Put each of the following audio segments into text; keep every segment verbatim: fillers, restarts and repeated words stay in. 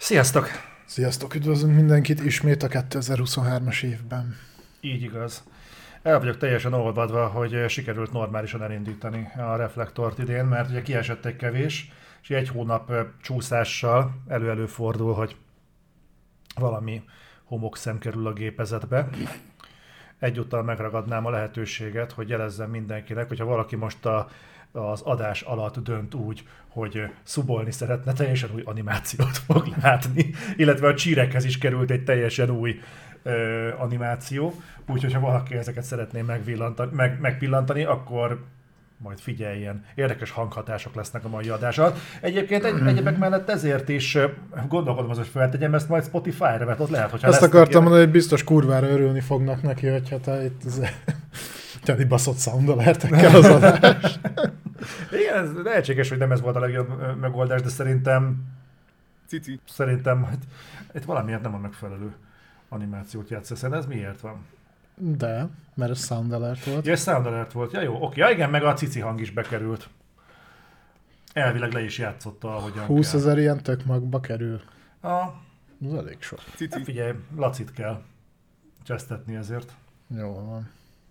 Sziasztok! Sziasztok, üdvözlünk mindenkit ismét a kétezer-huszonhármas évben. Így igaz. El vagyok teljesen olvadva, hogy sikerült normálisan elindítani a reflektort idén, mert ugye kiesett egy kevés, és egy hónap csúszással elő-elő fordul, hogy valami homokszem kerül a gépezetbe. Egyúttal megragadnám a lehetőséget, hogy jelezzem mindenkinek, hogyha valaki most a, az adás alatt dönt úgy, hogy szubolni szeretne, teljesen új animációt fog látni, illetve a csírekhez is került egy teljesen új ö, animáció, úgyhogy ha valaki ezeket szeretné meg, megpillantani, akkor majd figyeljen. Érdekes hanghatások lesznek a mai adás alatt. Egyébként egy, egyebek mellett ezért is gondolkodom az, hogy feltegyem ezt majd Spotify-ra, mert ott lehet, hogyha Azt akartam mondani, hogy biztos kurvára örülni fognak neki, hogyha te itt teli baszott sounddal értekkel az adást. Igen, ez lehetséges, hogy nem ez volt a legjobb megoldás, de szerintem Cici. Szerintem hogy itt valamiért nem a megfelelő animációt játszik. Szerintem ez miért van? De, mert ez sound alert volt. Ja, ez sound alert volt. Ja, jó, oké. Ja, igen, meg a cici hang is bekerült. Elvileg le is játszotta, ahogyan húszezer ilyen tök magba kerül. A... Ez elég sok. Cici. Hát figyelj, Lacit kell csesztetni ezért. Jó van.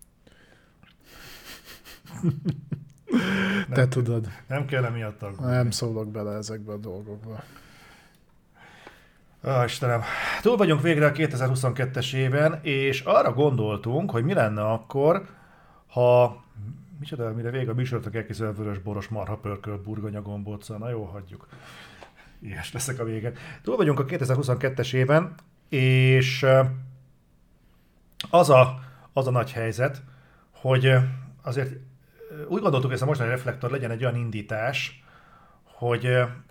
Nem, Te tudod. Nem kell emiatt aggódni. Nem szólok bele ezekbe a dolgokba. Ó, Istenem. Túl vagyunk végre a kétezer-huszonkettes éven, és arra gondoltunk, hogy mi lenne akkor, ha... Micsoda, mire vége a műsornak elkészül a vörös boros marha pörkölt burgonya gombóca. Na jó, hagyjuk. Ilyes leszek a vége. Túl vagyunk a kétezer-huszonkettes éven, és az a, az a nagy helyzet, hogy azért úgy gondoltuk, hogy ez a mostani reflektor legyen egy olyan indítás, hogy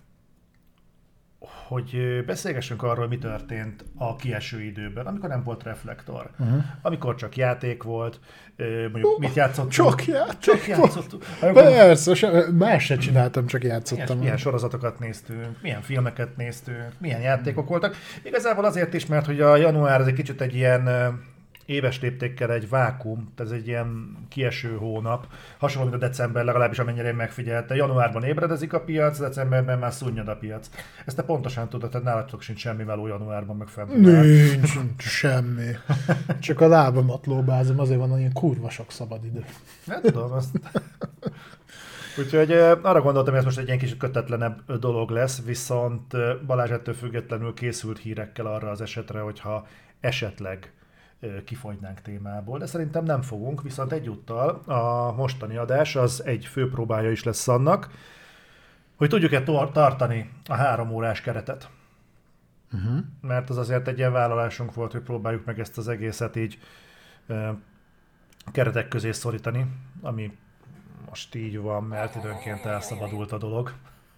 hogy beszélgessünk arról, mi történt a kieső időben, amikor nem volt reflektor. Uh-huh. Amikor csak játék volt, mondjuk uh, mit játszottunk. Csak játék Csak játszottunk. Amikor... Persze, más se csináltam, csak játszottam. Milyen, milyen sorozatokat néztünk, milyen filmeket néztünk, milyen játékok uh-huh. voltak. Igazából azért is, mert hogy a január ez egy kicsit egy ilyen éves léptékkel egy vákum, ez egy ilyen kieső hónap, hasonló, mint a december, legalábbis amennyire én megfigyelte. Januárban ébredezik a piac, decemberben már szunnyad a piac. Ezt te pontosan tudod, tehát nálatok sincs semmi való januárban, meg februárban. Nincs, semmi. Csak a lábamat lóbázom, azért van olyan kurva sok szabadidő. Nem tudom, azt... Úgyhogy arra gondoltam, hogy ez most egy ilyen kicsit kötetlenebb dolog lesz, viszont Balázs ettől függetlenül készült hírekkel arra az esetre, hogyha esetleg kifogynánk témából, de szerintem nem fogunk, viszont egyúttal a mostani adás az egy fő próbája is lesz annak, hogy tudjuk-e tartani a három órás keretet. Uh-huh. Mert az azért egy ilyen vállalásunk volt, hogy próbáljuk meg ezt az egészet így uh, keretek közé szorítani, ami most így van, mert időnként elszabadult a dolog.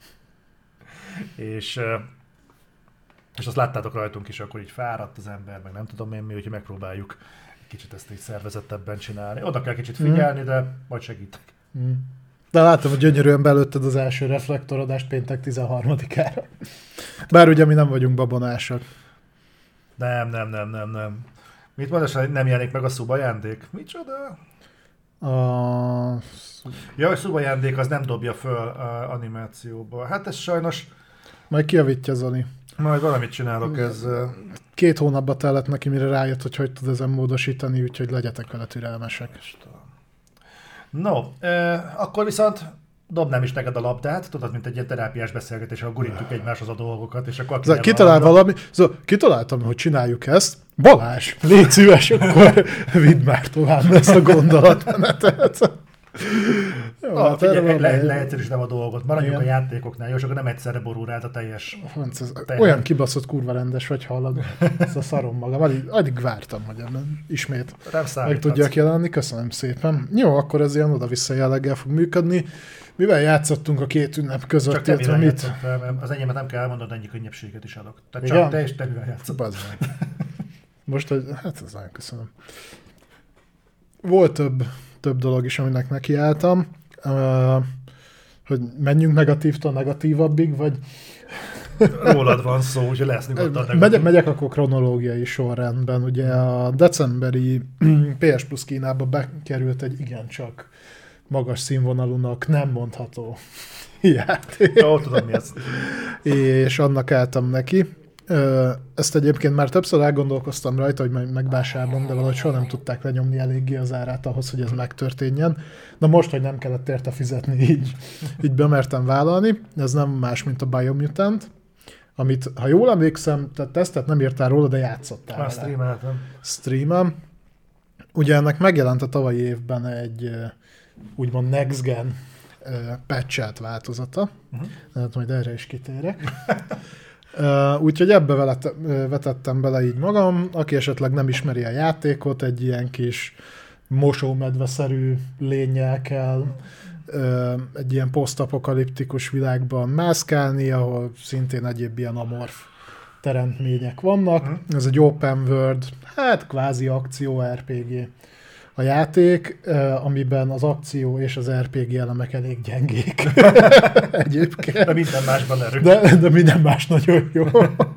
És uh, És azt láttátok rajtunk is, akkor így fáradt az ember, meg nem tudom én mi, úgyhogy megpróbáljuk egy kicsit ezt így szervezettebben csinálni. Oda kell kicsit figyelni, mm. de majd segítek. Mm. De látom, hogy gyönyörűen belőtted az első reflektorodást péntek tizenharmadikára. Bár ugye mi nem vagyunk babonásak. Nem, nem, nem, nem, nem. Mit mondasz, hogy nem jelenik meg a szubajándék? Micsoda? A... Ja, hogy szubajándék az nem dobja föl a animációba. Hát ez sajnos... Majd kijavítja Zoli. Majd valamit csinálok ezzel. Két hónapba tellett neki, mire rájött, hogy hogy tud ezen módosítani, úgyhogy legyetek vele türelmesek. No, eh, akkor viszont dobnám is neked a labdát, tudod, mint egy ilyen terápiás beszélgetés, ahol gurítjuk egymáshoz a dolgokat, és akkor... Szóval kitalál valami, szóval kitaláltam, hogy csináljuk ezt. Balázs, légy szíves, akkor vidd már tovább ezt a gondolatmenetet. Jó, ah, hát figyelj, le, leegyszerűsítem a dolgot. Maradjunk igen. a játékoknál, jó, és akkor nem egyszerre borul rá a teljes... Franc, ez olyan kibaszott kurva rendes vagy, hallod. Ez a szarom magam. Addig, addig vártam, hogy ebben ismét meg tudjak jelenni. Köszönöm szépen. Jó, akkor ez ilyen oda-vissza jelleggel fog működni. Mivel játszottunk a két ünnep között? Csak te mivel mit? Az enyémet nem kell elmondani, ennyi könnyebbséget is adok. Tehát csak igen? Te és te mivel játszottál. Most, hogy, hát ez nagyon köszönöm. Volt több... több dolog is, aminek nekiálltam, uh, hogy menjünk negatívtól negatívabbig, vagy... Rólad van szó, úgyhogy lesz nyugodtan negatív. Megyek, megyek akkor kronológiai sorrendben. Ugye a decemberi pé es Plus Kínába bekerült egy igencsak magas színvonalúnak nem mondható játék. Jó, tudom mi ez. És annak álltam neki. Ezt egyébként már többször elgondolkoztam rajta, hogy megvásárolom, de valahogy soha nem tudták lenyomni eléggé az árát ahhoz, hogy ez megtörténjen. Na most, hogy nem kellett érte fizetni, így, így bemertem vállalni. Ez nem más, mint a Biomutant, amit, ha jól emlékszem, te tesztet nem írtál róla, de játszottál vele. Streameltem. Streamem. Ugye ennek megjelent a tavalyi évben egy úgymond next gen patch-elt változata. Uh-huh. Hát majd erre is kitérek. Uh, úgyhogy ebbe velet, uh, vetettem bele így magam, aki esetleg nem ismeri a játékot, egy ilyen kis mosómedveszerű lénnyel kell uh, egy ilyen posztapokaliptikus világban mászkálni, ahol szintén egyéb ilyen amorf teremtmények vannak. Uh-huh. Ez egy open world, hát kvázi akció er pé gé a játék, uh, amiben az akció és az er pé gé elemek elég gyengék. Egyébként. De minden másban erős. De, de minden más nagyon jó.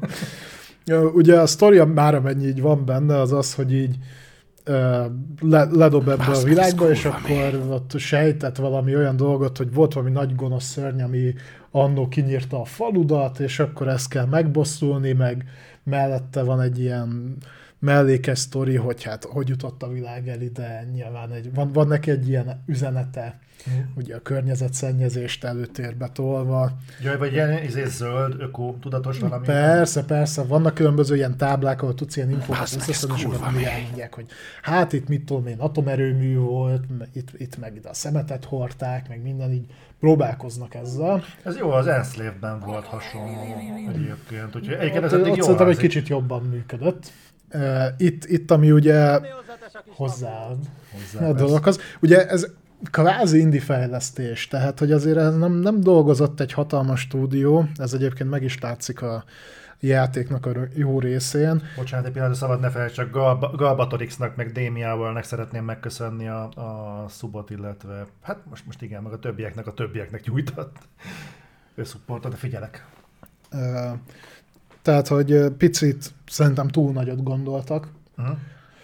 Ugye a sztoria már amennyi így van benne, az az, hogy így uh, le, ledob ebbe a világba, és akkor ott sejtett valami olyan dolgot, hogy volt valami nagy gonosz szörny, ami annó kinyírta a faludat, és akkor ezt kell megbosszulni, meg mellette van egy ilyen mellékes sztori, hogy hát hogy jutott a világ el ide, nyilván egy, van, van neki egy ilyen üzenete, mm. ugye a környezetszennyezést előtérbe tolva. Jaj, vagy ilyen izé, zöld, öko, tudatos valami? Persze, persze, vannak különböző ilyen táblák, ahol tudsz ilyen infókat összeszedni, és akkor elmondják, hogy hát itt mit tudom én, atomerőmű volt, itt, itt meg ide a szemetet hordták, meg minden, így próbálkoznak ezzel. Ez jó, az Enslaved-ben volt hasonló egyébként, úgyhogy egyébként ez eddig jól szerintem egy kicsit jobban működött. Uh, itt, itt, ami ugye hozzáad a dologhoz. Ugye ez kvázi indie fejlesztés, tehát hogy azért ez nem, nem dolgozott egy hatalmas stúdió, ez egyébként meg is látszik a játéknak a jó részén. Bocsánat, egy pillanat, szabad ne felejtsd, csak Gal- Galbatorixnak meg Démiával megszeretném megköszönni a, a subot, illetve hát most, most igen, meg a többieknek a többieknek nyújtott. Ő szupportot, de figyelek. Uh, Tehát, hogy picit szerintem túl nagyot gondoltak. Uh-huh.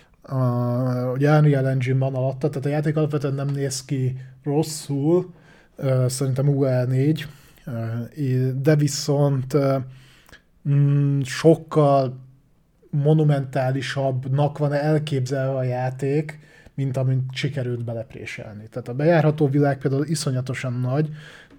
Uh, ugye Unreal Engine van alatta, tehát a játék alapvetően nem néz ki rosszul, uh, szerintem u el négy, uh, de viszont uh, mm, sokkal monumentálisabbnak van elképzelve a játék, mint amint sikerült belepréselni. Tehát a bejárható világ például iszonyatosan nagy,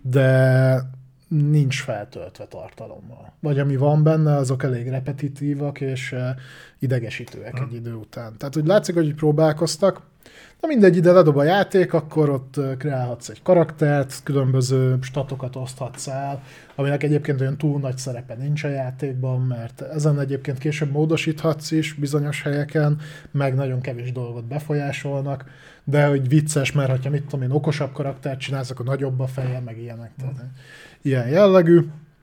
de nincs feltöltve tartalommal. Vagy ami van benne, azok elég repetitívak és idegesítőek egy idő után. Tehát úgy látszik, hogy próbálkoztak. Na mindegy, ide ledob a játék, akkor ott kreálhatsz egy karaktert, különböző statokat oszthatsz el, aminek egyébként olyan túl nagy szerepe nincs a játékban, mert ezen egyébként később módosíthatsz is bizonyos helyeken, meg nagyon kevés dolgot befolyásolnak, de hogy vicces, mert ha mit tudom én, okosabb karaktert csinálsz, akkor nagyobb a feje, meg ilyenek. Tehát ilyen jellegű.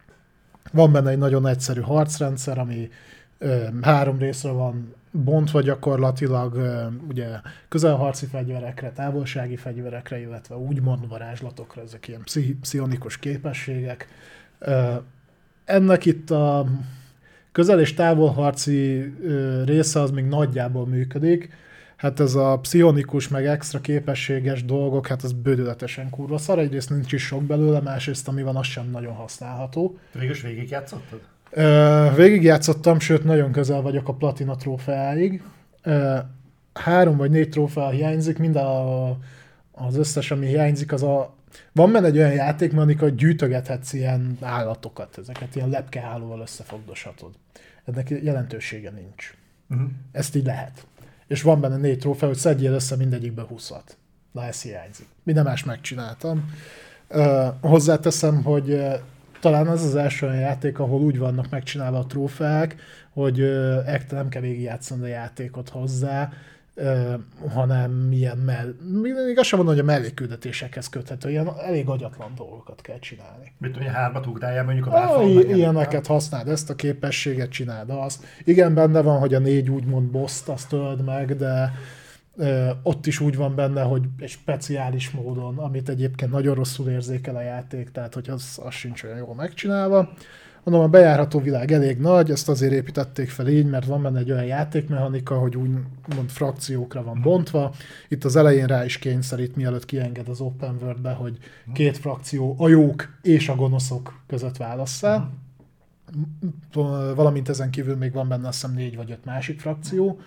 Van benne egy nagyon egyszerű harcrendszer, ami ö, három részre van bontva gyakorlatilag, ö, ugye közelharci fegyverekre, távolsági fegyverekre, illetve úgymond varázslatokra, ezek ilyen pszichi- pszionikus képességek. Ö, ennek itt a közel- és távolharci ö, része az még nagyjából működik. Hát ez a pszionikus, meg extra képességes dolgok, hát ez bődületesen kurva szar. Egyrészt nincs is sok belőle, másrészt ami van, az sem nagyon használható. Végülis végigjátszottad? Uh, végigjátszottam, sőt nagyon közel vagyok a platina trófeáig. Uh, három vagy négy trófea hiányzik, mind a, az összes, ami hiányzik, az a... Van benne egy olyan játék, amikor gyűjtögethetsz ilyen állatokat, ezeket ilyen lepkehálóval összefogdoshatod. Ennek jelentősége nincs. Uh-huh. Ezt így lehet. És van benne négy trófea, hogy szedjél össze mindegyikbe húszat. Na, ez hiányzik. Minden más megcsináltam. Uh, hozzáteszem, hogy uh, talán ez az első olyan játék, ahol úgy vannak megcsinálva a trófeák, hogy uh, nem kell végigjátszani a játékot hozzá, uh, hanem ilyen mell... Még azt sem mondom, hogy a mellékküldetésekhez köthető, ilyen elég agyatlan dolgokat kell csinálni. Mit tudom, hogy hármat ugráljál mondjuk a ah, ilyeneket használd, ezt a képességet csináld azt. Igen, benne van, hogy a négy úgymond boszt azt öld meg, de ö, ott is úgy van benne, hogy egy speciális módon, amit egyébként nagyon rosszul érzékel a játék, tehát hogy az, az sincs olyan jól megcsinálva. Mondom, a bejárható világ elég nagy, ezt azért építették fel így, mert van benne egy olyan játékmechanika, hogy úgymond frakciókra van bontva. Itt az elején rá is kényszerít, mielőtt kienged az open worldbe, hogy két frakció, a jók és a gonoszok között válasszál. valamint ezen kívül még van benne azt hiszem négy vagy öt másik frakció,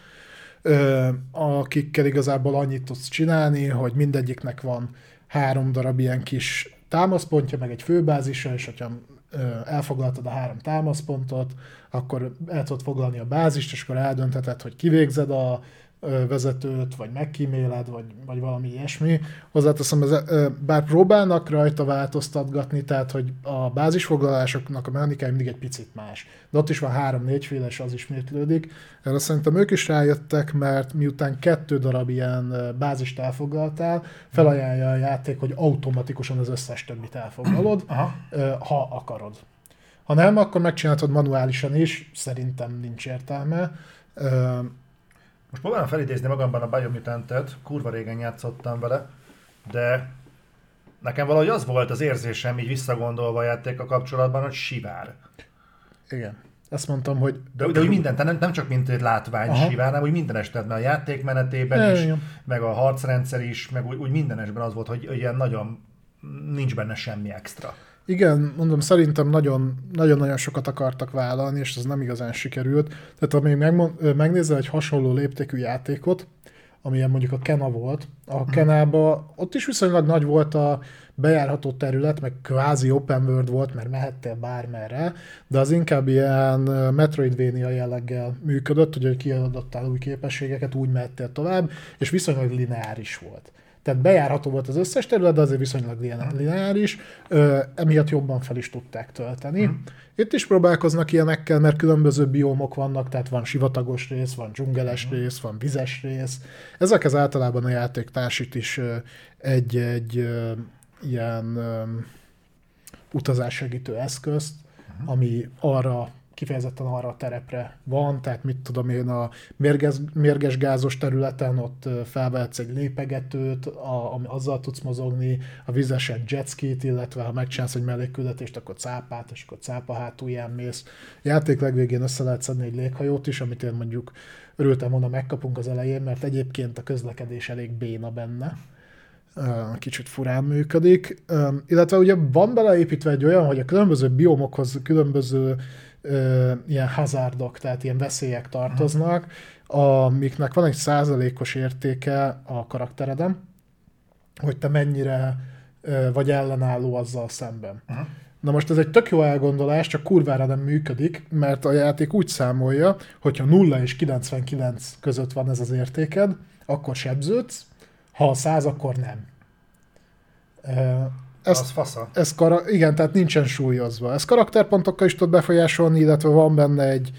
akikkel igazából annyit tudsz csinálni, hogy mindegyiknek van három darab ilyen kis támaszpontja, meg egy főbázisa, és hogyha elfoglaltad a három támaszpontot, akkor el tudod foglalni a bázist, és akkor eldöntheted, hogy kivégzed a vezetőt, vagy megkíméled, vagy, vagy valami ilyesmi. Hozzáteszem, bár próbálnak rajta változtatgatni, tehát hogy a bázisfoglalásoknak a mechanikája mindig egy picit más. De ott is van három-négy féle, és az ismétlődik. Erre szerintem ők is rájöttek, mert miután kettő darab ilyen bázist elfoglaltál, felajánlja a játék, hogy automatikusan az összes többit elfoglalod, Aha. ha akarod. Ha nem, akkor megcsinálod manuálisan is, szerintem nincs értelme. Most próbálom felidézni magamban a Biomutant-et, kurva régen játszottam vele, de nekem valahogy az volt az érzésem, így visszagondolva a játékkal kapcsolatban, hogy sivár. Igen. Ezt mondtam, hogy... De, de úgy minden, nem, nem csak mint egy látvány Aha. sivár, hanem úgy minden esetben a játékmenetében ja, is, ja. meg a harcrendszer is, meg úgy, úgy minden esetben az volt, hogy, hogy ilyen nagyon nincs benne semmi extra. Igen, mondom, szerintem nagyon-nagyon sokat akartak vállalni, és ez nem igazán sikerült. Tehát ha még megnézel egy hasonló léptékű játékot, amilyen mondjuk a Kena volt, a Kenába ott is viszonylag nagy volt a bejárható terület, meg kvázi open world volt, mert mehettél bármerre, de az inkább ilyen Metroidvania jelleggel működött, hogy kiadottál új képességeket, úgy mehettél tovább, és viszonylag lineáris volt. Tehát bejárható volt az összes terület, de azért viszonylag lineáris, emiatt jobban fel is tudták tölteni. Hmm. Itt is próbálkoznak ilyenekkel, mert különböző biómok vannak, tehát van sivatagos rész, van dzsungeles hmm. rész, van vizes rész. Ezekhez általában a játék társít is egy-egy ilyen utazássegítő eszközt, hmm. ami arra kifejezetten arra a terepre van, tehát mit tudom én, a mérges, mérges gázos területen ott felvehetsz egy lépegetőt, a, a, azzal tudsz mozogni, a vizesen jetskit, illetve ha megcsinálsz egy mellékküldetést, akkor cápát, és akkor cápa hátulján mész. A játék legvégén össze lehet szedni egy léghajót is, amit én mondjuk örültem volna megkapunk az elején, mert egyébként a közlekedés elég béna benne. Kicsit furán működik. Illetve ugye van beleépítve egy olyan, hogy a különböző biomokhoz különböző Ö, ilyen hazardok, tehát ilyen veszélyek tartoznak, amiknek van egy százalékos értéke a karaktereden, hogy te mennyire ö, vagy ellenálló azzal szemben. Uh-huh. Na most ez egy tök jó elgondolás, csak kurvára nem működik, mert a játék úgy számolja, hogyha nulla és kilencvenkilenc között van ez az értéked, akkor sebződsz, ha a száz, akkor nem. Ö, Ezt, az fasza. Ez kara- igen, tehát nincsen súlyozva. Ez karakterpontokkal is tud befolyásolni, illetve van benne egy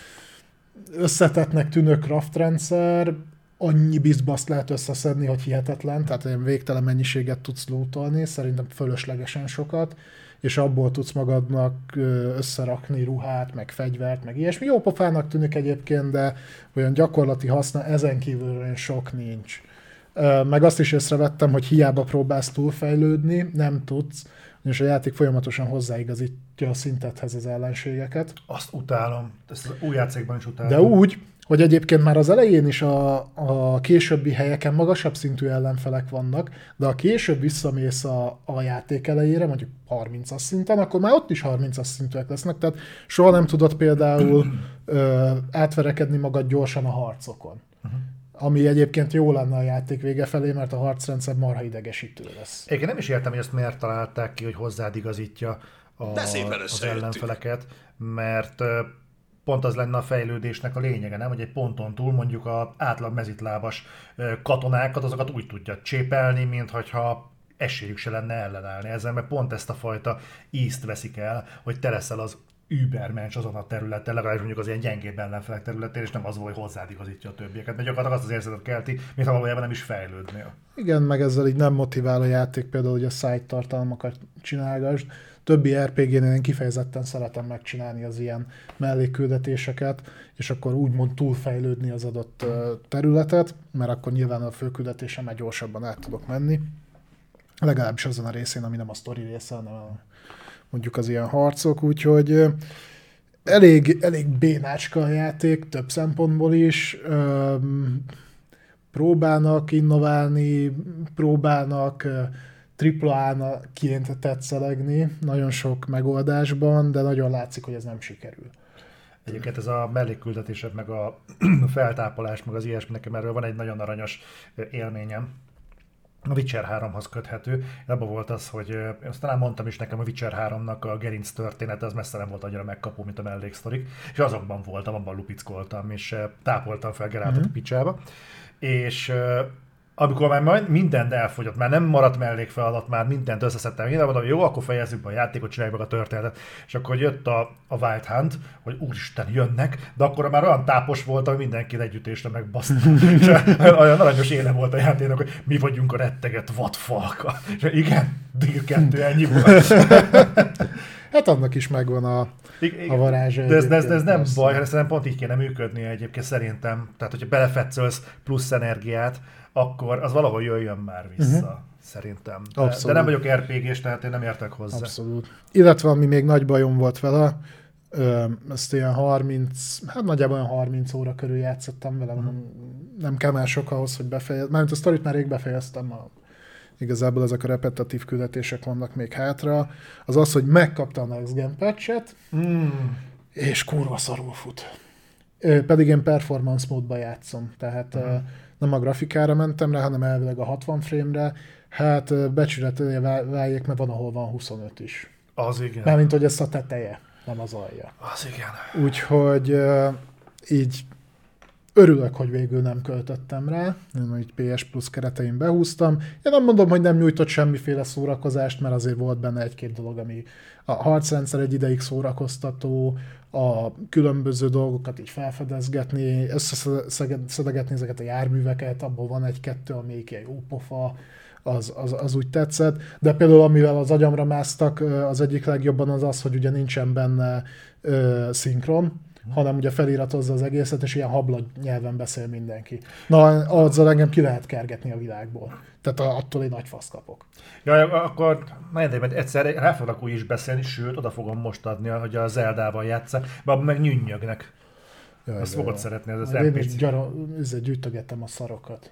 összetettnek tűnő craft rendszer, annyi bizbaszt lehet összeszedni, hogy hihetetlen, tehát ilyen végtelen mennyiséget tudsz lootolni, szerintem fölöslegesen sokat, és abból tudsz magadnak összerakni ruhát, meg fegyvert, meg ilyesmi. Jó pofának tűnik egyébként, de olyan gyakorlati haszna ezen kívül olyan sok nincs. Meg azt is észrevettem, hogy hiába próbálsz túlfejlődni, nem tudsz, és a játék folyamatosan hozzáigazítja a szintethez az ellenségeket. Azt utálom, ezt az új játékban is utálom. De úgy, hogy egyébként már az elején is a, a későbbi helyeken magasabb szintű ellenfelek vannak, de ha később visszamész a, a játék elejére, mondjuk harmincas szinten, akkor már ott is harmincas szintűek lesznek, tehát soha nem tudod például ö, átverekedni magad gyorsan a harcokon. Uh-huh. Ami egyébként jó lenne a játék vége felé, mert a harcrendszer marha idegesítő lesz. Én nem is értem, hogy ezt miért találták ki, hogy hozzád igazítja a, az ellenfeleket, mert pont az lenne a fejlődésnek a lényege, nem? Hogy egy ponton túl mondjuk az átlag mezitlábas katonákat, azokat úgy tudja csépelni, mintha esélyük se lenne ellenállni ezzel, mert pont ezt a fajta ízt veszik el, hogy te leszel az übermensch azon a területen, legalábbis mondjuk az ilyen gyengébb ellenfelek területén, és nem az, hogy hozzád igazítja a többieket, mert gyakorlatilag azt az érzetet kelti, mintha valójában nem is fejlődnél. Igen, meg ezzel így nem motivál a játék például, hogy a side tartalmakat csinálgasd. Többi er pé gén-nél én kifejezetten szeretem megcsinálni az ilyen mellékküldetéseket, és akkor úgymond túlfejlődni az adott területet, mert akkor nyilván a főküldetésen már gyorsabban át tudok menni. Legalábbis azon a részén, ami nem a sztori része, hanem a mondjuk az ilyen harcok, úgyhogy elég, elég bénácska a játék, több szempontból is. Próbálnak innoválni, próbálnak tripla á-ként tetszelegni nagyon sok megoldásban, de nagyon látszik, hogy ez nem sikerül. Egyébként ez a mellékküldetésed, meg a feltápolás, meg az ilyesmi, nekem erről van egy nagyon aranyos élményem. A Witcher háromhoz köthető. Abban volt az, hogy azt talán mondtam is nekem, a Witcher háromnak a gerinc története az messze nem volt annyira megkapó, mint a melléksztorik, és azokban voltam, abban lupickoltam, és tápoltam fel Geráltot uh-huh. a picsába. És amikor már majd mindent elfogyott, már nem maradt mellékfeladat, már mindent összeszedtem, én mondom, jó, akkor fejezzük be a játékot, csináljuk meg a történetet. És akkor jött a, a Wild Hunt, hogy úristen, jönnek, de akkor már olyan tápos volt, hogy mindenkit együttésre megbasztam. És olyan aranyos éle volt a játéknak, hogy mi vagyunk a retteget vadfalka. És igen, Dir kettő, ennyi volt. Hát annak is megvan a, a varázsa. De ez, de ez, de ez nem baj, hanem szerintem pont így kéne működnie egyébként szerintem. Tehát, hogyha belefetszölsz plusz energiát, akkor az valahol jöjjön már vissza, uh-huh. szerintem. De, de nem vagyok er pé gés, tehát én nem értek hozzá. Abszolút. Illetve ami még nagy bajom volt vele, ezt ilyen harminc, hát nagyjából olyan harminc óra körül játszottam vele, uh-huh. nem kell már sok ahhoz, hogy befejeztem. Mármint a sztorit már rég befejeztem, a, igazából ezek a repetitív küldetések vannak még hátra. Az az, hogy megkapta a Next Gen patchet, mm. és kurva szarul fut. Pedig én performance módba játszom, tehát uh-huh. nem a grafikára mentem rá, hanem elvileg a hatvan frame-re. Hát becsületelje váljék, mert van, ahol van huszonöt is. Az igen. Mármint, hogy ez a teteje, nem az alja. Az igen. Úgyhogy így örülök, hogy végül nem költöttem rá, én így pé es Plus keretein behúztam. Én nem mondom, hogy nem nyújtott semmiféle szórakozást, mert azért volt benne egy-két dolog, ami a harcrendszer egy ideig szórakoztató, a különböző dolgokat így felfedezgetni, összeszedegetni ezeket a járműveket, abból van egy-kettő, amelyik egy jó pofa, az, az, az úgy tetszett. De például amivel az agyamra másztak, az egyik legjobban az az, hogy ugye nincsen benne ö, szinkron, hanem ugye feliratozza az egészet, és ilyen hablagy nyelven beszél mindenki. Na, azzal engem ki lehet kergetni a világból. Tehát attól egy nagy fasz kapok. Ja, akkor majd egyszer rá fogok úgy is beszélni, sőt, oda fogom most adni, hogy a Zeldával játszak, mert abban meg nyünnyögnek. Jaj, azt fogod szeretni, ez az en pé cé. Én is gyara, gyűjtögettem a szarokat.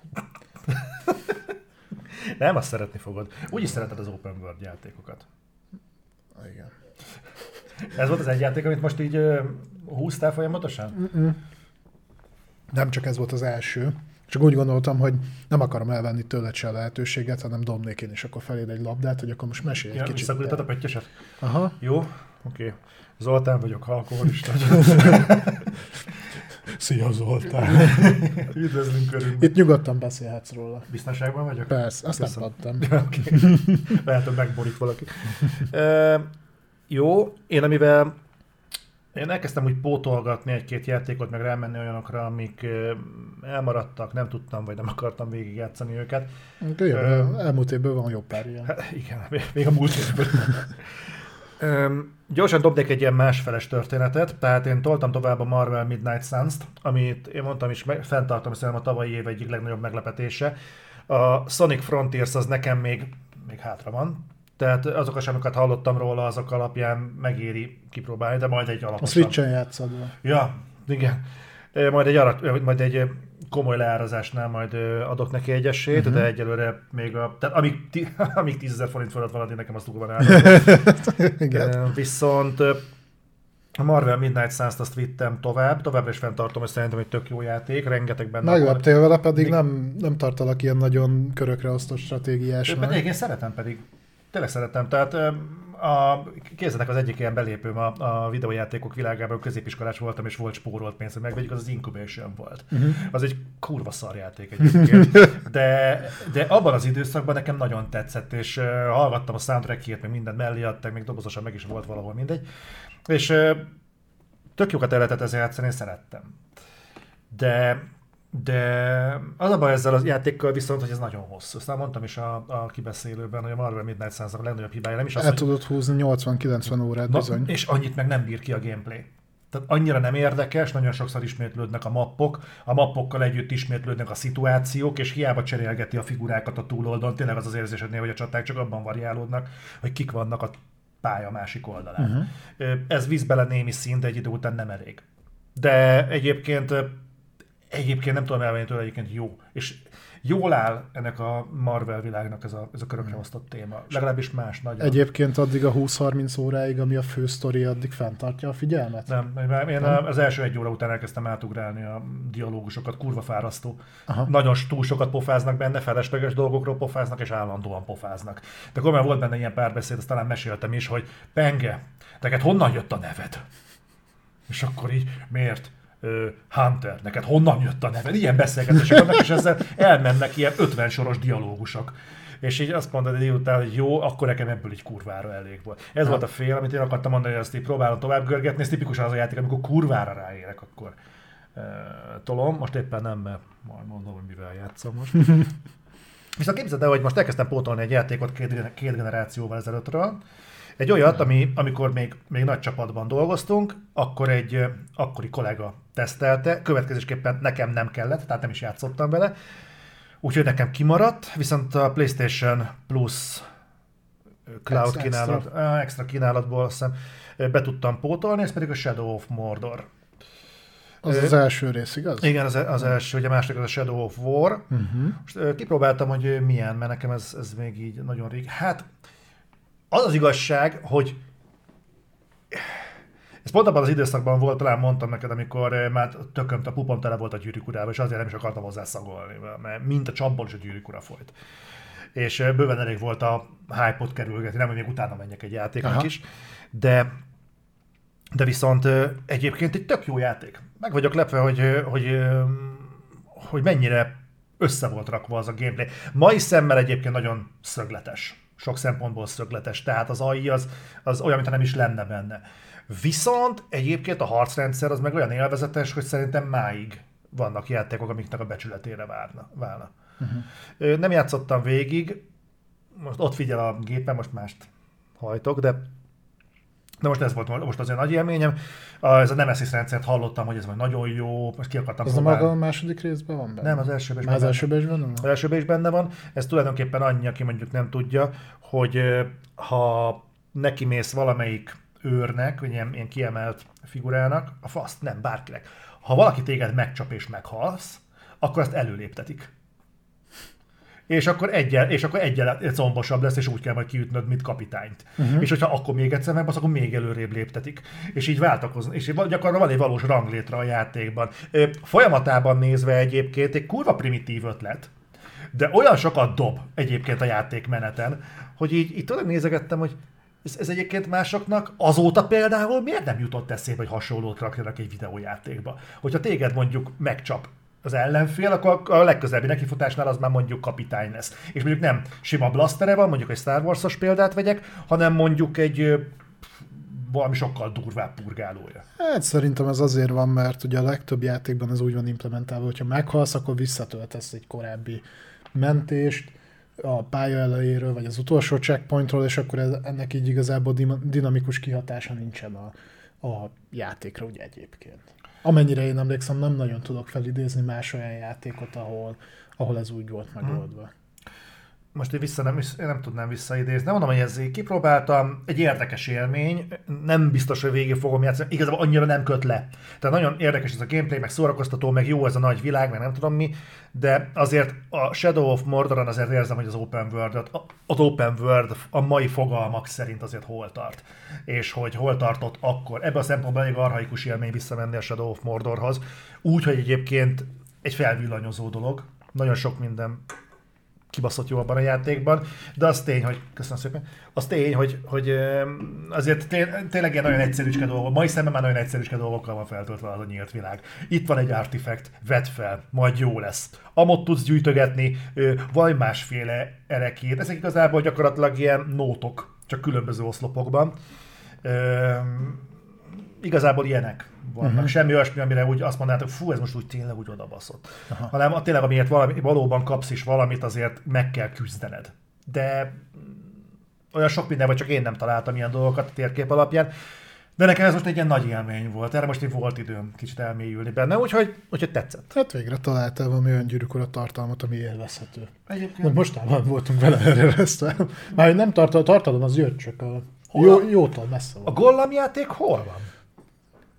Nem, azt szeretni fogod. Úgyis szereted az open world játékokat. Igen. Ez volt az egy játék, amit most így uh, húztál folyamatosan? Mm-mm. Nem csak ez volt az első. Csak úgy gondoltam, hogy nem akarom elvenni tőled se a lehetőséget, hanem dobnék én is akkor feléd egy labdát, hogy akkor most mesélj egy ja, kicsit. Visszaküldted a pöttyeset? Aha. Jó, oké. Okay. Zoltán vagyok, alkoholista. Szia Zoltán! Üdvözlünk körünkben. Itt nyugodtan beszélhetsz róla. Biztonságban vagyok? Persze, azt nem adtam. Okay. Lehet, hogy megborít valaki. uh, jó, én amivel én elkezdtem úgy pótolgatni egy-két játékot, meg rámenni olyanokra, amik elmaradtak, nem tudtam, vagy nem akartam végigjátszani őket. Jó, uh, elmúlt évből van jó pár ilyen. Hát, igen, még a múlt évből. um, gyorsan dobnék egy ilyen másfeles történetet, tehát én toltam tovább a Marvel Midnight Suns-t, amit én mondtam is, fenntartom, szerintem a tavalyi év egyik legnagyobb meglepetése. A Sonic Frontiers az nekem még, még hátra van. Tehát azok a semmiket hallottam róla, azok alapján megéri kipróbálni, de majd egy alaposabb. A Switch-en játszod. Ja, igen. Majd egy, arat, majd egy komoly leárazásnál majd adok neki egy esélyt, uh-huh. de egyelőre még a... Tehát amíg, ti, amíg tízezer forint fölött van, addig nekem azt úgy van árazva. Viszont a Marvel Midnight Suns-t azt vittem tovább, továbbra is fenntartom, hogy szerintem egy tök jó játék, rengeteg benne. Megleptél vele, pedig nem, nem tartalak ilyen nagyon körökre osztott stratégiás. Pedig én szeretem pedig. Tényleg szeretem, tehát a, képzeljétek, az egyik ilyen belépőm a, a videójátékok világában, középiskolás voltam, és volt spórolt pénz, hogy megvegyük, az az Incubation volt. Uh-huh. Az egy kurva szar játék egyébként, de, de abban az időszakban nekem nagyon tetszett, és uh, hallgattam a soundtrackjét, meg mindent mellé adták, még dobozosan meg is volt valahol, mindegy. És uh, tök jókat el lehetett ezzel játszani, én szerettem. De De az a baj ezzel a játékkal viszont, hogy ez nagyon hosszú. Aztán mondtam is a, a kibeszélőben, hogy a Marvel Midnight Suns a legnagyobb hibája nem is az, el tudod húzni nyolcvan-kilencven órát na, bizony. És annyit meg nem bír ki a gameplay. Tehát annyira nem érdekes, nagyon sokszor ismétlődnek a mappok, a mappokkal együtt ismétlődnek a szituációk, és hiába cserélgeti a figurákat a túloldalon, tényleg az az érzésednél, hogy a csaták csak abban variálódnak, hogy kik vannak a pálya másik oldalán. Uh-huh. Ez visz bele némi szín, de egy idő után nem elég. De egyébként Egyébként nem tudom elvenni tőle, egyébként jó. És jól áll ennek a Marvel világnak ez a, ez a körökre osztott téma. Legalábbis más nagyon. Egyébként addig a húsz-harminc óráig, ami a fő sztori, addig fenntartja a figyelmet? Nem, én nem. Az első egy óra után elkezdtem átugrálni a dialógusokat, kurva fárasztó. Aha. Nagyon túl sokat pofáznak benne, felesleges dolgokról pofáznak, és állandóan pofáznak. De akkor már volt benne ilyen párbeszéd, azt talán meséltem is, hogy Penge, neked honnan jött a neved? És akkor így, miért? Hunter, neked honnan jött a neved? Ilyen beszélgetések vannak, és ezzel elmennek ilyen ötven soros dialógusok. És így azt mondod egy után, hogy jó, akkor nekem ebből egy kurvára elég volt. Ez ha. volt a fél, amit én akartam mondani, hogy ezt így próbálom tovább görgetni. Ez tipikusan az a játék, amikor kurvára ráérek, akkor uh, tolom. Most éppen nem, mert majd mondom, hogy mivel játszom most. Viszont képzeld el, hogy most elkezdtem pótolni egy játékot két, két generációval ezelőttről. Egy olyat, ami, amikor még, még nagy csapatban dolgoztunk, akkor egy uh, akkori kollega tesztelte, következésképpen nekem nem kellett, tehát nem is játszottam vele, úgyhogy nekem kimaradt, viszont a PlayStation Plus Cloud extra, kínálat, extra. extra kínálatból azt hiszem be tudtam pótolni, ez pedig a Shadow of Mordor. Az az első rész, igaz? Igen, az, az első, ugye a második az a Shadow of War. Uh-huh. Most kipróbáltam, hogy milyen, mert nekem ez, ez még így nagyon rég. Hát az az igazság, hogy ez pont abban az időszakban volt, talán mondtam neked, amikor már tökömt a pupom tele volt a Gyűrűk urával, és azért nem is akartam hozzá szagolni, mert mint a csapból is a Gyűrűk ura folyt. És bőven elég volt a hype-ot kerülgetni, nem, hogy még utána menjek egy játéknak is, de, de viszont egyébként egy tök jó játék. Meg vagyok lepve, hogy, hogy, hogy mennyire össze volt rakva az a gameplay. Mai szemmel egyébként nagyon szögletes. Sok szempontból szögletes, tehát az á i az, az olyan, mintha nem is lenne benne. Viszont egyébként a harcrendszer az meg olyan élvezetes, hogy szerintem máig vannak játékok, amiknek a becsületére várna, válna. Uh-huh. Nem játszottam végig, most ott figyel a gépen, most mást hajtok, de, de most ez volt most azért nagy élményem. Ez a Nemesis rendszert hallottam, hogy ez majd nagyon jó, most ki akartam ez próbálni. Ez a maga a második részben van benne? Nem, az elsőben is, az elsőben is benne van. Az elsőben is benne van. Ez tulajdonképpen annyi, aki mondjuk nem tudja, hogy ha neki mész valamelyik őrnek, vagy ilyen, ilyen kiemelt figurának, a faszt, nem, bárkinek. Ha valaki téged megcsap és meghalsz, akkor azt előléptetik. És akkor egyel, és akkor egyel combosabb lesz, és úgy kell majd kiütnöd, mint kapitányt. Uh-huh. És hogyha akkor még egyszer megbasz, akkor még előrébb léptetik. És így váltakoznak. És gyakorlatilag van egy valós ranglétre a játékban. Folyamatában nézve egyébként egy kurva primitív ötlet, de olyan sokat dob egyébként a játékmeneten, hogy így, így tudod, nézegettem, hogy Ez, ez egyébként másoknak azóta például miért nem jutott eszébe, hogy hasonlót rakjanak egy videójátékba? Hogyha téged mondjuk megcsap az ellenfél, akkor a legközelebbi nekifutásnál az már mondjuk kapitány lesz. És mondjuk nem sima blastere van, mondjuk egy Star Wars-os példát vegyek, hanem mondjuk egy valami sokkal durvább purgálója. Hát szerintem ez azért van, mert ugye a legtöbb játékban ez úgy van implementálva, hogyha meghalsz, akkor visszatöltesz egy korábbi mentést, a pálya elejéről, vagy az utolsó checkpointról, és akkor ez, ennek így igazából dinamikus kihatása nincsen a, a játékra, ugye egyébként. Amennyire én emlékszem, nem nagyon tudok felidézni más olyan játékot, ahol, ahol ez úgy volt megoldva. Hmm. Most én, vissza nem, én nem tudnám visszaidézni. Nem mondom, hogy ezzel kipróbáltam, egy érdekes élmény, nem biztos, hogy végig fogom játszani, igazából annyira nem köt le. Tehát nagyon érdekes ez a gameplay, meg szórakoztató, meg jó ez a nagy világ, meg nem tudom mi, de azért a Shadow of Mordoron azért érzem, hogy az Open World, az Open World a mai fogalmak szerint azért hol tart. És hogy hol tartott akkor. Ebben a szempontból elég archaikus élmény visszamenni a Shadow of Mordorhoz. Úgy, hogy egyébként egy felvillanyozó dolog. Nagyon sok minden kibaszott jó abban a játékban, de az tény, hogy köszönöm szépen, az tény, hogy, hogy azért té- tényleg ilyen nagyon egyszerűske dolgok, mai szemben már nagyon egyszerűske dolgokkal van feltöltve az a nyílt világ. Itt van egy artifact, vedd fel, majd jó lesz. Amott tudsz gyűjtögetni, vagy másféle erekét. Ezek igazából gyakorlatilag ilyen nótok, csak különböző oszlopokban. Igazából ilyenek vannak. Uh-huh. Semmi olyasmi, amire úgy azt mondanátok, fú, ez most úgy tényleg úgy odabaszott. Uh-huh. Hanem tényleg, amiért valami, valóban kapsz is valamit, azért meg kell küzdened. De olyan sok minden, vagy csak én nem találtam ilyen dolgokat a térkép alapján. De nekem ez most egy ilyen nagy élmény volt. Erre most így volt időm kicsit elmélyülni benne, úgyhogy, úgyhogy tetszett. Hát végre találtál valami olyan Gyűrűk ura tartalmat, ami élvezhető. Egyébként. Mostában voltunk vele erőlesztve. Már nem tartal, tartalom az jött, csak a jó, jótól messze van. A Gollam játék hol van?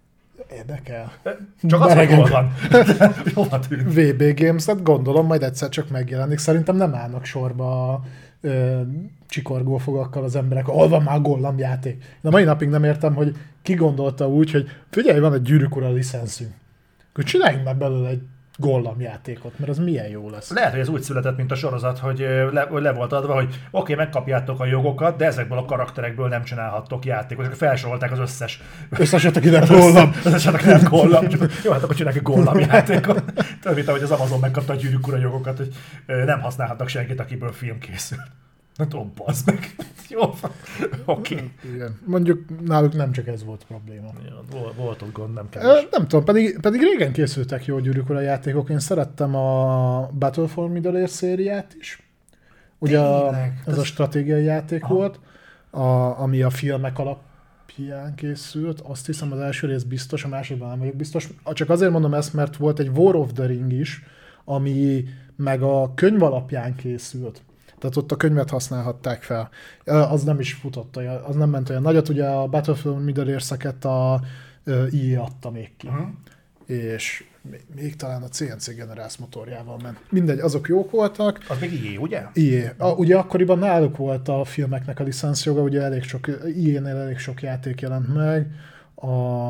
Érdekel. Csak az, hogy hol van. Hova tűnik. vé bé Games, hát gondolom majd egyszer csak megjelenik. Szerintem nem állnak sorba a ö, csikorgó fogakkal az emberek. Hol van már a Gollam játék? De mai napig nem értem, hogy ki gondolta úgy, hogy figyelj, van egy Gyűrűk Ura licenszünk. Akkor csináljunk már belőle egy Gollam játékot, mert az milyen jó lesz. Lehet, hogy ez úgy született, mint a sorozat, hogy le, le volt adva, hogy oké, okay, megkapjátok a jogokat, de ezekből a karakterekből nem csinálhattok játékot. Felsorolták az összes... Összeset, aki nem Gollam. Összeset, aki nem Gollam. Jó, hát akkor csinálják egy Gollam játékot. Tudod, mint ahogy az Amazon megkapta a Gyűrűk Ura jogokat, hogy nem használhatnak senkit, akiből film készül. Na tudom, bazd meg. Jó, oké. Okay. Igen. Mondjuk náluk nem csak ez volt probléma. Ja, volt, volt ott gond, nem kevés. Nem tudom, pedig, pedig régen készültek jó Gyűrűk Ura játékok. Én szerettem a Battle for Middle-earth szériát is. Ugye Tényleg, ez, ez a stratégiai játék Aha. volt, a, ami a filmek alapján készült. Azt hiszem az első rész biztos, a másodban nem vagyok biztos. Csak azért mondom ezt, mert volt egy War of the Ring is, ami meg a könyv alapján készült. Tehát ott a könyvet használhatták fel. Az nem is futott olyan, az nem ment olyan nagyot. Ugye a Battlefield Middle-earth-eket a i á adta még ki. Uh-huh. És még, még talán a cé en cé Generász motorjával ment. Mindegy, azok jók voltak. Az még i á, ugye? i á. A, ugye akkoriban náluk volt a filmeknek a licenszjoga, ugye elég sok, i á-nél elég sok játék jelent meg. A,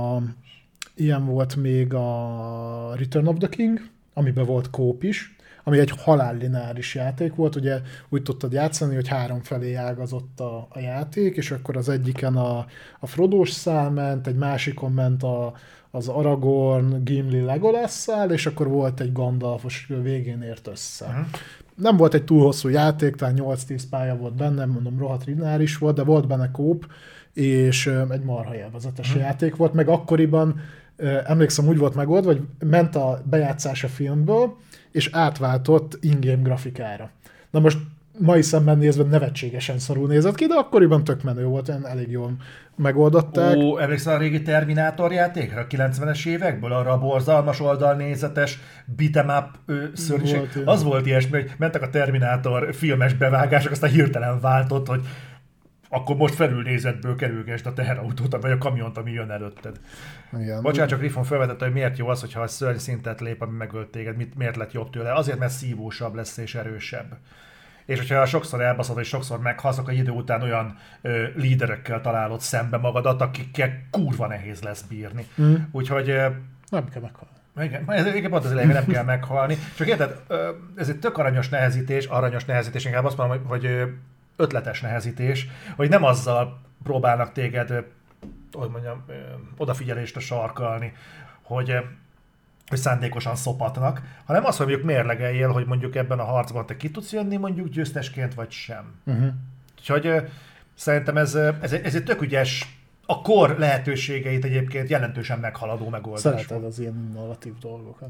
ilyen volt még a Return of the King, amiben volt kóp is, ami egy halállineáris játék volt, ugye úgy tudtad játszani, hogy három felé ágazott a, a játék, és akkor az egyiken a, a Frodós szál ment, egy másikon ment a, az Aragorn, Gimli, Legolas-szál, és akkor volt egy Gandalfos, végén ért össze. Uh-huh. Nem volt egy túl hosszú játék, talán nyolc-tíz pálya volt benne, mondom, rohadt lineáris volt, de volt benne kóp, és egy marha élvezetes uh-huh. játék volt, meg akkoriban emlékszem, úgy volt megoldva, hogy ment a bejátszás a filmből, és átváltott in-game grafikára. Na most mai szemben nézve nevetségesen szarul nézett ki, de akkoriban tök menő volt, elég jól megoldották. Ó, emlékszel a régi Terminátor játékra, a kilencvenes évekből, arra a borzalmas oldalnézetes beat'em up szörnyűség. Volt, az volt ilyesmi, hogy mentek a Terminátor filmes bevágások, aztán hirtelen váltott, hogy akkor most felülnézetből kerülgesd a teherautót, vagy a kamiont, ami jön előtted. Igen. Bocsánat, csak Griffon felvetette, hogy miért jó az, hogyha a szörny szintet lép, ami megölt téged, mit, miért lett jobb tőle. Azért, mert szívósabb lesz és erősebb. És hogyha sokszor elbaszod, és sokszor meghalsz, akkor egy idő után olyan ö, líderekkel találod szembe magadat, akikkel kurva nehéz lesz bírni. Mm. Úgyhogy... Ö, nem kell meghalni. Igen, ez pont az elég, nem kell meghalni. Csak érted, ö, ez egy tök aranyos nehezítés, aranyos nehezítés, inkább azt mondom, hogy, hogy ötletes nehezítés, hogy nem azzal próbálnak téged, hogy mondjam, odafigyelésre sarkalni, hogy, hogy szándékosan szopatnak, hanem az, hogy mondjuk mérlegeljél, hogy mondjuk ebben a harcban te ki tudsz jönni mondjuk győztesként, vagy sem. Uh-huh. Úgyhogy szerintem ez, ez, egy, ez egy tök ügyes, a kor lehetőségeit egyébként jelentősen meghaladó megoldás. Szereted az ilyen innovatív dolgokat.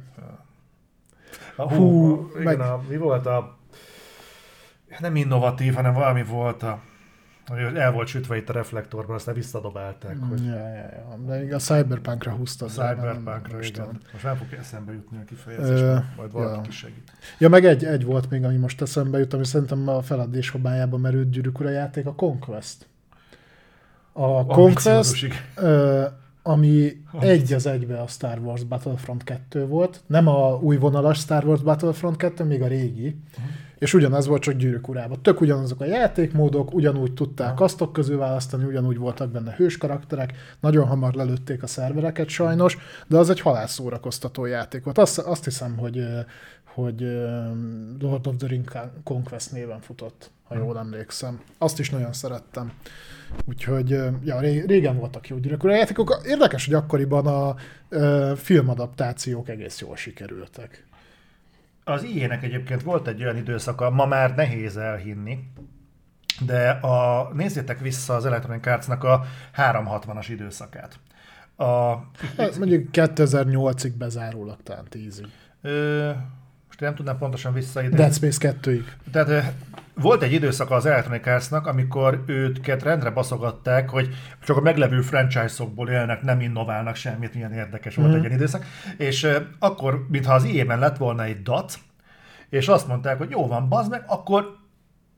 A, hú, hú a, meg... a, mi volt a nem innovatív, hanem valami volt, a, el volt sütve itt a reflektorban, aztán visszadobálták. Hogy... Ja, ja, ja. De a Cyberpunkra húztad. A Cyberpunkra, igen. Most nem fog eszembe jutni a kifejezés, Ö, majd valaki ja. kis segít. Ja, meg egy, egy volt még, ami most eszembe jut, ami szerintem a feladés hobájában merült Gyűrűk Ura játék, a Conquest. A, a Conquest, ö, ami egy az egybe a Star Wars Battlefront kettő volt. Nem a új vonalas Star Wars Battlefront kettő, még a régi. Uh-huh. És ugyanaz volt, csak Gyűrűk Urában. Tök ugyanazok a játékmódok, ugyanúgy tudták uh-huh. kasztok közül választani, ugyanúgy voltak benne hős karakterek, nagyon hamar lelőtték a szervereket sajnos, de az egy halálszórakoztató játék volt. Azt, azt hiszem, hogy, hogy Lord of the Ring Conquest néven futott, ha jól emlékszem. Azt is nagyon szerettem. Úgyhogy ja, régen voltak jó Gyűrűk Ura játékok. Érdekes, hogy akkoriban a, a filmadaptációk egész jól sikerültek. Az i á-nek egyébként volt egy olyan időszaka, ma már nehéz elhinni, de a, nézzétek vissza az Electronic Arts-nak a háromszázhatvanas időszakát. A, hát, mondjuk kétezer-nyolcig bezárólag, talán tízig. Ö, most nem tudnám pontosan visszaidézni. Dead Space kettőig. Tehát volt egy időszaka az Electronic Arts-nak, amikor őket rendre baszogatták, hogy csak a meglevő franchise-okból élnek, nem innoválnak semmit, milyen érdekes volt mm. egy ilyen időszak. És uh, akkor, mintha az i á-ben lett volna egy dat, és azt mondták, hogy jó van, bazd meg, akkor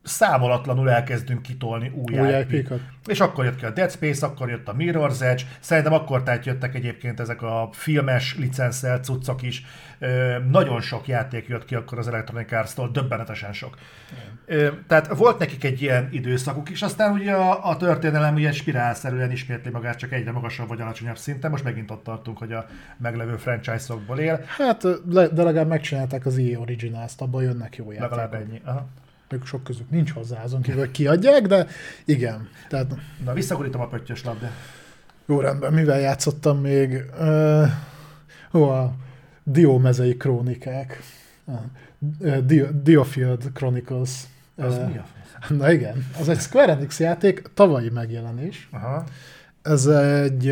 számolatlanul elkezdünk kitolni új, új I P-kat. És akkor jött ki a Dead Space, akkor jött a Mirror's Edge, szerintem akkor tehát jöttek egyébként ezek a filmes licenszelt cuccok is. Ö, nagyon sok játék jött ki akkor az Electronic Arts-tól, döbbenetesen sok. Ö, tehát volt nekik egy ilyen időszakuk is, aztán ugye a, a történelem ugye spirálszerűen ismétli magát, csak egyre magasabb vagy alacsonyabb szinten. Most megint ott tartunk, hogy a meglevő franchise-okból él. Hát, de legalább megcsinálták az E A Originals-t, abban jönnek jó játékok. Legalább ennyi. Aha. Még sok közük nincs hozzá, azon kívül, hogy kiadják, de igen. Tehát... Na, visszagurítom a pöttyös labdát. Jó, rendben, mivel játszottam még? Uh, ó, a Diómezei krónikák. Uh, Dio, Diofield Chronicles. Az uh, mi a fasz? Na igen, az egy Square Enix játék, tavalyi megjelenés. Aha. Ez egy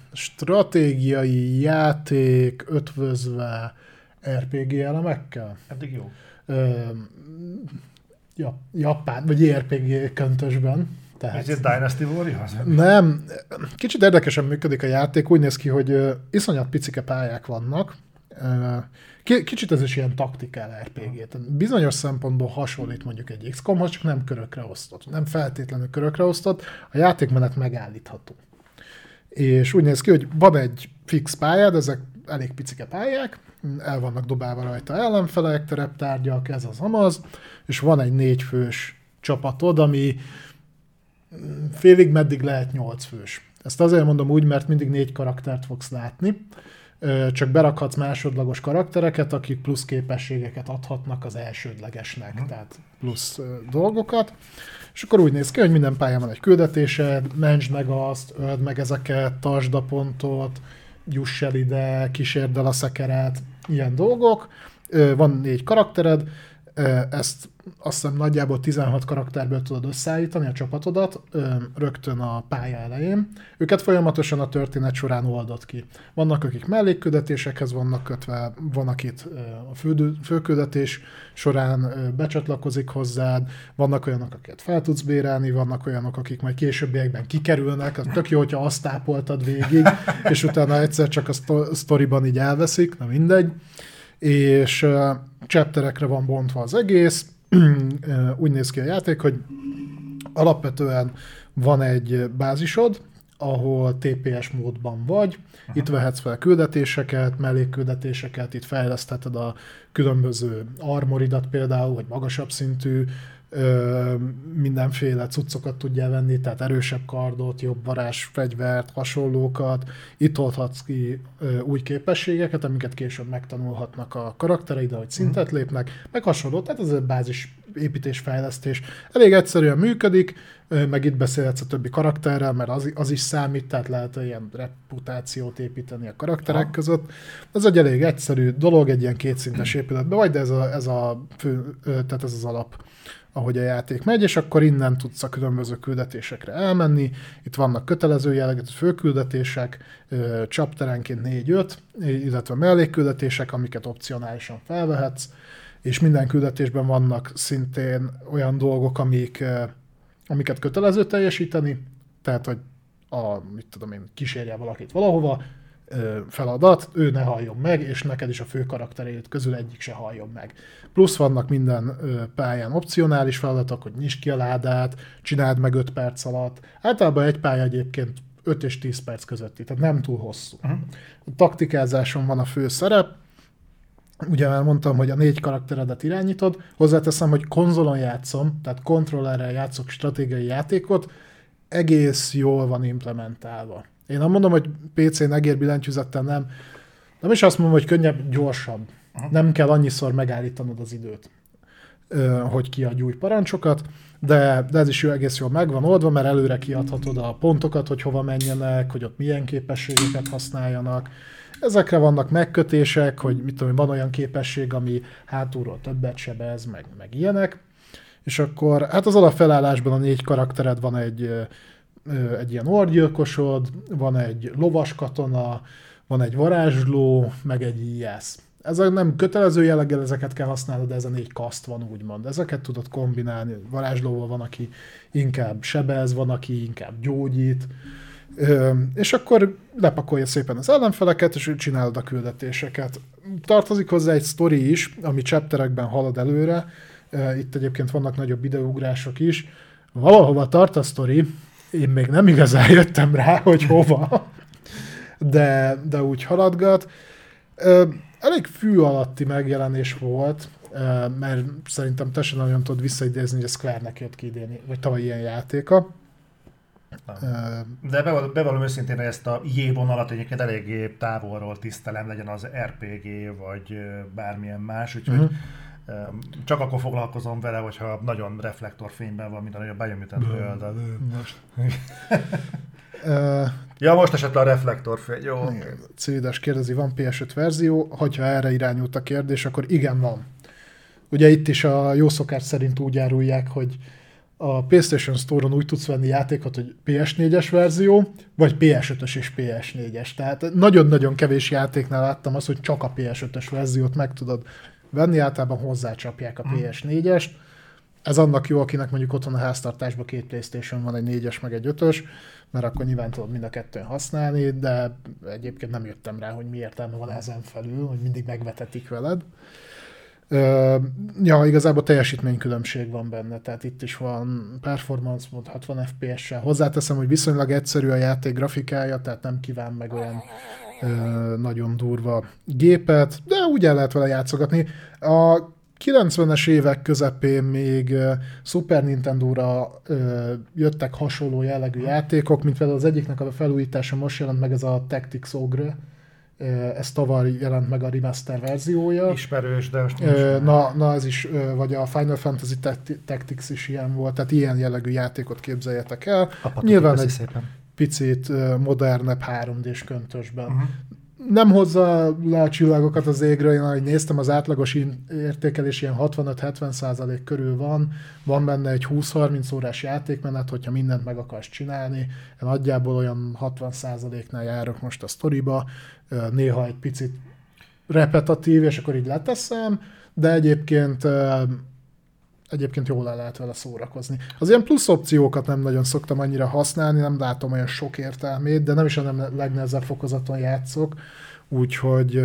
stratégiai játék ötvözve er pé gé elemekkel. Eddig jó. Uh, Ja, japán, vagy er pé gé köntösben. Tehát... Ez egy Dynasty Warriors? Nem. Kicsit érdekesen működik a játék. Úgy néz ki, hogy uh, iszonyat picike pályák vannak. Uh, kicsit ez is ilyen taktikál er pé gé. Bizonyos szempontból hasonlít mondjuk egy iksz komhoz, csak nem körökre osztott. Nem feltétlenül körökre osztott. A játékmenet megállítható. És úgy néz ki, hogy van egy fix pályád, ezek elég picike pályák, el vannak dobálva rajta ellenfelek, tereptárgyak, ez az amaz, és van egy négyfős csapatod, ami félig meddig lehet nyolc fős. Ezt azért mondom úgy, mert mindig négy karaktert fogsz látni, csak berakhatsz másodlagos karaktereket, akik plusz képességeket adhatnak az elsődlegesnek, mm. tehát plusz dolgokat. És akkor úgy néz ki, hogy minden pályán van egy küldetésed, mentsd meg azt, öld meg ezeket, tartsd a pontot, juss el ide, kísérd el a szekeret, ilyen dolgok. Van négy karaktered, ezt azt hiszem nagyjából tizenhat karakterből tudod összeállítani a csapatodat rögtön a pálya elején. Őket folyamatosan a történet során oldod ki. Vannak, akik mellékküldetésekhez vannak kötve, van, akit a fő, főküldetés során becsatlakozik hozzád, vannak olyanok, akiket fel tudsz bérelni, vannak olyanok, akik majd későbbiekben kikerülnek, az tök jó, hogyha azt tápoltad végig, és utána egyszer csak a sztoriban így elveszik, na mindegy. És uh, chapterekre van bontva az egész, uh, úgy néz ki a játék, hogy alapvetően van egy bázisod, ahol té pé es módban vagy, aha. Itt vehetsz fel küldetéseket, mellékküldetéseket, itt fejlesztheted a különböző armoridat például, hogy magasabb szintű, Ö, mindenféle cuccokat tudjál venni, tehát erősebb kardot, jobb varázs, fegyvert, hasonlókat. Itt oldhatsz ki ö, új képességeket, amiket később megtanulhatnak a karaktereid, ahogy szintet lépnek, meg hasonló, tehát ez a bázis építésfejlesztés. Elég egyszerűen működik, ö, meg itt beszélhetsz a többi karakterrel, mert az, az is számít, tehát lehet ilyen reputációt építeni a karakterek ha. között. Ez egy elég egyszerű dolog, egy ilyen kétszintes épületben vagy, de ez, a, ez, a fő, ö, tehát ez az alap, ahogy a játék megy, és akkor innen tudsz a különböző küldetésekre elmenni. Itt vannak kötelező jellegű főküldetések, chapterenként négy-öt, illetve mellékküldetések, amiket opcionálisan felvehetsz, és minden küldetésben vannak szintén olyan dolgok, amik, amiket kötelező teljesíteni, tehát, hogy a, mit tudom én, kísérje valakit valahova, feladat, ő ne halljon meg, és neked is a fő karaktereid közül egyik se halljon meg. Plusz vannak minden pályán opcionális feladatok, hogy nyisd ki a ládát, csináld meg öt perc alatt. Általában egy pálya egyébként öt és tíz perc közötti, tehát nem túl hosszú. Uh-huh. A taktikázáson van a fő szerep, ugye már mondtam, hogy a négy karakteredet irányítod, hozzáteszem, hogy konzolon játszom, tehát kontrollerrel játszok stratégiai játékot, egész jól van implementálva. Én nem mondom, hogy pé cén egérbillentyűzettel nem. Nem is azt mondom, hogy könnyebb, gyorsabb. Aha. Nem kell annyiszor megállítanod az időt, hogy kiadj új parancsokat, de, de ez is jó, egész jól megvan oldva, mert előre kiadhatod a pontokat, hogy hova menjenek, hogy ott milyen képességeket használjanak. Ezekre vannak megkötések, hogy mit tudom, van olyan képesség, ami hátulról többet sebez, meg, meg ilyenek. És akkor hát az alapfelállásban a négy karaktered van egy egy ilyen orgyilkosod, van egy lovas katona, van egy varázsló, meg egy íjász. Ezek nem kötelező jelleggel, ezeket kell használnod, de ez a négy kaszt van, úgymond. Ezeket tudod kombinálni. Varázslóval van, aki inkább sebez, van, aki inkább gyógyít. És akkor lepakolja szépen az ellenfeleket, és csinálod a küldetéseket. Tartozik hozzá egy sztori is, ami chapterekben halad előre. Itt egyébként vannak nagyobb időugrások is. Valahova tart a sztori, én még nem igazán jöttem rá, hogy hova, de, de úgy haladgat. Elég fű alatti megjelenés volt, mert szerintem te sem nagyon tudod visszaidézni, hogy a Square-nek jött ki idén, vagy tavaly ilyen játéka. De bevallom őszintén, hogy ezt a J-vonalat egyébként eléggé távolról tisztelem, legyen az er pé gé, vagy bármilyen más, úgyhogy uh-huh. csak akkor foglalkozom vele, hogyha nagyon reflektorfényben van, mint a Biomutant World. Most. Ja, most esett le a reflektorfény, jó. Civides kérdezi, van pé es öt verzió? Hogyha erre irányult a kérdés, akkor igen, van. Ugye itt is a jó szokás szerint úgy árulják, hogy a PlayStation Store-on úgy tudsz venni játékot, hogy pé es négyes verzió, vagy pé es ötös és pé es négyes. Tehát nagyon-nagyon kevés játéknál láttam azt, hogy csak a pé es ötös verziót meg tudod venni, általában hozzácsapják a pé es négyest. Ez annak jó, akinek mondjuk otthon a háztartásban két PlayStation van, egy négyes meg egy ötös, mert akkor nyilván tudod mind a kettőn használni, de egyébként nem jöttem rá, hogy mi értelme van ezen felül, hogy mindig megvetetik veled. Uh, ja, igazából teljesítménykülönbség van benne, tehát itt is van performance mód hatvan ef pé es-sel. Hozzáteszem, hogy viszonylag egyszerű a játék grafikája, tehát nem kíván meg olyan uh, nagyon durva gépet, de úgy el lehet vele játszogatni. A kilencvenes évek közepén még uh, Super Nintendo-ra uh, jöttek hasonló jellegű játékok, mint például az egyiknek a felújítása most jelent meg, ez a Tactics Ogre. Ez tavaly jelent meg a remaster verziója. Ismerős, de most nincs. Na, na ez is, vagy a Final Fantasy Tactics is ilyen volt, tehát ilyen jellegű játékot képzeljetek el. Apa, nyilván egy szépen. Picit modernebb három dés köntösben. Uh-huh. Nem hozza le a csillagokat az égről, én ahogy néztem, az átlagos értékelés ilyen hatvanöt-hetven százalék körül van, van benne egy húsz-harminc órás játékmenet, hogyha mindent meg akarsz csinálni. Én nagyjából olyan hatvan százaléknál járok most a sztoriba, néha egy picit repetitív, és akkor így leteszem, de egyébként egyébként jól el lehet vele szórakozni. Az ilyen plusz opciókat nem nagyon szoktam annyira használni, nem látom olyan sok értelmét, de nem is a nem legnehezebb fokozaton játszok, úgyhogy,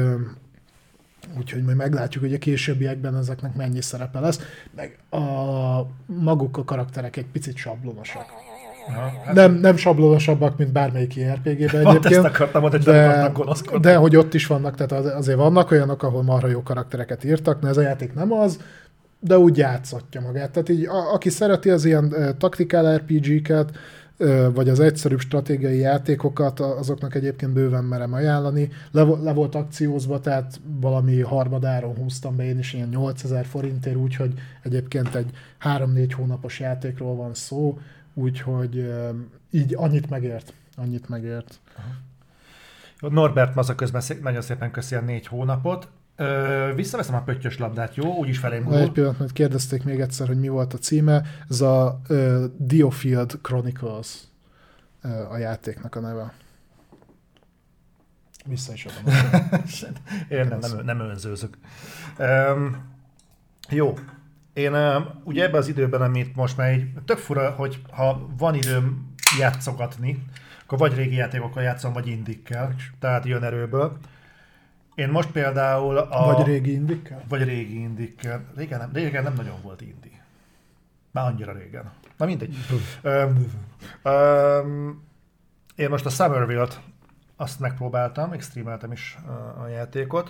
úgyhogy majd meglátjuk, hogy a későbbiekben ezeknek mennyi szerepe lesz, meg a maguk a karakterek egy picit sablonosak. Ja, hát nem, nem sablonosabbak, mint bármelyik er pé gében egyébként, akartam, hogy de, de hogy ott is vannak, tehát azért vannak olyanok, ahol marha jó karaktereket írtak, na ez a játék nem az, de úgy játszatja magát. Tehát így, a, aki szereti az ilyen uh, taktikál er pé gé-ket, uh, vagy az egyszerűbb stratégiai játékokat, azoknak egyébként bőven merem ajánlani. Le, le volt akciózva, tehát valami harmadáron húztam be én is ilyen nyolcezer forintért, úgyhogy egyébként egy három-négy hónapos játékról van szó, úgyhogy uh, így annyit megért. Annyit megért. Jó, Norbert Maza közben szép, nagyon szépen köszi a négy hónapot. Ö, visszaveszem a pöttyös labdát, jó? Úgyis felém gól. Egy pillanat, mert kérdezték még egyszer, hogy mi volt a címe. Ez a uh, Diofield Chronicles uh, a játéknak a neve. Vissza is adom. Én nem, nem, nem önzőzök. Um, jó. Én uh, ugye ebben az időben, amit most már így tök fura, hogy ha van időm játszogatni, akkor vagy régi játékokkal játszom, vagy indikkel, tehát jön erőből. Én most például a... Vagy régi indikkel? Vagy régi indikkel. Régen nem, régen nem nagyon volt indi. Már annyira régen. Na mindegy. um, um, én most a Somerville-t azt megpróbáltam, megstreameltem is a, a játékot.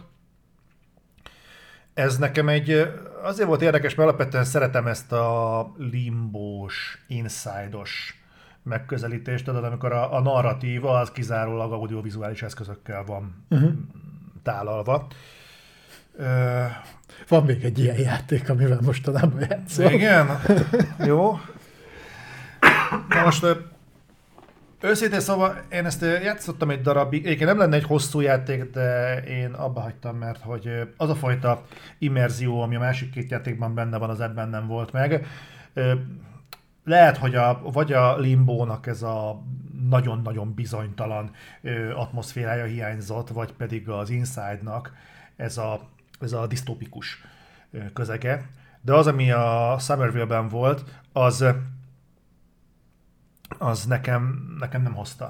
Ez nekem egy... Azért volt érdekes, mert alapvetően szeretem ezt a limbós, inside-os megközelítést, tudod, amikor a, a narratíva az kizárólag audiovizuális eszközökkel van uh-huh. tálalva. Ö... Van még egy ilyen játék, amivel mostanában játszol. Igen? Jó. Na most őszintén szóval én ezt játszottam egy darabig. Egyébként nem lenne egy hosszú játék, de én abba hagytam, mert hogy az a fajta immerzió, ami a másik két játékban benne van, az ebben nem volt meg. Lehet, hogy a, vagy a Limbónak ez a nagyon-nagyon bizonytalan ö, atmoszférája hiányzott, vagy pedig az Inside-nak ez a, ez a disztópikus ö, közege. De az, ami a Somerville-ben volt, az, az nekem, nekem nem hozta.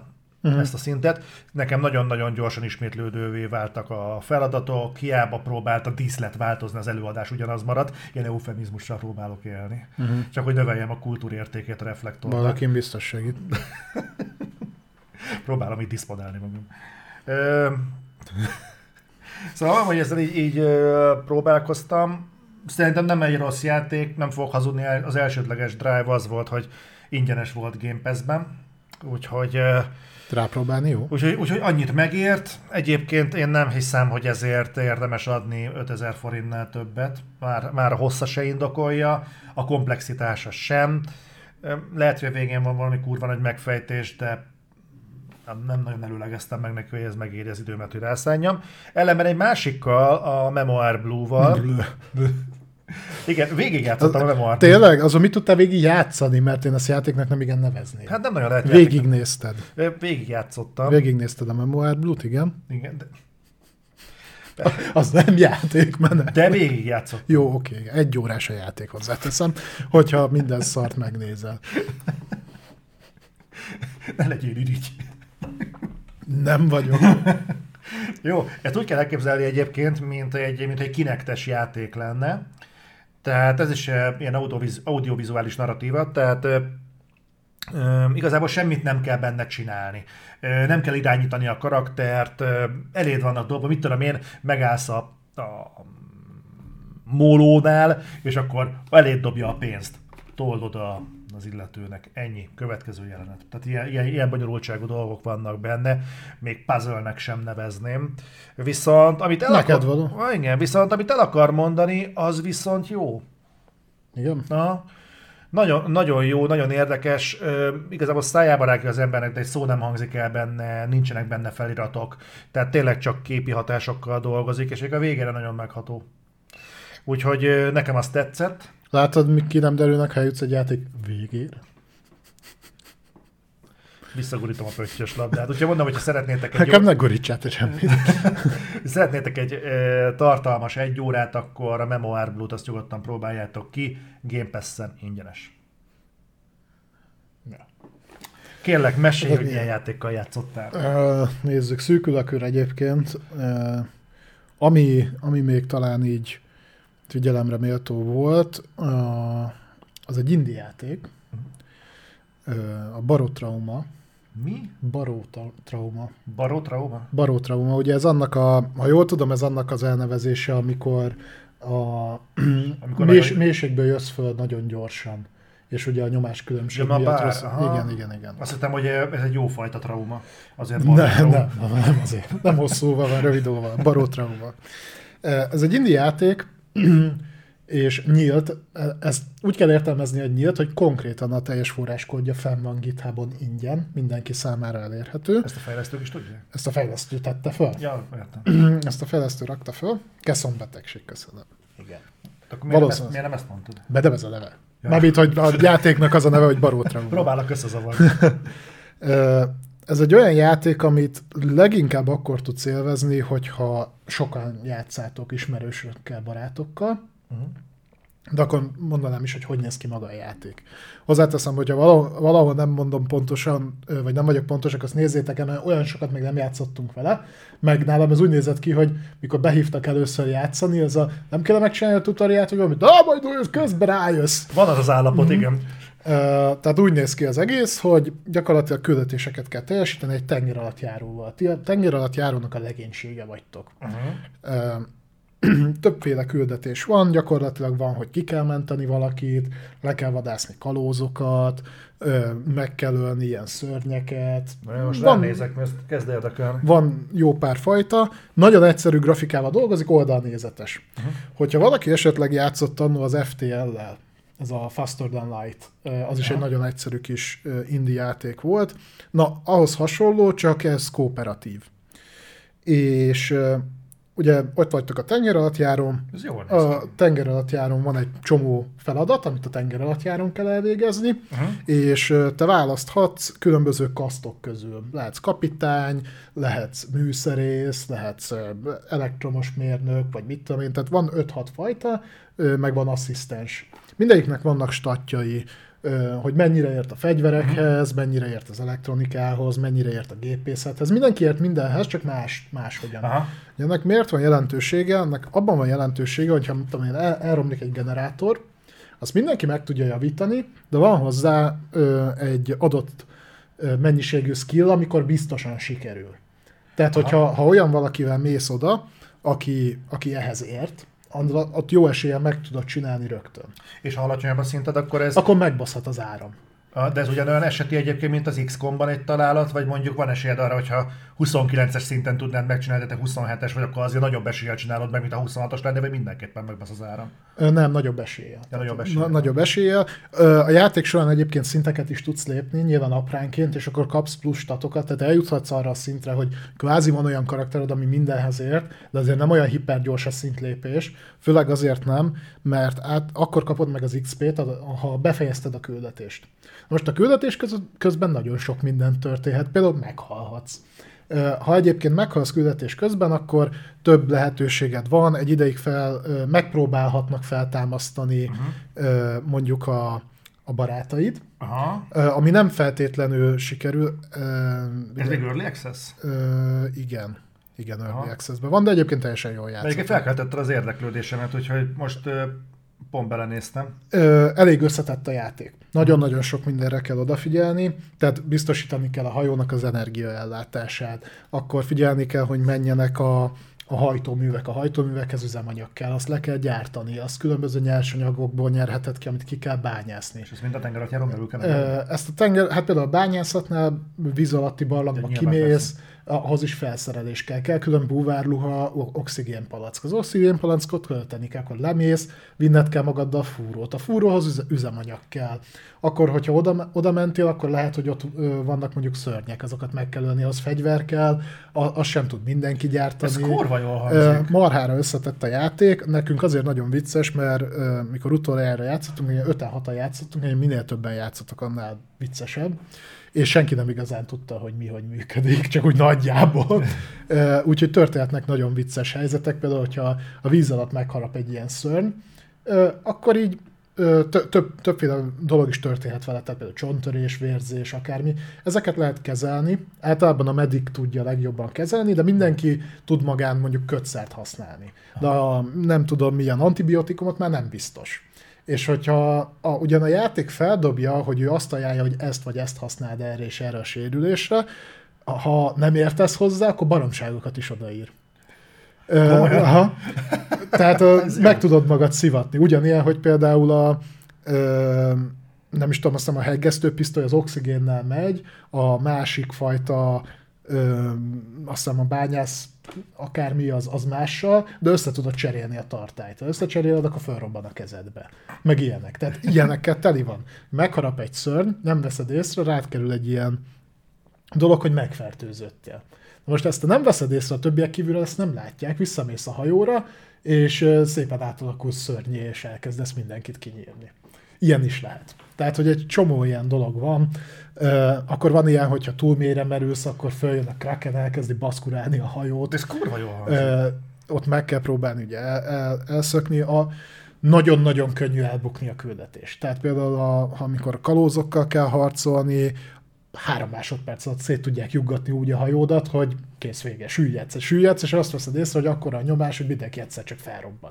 uh-huh. ezt a szintet. Nekem nagyon-nagyon gyorsan ismétlődővé váltak a feladatok, hiába próbált a díszlet változni, az előadás ugyanaz maradt, ilyen eufemizmussal próbálok élni. Uh-huh. Csak hogy növeljem a kultúrértékét a reflektornak. Valakin biztos segít. Próbálom így diszponálni magam. Ö... Szóval, hogy ezzel így, így próbálkoztam, szerintem nem egy rossz játék, nem fogok hazudni, az elsődleges drive az volt, hogy ingyenes volt Game Pass-ben, úgyhogy... Rápróbálni jó? Úgyhogy, úgyhogy annyit megért. Egyébként én nem hiszem, hogy ezért érdemes adni ötezer forintnál többet. Már, már a hossza se indokolja, a komplexitása sem. Lehet, hogy a végén van valami kurva nagy megfejtés, de nem nagyon előlegeztem meg neki, hogy ez megéri az időmet, hogy rászálljam. Ellenben egy másikkal, a Memoir Blue-val. Igen, végigjátszottam a Memoir. Tényleg? Azon mit tudtál végig játszani? Mert én ezt játéknak nem igen nevezném. Hát nem nagyon lehet. Végignézted. Végigjátszottam. Végignézted a Memoir Blue-t, igen? Igen. De... Az nem játék, menet. De végigjátszottam. Jó, oké. Egy órás a játék, hozzáteszem, hogyha minden szart megnézel. Ne legyél irigy. Nem vagyok. Jó, ezt úgy kell elképzelni egyébként, mint egy, mint egy kinektes játék lenne. Tehát ez is ilyen audioviz, audiovizuális narratíva, tehát ö, ö, igazából semmit nem kell benne csinálni. Ö, nem kell irányítani a karaktert, ö, eléd vannak dolgok, mit tudom én, megállsz a, a mólónál, és akkor eléd dobja a pénzt. Toldod a az illetőnek. Ennyi. Következő jelenet. Tehát ilyen, ilyen, ilyen bonyolultságú dolgok vannak benne, még puzzle-nek sem nevezném. Viszont amit el Neked akar... való. Ah, igen, viszont amit el akar mondani, az viszont jó. Igen? Na, nagyon, nagyon jó, nagyon érdekes. Üm, igazából szájába rágja az embernek, de egy szó nem hangzik el benne, nincsenek benne feliratok. Tehát tényleg csak képi hatásokkal dolgozik, és a végére nagyon megható. Úgyhogy nekem az tetszett. Látod, mi ki nem derülnek, ha jutsz egy játék végére? Visszagurítom a pöttyös labdát. Úgyhogy mondom, hogyha szeretnétek egy... Nekem jó... ne gurítsátok semmit. szeretnétek egy e, tartalmas egy órát, akkor a Memoir Blue-t azt nyugodtan próbáljátok ki. Game Pass-en ingyenes. Ja. Kérlek, mesélj, hogy milyen játékkal játszottál. Uh, nézzük, szűkül a kör egyébként. Uh, ami, ami még talán így figyelemre méltó volt, az egy indie játék, a Barotrauma. Mi? Barotrauma. Barotrauma? Barotrauma, ugye ez annak a, ha jól tudom, ez annak az elnevezése, amikor a amikor mélys, nagyon... mélységből jössz föl nagyon gyorsan, és ugye a nyomás különbség ja, miatt bár, rossz. Igen, igen, igen. Azt hittem, hogy ez egy jó fajta trauma. Azért nem, nem, nem, nem azért. Nem hosszúval van, rövidóval. Barotrauma. Ez egy indie játék, és nyílt, ezt úgy kell értelmezni, hogy nyílt, hogy konkrétan a teljes forráskódja fenn van GitHubon ingyen, mindenki számára elérhető. Ezt a fejlesztők is tudják? Ezt a fejlesztő tette föl. Ja, értem. Ezt a fejlesztő rakta föl. Keszonbetegség, köszönöm. Igen. Akkor miért, nem ezt, miért nem ezt mondtad? De nem ez a neve. Ja. Mármint, hogy a játéknak az a neve, hogy Barotrauma. Próbálok összezavarni. Ez egy olyan játék, amit leginkább akkor tudsz élvezni, hogyha sokan játszátok ismerősökkel, barátokkal, uh-huh. de akkor mondanám is, hogy hogy néz ki maga a játék. Hozzáteszem, hogyha valahol, valahol nem mondom pontosan, vagy nem vagyok pontosak, azt nézzétek el, mert olyan sokat még nem játszottunk vele, meg nálam ez úgy nézett ki, hogy mikor behívtak először játszani, ez a nem kell megcsinálni a tutoriát, hogy valamit, ah, majd közben rájössz. Van az az állapot, uh-huh. igen. Uh, tehát úgy néz ki az egész, hogy gyakorlatilag küldetéseket kell teljesíteni egy tenger alatt járóval. Ti a tenger alatt járónak a legénysége vagytok. Uh-huh. Uh, többféle küldetés van, gyakorlatilag van, hogy ki kell menteni valakit, le kell vadászni kalózokat, uh, meg kell ölni ilyen szörnyeket. Na, most van, ránézek, mert ezt kezd érdekelni. Van jó pár fajta, nagyon egyszerű grafikával dolgozik, oldalnézetes. Uh-huh. Hogyha valaki esetleg játszott annól az ef té el-lel, ez a Faster Than Light, az is ja. egy nagyon egyszerű kis indie játék volt. Na, ahhoz hasonló, csak ez kooperatív. És ugye ott vagytok a tengeralattjárón. Ez jó a tengeralattjárón van egy csomó feladat, amit a tengeralattjárón kell elvégezni, uh-huh. és te választhatsz különböző kasztok közül. Lehetsz kapitány, lehetsz műszerész, lehetsz elektromos mérnök, vagy mit tudom én, tehát van öt-hat fajta, meg van asszisztens. Mindegyiknek vannak statjai, hogy mennyire ért a fegyverekhez, mennyire ért az elektronikához, mennyire ért a gépészethez. Mindenki ért mindenhez, csak más, máshogyan. Aha. Ennek miért van jelentősége? Ennek abban van jelentősége, hogyha tudom én, el, elromlik egy generátor, azt mindenki meg tudja javítani, de van hozzá ö, egy adott ö, mennyiségű skill, amikor biztosan sikerül. Tehát, hogyha ha olyan valakivel mész oda, aki, aki ehhez ért, ott jó eséllyel meg tudod csinálni rögtön. És ha alacsonyabb a szinted, akkor ez... Akkor megbaszhat az áram. De ez ugyanolyan eseti egyébként, mint az iksz komban egy találat, vagy mondjuk van esélyed arra, hogyha huszonkilences szinten tudnád megcsinálni, de te huszonhetes vagy, akkor azért nagyobb eséllyel csinálod meg, mint a huszonhatos lenne, vagy mindenképpen megbasz az áram. Nem, nagyobb eséllyel. Ja, nagyobb eséllyel. Na, nagyobb eséllyel. A játék során egyébként szinteket is tudsz lépni, nyilván apránként, és akkor kapsz plusz statokat, tehát eljuthatsz arra a szintre, hogy kvázi van olyan karaktered, ami mindenhez ért, de azért nem olyan hipergyors a szintlépés, főleg azért nem, mert át, akkor kapod meg az iksz pét, ha befejezted a küldetést. Most a küldetés közben nagyon sok minden történhet, például meghalhatsz. Ha egyébként meghalsz küldetés közben, akkor több lehetőséged van, egy ideig fel, megpróbálhatnak feltámasztani uh-huh. mondjuk a, a barátaid, Aha. ami nem feltétlenül sikerül. Ez még Early Access? Igen. Igen, Early Access-ben van, de egyébként teljesen jól játszott. Egyébként felkeltetted az érdeklődésemet, úgyhogy most pont belenéztem. Ö, elég összetett a játék. Nagyon-nagyon sok mindenre kell odafigyelni, tehát biztosítani kell a hajónak az energiaellátását, akkor figyelni kell, hogy menjenek a, a hajtóművek. A hajtóművekhez üzemanyag kell, azt le kell gyártani, azt különböző nyersanyagokból nyerheted ki, amit ki kell bányászni. És ezt mind a tengeralattjáron belül kell? Ö, ezt a tenger, hát például a bányászatnál víz alatti barlangba kimész, ahhoz is felszerelés kell. Kell külön búvárluha, oxigénpalack. Az oxigénpalackot költeni kell, akkor lemész, vinned kell magaddal a fúrót. A fúróhoz üzemanyag kell. Akkor, hogyha oda, oda mentél, akkor lehet, hogy ott ö, vannak mondjuk szörnyek, azokat meg kell ölni, az fegyver kell, a, azt sem tud mindenki gyártani. Ez kurva jól hangzik. Marhára összetett a játék. Nekünk azért nagyon vicces, mert ö, mikor utoljára játszottunk, öten hatan játszottunk, minél többen játszottak, annál viccesebb. És senki nem igazán tudta, hogy mi, hogy működik, csak úgy nagyjából. Úgyhogy történhetnek nagyon vicces helyzetek, például, hogyha a víz alatt megharap egy ilyen szörny, akkor így több, többféle dolog is történhet vele, tehát például csonttörés, vérzés, akármi. Ezeket lehet kezelni, általában a medic tudja legjobban kezelni, de mindenki tud magán mondjuk kötszert használni. De a, nem tudom milyen antibiotikumot már nem biztos. És hogyha a, ugyan a játék feldobja, hogy ő azt ajánlja, hogy ezt vagy ezt használd erre és erre a sérülésre, ha nem értesz hozzá, akkor baromságokat is odaír. Ö, aha. Tehát ö, meg tudod magad szivatni. Ugyanilyen, hogy például a ö, nem is tudom, azt hiszem a hegesztőpisztoly az oxigénnel megy, a másik fajta ö, azt hiszem a bányász akármi az, az mással, de össze tudod cserélni a tartályt. Ha összecseréled, akkor felrobban a kezedbe. Meg ilyenek. Tehát ilyenekkel teli van. Megharap egy szörny, nem veszed észre, rád kerül egy ilyen dolog, hogy megfertőzöttél. Most ezt nem veszed észre, a többiek kívül ezt nem látják, visszamész a hajóra, és szépen átalakulsz szörnyé, és elkezdesz mindenkit kinyírni. Ilyen is lehet. Tehát, hogy egy csomó ilyen dolog van. Uh, akkor van ilyen, hogyha túl mélyre merülsz, akkor följön a Kraken, elkezdi baszkurálni a hajót. Ez kurva jó uh, Ott meg kell próbálni ugye el, el, elszökni. A, nagyon-nagyon könnyű elbukni a küldetést. Tehát például, a, amikor a kalózokkal kell harcolni, három másodperc alatt szét tudják juggatni úgy a hajódat, hogy kész, vége, süllyedsz, süllyedsz, és azt veszed észre, hogy akkora a nyomás, hogy mindenki egyszer csak felrobban.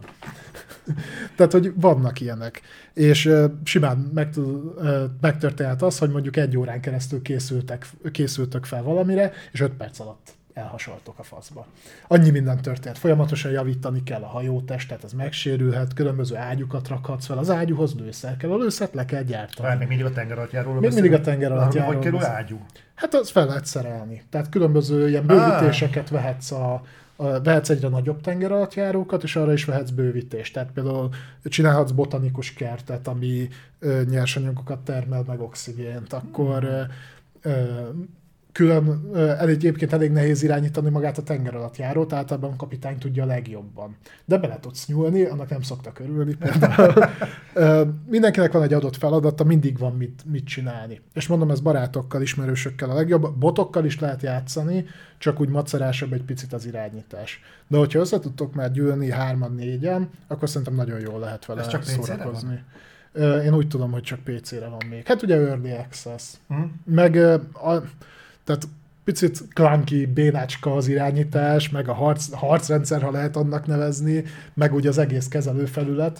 Tehát, hogy vannak ilyenek. És uh, simán meg, uh, megtörténhet az, hogy mondjuk egy órán keresztül készültek, készültök fel valamire, és öt perc alatt elhasaltok a faszba. Annyi minden történt. Folyamatosan javítani kell a hajótestet, ez megsérülhet, különböző ágyukat rakhatsz fel. Az ágyúhoz lőszer kell, a lőszert le kell gyártani. Várj, még mindig a tengeralattjáróról Még mindig a tengeralattjáróról. Hogy kerül ágyú? Hát az fel lehet szerelni. Tehát különböző ilyen bővítéseket vehetsz a, a vehetsz egyre nagyobb tengeralattjárókat, és arra is vehetsz bővítést. Tehát például csinálhatsz botanikus kertet, ami ö, nyersanyagokat termel, meg oxigént. Akkor ö, ö, külön, egyébként elég nehéz irányítani magát a tenger alatt járót, általában a kapitány tudja a legjobban. De bele tudsz nyúlni, annak nem szoktak örülni például. Mindenkinek van egy adott feladata, mindig van mit, mit csinálni. És mondom, ez barátokkal, ismerősökkel a legjobb. Botokkal is lehet játszani, csak úgy macerásabb egy picit az irányítás. De hogyha össze tudtok már gyűlni hárman, négyen, akkor szerintem nagyon jól lehet vele csak szórakozni. Én úgy tudom, hogy csak pé cére van még. Hát ugye Early Access. Uh-huh. Meg a, tehát picit clunky, bénácska az irányítás, meg a harc, harcrendszer, ha lehet annak nevezni, meg ugye az egész kezelőfelület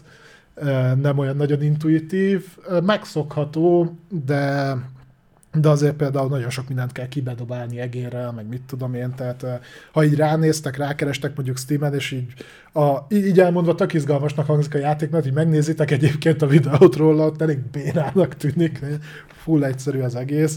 nem olyan nagyon intuitív, megszokható, de, de azért például nagyon sok mindent kell kibedobálni egérrel, meg mit tudom én, tehát ha így ránéztek, rákerestek mondjuk Steamen, és így, a, így elmondva tök izgalmasnak hangzik a játék, mert így megnézitek egyébként a videót róla, ott elég bénának tűnik, full egyszerű az egész,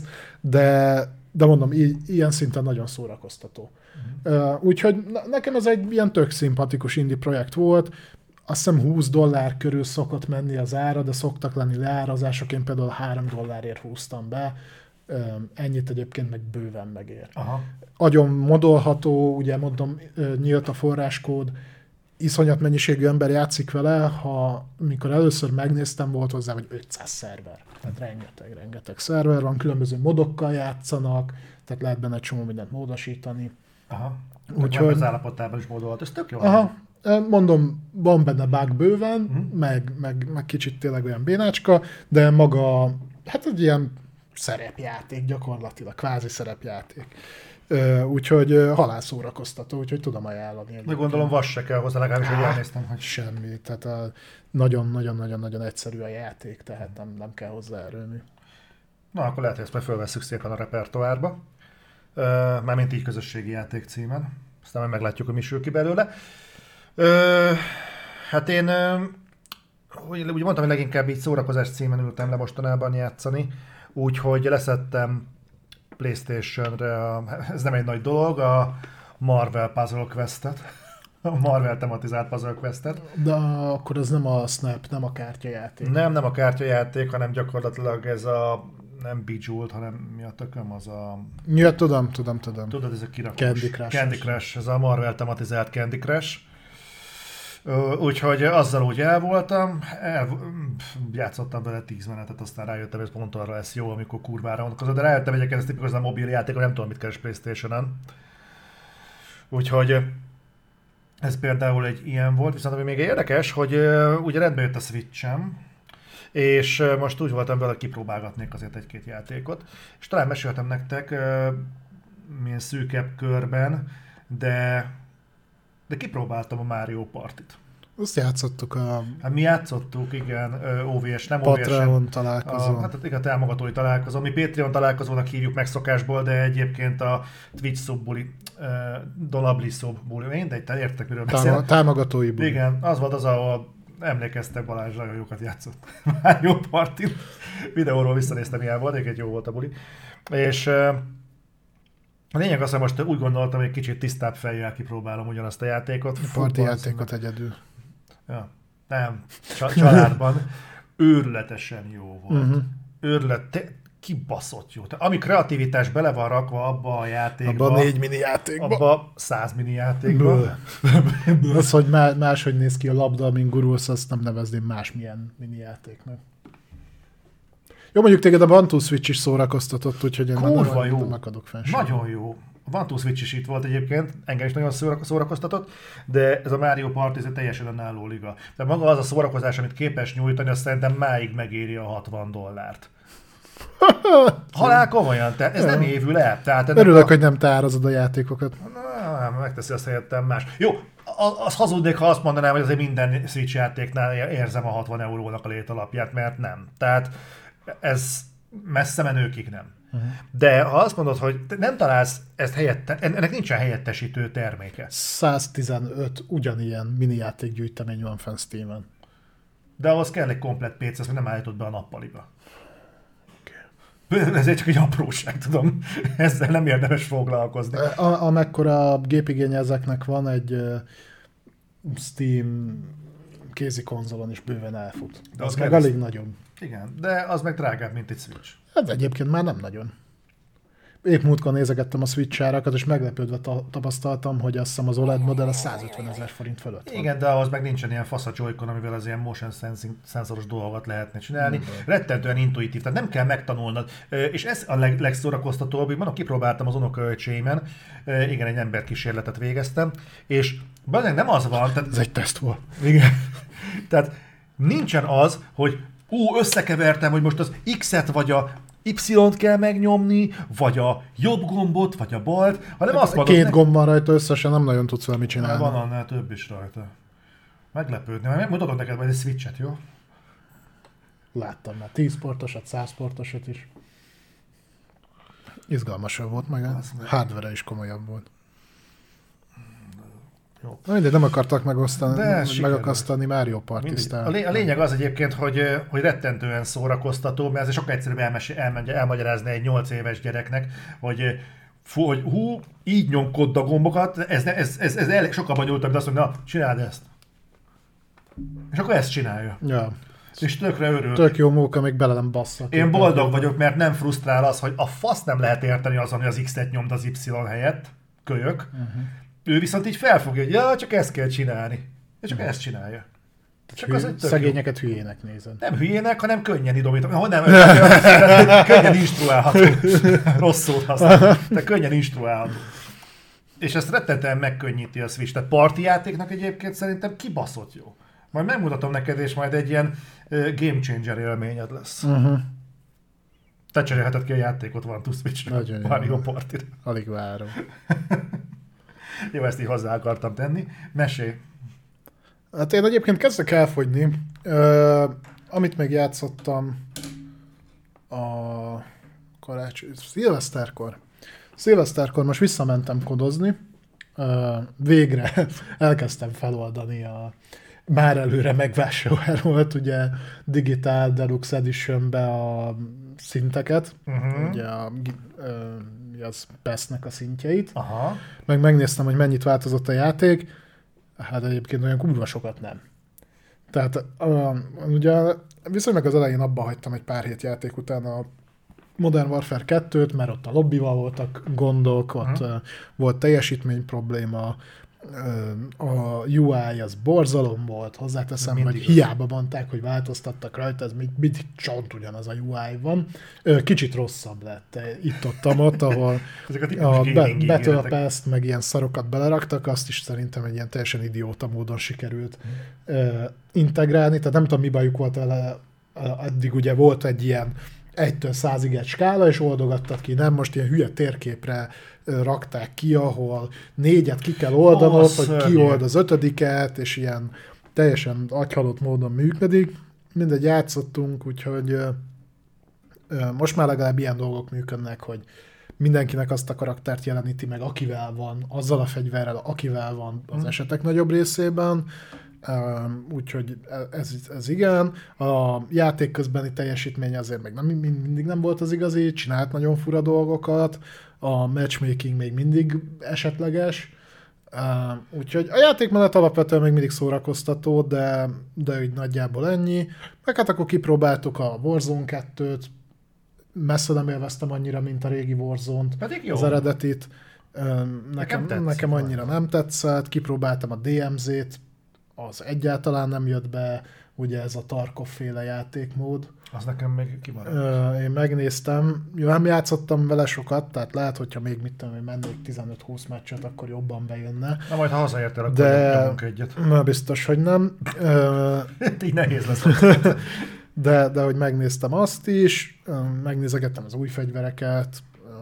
de de mondom, így, ilyen szinten nagyon szórakoztató. Uh-huh. Uh, úgyhogy nekem ez egy ilyen tök szimpatikus indie projekt volt, azt hiszem húsz dollár körül szokott menni az ára, de szoktak lenni leárazások, én például három dollárért húztam be, uh, ennyit egyébként meg bőven megér. Aha. Agyon modolható, ugye mondom, uh, nyílt a forráskód, iszonyat mennyiségű ember játszik vele, ha mikor először megnéztem, volt hozzá, hogy ötszáz szerver. Tehát rengeteg, rengeteg szerver van, különböző modokkal játszanak, tehát lehet benne egy csomó mindent módosítani. Aha. Úgyhogy az állapotában is módolt, ez tök jó. Aha. Mondom, van benne bug bőven, uh-huh. meg, meg, meg kicsit tényleg olyan bénácska, de maga, hát egy ilyen szerepjáték gyakorlatilag, kvázi szerepjáték. Uh, úgyhogy uh, halálszórakoztató, úgyhogy tudom ajánlani. De gondolom vas se kell hozzá, legalábbis, hogy elnéztem, hogy... Semmi, tehát uh, nagyon-nagyon-nagyon egyszerű a játék, tehát nem, nem kell hozzá erőmű. Na, akkor lehet, hogy ezt majd felvesszük szépen a repertoárba. Uh, mármint így közösségi játék címen. Aztán majd meglátjuk, hogy mi sül ki belőle. Uh, hát én, uh, úgy, úgy mondtam, hogy leginkább így szórakozás címen ültem le mostanában játszani, úgyhogy leszettem PlayStation-re, a, ez nem egy nagy dolog, a Marvel Puzzle Quest-et, a Marvel tematizált Puzzle Quest-et. De akkor ez nem a Snap, nem a kártyajáték. Nem, nem a kártyajáték, hanem gyakorlatilag ez a, nem Bejeweled, hanem mi a tököm, az a... Ja, tudom, tudom, tudom. Tudod, ez a kirakós. Candy Crush. Candy Crush, ez a Marvel tematizált Candy Crush. Úgyhogy azzal úgy el voltam, el, játszottam vele tíz menetet, aztán rájöttem, hogy ez pont arra lesz jó, amikor kurvára vonatkozott, de rájöttem egyébként, ez tipikus a mobil játék, nem tudom, mit keres PlayStation-on. Úgyhogy ez például egy ilyen volt, viszont ami még érdekes, hogy ugye rendbe jött a Switch-em, és most úgy voltam vele, hogy kipróbálgatnék azért egy-két játékot, és talán meséltem nektek milyen szűkebb körben, de De kipróbáltam a Mario Partit. Azt játszottuk a... Hát mi játszottuk, igen, ó vé es, nem ó vé es. Patreon találkozó. A, hát igen, támogatói találkozó. Mi Patreon találkozónak hívjuk megszokásból, de egyébként a Twitch szubbuli, uh, Dolabli szubbuli, mindegy, te értek, miről beszélek. Támogatói buli. Igen, az volt az, ahol emlékeztek, Balázs nagyon jókat játszott. Mario Partit. Videóról visszanéztem, ilyen volt, egyébként jó volt a buli. És... Uh, a lényeg az, hogy most úgy gondoltam, hogy egy kicsit tisztább fejjel kipróbálom ugyanazt a játékot. A parti játékot egyedül. Ja, nem, családban. Őrületesen jó volt. Uh-huh. Őrület, te, kibaszott jó. Te, ami kreativitás bele van rakva abba a játékba. Abba a négy mini játékba. Abba száz mini játékba. Az, hogy máshogy néz ki a labda, amin gurulsz, azt nem nevezném másmilyen mini játéknak. Jó, mondjuk téged a One to Switch is szórakoztatott, úgyhogy én Kurva nem, jó. nem akadok fenn. Nagyon jó. A One to Switch is itt volt egyébként, engem is nagyon szórakoztatott, de ez a Mario Party ez egy teljesen önálló liga. De maga az a szórakozás, amit képes nyújtani, azt szerintem máig megéri a hatvan dollárt. Halál komolyan, tehát ez nem évül el. Tehát örülök, a... hogy nem tárazod a játékokat. Na, megteszi azt helyettem más. Jó, az hazudnék, ha azt mondanám, hogy azért minden Switch játéknál érzem a hatvan eurónak a létalapját, mert nem. Tehát ez messze menőkig nem. Uh-huh. De ha azt mondod, hogy nem találsz ezt helyette, ennek nincsen helyettesítő terméke. száztizenöt ugyanilyen minijátékgyűjtemény van fenn Steamen. De ahhoz kell egy komplett pé cé, azt nem állítod be a nappaliba. Okay. Ez csak egy apróság, tudom. Ezzel nem érdemes foglalkozni. A, amekkora gépigénye ezeknek van, egy uh, Steam kézi konzolon is bőven elfut. De az, az meg elég nagyon. Igen, de az meg drágább, mint egy Switch. Hát egyébként már nem nagyon. épp múltkor nézegettem a Switch árakat, és meglepődve ta- tapasztaltam, hogy azt hiszem az o el e dé modell a százötven ezer forint fölött van. Igen, de ahhoz meg nincsen ilyen fasz a Joy-Con, amivel az ilyen motion sensing szenzoros dolgokat lehetne csinálni. Mm-hmm. Rettentően intuitív, tehát nem kell megtanulnod. És ez a leg- legszórakoztatóbb, mondom, kipróbáltam az unokaöcséimen, igen, egy emberkísérletet végeztem, és nem az van, tehát... Ez egy teszt volt. Igen. Tehát nincsen az, hogy ú, összekevertem, hogy most az X-et vagy a Y-t kell megnyomni, vagy a jobb gombot, vagy a balt, hanem hát azt mondod... Két gomb van rajta összesen, nem nagyon tudsz valamit csinálni. Van annál több is rajta. Meglepődni, majd mutatom neked majd egy Switch-et, jó? Láttam már tíz portosat, száz portosat is. Izgalmasabb volt, meg a hardware is komolyabb volt. Jó. Na mindegy, nem akartak megosztani, megakasztani Mario Party-t. A, lé- a lényeg az egyébként, hogy, hogy rettentően szórakoztató, mert ez sokkal egyszerűbb elmes- elmegy- elmagyarázni egy nyolc éves gyereknek, hogy, fú, hogy hú, így nyomkod a gombokat, ez, ez, ez, ez elég sokkal bonyolultabb, de azt mondja, na, csináld ezt. És akkor ezt csinálja. Ja. És tökre örül. Tök jó móka, még bele nem bassza. Én boldog vagyok, mert nem frusztrál az, hogy a fasz nem lehet érteni azon, hogy az X-et nyomd az Y helyett. Kölyök. Uh-huh. Ő viszont így felfogja, hogy ja, csak ezt kell csinálni. És csak uh-huh. ezt csinálja. Csak az, hogy szegényeket jó. Hülyének nézed. Nem hülyének, hanem könnyen idomítom. Oh, nem, könnyen instruálható. Rossz szót használom. De könnyen instruálható. És ezt rettentően megkönnyíti a Switch. Tehát party játéknak egyébként szerintem kibaszott jó. Majd megmutatom neked, és majd egy ilyen uh, game changer élményed lesz. Uh-huh. Te cserélheted ki a játékot, van to Switch-re. Mario Party-re. Alig várom. Jó, ezt így hozzá akartam tenni. Mesélj. Hát én egyébként kezdek elfogyni. Uh, amit még játszottam a karácsony... Szilveszterkor. Szilveszterkor most visszamentem kodozni. Uh, végre elkezdtem feloldani a már előre megvásárolt ugye Digital Deluxe Editionbe a szinteket, uh-huh. ugye a, uh, az pé e es-nek a szintjeit. Aha. Meg megnéztem, hogy mennyit változott a játék, hát egyébként olyan kurva sokat nem. Tehát uh, ugye viszonylag az elején abba hagytam egy pár hét játék után a Modern Warfare kettőt, mert ott a lobbival voltak gondok, ott uh-huh. uh, volt teljesítmény probléma, a u i az borzalom volt, hozzáteszem, mindig hogy hiába mondták, hogy változtattak rajta, ez mindig csont ugyanaz a u i van. Kicsit rosszabb lett itt-ott, ahol a, a Battle Pass-t meg ilyen szarokat beleraktak, azt is szerintem egy ilyen teljesen idióta módon sikerült hmm. integrálni, tehát nem tudom, mi bajuk volt vele, eddig ugye volt egy ilyen egytől százig egy skála, és oldogattad ki, nem most ilyen hülye térképre rakták ki, ahol négyet ki kell oldanod, oh, hogy kiold az ötödiket, és ilyen teljesen agyhalott módon működik. Mindegy, játszottunk, úgyhogy ö, ö, most már legalább ilyen dolgok működnek, hogy mindenkinek azt a karaktert jeleníti meg, akivel van, azzal a fegyverrel, akivel van az hmm. esetek nagyobb részében. Um, úgyhogy ez, ez igen. A játék közbeni teljesítmény azért még nem, mindig nem volt az igazi, csinált nagyon fura dolgokat, a matchmaking még mindig esetleges, um, úgyhogy a játék mellett alapvetően még mindig szórakoztató, de, de úgy nagyjából ennyi. Meg hát akkor kipróbáltuk a Warzone kettőt, messze nem élveztem annyira, mint a régi Warzone-t, az eredetit. Um, nekem, nekem, nekem annyira nem tetszett, kipróbáltam a dé em zét, az egyáltalán nem jött be, ugye ez a Tarkov-féle játékmód. Az nekem még kimaradt. Én megnéztem, jó, nem játszottam vele sokat, tehát lehet, hogyha még mit tudom, hogy mennék tizenöt-húsz meccset, akkor jobban bejönne. Na majd ha hazaértél, akkor de... nyomunk egyet. Na, biztos, hogy nem. Így nehéz lesz. de, de hogy megnéztem azt is, megnézegettem az új fegyvereket,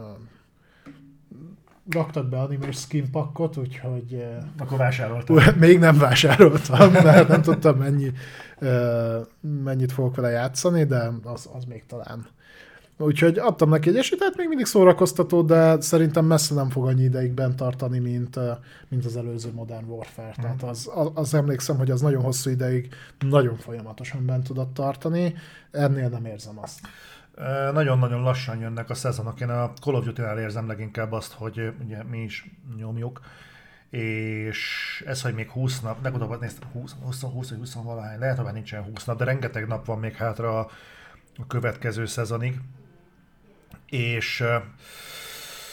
raktak be animés skin pakkot, úgyhogy... Akkor vásároltam. Még nem vásároltam, mert nem tudtam mennyi, mennyit fogok vele játszani, de az, az még talán. Úgyhogy adtam neki egy esélyt, tehát még mindig szórakoztató, de szerintem messze nem fog annyi ideig bent tartani, mint, mint az előző Modern Warfare. Hmm. Tehát az, az, az emlékszem, hogy az nagyon hosszú ideig nagyon folyamatosan bent tudott tartani, ennél nem érzem azt. Nagyon-nagyon lassan jönnek a szezonok. Én a Call of Duty-nál érzem leginkább azt, hogy ugye mi is nyomjuk, és ez, hogy még húsz nap, legutóbb néztem húsz, húsz, húsz vagy húsz valahány, lehet, hogy nincsen húsz nap, de rengeteg nap van még hátra a következő szezonig, és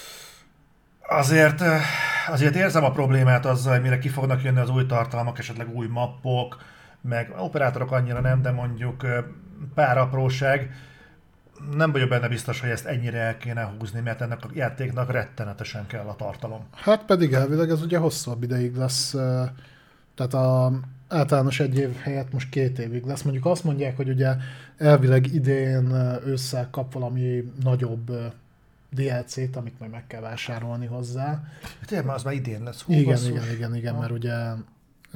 azért, azért érzem a problémát azzal, hogy mire ki fognak jönni az új tartalmak, esetleg új mappok, meg operátorok annyira nem, de mondjuk pár apróság. Nem vagyok benne biztos, hogy ezt ennyire el kéne húzni, mert ennek a játéknak rettenetesen kell a tartalom. Hát pedig elvileg ez ugye hosszabb ideig lesz, tehát a általános egy év helyett most két évig lesz. Mondjuk azt mondják, hogy ugye elvileg idén ősszel kap valami nagyobb dé el cét, amit majd meg kell vásárolni hozzá. Tényleg már az már idén lesz. Hú, igen, igen, igen, igen, mert ugye ö,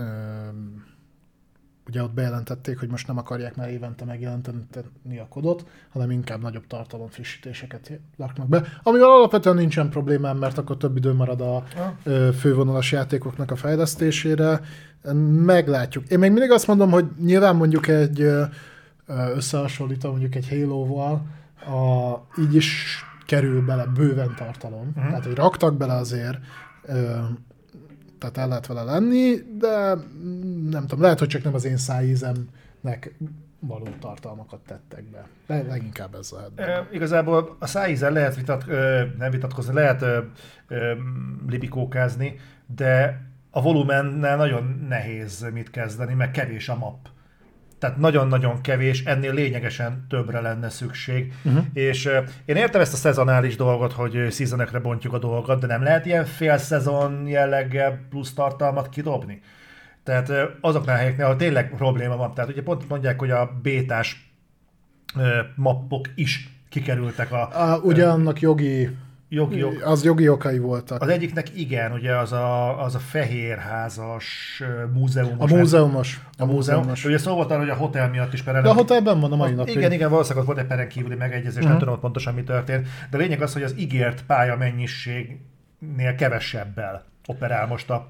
ugye ott bejelentették, hogy most nem akarják már évente megjelenteni a kodot, hanem inkább nagyobb tartalom frissítéseket laknak be. Amivel alapvetően nincsen problémám, mert akkor több idő marad a ö, fővonalas játékoknak a fejlesztésére. Meglátjuk. Én még mindig azt mondom, hogy nyilván mondjuk egy ö, összehasonlítva mondjuk egy Halo-val, a, így is kerül bele bőven tartalom. Uh-huh. Tehát, hogy raktak bele azért, ö, tehát el lehet vele lenni, de nem tudom, lehet, hogy csak nem az én szájízemnek való tartalmakat tettek be. De leginkább ez lehet. E, igazából a szájízen lehet vitat, ö, nem vitatkozni, lehet ö, ö, libikókázni, de a volumennel nagyon nehéz mit kezdeni, mert kevés a map. Tehát nagyon-nagyon kevés, ennél lényegesen többre lenne szükség. Uh-huh. És uh, én értem ezt a szezonális dolgot, hogy szezonekre bontjuk a dolgot, de nem lehet ilyen fél szezon jelleggel plusz tartalmat kidobni? Tehát uh, azoknál a helyeknél, ahol tényleg probléma van. Tehát ugye pont mondják, hogy a bétás uh, mappok is kikerültek a... a ugye annak jogi... Jogi ok. Az jogi okai voltak. Az egyiknek igen, ugye az a, az a fehérházas múzeumos. A múzeumos. A, a múzeumos. Ugye szó volt arra, hogy a hotel miatt is perelem. De a hotelben van a mai napig. Igen, igen, valószínűleg volt egy peren kívüli megegyezés, uh-huh. nem tudom pontosan mi történt. De lényeg az, hogy az ígért pálya mennyiségnél kevesebbel operál most a...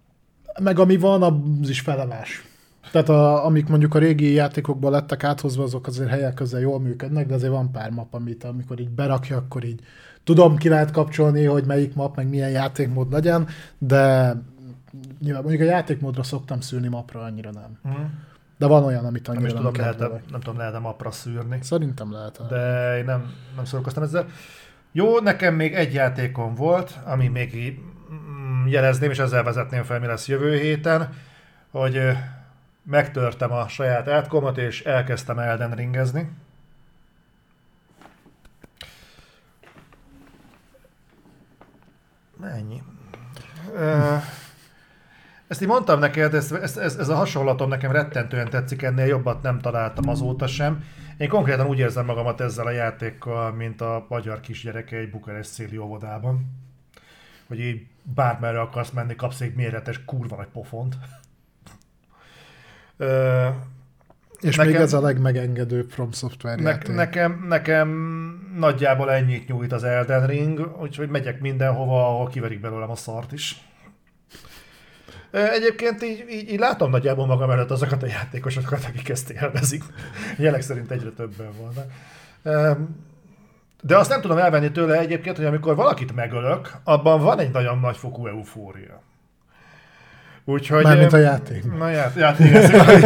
Meg ami van, az is felemás. Tehát a, amik mondjuk a régi játékokban lettek áthozva, azok azért helyek közel jól működnek, de azért van pár map, amit amikor így berakja, akkor így tudom, ki lehet kapcsolni, hogy melyik map, meg milyen játékmód legyen, de nyilván mondjuk a játékmódra szoktam szűrni, mapra annyira nem. Mm. De van olyan, amit annyira nem, nem tudom, lehet, nem tudom, lehet-e mapra szűrni. Szerintem lehet. De én nem, nem szórakoztam ezzel. Jó, nekem még egy játékom volt, ami még jelezném, és ezzel vezetném fel, mi lesz jövő héten, hogy megtörtem a saját átkomat, és elkezdtem Elden Ringezni. Ennyi. Ezt így mondtam neked, ez, ez, ez, ez a hasonlatom nekem rettentően tetszik, ennél jobbat nem találtam azóta sem. Én konkrétan úgy érzem magamat ezzel a játékkal, mint a magyar kisgyereke egy bukarest-széli óvodában. Hogy így bármerre akarsz menni, kapsz egy méretes kurva nagy pofont. Ö, és nekem, még ez a legmegengedőbb From Software ne, játék. Nekem, nekem nagyjából ennyit nyújt az Elden Ring, úgyhogy megyek mindenhova, ahol kiverik belőlem a szart is. Egyébként így, így, így látom nagyjából magam előtt azokat a játékosokat, akik ezt élvezik. Jelek szerint egyre többen vannak. De azt nem tudom elvenni tőle egyébként, hogy amikor valakit megölök, abban van egy nagyon nagyfokú eufória. Úgyhogy... Mármint a játék. Na játék, játék.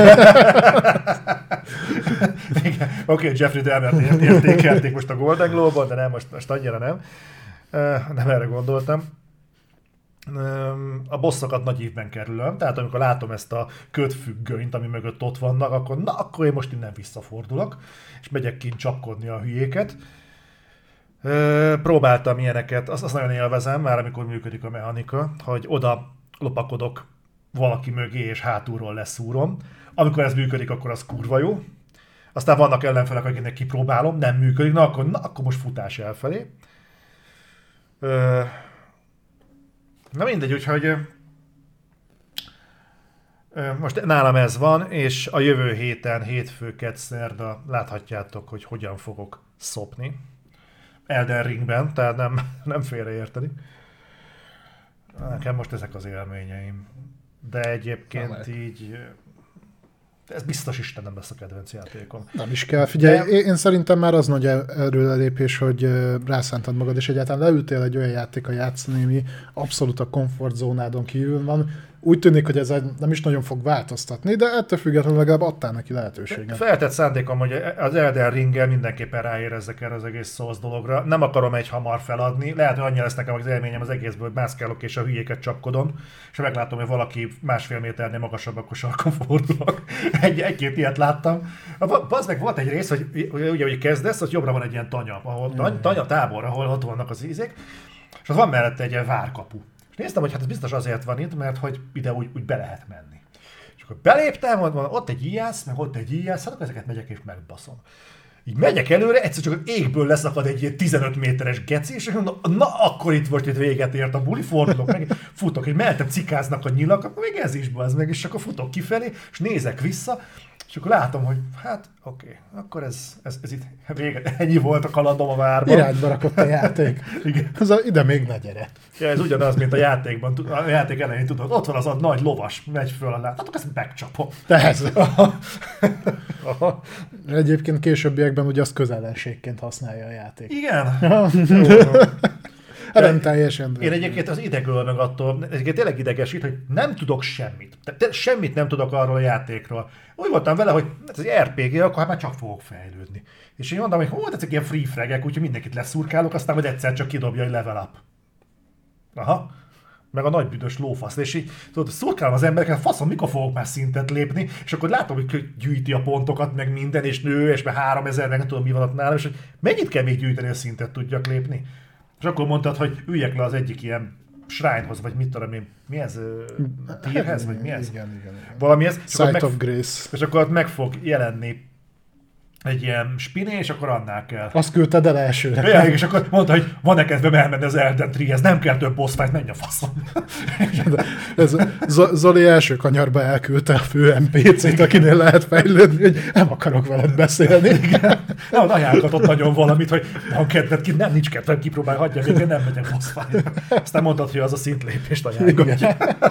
Oké, okay, Jeffrey Dahmert értékelték most a Golden Globe-on, de nem, most, most annyira nem. Nem erre gondoltam. A bosszokat nagy évben kerülöm, tehát amikor látom ezt a ködfüggönyt, ami mögött ott vannak, akkor na, akkor én most innen visszafordulok, és megyek kint csapkodni a hülyéket. Próbáltam ilyeneket, azt, azt nagyon élvezem, már amikor működik a mechanika, hogy oda lopakodok valaki mögé, és hátulról leszúrom. Amikor ez működik, akkor az kurva jó. Aztán vannak ellenfelek, akiknek kipróbálom, nem működik, na akkor, na, akkor most futás elfelé. Ö, na mindegy, úgyhogy ö, most nálam ez van, és a jövő héten, hétfő, kedd, szerda láthatjátok, hogy hogyan fogok szopni. Elden Ringben, tehát nem, nem félreérteni. Nekem most ezek az élményeim. De egyébként nem így... Ez biztos Isten nem lesz a kedvenc játékom. Nem is kell. Figyelj, De... én szerintem már az nagy erőlelépés, hogy rászántad magad, és egyáltalán leültél egy olyan játékkal játszani, ami abszolút a komfortzónádon kívül van. úgy tűnik, hogy ez nem is nagyon fog változtatni, de ettől függetlenül legalább adtál neki lehetőséget. Feltett szándékom, hogy az Elden Ringgel mindenképpen ráérezzek erre az egész Souls dologra. Nem akarom egy hamar feladni. Lehet, hogy annyi lesz nekem az élményem az egészből, hogy mászkálok és a hülyéket csapkodom, és meglátom, hogy valaki másfél méternél magasabb, akkor sarkon fordulok. Egy, egy-két ilyet láttam. Az meg volt egy rész, hogy ugye, hogy kezdesz, hogy jobbra van egy ilyen tanya, ahol tanya, tanya tábor, ahol ott vannak az ízék, és az van mellette egy ilyen várkapu. És néztem, hogy hát ez biztos azért van itt, mert hogy ide úgy, úgy be lehet menni. És akkor beléptem, van ott egy íjász, meg ott egy íjász, hát akkor ezeket megyek és megbaszom. Így megyek előre, egyszer csak az égből leszakad egy ilyen tizenöt méteres geci, és mondom, na akkor itt volt, itt véget ért a buli, fordulok meg, futok, és mellettem cikáznak a nyilak, akkor még ez is az meg, és akkor futok kifelé, és nézek vissza, és akkor látom, hogy hát oké, okay, akkor ez, ez, ez itt vége, ennyi volt a kalandom a várban. Irányba rakott a játék. Igen. Ez a, ide még ne gyere. Ja, ez ugyanaz, mint a játékban, a játék elején tudod, ott van az a nagy lovas, megy föl alá, hát akkor ezt megcsapom. Persze. Egyébként későbbiekben ugye azt közellenségként használja a játék. Igen. Nem teljesen. Én egyébként az idegről meg attól, egyébként tényleg idegesít, hogy nem tudok semmit. Tehát semmit nem tudok arról a játékról. Úgy voltam vele, hogy ez egy er pé gé, akkor hát már csak fogok fejlődni. És én mondtam, hogy hú, ezek ilyen free fragek, úgyhogy mindenkit leszurkálok, aztán majd egyszer csak kidobja, hogy level up. Aha. Meg a nagy büdös lófasz. És így tudod, szurkálom az embereket, faszom, mikor fogok már szintet lépni, és akkor látom, hogy gyűjti a pontokat, meg minden, és nő, és meg háromezer, meg nem tudom, mi van ott nálam, és hogy mennyit kell még gyűjteni, hogy szintet tudjak lépni. És akkor mondtad, hogy üljek le az egyik ilyen shrinehoz, vagy mit tudom én, mi ez? Tírhez, vagy mi ez? Igen, igen, igen. Valami ez. Sight meg, of Grace. És akkor ott meg fog jelenni egy ilyen spiné, és akkor annál kell. Azt küldted el elsőre. Ja, és akkor mondta, hogy van-e kedvem elmenni az Elden Tree-hez, nem kell több boss fight, menj a faszom. Ez, Zoli első kanyarba elküldte a fő em pé cét, akinél lehet fejlődni, hogy nem akarok veled beszélni. Igen. Nem, ajánlgatott nagyon valamit, hogy van kedved ki, nem, nincs kedvem, kipróbálj, hagyja még, nem megyek boss fight. Aztán mondtad, hogy az a szintlépést ajánlgatja.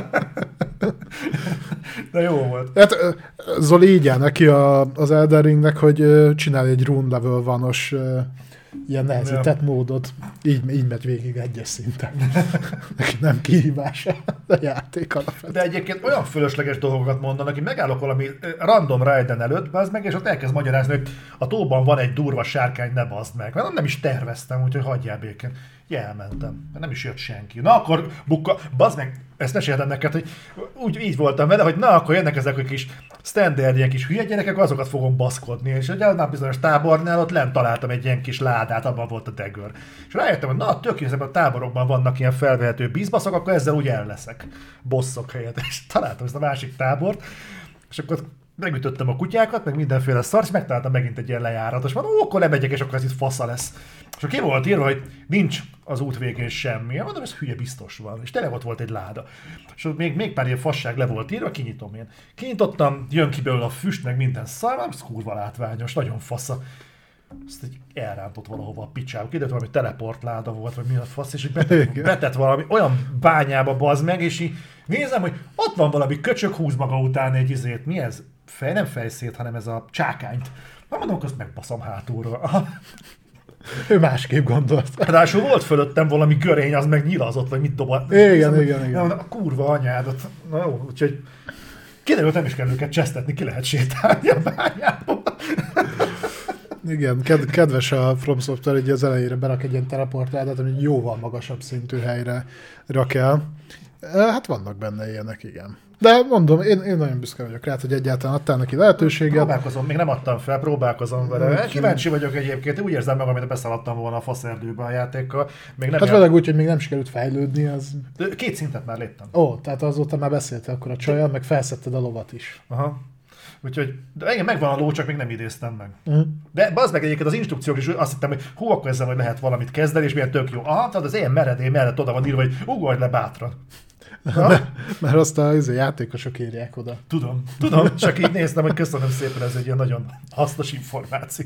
De jó volt. Hát Zoli így áll neki a, az Elden Ringnek, hogy csinál egy rune level vanos ilyen nehezített ja. módot. Így, így megy végig egyes szinten. Nem kihívása a játék alapvetően. De egyébként olyan fölösleges dolgokat mondanak, hogy megállok valami random Raiden előtt, bazd meg, és ott elkezd magyarázni, hogy a tóban van egy durva sárkány, ne bazd meg. Mert nem is terveztem, úgyhogy hagyjál békén. Ja, elmentem. Nem is jött senki. Na akkor bukka, bazd meg, ezt meséltem neked, hogy úgy így voltam vele, hogy na akkor jönnek ezek a kis standard, ilyen kis hülye gyerekek, azokat fogom baszkodni. És egy annál bizonyos tábornál ott lent találtam egy ilyen kis ládát, abban volt a dagger. És rájöttem, hogy na tök jó, a táborokban vannak ilyen felvehető bizbaszok, akkor ezzel úgy el leszek. Bosszok helyett. És találtam ezt a másik tábort, és akkor megütöttem a kutyákat, meg mindenféle szart, és megtaláltam megint egy ilyen lejáratot, és mondom, ó, akkor lemegyek, és akkor ez itt fasza lesz. És akkor ki volt írva, hogy nincs az út végén semmi. Mondom, ez hülye biztos van. És tényleg ott volt egy láda. És még, még pár ilyen fasság le volt írva, kinyitom én. Kinyitottam, jön ki belőle a füst, meg minden szar, ez kurva látványos, nagyon fasza. Azt egy elrántott valahova a picsába. Kiderült, valami teleportláda volt, vagy mi a fasz, és így betett, betett valami olyan bányába, bazd meg, és így nézem, hogy ott van valami köcsök, húz maga után egy izét. Mi ez? Fej, nem fejszét, hanem ez a csákányt. Na mondom, azt megbaszom hátulról. Ő másképp gondolt. Ráadásul volt fölöttem valami görény, az meg nyilazott, vagy mit dobott. Igen, igen, igen, igen. A kurva anyádat. Na jó, úgyhogy kiderült, nem is kell őket csesztetni, ki lehet sétálni a bányába. Igen, ked- kedves a From Software, így az elejére berak egy ilyen teleportládat, ami jóval magasabb szintű helyre rak el. Hát vannak benne ilyenek, igen. De mondom, én, én nagyon büszke vagyok rá, hogy egyáltalán adtál neki lehetőséget. Próbálkozom, még nem adtam fel, próbálkozom vele. Kíváncsi vagyok egyébként, úgy érzem meg, amit beszaladtam volna a faszerdőbe a játékkal. Még nem hát főleg úgy, hogy még nem sikerült fejlődni. Az... De két szintet már léptem. Ó, tehát azóta már beszéltél akkor a csajjal, meg felszetted a lovat is. Aha. Úgyhogy, de igen, megvan a ló, csak még nem idéztem meg. Uh-huh. De bazd meg egyébként az instrukciók is azt hittem, hogy hú, akkor ezzel majd lehet valamit kezdeni, és milyen tök jó. Aha, tehát az ilyen meredély mellett oda van írva, hogy ugorj le bátran. Mert, mert azt a, az a játékosok írják oda. Tudom, tudom, csak így néztem, hogy köszönöm szépen, ez egy ilyen nagyon hasznos információ.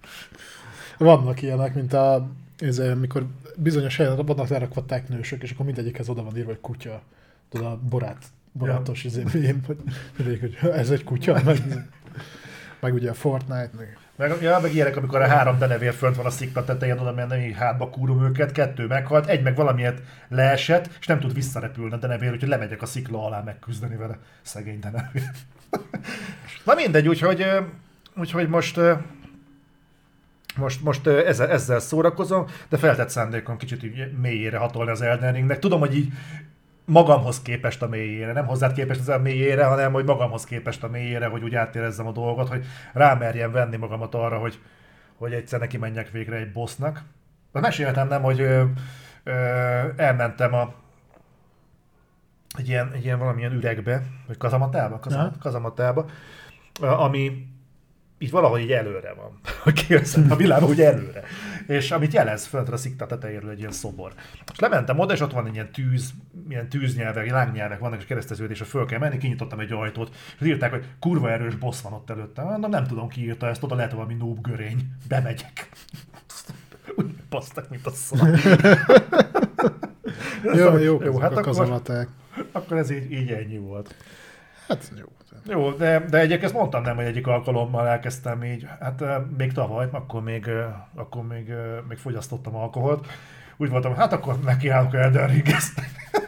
Vannak ilyenek, mint a, ez, mikor bizonyos helyen vannak lerakva teknősök, és akkor mindegyikhez oda van írva, hogy kutya. Tudod, a borát, borátos ja. izé, hogy, hogy ez egy kutya, meg, meg ugye a Fortnite. Meg. Meg, ja, meg ilyenek, amikor a három denevér fönt van a szikla tetején, oda menni, hátba kúrom őket, kettő meghalt, egy meg valamiért leesett, és nem tud visszarepülni a denevér, úgyhogy lemegyek a szikla alá megküzdeni vele, szegény denevér. Na mindegy, úgyhogy, úgyhogy most, most, most ezzel, ezzel szórakozom, de feltett szándékom kicsit így mélyére hatolni az Elden Ringnek. Tudom, hogy így magamhoz képest a mélyére, nem hozzád képest az a mélyére, hanem hogy magamhoz képest a mélyére, hogy úgy átérezzem a dolgot, hogy rámerjem venni magamat arra, hogy, hogy egyszer neki menjek végre egy bossnak. Meséltem nem, hogy ö, ö, elmentem a egy ilyen, egy ilyen valamilyen üregbe, vagy kazamatába, kazamat, kazamatába, ami így valahogy így előre van. A világ úgy előre. És amit jelez föntre a szikta tetejéről egy ilyen szobor. És lementem oda, és ott van egy ilyen tűz, ilyen tűznyelvek, lángnyelvek vannak, és kereszteződésre föl kell menni, kinyitottam egy ajtót, és írták, hogy kurva erős boss van ott előttem. Mondom, nem tudom ki írta ezt, oda lehet valami noob görény. Bemegyek. Úgy basztak, mint a szar. jó, jó, jó, hát a akkor, akkor ez így, így ennyi volt. Hát jó. Jó, de, de egyébként ezt mondtam nem, hogy egyik alkalommal elkezdtem így, hát még tavaly, akkor még, akkor még, még fogyasztottam alkoholt. Úgy voltam, hát akkor nekiállok Elden Ringezni.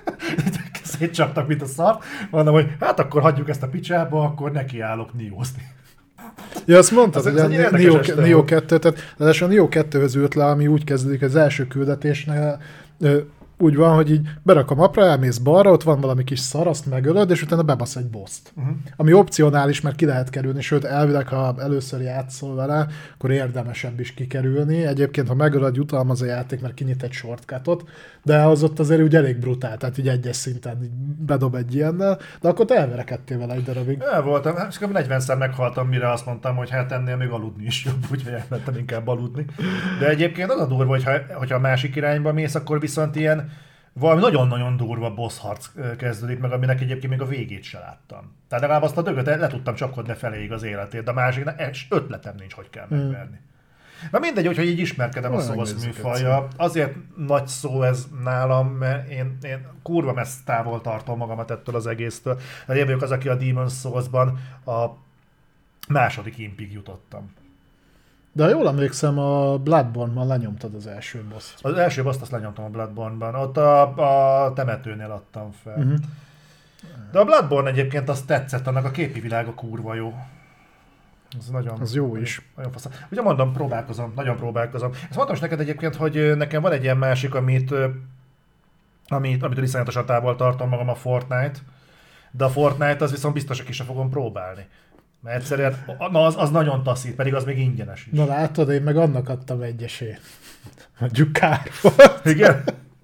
Szétcsaptak, mint a szart. Mondom, hogy hát akkor hagyjuk ezt a picsába, akkor nekiállok Niozni. Ja, azt mondtad, az, hogy a Nioh kettő, tehát a Nioh kettőhöz ült le, ami úgy kezdődik az első küldetésnél, úgy van, hogy így berak a mapra, elmész balra, ott van valami kis szar, azt megölöd, és utána bebasz egy boszt. Uh-huh. Ami opcionális, mert ki lehet kerülni, sőt, elvileg, ha először játszol vele, akkor érdemesebb is kikerülni. Egyébként, ha megölöd, jutalmaz a játék, mert kinyit egy shortcutot, de az ott azért úgy elég brutál, tehát így egyes szinten így bedob egy ilyennel, de akkor te elverekedtél vele egy darabig. El voltam, hát negyvenszer meghaltam, mire azt mondtam, hogy hát ennél még aludni is jobb, úgyhogy elmentem inkább aludni. De egyébként az a durva, hogyha, hogyha a másik irányba mész, akkor viszont ilyen valami nagyon-nagyon durva boss harc kezdődik meg, aminek egyébként még a végét se láttam. Tehát legalább azt a dögöt le tudtam csapkodni feléig az életét, de a másiknak ötletem nincs, hogy kell megverni. Hmm. Na mindegy, hogy így ismerkedem olyan a Souls műfajja. Azért nagy szó ez nálam, mert én, én kurva messze távol tartom magamat ettől az egésztől. Én vagyok az, aki a Demon's Souls-ban a második impig jutottam. De ha jól emlékszem, a Bloodborne-ban lenyomtad az első boss-t. Az első boss-t azt lenyomtam a Bloodborne-ban. Ott a, a temetőnél adtam fel. Uh-huh. De a Bloodborne egyébként azt tetszett, annak a képi világa kurva jó. Az nagyon... Az jó is. Nagyon fasz. Ugye mondom, próbálkozom, nagyon próbálkozom. Ezt mondtam is neked egyébként, hogy nekem van egy ilyen másik, amit, amit, amit iszonyatosan távol tartom magam, a Fortnite. De a Fortnite az viszont biztos, hogy ki sem fogom próbálni. Mert egyszerűen na az, az nagyon taszít, pedig az még ingyenes is. Na látod, én meg annak adtam egy esélyt. Mondjuk kár volt. Igen?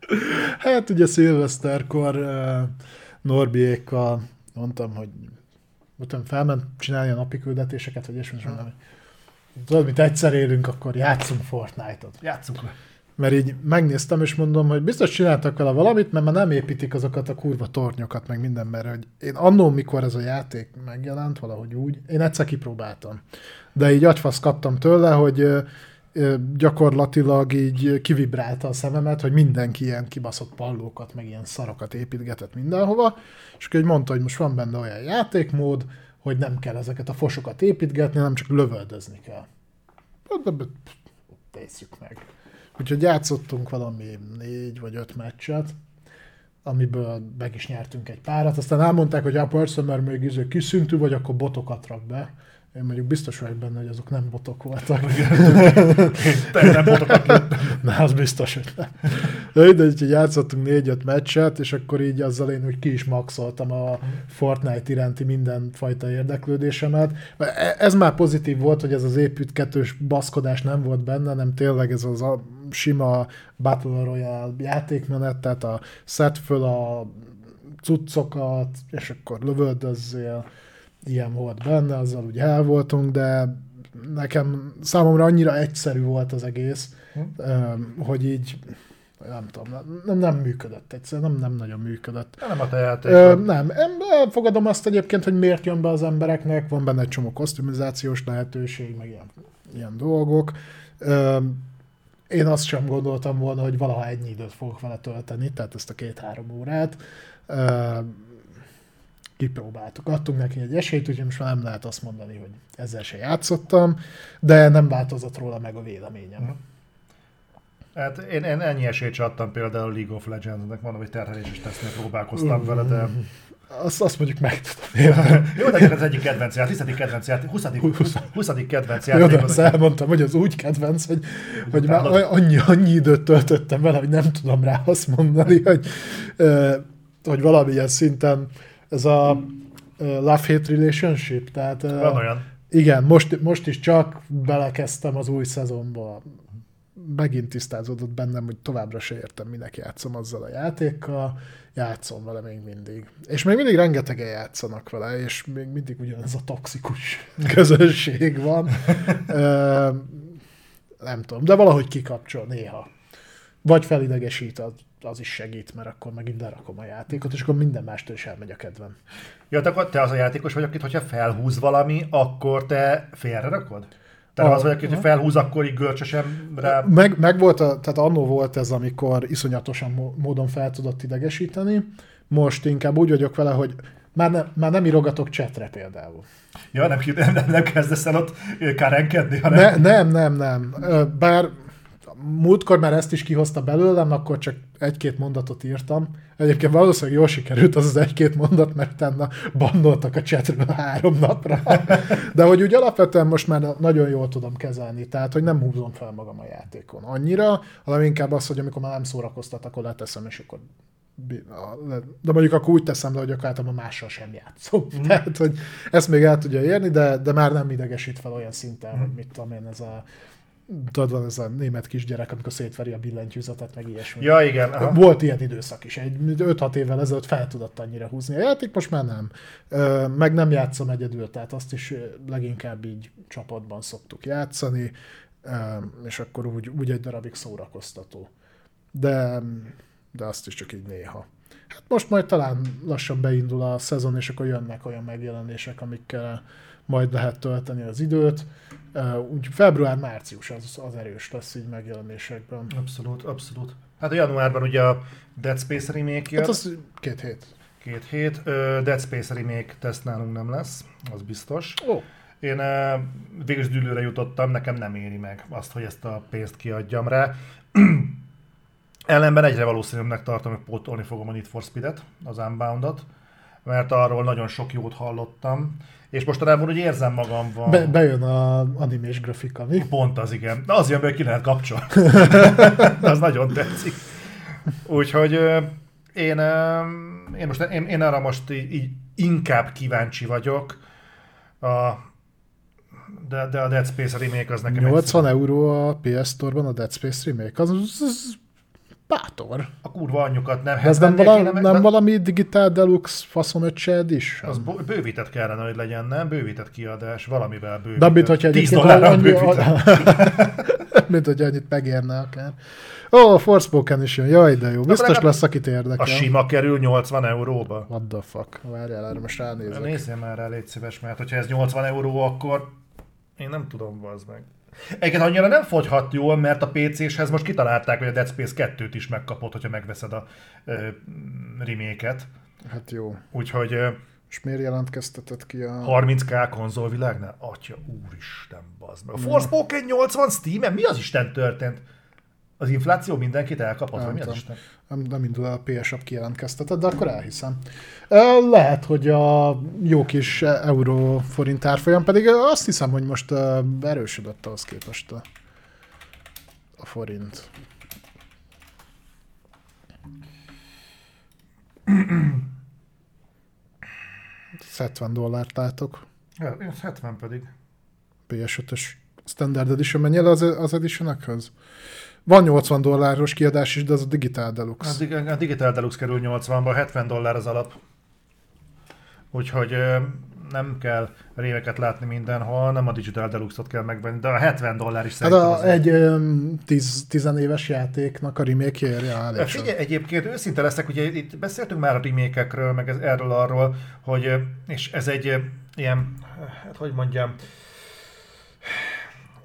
Hát ugye szilveszterkor uh, Norbiékkal mondtam, hogy utána felment csinálni a napi küldetéseket, vagy és mondom, hogy tudod, mit egyszer élünk, akkor játszunk Fortnite-ot. Játszunk le. Mert így megnéztem, és mondom, hogy biztos csináltak vele valamit, mert már nem építik azokat a kurva tornyokat, meg minden, mert hogy én annól, mikor ez a játék megjelent, valahogy úgy, én egyszer kipróbáltam. De így agyfasz kaptam tőle, hogy gyakorlatilag így kivibrálta a szememet, hogy mindenki ilyen kibaszott pallókat, meg ilyen szarokat építgetett mindenhova, és akkor így mondta, hogy most van benne olyan játékmód, hogy nem kell ezeket a fosokat építgetni, nem csak lövöldözni kell. Tészjük meg. Úgyhogy játszottunk valami négy vagy öt meccset, amiből meg is nyertünk egy párat. Aztán elmondták, hogy persze, mert még izé kiszintű vagy, akkor botokat rak be. Én mondjuk biztos vagyok benne, hogy azok nem botok voltak. Te nem botokat jöttem. Na, az biztos, hogy nem. De így, így játszottunk négy-öt meccset, és akkor így azzal én úgy ki is maxoltam a Fortnite iránti mindenfajta érdeklődésemet. Ez már pozitív volt, hogy ez az építgetős baszkodás nem volt benne, nem tényleg ez az a sima Battle Royale játékmenet, tehát a szedd föl a cuccokat, és akkor lövöldözzél. Ilyen volt benne, azzal úgy el voltunk, de nekem számomra annyira egyszerű volt az egész, hm. hogy így nem tudom, nem, nem működött egyszerűen, nem, nem nagyon működött. Nem a te játékod. Nem, elfogadom azt egyébként, hogy miért jön be az embereknek, van benne egy csomó kosztümizációs lehetőség, meg ilyen, ilyen dolgok. Én azt sem gondoltam volna, hogy valaha ennyi időt fogok vele tölteni, tehát ezt a két-három órát. kipróbáltuk. Adtunk neki egy esélyt, úgyhogy most már nem lehet azt mondani, hogy ezzel se játszottam, de nem változott róla meg a véleményem. Uh-huh. Hát én, én ennyi esélyt sem adtam például a League of Legends-nek, mondom, hogy terheléses tesztnél próbálkoztam uh-huh. vele, de... Azt, azt mondjuk meg tudom. Jó, de ez egyik kedvenc játék, tizedik kedvenc játék, huszadik kedvenc játék. Jó, de azt elmondtam, hogy az úgy kedvenc, hogy, hogy már annyi, annyi időt töltöttem vele, hogy nem tudom rá azt mondani, hogy, hogy valamilyen szinten ez a love-hate relationship, tehát... Van olyan. Igen, most, most is csak belekezdtem az új szezonba. Megint tisztázódott bennem, hogy továbbra se értem, minek játszom azzal a játékkal, játszom vele még mindig. És még mindig rengetegen játszanak vele, és még mindig ugyanez a toxikus közönség van. Ö, nem tudom, de valahogy kikapcsol néha. Vagy felidegesít, az, az is segít, mert akkor megint lerakom a játékot, és akkor minden mástól is elmegy a kedvem. Ja, de akkor te az a játékos vagy, akit, hogyha felhúz valami, akkor te félrerakod? Tehát a, az vagy, hogy felhúz, akkor így görcsösen rá... Meg, meg volt, a, tehát annó volt ez, amikor iszonyatosan módon fel tudott idegesíteni. Most inkább úgy vagyok vele, hogy már, ne, már nem írogatok chatre például. Ja, nem, nem, nem kezdesz el ott kárenkedni, hanem... Ne, nem, nem, nem. Bár múltkor már ezt is kihozta belőlem, akkor csak egy-két mondatot írtam. Egyébként valószínűleg jól sikerült az az egy-két mondat, mert utána bannoltak a chatről három napra. De hogy úgy alapvetően most már nagyon jól tudom kezelni, tehát hogy nem húzom fel magam a játékon annyira, hanem inkább az, hogy amikor már nem szórakoztat, akkor leteszem, és akkor... De mondjuk akkor úgy teszem le, hogy akkor általában mással sem játszom. Mm. Tehát, hogy ezt még el tudja érni, de, de már nem idegesít fel olyan szinten, mm. hogy mit tudom én, ez a tudod, van ez a német kisgyerek, amikor szétveri a billentyűzetet, meg ilyesmi. Ja, igen. Aha. Volt ilyen időszak is. Egy öt-hat évvel ezelőtt fel tudott annyira húzni a játék, most már nem. Meg nem játszom egyedül, tehát azt is leginkább így csapatban szoktuk játszani, és akkor úgy, úgy egy darabig szórakoztató. De, de azt is csak így néha. Hát most majd talán lassan beindul a szezon, és akkor jönnek olyan megjelenések, amikkel majd lehet tölteni az időt. Úgy február-március az, az erős lesz így megjelenésekben. Abszolút, abszolút. Hát a januárban ugye a Dead Space remake jön. Hát az két hét. Két hét. Dead Space remake teszt nálunk nem lesz, az biztos. Oh. Én végül dűlőre jutottam, nekem nem éri meg azt, hogy ezt a pénzt kiadjam rá. Ellenben egyre valószínűbbnek tartom, hogy pótolni fogom a Need for Speed-et, az Unbound-ot, mert arról nagyon sok jót hallottam, és mostanában úgy érzem magamban... Be, bejön a animés grafika, mi? Pont az, igen. De az jön, hogy ki lehet kapcsolni. Az nagyon tetszik. Úgyhogy én, én, most, én, én arra most így, így inkább kíváncsi vagyok, a, de, de a Dead Space remake az nekem... nyolcvan euró a pé es Store-ban a Dead Space remake, az, az bátor. A kurva anyjukat nem. Ez nem, vala, nem, nem valami Digital Deluxe faszon öccse edition? Az bővített kellene, hogy legyen, nem? Bővített kiadás, valamivel bővített. De mint hogyha tíz dollárra bővített. Mint hogy annyit megérne akár. Ó, oh, a Forspoken is jön, jaj, de jó. Biztos lesz, akit érdekel. A sima kerül nyolcvan euróba. What the fuck? Várjál, erre most ránézek. Nézzél már rá, légy szíves, mert hogyha ez nyolcvan euró, akkor én nem tudom, bazd meg. Egyébként annyira nem fogyhat jól, mert a pé céshez most kitalálták, hogy a Dead Space kettőt is megkapod, hogyha megveszed a ö, remake-et. Hát jó. Úgyhogy... Ö, és miért jelentkeztetett ki a... harminc ká konzolvilágnál? Atya, úristen, bazd meg. A Forspoken nyolcvan Steam-en? Mi az Isten történt? Az infláció mindenkit elkapott, vagy mi az Isten? Nem, nem indul el a pé es Shop kijelentkeztetett, de akkor elhiszem. Lehet, hogy a jó kis euró-forint árfolyam, pedig azt hiszem, hogy most erősödött ahhoz képest a, a forint. hetven dollárt látok. Ja, hetven pedig. pé es ötös Standard Edition, mennyi az, az Edition-ökhöz? Van nyolcvan dolláros kiadás is, de az a Digital Deluxe. A, a Digital Deluxe kerül nyolcvanba, hetven dollár az alap. Úgyhogy nem kell rémeket látni mindenhol, nem a Digital Deluxe-ot kell megvenni, de a hetven dollár is szerintem hát a, egy tíz, tizenéves játéknak a remake-je elég. Figyelj, egyébként őszinte leszek, ugye itt beszéltünk már a remake-ekről, meg ez, erről arról, hogy és ez egy ilyen, hát hogy mondjam,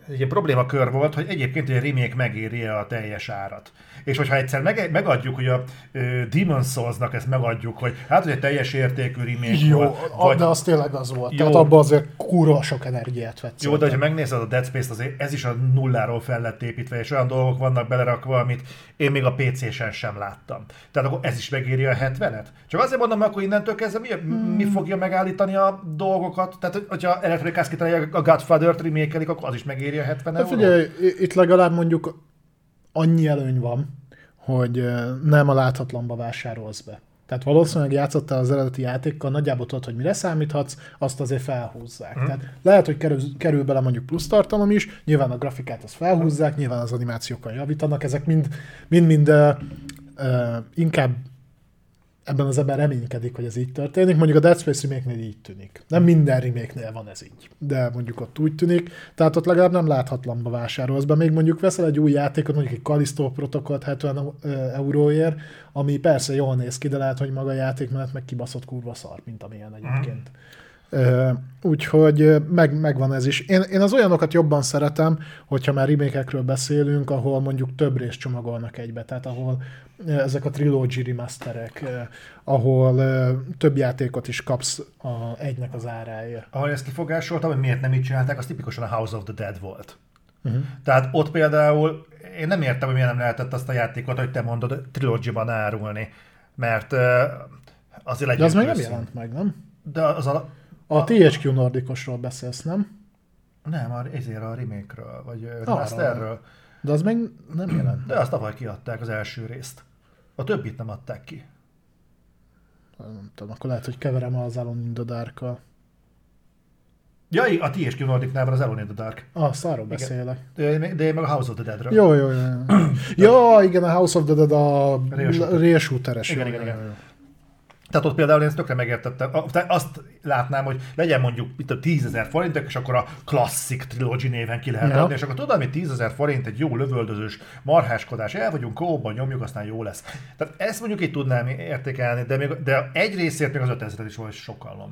egy problémakör volt, hogy egyébként egy remake megéri a teljes árat. És hogyha egyszer meg, megadjuk, hogy a uh, Demon's Souls-nak ezt megadjuk, hogy hát, hogy egy teljes értékű remake jó, volt. Vagy... de az tényleg az volt. Jó. Tehát abban azért kurva sok energiát vett. Jó, de ha megnézed a Dead Space-t, azért ez is a nulláról fel lett építve, és olyan dolgok vannak belerakva, amit én még a pé cé-sen sem láttam. Tehát akkor ez is megéri a hetvenet? Csak azért mondom, akkor innentől kezdve mi, hmm. mi fogja megállítani a dolgokat? Tehát, hogyha Electronic Arts kitalálja a Godfather-t remake-elik, akkor az is megéri a hetven euró? Figyelj, itt legalább mondjuk annyi előny van, hogy nem a láthatlanba vásárolsz be. Tehát valószínűleg játszottál az eredeti játékkal, nagyjából tudod, hogy mire számíthatsz, azt azért felhúzzák. Mm. Tehát lehet, hogy kerül, kerül bele mondjuk plusz tartalom is, nyilván a grafikát azt felhúzzák, nyilván az animációkkal javítanak, ezek mind-mind uh, uh, inkább ebben az ember reménykedik, hogy ez így történik. Mondjuk a Dead Space remake-nél így tűnik. Nem minden remake-nél van ez így, de mondjuk ott úgy tűnik. Tehát ott legalább nem láthatlanba vásárolsz be. Még mondjuk veszel egy új játékot, mondjuk egy Callisto protokollt hetven euróért, ami persze jól néz ki, de lehet, hogy maga a játékmenet meg kibaszott kurva szar, mint amilyen egyébként. Uh, úgyhogy meg, megvan ez is. Én, én az olyanokat jobban szeretem, hogyha már remake-ekről beszélünk, ahol mondjuk több részt csomagolnak egybe, tehát ahol ezek a trilogy remasterek, uh, ahol uh, több játékot is kapsz a egynek az áráért. Ahol ezt kifogásoltam, hogy miért nem így csinálták, az tipikusan a House of the Dead volt. Uh-huh. Tehát ott például én nem értem, hogy miért nem lehetett azt a játékot, hogy te mondod, trilogy-ban árulni, mert uh, azért legyen. De az még nem jelent meg, nem? De az a A té há kú Nordicosról beszélsz, nem? Nem, ezért a remake-ről, vagy remasterről. De az még nem jelent. De azt tavaly kiadták az első részt. A többit nem adták ki. Nem tudom, akkor lehet, hogy keverem az Alone in the Dark-kal. Ja, a té há kú Nordicnál van az Alone in the Dark. Ah, szarról beszélek. De, de én meg a House of the Deadről. Jó, jó, jó. Ja, igen, a House of the Dead a real shooteres. Igen, igen, igen. Tehát ott például én ezt tökre megértettem. Azt látnám, hogy legyen mondjuk itt a tízezer forintok, és akkor a Classic Trilogy néven ki lehet ja. adni, és akkor tudod, hogy tízezer forint egy jó lövöldözős marháskodás, el vagyunk kóban, nyomjuk, aztán jó lesz. Tehát ezt mondjuk itt tudnám értékelni, de, még, de egy részért még az ötezret is volt sokkal.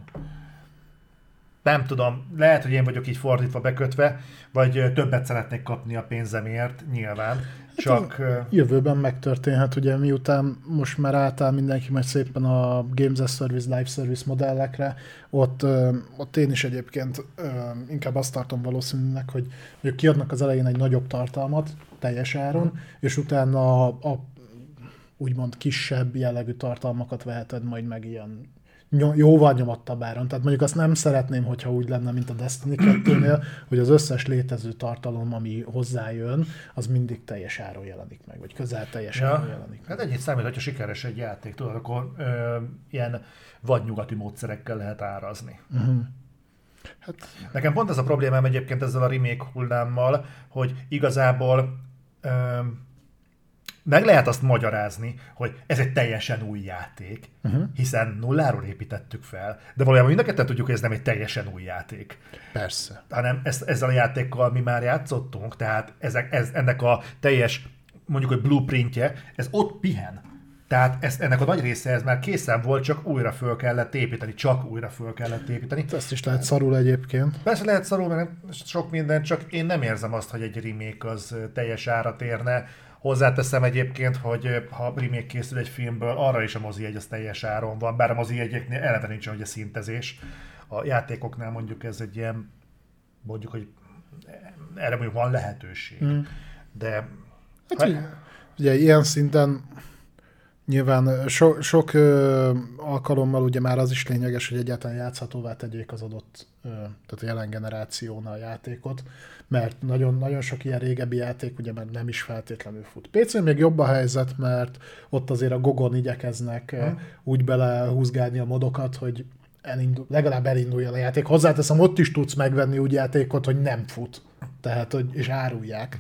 Nem tudom, lehet, hogy én vagyok így fordítva bekötve, vagy többet szeretnék kapni a pénzemért, nyilván. Csak... Hát jövőben megtörténhet, ugye miután most már átáll mindenki majd szépen a Games as Service, Live Service modellekre, ott, ott én is egyébként inkább azt tartom valószínűleg, hogy, hogy kiadnak az elején egy nagyobb tartalmat teljes áron, hmm. és utána a, a úgymond kisebb jellegű tartalmakat veheted majd meg ilyen jóval nyomottabb áron. Tehát mondjuk azt nem szeretném, hogyha úgy lenne, mint a Destiny kettőnél, hogy az összes létező tartalom, ami hozzájön, az mindig teljes áron jelenik meg, vagy közel teljes ja. áron jelenik meg. Hát ennyit számít, hogyha sikeres egy játék, tudod, akkor ö, ilyen vadnyugati módszerekkel lehet árazni. Uh-huh. Hát... Nekem pont ez a problémám egyébként ezzel a remake hullámmal, hogy igazából ö, meg lehet azt magyarázni, hogy ez egy teljesen új játék, uh-huh. hiszen nulláról építettük fel, de valójában mind a ketten tudjuk, hogy ez nem egy teljesen új játék. Persze. Hanem ezt, ezzel a játékkal mi már játszottunk, tehát ezek, ez, ennek a teljes, mondjuk, hogy blueprintje, ez ott pihen. Tehát ez, ennek a nagy része ez már készen volt, csak újra föl kellett építeni, csak újra föl kellett építeni. Ezt is lehet szarul egyébként. Persze lehet szarul, mert sok minden, csak én nem érzem azt, hogy egy remake az teljes árat érne. Hozzáteszem egyébként, hogy ha remake készül egy filmből, arra is a mozijegy az teljes áron van, bár a mozijegyeknél eleve nincsen ugye szintezés. A játékoknál mondjuk ez egy ilyen, mondjuk, hogy erre mondjuk van lehetőség. Mm. De... Hát, ha... ugye ilyen szinten nyilván so, sok ö, alkalommal ugye már az is lényeges, hogy egyáltalán játszhatóvá tegyék az adott, ö, tehát a jelen generációnál a játékot, mert nagyon, nagyon sok ilyen régebbi játék ugye már nem is feltétlenül fut. pé cén még jobb a helyzet, mert ott azért a gogon igyekeznek hmm. úgy belehúzgálni a modokat, hogy elindul, legalább elinduljon a játék. Hozzáteszem, ott is tudsz megvenni úgy játékot, hogy nem fut, tehát, hogy, és árulják.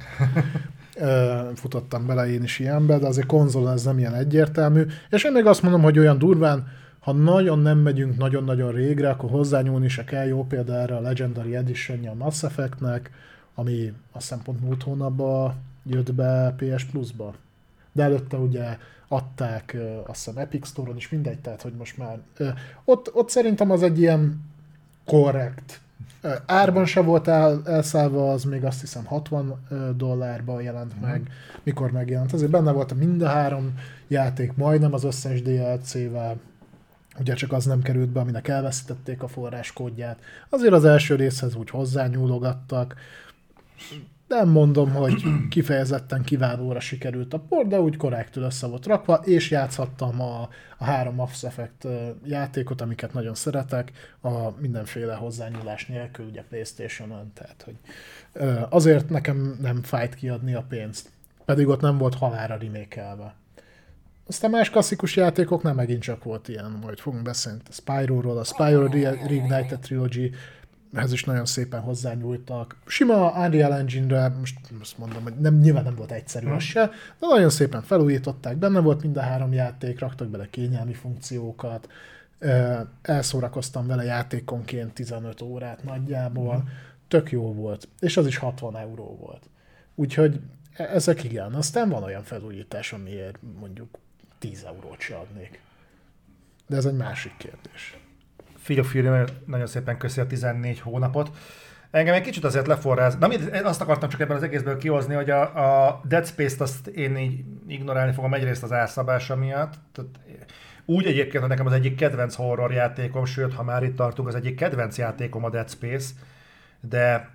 Futottam bele én is ilyenbe, de azért konzolon ez nem ilyen egyértelmű. És én még azt mondom, hogy olyan durván, ha nagyon nem megyünk nagyon-nagyon régre, akkor hozzányúlni se kell. Jó példa erre a Legendary Edition-je a Mass Effectnek, ami azt hiszem pont múlt hónapban jött be pé es Plus-ba. De előtte ugye adták, azt hiszem Epic Store-on is, mindegy, tehát hogy most már... Ott, ott szerintem az egy ilyen korrekt Árban se volt el, elszállva, az még azt hiszem hatvan dollárba jelent meg, mm. mikor megjelent. Azért benne volt mind a három játék, majdnem az összes dé el cé-vel. Ugye csak az nem került be, aminek elveszítették a forráskódját. Azért az első részhez úgy hozzányúlogattak. Nem mondom, hogy kifejezetten kiválóra sikerült a port, de úgy korrektül össze volt rakva, és játszhattam a, a három Mass Effect játékot, amiket nagyon szeretek, a mindenféle hozzányúlás nélkül, ugye PlayStation-on, tehát hogy azért nekem nem fájt kiadni a pénzt, pedig ott nem volt halálra remake-elve. Aztán más klasszikus játékoknál megint csak volt ilyen, majd fogunk beszélni a Spyro-ról, a Spyro Reignited Trilogy, ehhez is nagyon szépen hozzányúltak. Sima Unreal Engine-re, most azt mondom, hogy nem, nyilván nem volt egyszerű az se, de nagyon szépen felújították, benne volt mind a három játék, raktak bele kényelmi funkciókat, elszórakoztam vele játékonként tizenöt órát nagyjából, tök jó volt, és az is hatvan euró volt. Úgyhogy ezek igen, aztán van olyan felújítás, amiért mondjuk tíz eurót se adnék. De ez egy másik kérdés. Phil Fury nagyon szépen köszi a tizennégy hónapot. Engem egy kicsit azért leforráz. Na, azt akartam csak ebben az egészből kihozni, hogy a, a Dead Space-t azt én így ignorálni fogom egyrészt az árszabása miatt. Tehát úgy egyébként, hogy nekem az egyik kedvenc horror játékom, sőt, ha már itt tartunk, az egyik kedvenc játékom a Dead Space, de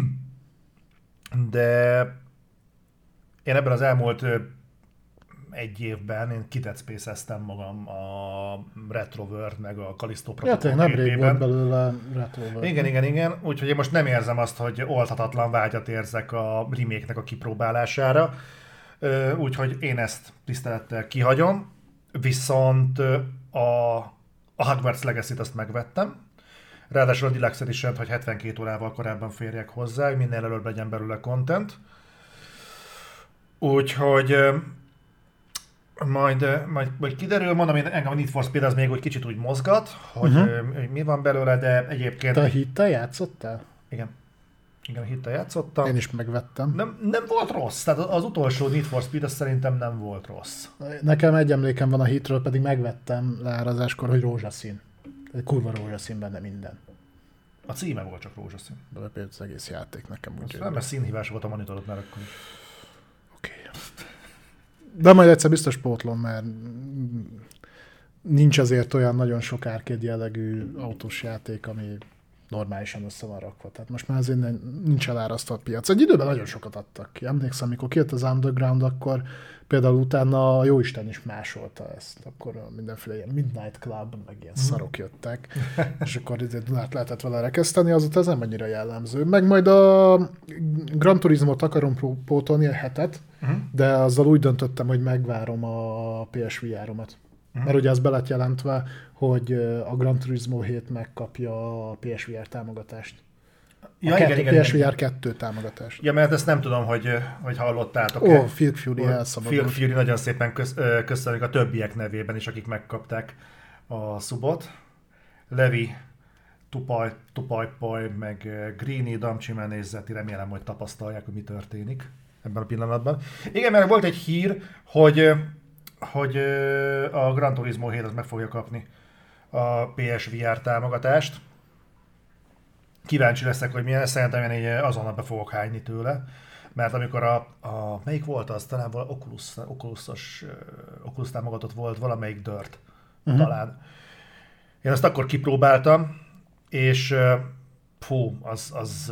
de én ebben az elmúlt egy évben én ki Dead Space-eztem magam a Retroworld, meg a Callisto Protocol ja, nem rég volt belőle Retroworld. Igen, igen, igen. Úgyhogy én most nem érzem azt, hogy oldhatatlan vágyat érzek a remake-nek a kipróbálására. Úgyhogy én ezt tisztelettel kihagyom. Viszont a, a Hogwarts Legacy-t azt megvettem. Ráadásul a Deluxe Edition-t, hogy hetvenkét órával korábban férjek hozzá, hogy minél előbb legyen belőle content. Úgyhogy Majd, majd, majd kiderül, mondom, én engem a Need for Speed az még úgy kicsit úgy mozgat, hogy uh-huh. mi van belőle, de egyébként... Te a hittel játszottál? Igen. Igen, a hittel játszottam. Én is megvettem. Nem, nem volt rossz, tehát az utolsó Need for Speed az szerintem nem volt rossz. Nekem egy emlékem van a hitről, pedig megvettem leárazáskor, hogy rózsaszín. Egy kurva rózsaszín benne minden. A címe volt csak rózsaszín. De például az egész játék nekem úgy. Nem, mert színhívás volt a monitorot már akkor is. Oké. Okay. De majd egyszer biztos pótlom, mert nincs azért olyan nagyon sok arcade jellegű autós játék, ami normálisan össze van rakva. Tehát most már azért nincs elárasztva a piac. Egy időben nagyon sokat adtak ki. Emlékszem, amikor kijött az Underground, akkor például utána a Jóisten is másolta ezt. Akkor mindenféle ilyen Midnight Club, meg ilyen mm. szarok jöttek, és akkor át lehetett vele rekeszteni, azóta ez nem annyira jellemző. Meg majd a Gran Turismo-t akarom pótolni a hetet, mm. de azzal úgy döntöttem, hogy megvárom a pé es vé er-omat. Mm. Mert ugye az be lett jelentve, hogy a Gran Turismo hét megkapja a pé es vé er támogatást. Ja, a igen, igen, pé es vé er kettő támogatást. Ja, mert ezt nem tudom, hogy, hogy hallottátok. Ó, oh, Phil Fury elszabadult. Phil Fury nagyon szépen köszönjük a többiek nevében is, akik megkapták a szubot. Levi, Tupaj, Tupajpaj, meg Greeny, Damcsi Menészeti, remélem, hogy tapasztalják, hogy mi történik ebben a pillanatban. Igen, mert volt egy hír, hogy, hogy a Gran Turismo hét az meg fogja kapni a pé es vé er támogatást. Kíváncsi leszek, hogy milyen, szerintem én így azonnal be fogok hányni tőle, mert amikor a, a melyik volt az, talán valami Oculus, Oculus-os, Oculus támogatott volt, valamelyik Dirt, uh-huh. talán. Én azt akkor kipróbáltam, és fú, az, az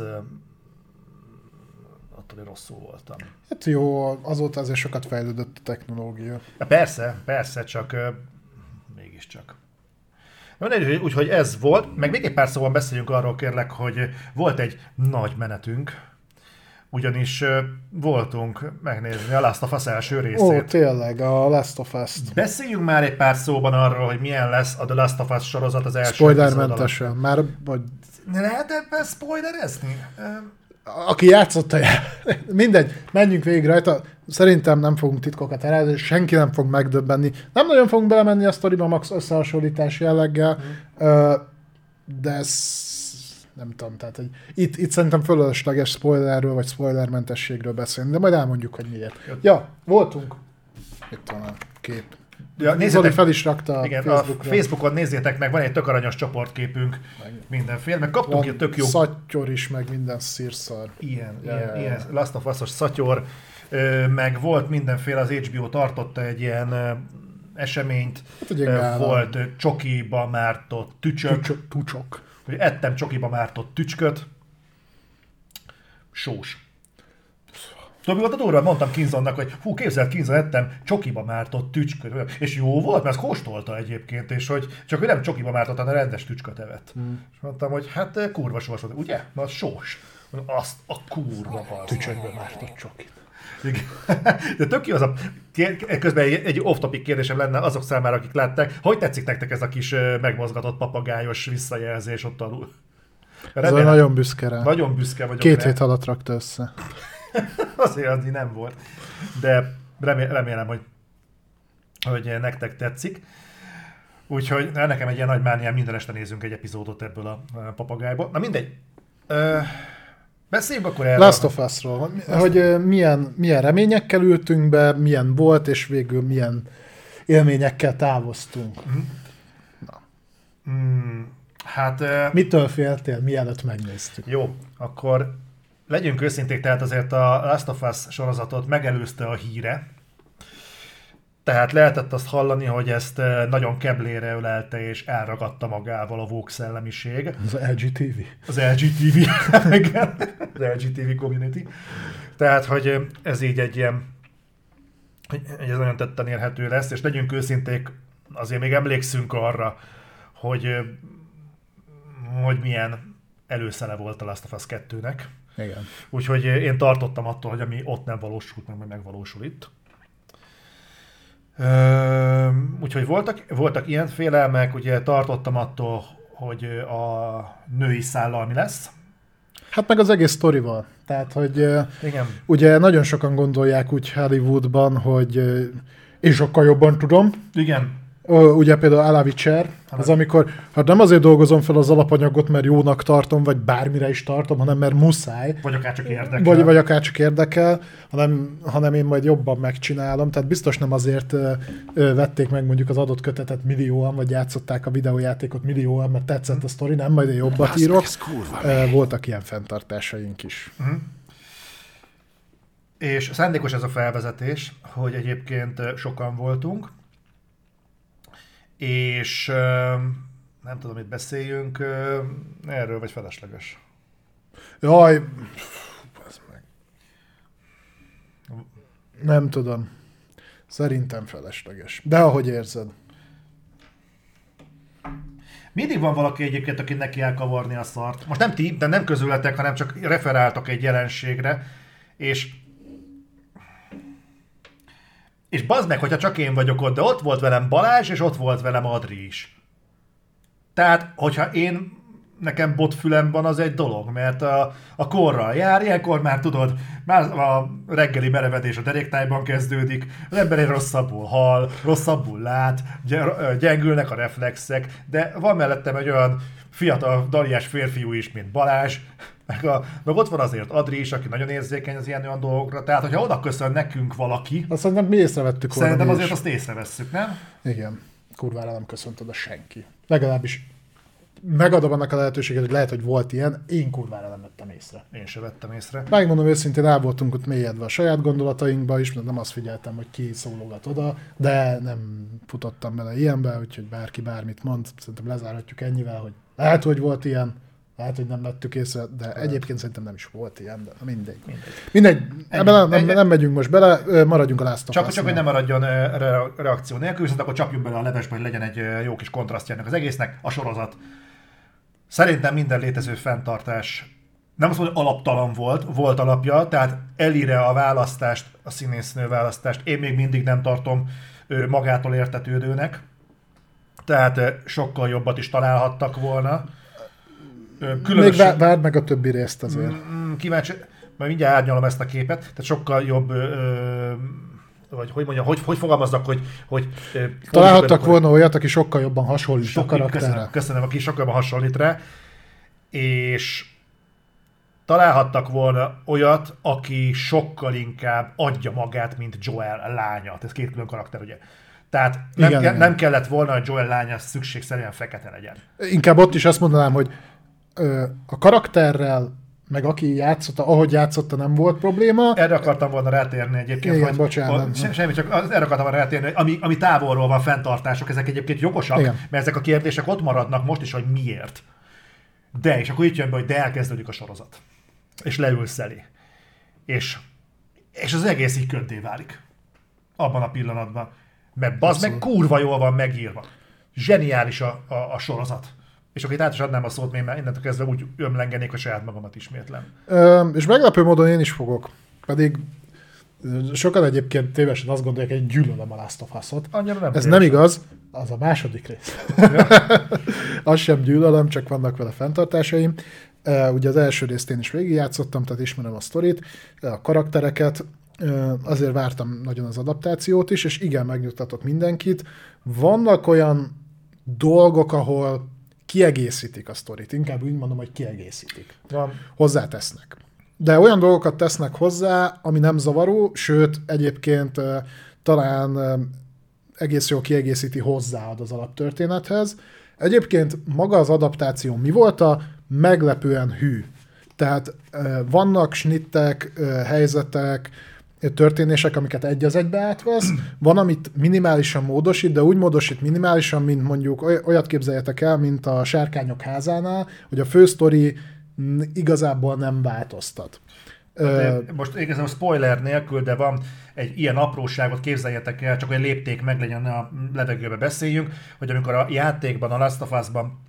attól én rosszul voltam. Hát jó, azóta azért sokat fejlődött a technológia. Ja, persze, persze, csak mégiscsak. Úgyhogy ez volt, meg még egy pár szóval beszéljünk arról, kérlek, hogy volt egy nagy menetünk, ugyanis voltunk megnézni a Last of Us első részét. Ó, tényleg, a Last of Us-t. Beszéljünk már egy pár szóban arról, hogy milyen lesz a The Last of Us sorozat az első Spoilermentesen, már vagy... Lehet ebben spoilerezni? Aki játszotta, mindegy, menjünk végig rajta. Szerintem nem fogunk titkokat elárulni, senki nem fog megdöbbenni. Nem nagyon fogunk belemenni a sztoriba max összehasonlítás jelleggel, mm. de ez nem tudom, tehát hogy itt, itt szerintem fölösleges spoilerről vagy spoilermentességről beszélni, de majd elmondjuk, hogy miért. Ja, voltunk. Itt van a kép. Ja, nézzétek, fel is rakta igen, Facebookra. A Facebookon nézzétek meg, van egy tök aranyos csoportképünk, meg mindenféle, meg kaptunk egy tök jó... Szatyor is, meg minden szírszar. Ilyen, ja, ilyen, ja, ilyen Last of Us-os szatyor, meg volt mindenféle, az há bé o tartotta egy ilyen eseményt, hát, volt csokiba mártott tücsök. Tücsök. Ettem csokiba mártott tücsköt. Sós. Tudom, mi volt a durva? Mondtam Kinzonnak, hogy hú, képzeld, Kinzon, ettem csokiba mártott tücsköt. És jó volt, mert ezt kóstolta egyébként, és hogy csak ő nem csokiba mártott, hanem rendes tücsköt evett. Hmm. És mondtam, hogy hát kurva sós volt, ugye? Na, az sós. Azt a kurva van. Tücskökbe mártott csokit. Igen. De tök jó az a... Közben egy off-topic kérdésem lenne azok számára, akik látták. Hogy tetszik nektek ez a kis megmozgatott papagájos visszajelzés ott alul? Ez nagyon büszke rá. Nagyon büszke vagyok. Két rá. Hét alatt rakta össze. Azért az nem volt. De remélem, hogy, hogy nektek tetszik. Úgyhogy nekem egy ilyen nagy mániám, minden este nézünk egy epizódot ebből a papagájból. Na mindegy. Ö, beszéljünk akkor erről. Last of Us-ról. Hogy milyen, milyen reményekkel ültünk be, milyen volt, és végül milyen élményekkel távoztunk. Mm. Na. Mm, hát... Uh, Mitől féltél, mielőtt megnéztük? Jó, akkor legyünk őszinték, tehát azért a Last of Us sorozatot megelőzte a híre. Tehát lehetett azt hallani, hogy ezt nagyon keblére ölelte és elragadta magával a Vogue szellemiség. Az el gé té vé. Az el gé té vé, igen. Az el gé té vé community. Tehát, hogy ez így egy ilyen, hogy ez nagyon tetten érhető lesz, és legyünk őszinték, azért még emlékszünk arra, hogy, hogy milyen előszele volt a Last of Us kettőnek. Igen. Úgyhogy én tartottam attól, hogy ami ott nem valósult, meg majd megvalósul itt. Ö, úgyhogy voltak, voltak ilyen félelmek, ugye tartottam attól, hogy a női szállal mi lesz. Hát meg az egész sztorival. Tehát, hogy igen. Ugye nagyon sokan gondolják úgy Hollywoodban, hogy én sokkal jobban tudom. Igen. Ugye például Ala Witcher, az amikor, hát nem azért dolgozom fel az alapanyagot, mert jónak tartom, vagy bármire is tartom, hanem mert muszáj. Vagy akár csak érdekel. Vagy, vagy akár csak érdekel, hanem, hanem én majd jobban megcsinálom. Tehát biztos nem azért ö, ö, vették meg mondjuk az adott kötetet millióan, vagy játszották a videójátékot millióan, mert tetszett a sztori, nem, majd én jobbat Azt írok. Voltak ilyen fenntartásaink is. Uh-huh. És szándékos ez a felvezetés, hogy egyébként sokan voltunk, és nem tudom, itt beszéljünk erről, vagy felesleges. Jaj, ez meg. Nem tudom. Szerintem felesleges. De ahogy érzed. Mindig van valaki egyébként, aki neki elkavarni a szart. Most nem ti, de nem közületek, hanem csak referáltak egy jelenségre, és És bazd meg, hogyha csak én vagyok ott, de ott volt velem Balázs, és ott volt velem Adri is. Tehát, hogyha én, nekem botfülem van, az egy dolog, mert a, a korral jár, ilyenkor már tudod, már a reggeli merevedés a deréktájban kezdődik, az ember egy rosszabbul hal, rosszabbul lát, gyengülnek a reflexek, de van mellettem egy olyan fiatal, daliás férfiú is, mint Balázs, Meg, a, meg ott van azért Adri is, aki nagyon érzékeny az ilyen olyan dolgokra. Tehát, hogyha oda köszön nekünk valaki... Azt szerintem mi észrevettük volna. Szerintem azért azt észrevesszük, nem? Igen. Kurvára nem köszönt oda senki. Legalábbis megadom annak a lehetőséget, hogy lehet, hogy volt ilyen. Én kurvára nem vettem észre. Én se vettem észre. Megmondom őszintén, el voltunk ott mélyedve a saját gondolatainkba is, nem azt figyeltem, hogy ki szólogat oda, de nem futottam bele ilyenbe, úgyhogy bárki bármit mond. Szerintem lezárhatjuk ennyivel, hogy lehet, hogy volt ilyen. Lehet, hogy nem vettük észre, de hát. Egyébként szerintem nem is volt ilyen, de mindegy. Mindegy. mindegy. Ebben nem, nem, nem megyünk most bele, maradjunk a Last of Csak, csak hogy nem maradjon re- reakció nélkül, viszont akkor csapjunk bele a levesbe, hogy legyen egy jó kis kontrasztja ennek az egésznek, a sorozat. Szerintem minden létező fenntartás, nem azt mondom, hogy alaptalan volt, volt alapja, tehát Ellie-re a választást, a színésznő választást én még mindig nem tartom magától értetődőnek. Tehát sokkal jobbat is találhattak volna. Különösen... Még várd meg a többi részt azért. Kíváncsi, majd mindjárt árnyalom ezt a képet, tehát sokkal jobb, ö, vagy hogy mondjam, hogy, hogy fogalmazzak, hogy... hogy találhattak volna olyat, aki sokkal jobban hasonlít sok, a karakterre. Köszönöm, köszönöm, aki sokkal jobban hasonlít rá, és találhattak volna olyat, aki sokkal inkább adja magát, mint Joel lánya. Ez két külön karakter, ugye. Tehát nem, igen, ke- igen. nem kellett volna, hogy Joel lánya szükségszerűen fekete legyen. Inkább ott is azt mondanám, hogy ö, a karakterrel, meg aki játszotta, ahogy játszotta, nem volt probléma. Erre akartam volna rátérni egyébként. Igen, hogy, bocsánat. Hogy, semmi, csak erre akartam volna rátérni, hogy ami, ami távolról van fenntartások, ezek egyébként jogosak, igen. mert ezek a kérdések ott maradnak most is, hogy miért. De, és akkor itt jön be, hogy de elkezdődik a sorozat. És leülsz elé. És, és az egész így köddé válik. Abban a pillanatban. Mert bazd meg kurva jól van megírva. Zseniális a, a, a sorozat. És akkor itt át is adnám a szót, mert innentől kezdve úgy ömlengenék, a saját magamat ismétlem. Ö, és meglepő módon én is fogok. Pedig sokan egyébként tévesen azt gondolják, hogy gyűlölöm a Last of Us-ot. Nem Ez nem igaz, az a második rész. Ja. Azt sem gyűlölöm, csak vannak vele fenntartásaim. Uh, ugye az első részt én is végigjátszottam, tehát ismerem a sztorit, a karaktereket, uh, azért vártam nagyon az adaptációt is, és igen, megnyugtatok mindenkit. Vannak olyan dolgok, ahol kiegészítik a sztorit, inkább úgy mondom, hogy kiegészítik. Van. Hozzátesznek. De olyan dolgokat tesznek hozzá, ami nem zavaró, sőt, egyébként uh, talán uh, egész jól kiegészíti, hozzáad az alaptörténethez. Egyébként maga az adaptáció mi volt? A meglepően hű. Tehát uh, vannak snittek, uh, helyzetek, történések, amiket egy az egybe átvesz, van, amit minimálisan módosít, de úgy módosít minimálisan, mint mondjuk olyat képzeljetek el, mint a Sárkányok házánál, hogy a fősztori igazából nem változtat. De most igazából spoiler nélkül, de van egy ilyen apróságot, képzeljetek el, csak hogy lépték meg legyen, a levegőbe beszéljünk, hogy amikor a játékban, a Last of Us-ban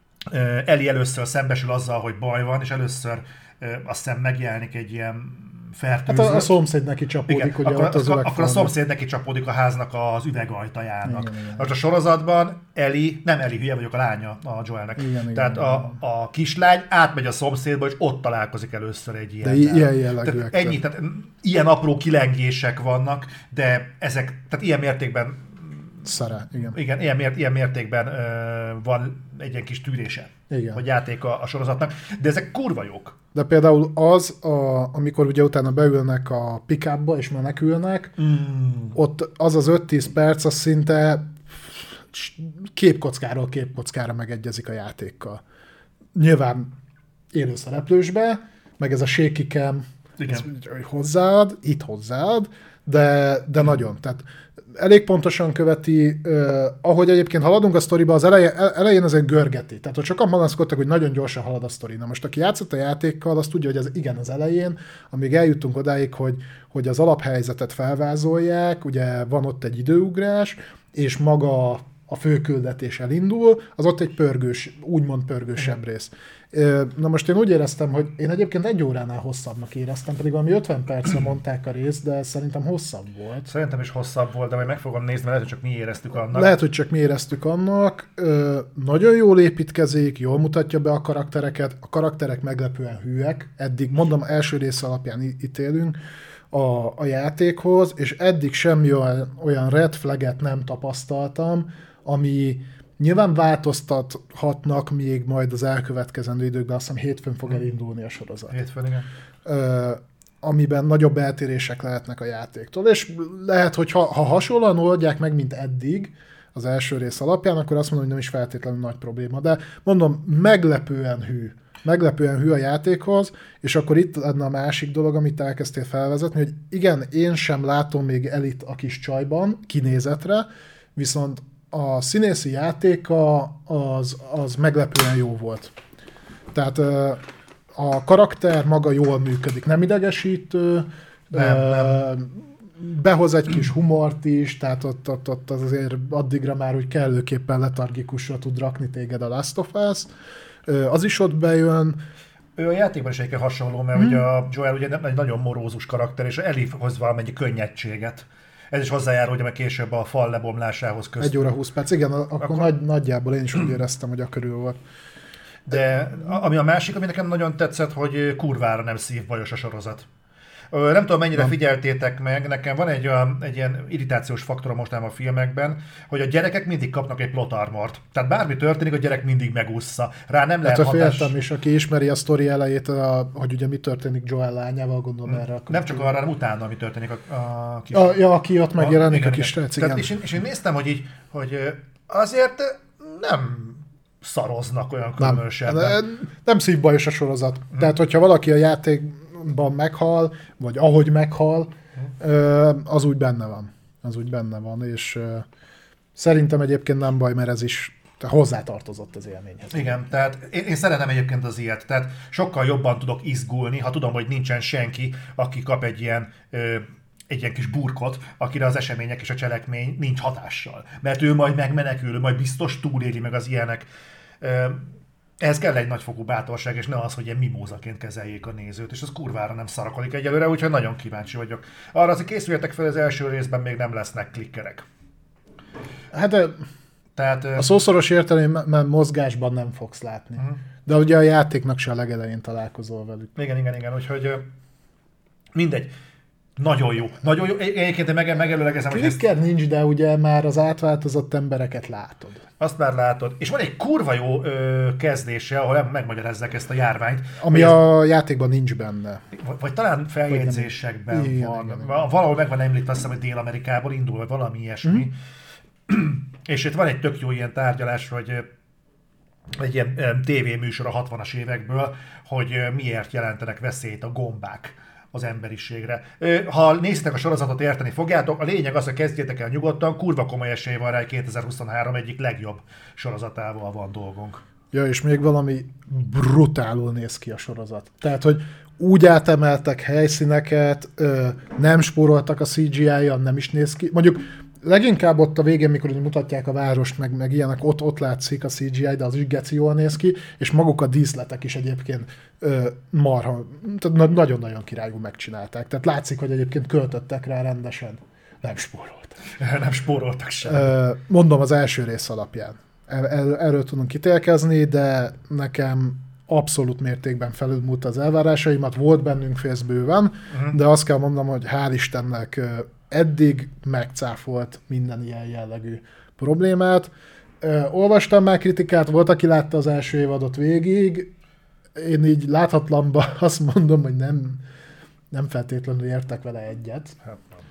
Eli először szembesül azzal, hogy baj van, és először azt hiszem megjelenik egy ilyen fertőzött. Hát a, a szomszéd neki csapódik, igen, ugye akkor, ott az akkor, akkor a szomszéd neki csapódik a háznak az üvegajtajának. Igen, igen. Most a sorozatban Eli, nem Eli, hülye vagyok, a lánya a Joelnek. Igen, Tehát igen, a, a kislány átmegy a szomszédba, és ott találkozik először egy ilyen. De ilyen jellegűek. Ennyi, tehát ilyen apró kilengések vannak, de ezek, tehát ilyen mértékben Szará, igen. Igen, ilyen, mért, ilyen mértékben ö, van egy ilyen kis tűrése, igen. vagy játék a, a sorozatnak, de ezek kurva jók. De például az, a, amikor ugye utána beülnek a pick-upba és menekülnek, mm. ott az az öt-tíz perc, az szinte képkockáról képkockára megegyezik a játékkal. Nyilván élőszereplősbe, meg ez a shaky cam, ez, hogy hozzáad, itt hozzáad, de, de nagyon. Tehát elég pontosan követi, uh, ahogy egyébként haladunk a sztoriba, az elején, elején azért görgeti. Tehát, hogy sokan panaszkodtak, hogy nagyon gyorsan halad a sztori. Na most, aki játszott a játékkal, az tudja, hogy ez igen az elején, amíg eljutunk odáig, hogy, hogy az alaphelyzetet felvázolják, ugye van ott egy időugrás, és maga a főküldetés elindul, az ott egy pörgős, úgymond pörgősebb rész. Na most én úgy éreztem, hogy én egyébként egy óránál hosszabbnak éreztem, pedig valami ötven percre mondták a részt, de szerintem hosszabb volt. Szerintem is hosszabb volt, de majd meg fogom nézni, mert lehet, hogy csak mi éreztük annak. Lehet, hogy csak mi éreztük annak. Ö, nagyon jól építkezik, jól mutatja be a karaktereket, a karakterek meglepően hűek, eddig, mondom, első rész alapján ítélünk a, a játékhoz, és eddig semmi olyan, olyan red flaget nem tapasztaltam, ami nyilván változtathatnak még majd az elkövetkezendő időkben, azt hiszem hétfőn fog elindulni a sorozat. Hétfőn, igen. Ö, amiben nagyobb eltérések lehetnek a játéktól, és lehet, hogy ha, ha hasonlóan oldják meg, mint eddig, az első rész alapján, akkor azt mondom, hogy nem is feltétlenül nagy probléma, de mondom, meglepően hű. Meglepően hű a játékhoz, és akkor itt lenne a másik dolog, amit elkezdtél felvezetni, hogy igen, én sem látom még Elit a kis csajban, kinézetre, viszont a színészi játéka az, az meglepően jó volt. Tehát a karakter maga jól működik, nem idegesítő, nem, nem. behoz egy kis humort is, tehát ott, ott, ott azért addigra már úgy kellőképpen letargikusra tud rakni téged a Last of Us. Az is ott bejön. Ő a játékban is egyébként hasonló, mert hmm. ugye a Joel ugye nem egy nagyon morózus karakter, és Ellie hoz valamennyi könnyedséget. Ez is hozzájárul, hogy meg később a fal lebomlásához közt. Egy óra húsz perc, igen, akkor, akkor... Nagy, nagyjából én is úgy éreztem, hogy a körül volt. De ami a másik, ami nekem nagyon tetszett, hogy kurvára nem szívbajos a sorozat. Nem tudom, mennyire nem. figyeltétek meg, nekem van egy, olyan, egy ilyen irritációs faktor mostanában a filmekben, hogy a gyerekek mindig kapnak egy plot armort. Tehát bármi történik, a gyerek mindig megúszza. Rá nem lehet hát hatás... féltem is, aki ismeri a sztori elejét, a, hogy ugye mi történik Joel lányával, gondolom hmm. erre. Nem csak arra, hanem utána, mi történik a, a kis... A, ja, aki ott megjelenik, a, a kis srác, igen. És én, és én néztem, hogy így, hogy azért nem szaroznak olyan különösebben. Nem, nem szívbajos a sorozat. Hmm. Tehát, hogyha valaki a játékban meghal, vagy ahogy meghal, hmm. az úgy benne van. Az úgy benne van, és szerintem egyébként nem baj, mert ez is hozzátartozott az élményhez. Igen, tehát én, én szeretem egyébként az ilyet, tehát sokkal jobban tudok izgulni, ha tudom, hogy nincsen senki, aki kap egy ilyen ö, egy ilyen kis burkot, akire az események és a cselekmény nincs hatással. Mert ő majd megmenekül, majd biztos túléli meg az ilyenek. Ehhez kell egy nagyfokú bátorság, és ne az, hogy ilyen mimózaként kezeljék a nézőt, és az kurvára nem szarakodik egyelőre, úgyhogy nagyon kíváncsi vagyok. Arra, hogy készüljetek fel, az első részben még nem lesznek klikkerek. Hát Tehát, a szószoros értelemben mozgásban nem fogsz látni. Uh-huh. De ugye a játéknak se a legelején találkozol velük. Igen, igen, igen, úgyhogy mindegy. Nagyon jó. Nagyon jó. Egyébként meg, megelőlegezem, hogy Klikker ezt... nincs, de ugye már az átváltozott embereket látod. Azt már látod. És van egy kurva jó ö, kezdése, ahol megmagyarázzák ezt a járványt. Ami a ez... játékban nincs benne. Vagy, vagy talán feljegyzésekben igen, van. Igen, igen. Valahol meg van említve, azt hiszem, hogy Dél-Amerikából indul, vagy valami ilyesmi. Mm. És itt van egy tök jó ilyen tárgyalás, hogy egy ilyen tévéműsor a hatvanas évekből, hogy miért jelentenek veszélyt a gombák az emberiségre. Ha néztek a sorozatot, érteni fogjátok, a lényeg az, hogy kezdjétek el nyugodtan, kurva komoly esély van rá, hogy kétezer-huszonhárom egyik legjobb sorozatával van dolgunk. Ja, és még valami brutálul néz ki a sorozat. Tehát, hogy úgy átemeltek helyszíneket, nem spóroltak a cé gé í-on, nem is néz ki. Mondjuk leginkább ott a végén, mikor mutatják a várost, meg, meg ilyenek, ott, ott látszik a cé gé í, de az is geci jól néz ki, és maguk a díszletek is egyébként ö, marha, tehát nagyon-nagyon királyul megcsinálták. Tehát látszik, hogy egyébként költöttek rá rendesen. Nem spóroltak. Nem spóroltak sem. Ö, mondom az első rész alapján. Er, er, erről tudunk kitélkezni, de nekem abszolút mértékben felülmúlt az elvárásaimat. Volt bennünk fész bőven, uh-huh. de azt kell mondanom, hogy hál' Istennek eddig megcáfolt minden ilyen jellegű problémát. Ö, olvastam már kritikát, volt, aki látta az első évadot végig. Én így láthatlanban azt mondom, hogy nem, nem feltétlenül értek vele egyet. Hát nem.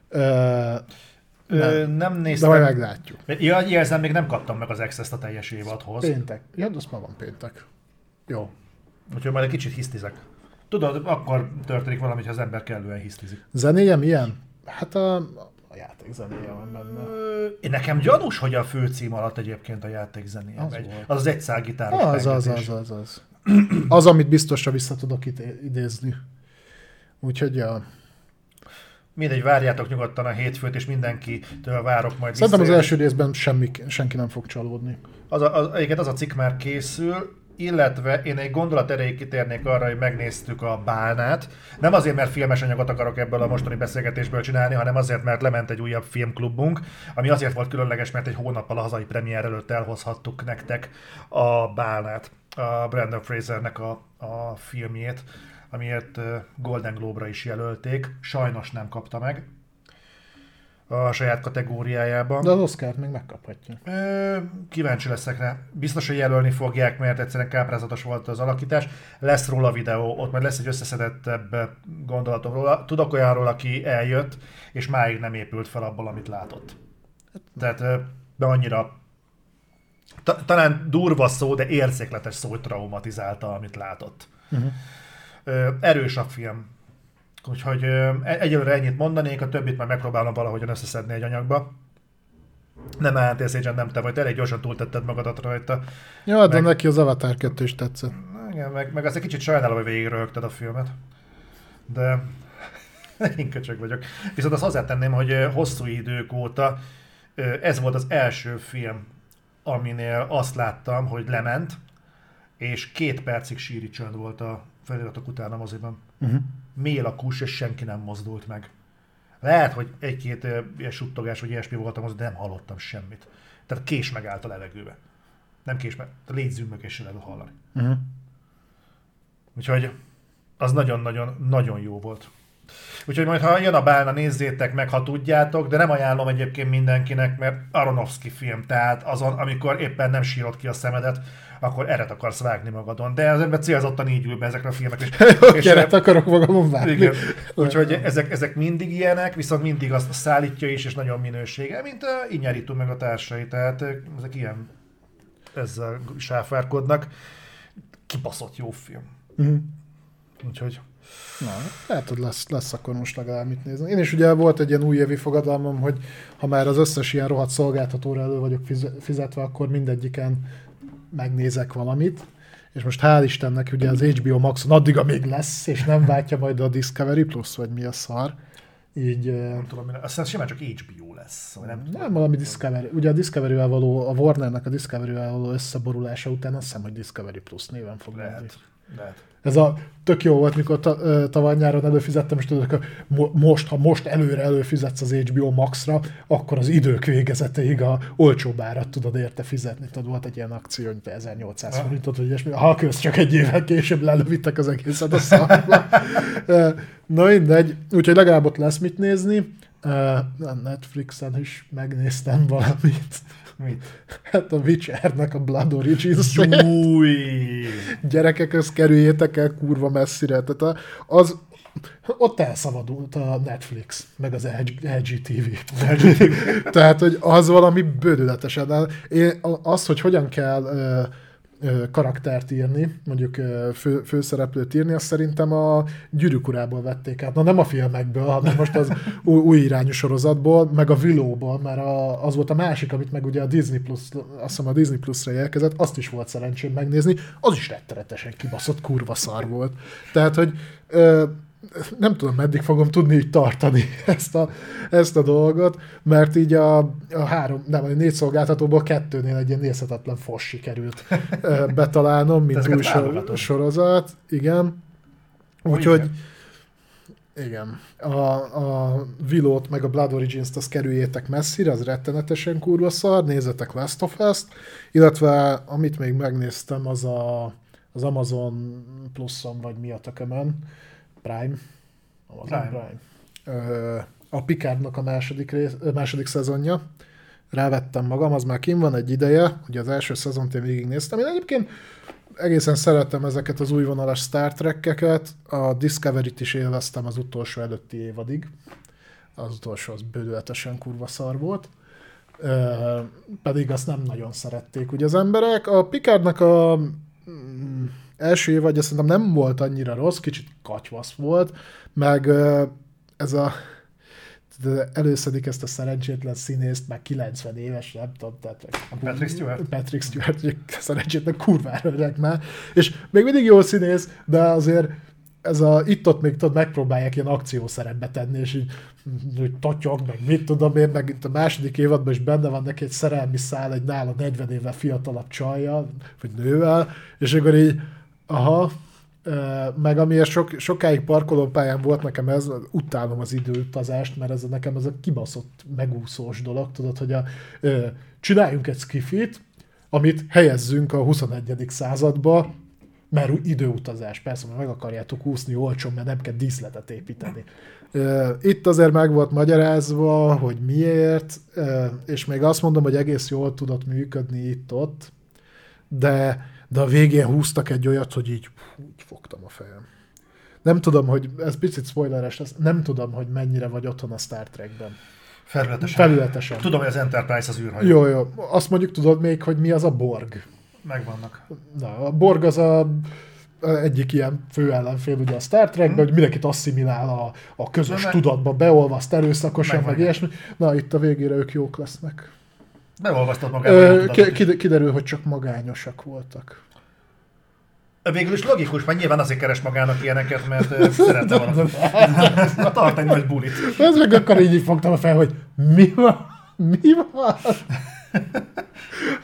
Ö, Ö, nem. nem néztem. De majd meglátjuk. Ja, érzem, még nem kaptam meg az Access-t a teljes évadhoz. Péntek. Ja, az ma van péntek. Jó. Úgyhogy majd egy kicsit hisztizek. Tudod, akkor történik valami, ha az ember kellően hisztizik. Zenéje milyen? Hát a, a játék zenéje van benne. Én nekem gyanús, hogy a főcím alatt egyébként a játék zenéje az megy. Az az egyszálgitáros az, az, az, az, az. Az, amit biztosra vissza tudok idézni. Úgyhogy ja. Mindegy, várjátok nyugodtan a hétfőt, és mindenkitől várok majd. Szerintem az első részben semmi, senki nem fog csalódni. Az a, az, egyébként az a cikk már készül, illetve én egy gondolat erejéig kitérnék arra, hogy megnéztük a Bálnát. Nem azért, mert filmes anyagot akarok ebből a mostani beszélgetésből csinálni, hanem azért, mert lement egy újabb filmklubunk, ami azért volt különleges, mert egy hónappal a hazai premier előtt elhozhattuk nektek a Bálnát, a Brendan Frasernek a, a filmjét, amiért Golden Globe-ra is jelölték. Sajnos nem kapta meg a saját kategóriájában. De az Oscart még megkaphatja. Ö, kíváncsi leszek rá. Biztos, hogy jelölni fogják, mert egyszerűen káprázatos volt az alakítás. Lesz róla videó, ott majd lesz egy összeszedettebb gondolatom róla. Tudok olyanról, aki eljött, és máig nem épült fel abból, amit látott. Tehát de annyira ta, talán durva szó, de érzékletes szó, hogy traumatizálta, amit látott. Uh-huh. Ö, erős a film. Úgyhogy egyelőre ennyit mondanék, a többit már megpróbálom valahogyan összeszedni egy anyagba. Nem á té es-en nem te vagy, te elég gyorsan túltetted magadat rajta. Jó, meg... de neki az Avatar kettő is tetszett. Igen, meg, meg azt egy kicsit sajnálom, hogy végigröhögted a filmet. De én köcsög vagyok. Viszont azt hozzátenném, hogy hosszú idők óta ez volt az első film, aminél azt láttam, hogy lement, és két percig síri csönd volt a feliratok után a moziban. Uh-huh. Mély lakús, és senki nem mozdult meg. Lehet, hogy egy-két uh, ilyen suttogás, vagy ilyesmi voltam, de nem hallottam semmit. Tehát kés megállt a levegőbe. Nem kés meg, a légyzümmögéssel lehet hallani. Uh-huh. Úgyhogy az nagyon-nagyon nagyon jó volt. Úgyhogy majd, ha jön a bálna, nézzétek meg, ha tudjátok, de nem ajánlom egyébként mindenkinek, mert Aronofsky film, tehát azon, amikor éppen nem sírod ki a szemedet, akkor eret akarsz vágni magadon. De az ember célzottan így ül be ezekre a filmekre. És eret akarok magamon vágni. Igen. Úgyhogy ezek, ezek mindig ilyenek, viszont mindig azt szállítja is, és nagyon minősége, mint a Iñárritu meg a társai. Tehát ezek ilyen ezzel sáfárkodnak. Kibaszott jó film. Mm. Úgyhogy... Na, lehet, hogy lesz, lesz akkor most legalább mit nézni. Én is ugye volt egy ilyen újévi fogadalmam, hogy ha már az összes ilyen rohadt szolgáltatóra elő vagyok fizetve, akkor mindegyiken megnézek valamit. És most hál' Istennek ugye az há bé o Maxon addig, amíg lesz, és nem váltja majd a Discovery Plus, vagy mi a szar. Így... Nem tudom, aztán simán csak há bé o lesz. Nem, nem valami Discovery. Ugye a Discovery-vel való, a Warnernek a Discovery-vel való összeborulása után azt hiszem, hogy Discovery Plus néven fog lehet, lenni. Lehet. Ez a tök jó volt, mikor ta, tavaly nyáron előfizettem, és tudod, most, ha most előre előfizetsz az há bé o Maxra, akkor az idők végezeteig a olcsóbb árat tudod érte fizetni. Tudod, volt egy ilyen akció, hogy ezernyolcszáz forintot, vagy ilyesmi. Ha közt csak egy évvel később lelövittek az egészet a szarba. Na mindegy, úgyhogy legalább ott lesz mit nézni. A Netflixen is megnéztem valamit. Mit? Hát a Witchernek a Blood Origins. Új! Gyerekek, ezt kerüljétek el kurva messzire. Tehát az, ott elszabadult a Netflix, meg az el gé té vé. Tehát, hogy az valami bődületesen. Én, az, hogy hogyan kell karaktert írni, mondjuk fő, főszereplőt írni, azt szerintem a Gyűrűk urából vették át. Na nem a filmekből, hanem most az új, új irányú sorozatból, meg a Willowból, mert a, az volt a másik, amit meg ugye a Disney Plus, azt hiszem a Disney Plus-ra érkezett, azt is volt szerencsém megnézni, az is rettenetesen kibaszott kurva szar volt. Tehát, hogy ö, nem tudom, meddig fogom tudni így tartani ezt a, ezt a dolgot, mert így a, a három, nem, a négy szolgáltatóból kettőnél egy ilyen nézhetetlen fos sikerült betalálnom, mint új sor, sorozat. Igen. Úgyhogy igen. A, a Willow-t meg a Blood Origins-t azt kerüljétek messzire, az rettenetesen kurva szar, nézzetek Last of Us-t, illetve amit még megnéztem, az a, az Amazon Pluson, vagy mi a tökömön, Prime. Prime. Prime. A Picardnak a második, rész, második szezonja. Rávettem magam, az már kim van egy ideje, ugye az első szezont én végignéztem. Én egyébként egészen szerettem ezeket az újvonalas Star Trek-eket, a Discovery-t is élveztem az utolsó előtti évadig. Az utolsó az bődületesen kurva szar volt. Pedig azt nem nagyon szerették ugye az emberek. A Picardnak a első évadja szerintem nem volt annyira rossz, kicsit katyvasz volt, meg ez a előszedik ezt a szerencsétlen színészt, meg kilencven éves, nem tudom, tehát... Patrick Stewart? Patrick Stewart, szerencsétlen kurvára öreg már, és még mindig jó színész, de azért ez a itt-ott még tudod, megpróbálják ilyen akciószerepbe tenni, és így hogy totyog, meg mit tudom én, meg itt a második évadban is benne van neki egy szerelmi szál egy nála negyven évvel fiatalabb csajjal, vagy nővel, és akkor így, aha, meg amiért sok, sokáig parkolópályán volt nekem ez, utálom az időutazást, mert ez nekem ez a kibaszott megúszós dolog, tudod, hogy a, csináljunk egy skifit, amit helyezzünk a huszonegyedik századba, mert időutazás, persze, mert meg akarjátok úszni olcsón, mert nem kell díszletet építeni. Itt azért meg volt magyarázva, hogy miért, és még azt mondom, hogy egész jól tudott működni itt-ott, de, de a végén húztak egy olyat, hogy így, így fogtam a fejem. Nem tudom, hogy, ez picit spoileres lesz, nem tudom, hogy mennyire vagy otthon a Star Trekben. Felületesen. Felületesen. Tudom, hogy az Enterprise az űrhajó. Jó, jó. Azt mondjuk tudod még, hogy mi az a Borg. Megvannak. Na, a Borg az a egyik ilyen fő ellenfél ugye a Star Trekben, hmm. hogy mindenkit asszimilál a, a közös meg... tudatba, beolvaszt erőszakosan, meg, meg ilyesmi. Na, itt a végére ők jók lesznek. Beolvasztott magában. Ki, kiderül, hogy csak magányosak voltak. Végül is logikus, mert nyilván azért keres magának ilyeneket, mert szerette valami. Tart egy nagy bulit. Ez meg akkor így fogtam fel, hogy mi van? Mi van?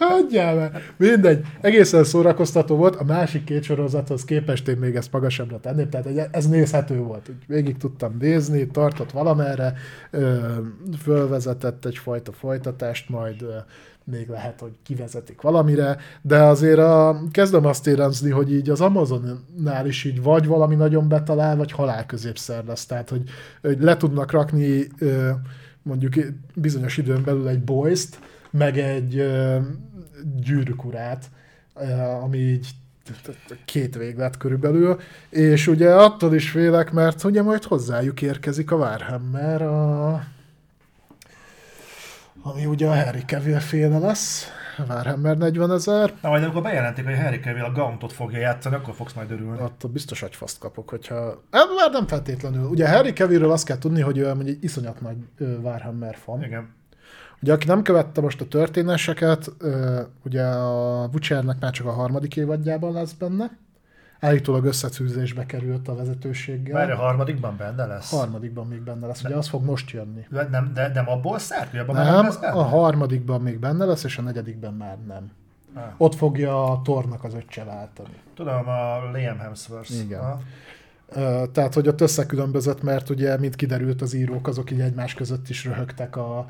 Hagyjál már! Mindegy, egészen szórakoztató volt, a másik két sorozathoz képest én még ezt magasabbra tenném, tehát ez nézhető volt, úgy végig tudtam nézni, tartott valamerre, fölvezetett egyfajta folytatást, majd még lehet, hogy kivezetik valamire, de azért a, kezdem azt érezni, hogy így az Amazonnál is így vagy valami nagyon betalál, vagy halálközépszer lesz, tehát hogy, hogy le tudnak rakni mondjuk bizonyos időn belül egy Boys-t, meg egy Gyűrűk urát, ami így két véglet körülbelül, és ugye attól is félek, mert ugye majd hozzájuk érkezik a Warhammer, a... ami ugye a Henry Cavill féle lesz, a Warhammer negyvenezer. Na majd amikor bejelentik, hogy a Henry Cavill a Gauntot fogja játszani, akkor fogsz majd örülni. Attól biztos agyfaszt kapok, hogyha... Már nem feltétlenül. Ugye Henry Cavillről azt kell tudni, hogy ő egy iszonyat nagy Warhammer fan. Igen. Ugye aki nem követte most a történéseket, ugye a Witchernek már csak a harmadik évadjában lesz benne. Állítólag összetűzésbe került a vezetőséggel. Már a harmadikban benne lesz? A harmadikban még benne lesz, ugye az fog most jönni. De nem, de nem abból szert, hogy abban nem, nem lesz benne? A harmadikban még benne lesz, és a negyedikben már nem. Ah. Ott fogja a Thornak az öccse váltani. Tudom, a Liam Hemsworth. Igen. Ah. Tehát, hogy ott összekülönbözött, mert ugye, mint kiderült, az írók azok így egymás között is röhögtek a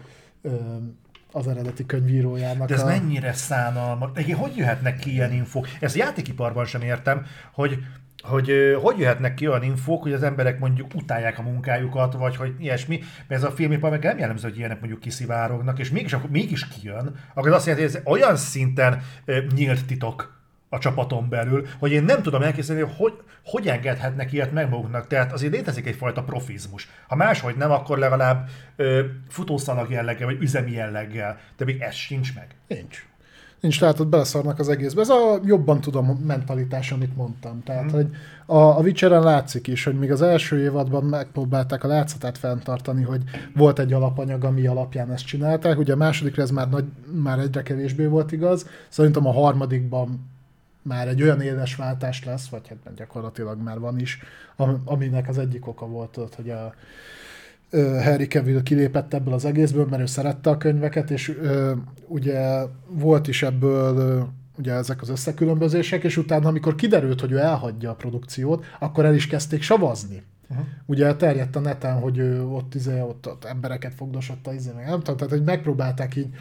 az eredeti könyvírójának. De ez a... mennyire szánalmas. Hogy jöhetnek ki ilyen infók? Ezt játékiparban sem értem, hogy hogy hogy jöhetnek ki olyan infók, hogy az emberek mondjuk utálják a munkájukat, vagy hogy ilyesmi, mert ez a filmipar meg nem jellemző, hogy ilyenek mondjuk kiszivárognak, és mégis, akkor, mégis kijön, akkor azt jelenti, hogy ez olyan szinten e, nyílt titok a csapaton belül, hogy én nem tudom elképzelni, hogy, hogy hogy engedhetnek ilyet meg maguknak. Tehát azért létezik egyfajta profizmus. Ha máshogy nem, akkor legalább ö, futószalag jelleggel, vagy üzemi jelleggel. De még ez sincs meg. Nincs. Nincs, tehát ott beleszarnak az egészbe. Ez a jobban tudom mentalitás, amit mondtam. Tehát, hmm. hogy a, a Witcheren látszik is, hogy még az első évadban megpróbálták a látszatát fenntartani, hogy volt egy alapanyag, ami alapján ezt csinálták. Ugye a másodikra ez már, nagy, már egyre kevésbé volt igaz. Szerintem a harmadikban már egy olyan éles váltás lesz, vagy hát gyakorlatilag már van is, aminek az egyik oka volt, hogy a Henry Cavill kilépett ebből az egészből, mert ő szerette a könyveket, és ugye volt is ebből ugye ezek az összekülönbözések, és utána, amikor kiderült, hogy ő elhagyja a produkciót, akkor el is kezdték savazni. Uh-huh. Ugye terjedt a neten, hogy ő ott, izé, ott, ott embereket fogdosott a izé, meg nem tudom, tehát hogy megpróbálták így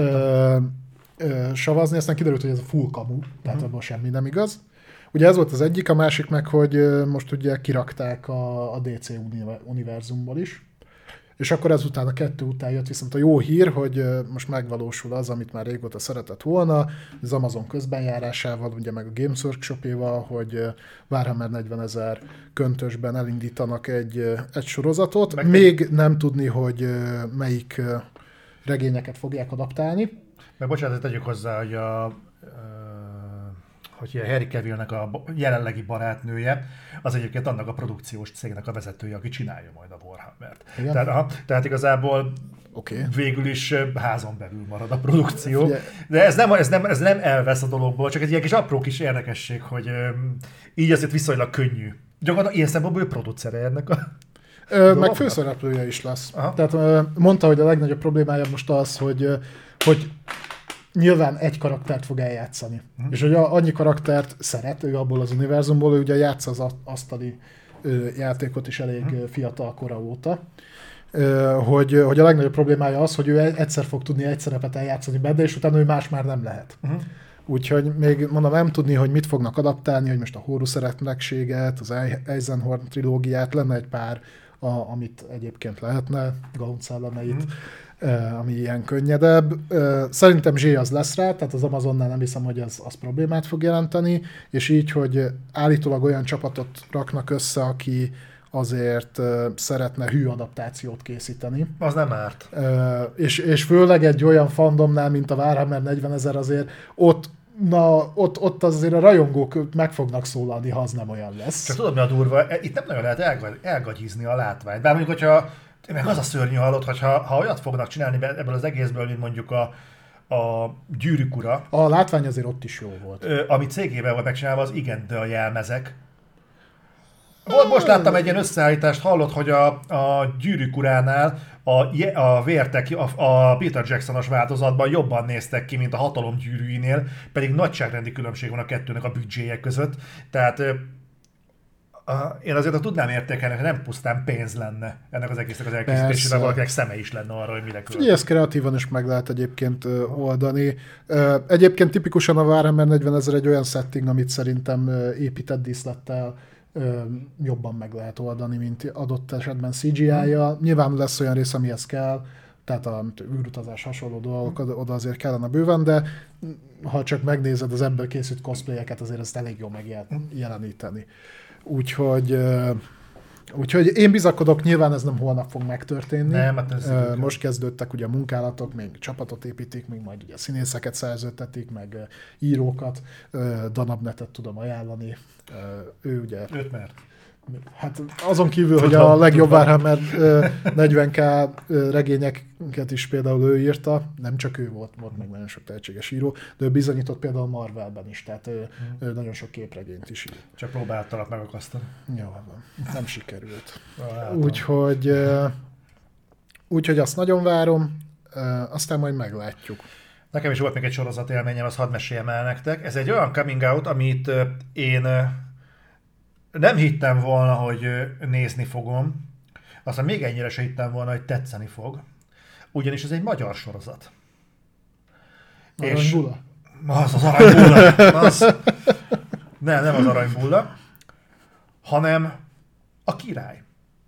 savazni, aztán kiderült, hogy ez a full kamu, tehát uh-huh. abban semmi nem igaz. Ugye ez volt az egyik, a másik meg, hogy most ugye kirakták a, a dé cé univerzumból is, és akkor ezután a kettő után jött viszont a jó hír, hogy most megvalósul az, amit már régóta szeretett volna, az Amazon közbenjárásával, ugye meg a Games Workshop-éval, hogy Warhammer negyvenezer köntösben elindítanak egy, egy sorozatot. Meg még nem tudni, hogy melyik regényeket fogják adaptálni. Meg bocsánat, tegyük hozzá, hogy a, hogy a Henry Cavillnek a jelenlegi barátnője, az egyébként annak a produkciós cégnek a vezetője, aki csinálja majd a Warhammert. Tehát, aha, tehát igazából okay. végül is házon belül marad a produkció. Ugye. De ez nem, ez, nem, ez nem elvesz a dologból, csak egy ilyen kis apró kis érdekesség, hogy így azért viszonylag könnyű. Gyakorlatilag ilyen szempontból ő producere ennek a... Ö, meg főszereplője is lesz. Aha. Tehát mondta, hogy a legnagyobb problémája most az, hogy, hogy nyilván egy karaktert fog eljátszani. Uh-huh. És hogy annyi karaktert szeret, ő abból az univerzumból, ő ugye játsza az asztali játékot is elég uh-huh. fiatal kora óta. Hogy, hogy a legnagyobb problémája az, hogy ő egyszer fog tudni egy szerepet eljátszani benne, és utána ő más már nem lehet. Uh-huh. Úgyhogy még mondom, nem tudni, hogy mit fognak adaptálni, hogy most a Horus eretnekséget, az Eisenhorn trilógiát, lenne egy pár, a, amit egyébként lehetne, Gaunt szellemeit, uh-huh. Uh, ami ilyen könnyedebb. Uh, szerintem Zsé az lesz rá, tehát az Amazonnál nem hiszem, hogy az, az problémát fog jelenteni, és így, hogy állítólag olyan csapatot raknak össze, aki azért uh, szeretne hű adaptációt készíteni. Az nem árt. Uh, és, és főleg egy olyan fandomnál, mint a Warhammer negyvenezer, azért ott Na, ott, ott azért a rajongók meg fognak szólalni, ha az nem olyan lesz. Csak tudod, mi a durva? Itt nem nagyon lehet elgagy, elgagyizni a látványt. Bár mondjuk, hogyha meg az a szörnyű hallott, hogy ha, ha olyat fognak csinálni ebből az egészből, mint mondjuk a, a Gyűrűk ura. A látvány azért ott is jó volt. Ö, ami cégében volt megcsinálva, az igen, de a jelmezek. Most láttam egy ilyen összeállítást, hallott, hogy a, a Gyűrűk uránál a, a vértek a, a Peter Jacksonos változatban jobban néztek ki, mint a Hatalom gyűrűinél, pedig nagyságrendi különbség van a kettőnek a büdzséjek között. Tehát én azért tudnám értékelni, hogy nem pusztán pénz lenne ennek az egésznek az elkészítésére, valakinek szeme is lenne arra, hogy mire költ. Figyelj, ezt kreatívan is meg lehet egyébként oldani. Egyébként tipikusan a Warhammer negyvenezer egy olyan setting, amit szerintem épített díszlettel jobban meg lehet oldani, mint adott esetben cé gé í-ja. Hmm. Nyilván lesz olyan rész, amihez kell, tehát a űrutazás hasonló dolgok oda azért kellene bőven, de ha csak megnézed az ebből készült cosplayeket, azért ezt elég jól megjeleníteni. Úgyhogy, úgyhogy én bizakodok, nyilván ez nem holnap fog megtörténni. Nem, hát ez Most kezdődtek ugye a munkálatok, még csapatot építik, még majd ugye színészeket szerződtetik, meg írókat. Danabnetet tudom ajánlani. Ő ugye... Őt mert. Hát azon kívül, tudom, hogy a legjobb Warhammer negyven ká regényeket is például ő írta, nem csak ő volt, volt meg nagyon sok tehetséges író, de ő bizonyított például Marvelben is, tehát ő, hmm. ő nagyon sok képregényt is ír. Csak próbáltalak megakasztani. Jó, nem sikerült. Úgyhogy, úgyhogy azt nagyon várom, aztán majd meglátjuk. Nekem is volt még egy sorozat élményem, azt hadd meséljem el nektek. Ez egy olyan coming out, amit én nem hittem volna, hogy nézni fogom. Aztán még ennyire se hittem volna, hogy tetszeni fog. Ugyanis ez egy magyar sorozat. Aranybulla? Az az aranybulla. Az... Nem, nem az aranybulla, hanem a király.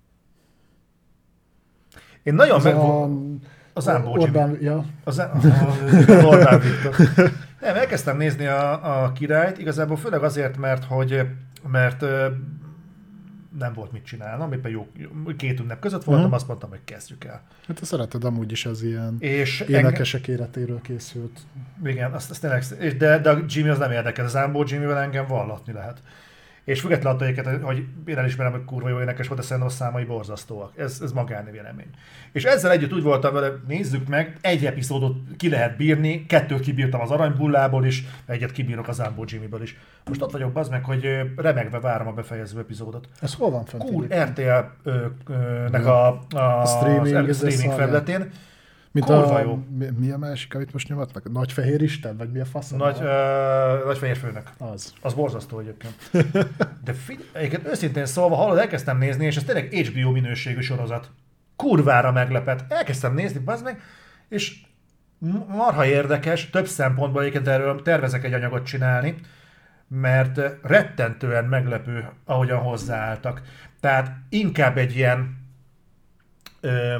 Én nagyon az meg... A... Az Ámbó Orbán, ja. Az, az Orbán Viktor. Nem, elkezdtem nézni a, a királyt, igazából főleg azért, mert hogy mert nem volt mit csinálnom, éppen jó, két ünnep között voltam, uh-huh. azt mondtam, hogy kezdjük el. Hát te szereted amúgy is az ilyen és énekesek enge... életéről készült. Igen, azt, azt tényleg, de, de a Jimmy az nem érdekel, az Ámbó Jimmyvel engem vallatni lehet. És függetlenül attól, hogy én elismerem, hogy kurva jó énekes volt, de szerintem a számai borzasztóak. Ez, ez magáni vélemény. És ezzel együtt úgy voltam vele, nézzük meg, egy epizódot ki lehet bírni, kettőt kibírtam az Aranybullából is, egyet kibírok az Ámbó Jimmyből is. Most ott vagyok, bazd meg, hogy remegve várom a befejező epizódot. Ez hol van fent? Cool er té el-nek a, a, a streaming, streaming felületén. Mint a, mi, mi a másik, amit most nyomatnak? Nagy Fehér Isten? Vagy mi a fasz? Nagy, uh, nagy Fehér Főnök. Az. Az borzasztó egyébként. De figyelj, őszintén szólva, hallod, elkezdtem nézni, és ez tényleg há bé o minőségű sorozat. Kurvára meglepett. Elkezdtem nézni, bazd meg, és marha érdekes, több szempontból egyébként erről tervezek egy anyagot csinálni, mert rettentően meglepő, ahogyan hozzáálltak. Tehát inkább egy ilyen... Ö,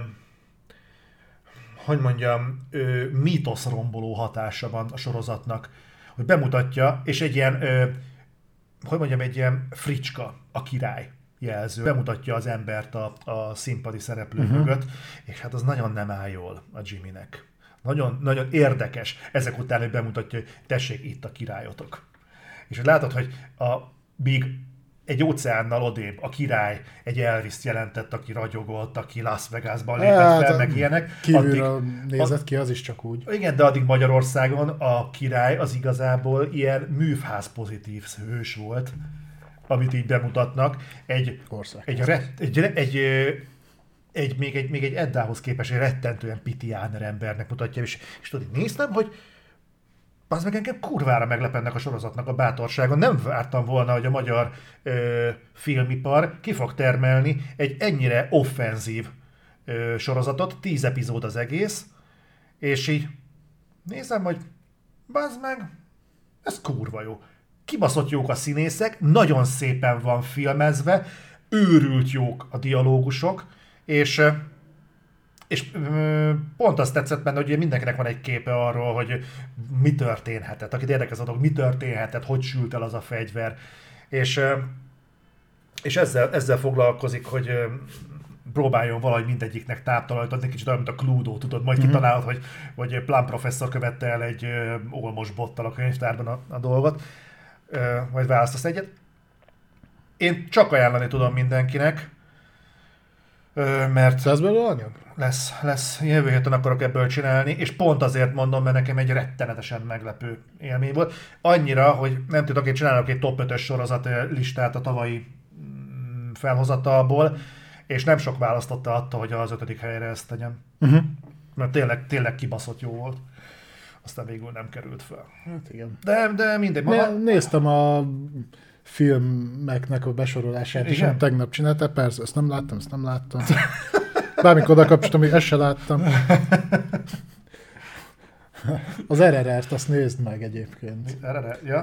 hogy mondjam, ö, mítoszromboló hatása van a sorozatnak, hogy bemutatja, és egy ilyen, ö, hogy mondjam, egy ilyen fricska, a király jelző, bemutatja az embert a, a színpadi szereplő uh-huh. mögött, és hát az nagyon nem áll jól a Jimmynek. Nagyon, nagyon érdekes ezek után, hogy bemutatja, hogy tessék, itt a királyotok. És hogy látod, hogy a Big egy óceánnal odébb a király egy Elvis-t jelentett, aki ragyogott, aki Las Vegasban lépett hát, fel, meg ilyenek. Kívülről addig, nézett ki, az is csak úgy. Igen, de addig Magyarországon a király az igazából ilyen művház pozitív hős volt, amit így bemutatnak. Egy, egy, rett, egy, egy, egy, egy, még egy, még egy Eddához képest egy rettentően pitiáner embernek mutatja, és, és tudod, néztem, hogy az meg engem kurvára meglepennek a sorozatnak a bátorságon. Nem vártam volna, hogy a magyar ö, filmipar ki fog termelni egy ennyire offenzív ö, sorozatot, tíz epizód az egész, és így nézem, hogy bazd meg, ez kurva jó. Kibaszott jók a színészek, nagyon szépen van filmezve, őrült jók a dialógusok, és... És pont azt tetszett benne, hogy mindenkinek van egy képe arról, hogy mi történhetett. Akit érdekel az adok, mi történhetett, hogy sült el az a fegyver. És, és ezzel, ezzel foglalkozik, hogy próbáljon valahogy mindegyiknek táptalajt adni, kicsit olyan, mint a Cluedo, tudod, majd mm-hmm. kitalálod, hogy, hogy Plum professzor követte el egy olmos bottal a könyvtárban a, a dolgot. Majd választasz egyet. Én csak ajánlani tudom mindenkinek, mert... Lesz belőle anyag? Lesz, lesz. Jövő héten akarok ebből csinálni, és pont azért mondom, mert nekem egy rettenetesen meglepő élmény volt. Annyira, hogy nem tudok, én csinálok egy top ötös sorozat listát a tavalyi felhozatalból, és nem sok választotta attól, hogy az ötödik helyre ezt tegyem. Uh-huh. Mert tényleg, tényleg kibaszott jó volt. Aztán végül nem került fel. Hát igen. De, de mindegy. Ma... Néztem a filmeknek a besorolását, és én tegnap csináltam. Persze, ezt nem láttam, ezt nem láttam. Bármikor oda kapcsoltam, hogy ezt se láttam. Az er er er-t azt nézd meg egyébként. er er er? Ja?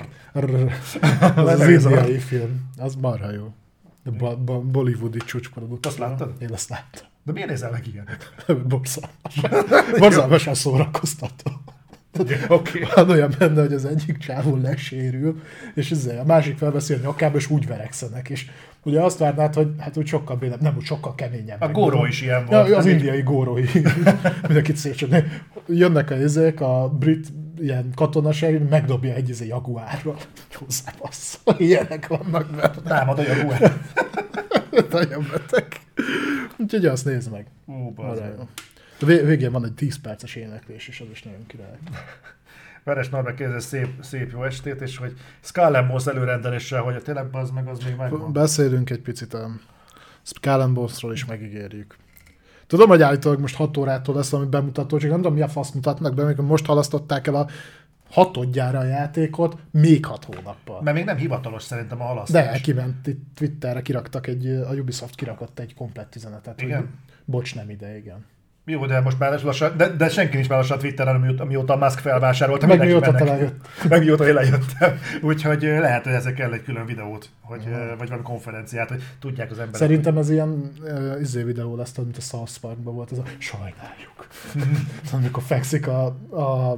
Az az indiai film. Az marha jó. De bo- bo- bollywoodi csúcsprodukció. Azt láttad? Én azt láttam. De miért nézel meg ilyen? Borzalmas. Borzalmasan szórakoztató. Okay. Van olyan benne, hogy az egyik csávó lesérül, és ezzel a másik felveszi a nyakába, és úgy verekszenek. És ugye azt várnád, hogy hát úgy sokkal bélem, nem úgy sokkal keményebb. A góró is ilyen volt. Ja, az indiai górói. Mindenkit szétcsönni. Jönnek a izék, a brit ilyen katonaság, megdobja egy izé jaguárral. Hozzá bassz. Ilyenek vannak benne. Támad a jaguár. Nagyon beteg. Úgyhogy azt nézd meg. Ú, bazd. A végén van egy tíz perces éneklés, és az is nagyon király. Veres Norbert kérdez szép, szép jó estét, és hogy Skull and Bones előrendeléssel, hogy tényleg az meg az még megvan. Beszélünk egy picit a Skull and Bones-ról is megígérjük. Tudom, hogy állítólag most hat órától lesz, ami bemutató, csak nem tudom, mi a fasz mutatnak be, amikor most halasztották el a hatodjára a játékot, még hat hónappal. Mert még nem hivatalos szerintem a halasztás. De kiment, itt Twitterre kiraktak egy, a Ubisoft kirakott egy komplett üzenetet. Igen? Hogy bocs, nem ide, igen. Jó, de most már lassan, de, de senki nincs már lassan Twitteren, amióta, amióta a Musk felvásárolta. Meg mióta te lejött. Meg mióta én lejöttem. Úgyhogy lehet, hogy ezek kell egy külön videót, hogy, uh-huh. vagy valami konferenciát, hogy tudják az emberek. Szerintem ez ilyen uh, izé videó lesz, mint a South Parkban volt, ez a sajnáljuk. Amikor fekszik a, a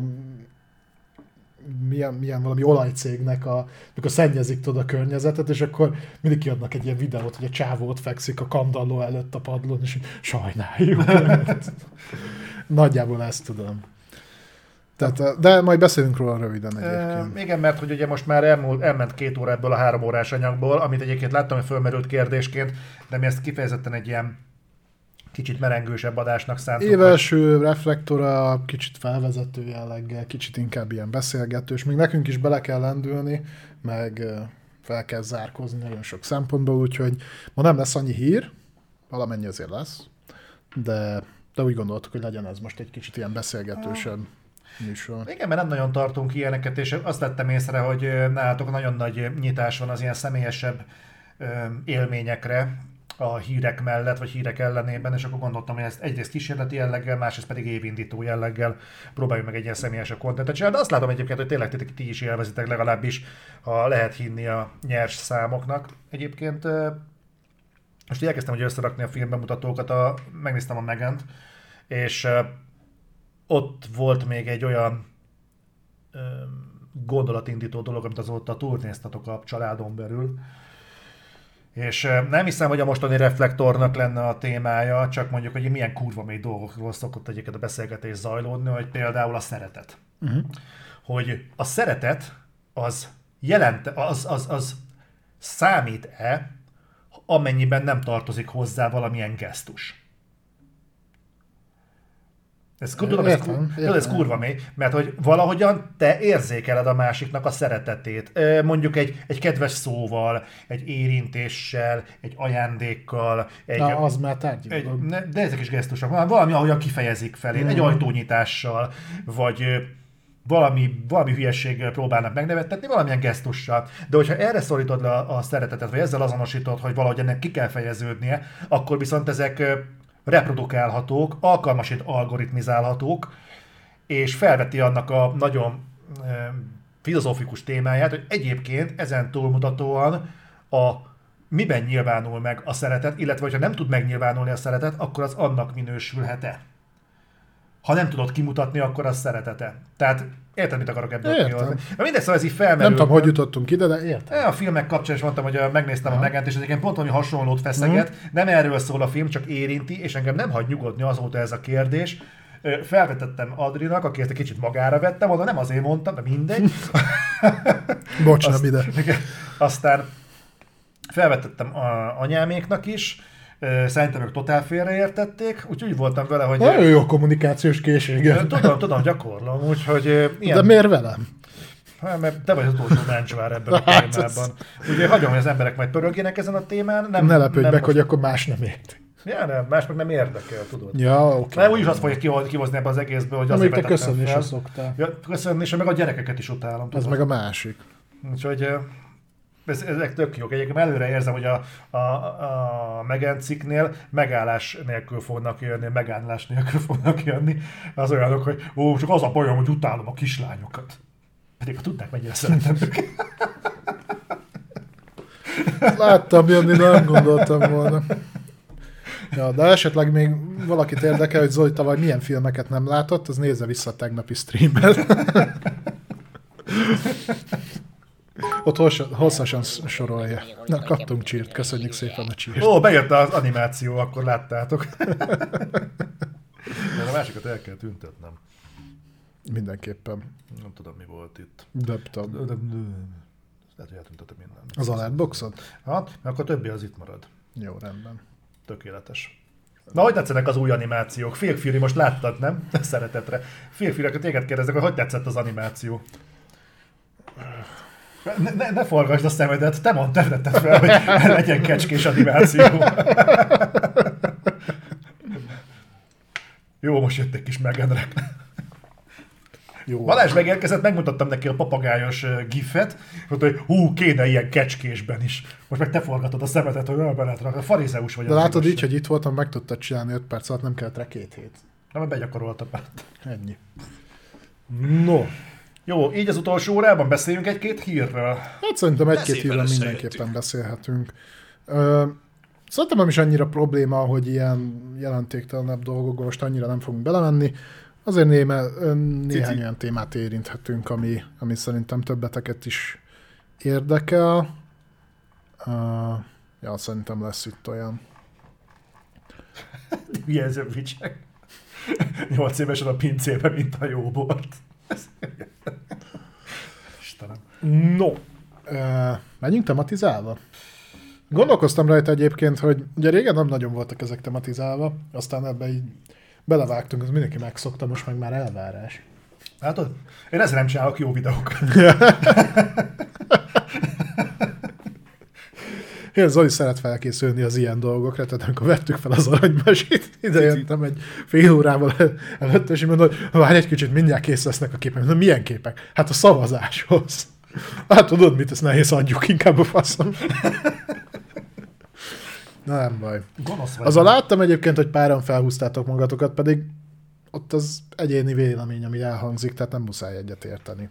milyen, milyen valami olajcégnek, a, amikor szennyezik tudod a környezetet, és akkor mindig kiadnak egy ilyen videót, hogy a csávó ott fekszik a kandalló előtt a padlón, és sajnáljuk. Nagyjából ezt tudom. Tehát, de majd beszélünk róla röviden egyébként. E, igen, mert hogy ugye most már elmúlt, elment két óra ebből a három órás anyagból, amit egyébként láttam, hogy fölmerült kérdésként, de mi ezt kifejezetten egy ilyen kicsit merengősebb adásnak szántuk. Évelső reflektora, kicsit felvezető jelleggel, kicsit inkább ilyen beszélgetős. Még nekünk is bele kell lendülni, meg fel kell zárkózni nagyon sok szempontból, úgyhogy ma nem lesz annyi hír, valamennyi azért lesz, de, de úgy gondoltuk, hogy legyen ez most egy kicsit ilyen beszélgetősebb műsor. Igen, mert nem nagyon tartunk ilyeneket, és azt vettem észre, hogy nálatok nagyon nagy nyitás van az ilyen személyesebb élményekre, a hírek mellett, vagy hírek ellenében, és akkor gondoltam, hogy ezt egyrészt kísérleti jelleggel, másrészt pedig évindító jelleggel próbáljuk meg egy ilyen személyesebb kontentet csinálni. De azt látom egyébként, hogy tényleg ti, ti is élvezitek, legalábbis, ha lehet hinni a nyers számoknak. Egyébként most elkezdtem, hogy összerakni a filmbemutatókat, a, megnéztem a Megent, és ott volt még egy olyan gondolatindító dolog, amit azóta túlnéztatok a családon belül. És nem hiszem, hogy a mostani reflektornak lenne a témája, csak mondjuk, hogy milyen kurva mély dolgokról szokott egyébként a beszélgetés zajlódni, hogy például a szeretet. Uh-huh. Hogy a szeretet az jelent, az, az, az számít-e, amennyiben nem tartozik hozzá valamilyen gesztus. Ez, tudom, ez, értem, ez, ez kurva mély, mert hogy valahogyan te érzékeled a másiknak a szeretetét. Mondjuk egy, egy kedves szóval, egy érintéssel, egy ajándékkal. Egy, Na, az már tárgyi. Egy, de ezek is gesztusok. Valami, ahogyan kifejezik felé, mm. egy ajtónyitással, vagy valami, valami hülyességgel próbálnak megnevettetni, valamilyen gesztussal. De hogyha erre szorítod le a, a szeretetet, vagy ezzel azonosítod, hogy valahogy ennek ki kell fejeződnie, akkor viszont ezek reprodukálhatók, alkalmasít algoritmizálhatók, és felveti annak a nagyon e, filozófikus témáját, hogy egyébként ezen túlmutatóan a miben nyilvánul meg a szeretet, illetve hogyha nem tud megnyilvánulni a szeretet, akkor az annak minősülhet-e. Ha nem tudod kimutatni, akkor az szeretete. Tehát érted, mit akarok ebből kihozni? Mindegy, szóval ez így felmerül. Nem tudom, hogy jutottunk ide, de értem. A filmek kapcsán is mondtam, hogy megnéztem Aha. a Megent, és egyébként pont valami hasonlót feszeget. Mm. Nem erről szól a film, csak érinti, és engem nem hagy nyugodni azóta ez a kérdés. Felvetettem Adrinak, aki ezt egy kicsit magára vettem, oda nem azért mondtam, de mindegy. Bocs, nem ide. Aztán felvetettem a anyáméknak is, szerintem ők totál félreértették, úgyhogy úgy voltam vele, hogy... Nagyon jó kommunikációs készsége. Tudom, tudom, gyakorlom, úgyhogy... Ilyen... De miért velem? Hát, mert te vagy az utolsó mencsvár ebben a hát témában. Ugye hagyom, hogy az emberek majd pörögjenek ezen a témán. Nem, ne lepődj meg, most... hogy akkor más nem érti. Ja, nem, más meg nem érdekel, tudod. Ja, oké. Okay. Mert úgyis azt fogja kihozni ebbe az egészből, hogy azért vetettem fel. Köszönni se szoktál. Ja, köszönni, és meg a gyerekeket is utálom. Ez meg a másik. Úgyhogy ez, ezek tök jók. Egyébként előre érzem, hogy a, a, a Meghan cikknél megállás nélkül fognak jönni, megállás nélkül fognak jönni az olyanok, hogy ó, csak az a bajom, hogy utálom a kislányokat. Pedig ha tudnák, mennyire szeretem őket. Láttam jönni, nem gondoltam volna. Ja, de esetleg még valakit érdekel, hogy Zoli tavaly milyen filmeket nem látott, az nézze vissza a tegnapi streamet. Ott hosszasan sorolja. Na, kaptunk csírt, köszönjük szépen a csírt. Ó, bejött az animáció, akkor láttátok. De a másikat el kell tüntetnem. Mindenképpen. Nem tudom, mi volt itt. Döptam. Lehet, hogy eltüntetem minden. Az alertboxod? Hát, mert akkor többi az itt marad. Jó, rendben. Tökéletes. Na, hogy tetszenek az új animációk? Phil Fury, most láttad, nem? Szeretetre. Phil Fury, akkor téged kérdezek, hogy hogy tetszett az animáció? Ne, ne, ne forgasd a szemedet, te mondtad, tetted fel, hogy legyen kecskés animáció. Jó, most jött egy kis megenrek. Balázs megérkezett, megmutattam neki a papagájos gifet, mondta, hogy hú, kéne ilyen kecskésben is. Most meg te forgatod a szemedet, hogy olyan beletrak, a farizeus vagy. De látod így, hogy itt voltam, meg tudtad csinálni öt perc alatt, nem kellett rá két hét. Na, mert begyakoroltam. Ennyi. No. Jó, így az utolsó órában beszéljünk egy-két hírről. Hát szerintem egy-két hírről mindenképpen beszélhetünk. Ö, szerintem nem is annyira probléma, hogy ilyen jelentéktelenebb dolgokba most annyira nem fogunk belemenni. Azért néme, néhány Cici. olyan témát érinthetünk, ami, ami szerintem többeteket is érdekel. Uh, ja, szerintem lesz itt olyan. Milyen vicsek. Nyolc évesen a pincébe, mint a jó bort. Istenem. No. Uh, menjünk tematizálva? Gondolkoztam rajta egyébként, hogy ugye régen nem nagyon voltak ezek tematizálva, aztán ebbe így belevágtunk, az mindenki megszokta, most meg már elvárás. Látod? Én ezzel nem csinálok jó videókat. Én Zoli szeret felkészülni az ilyen dolgokra, tehát amikor vettük fel az aranymesit, ide jöttem egy fél órával előtt, és mondom, hogy várj egy kicsit, mindjárt kész lesznek a képek. Mondom, milyen képek? Hát a szavazáshoz. Hát tudod mit, ezt nehéz adjuk, inkább a faszom. Na nem baj. Azzal láttam egyébként, hogy páran felhúztátok magatokat, pedig ott az egyéni vélemény, ami elhangzik, tehát nem muszáj egyet érteni.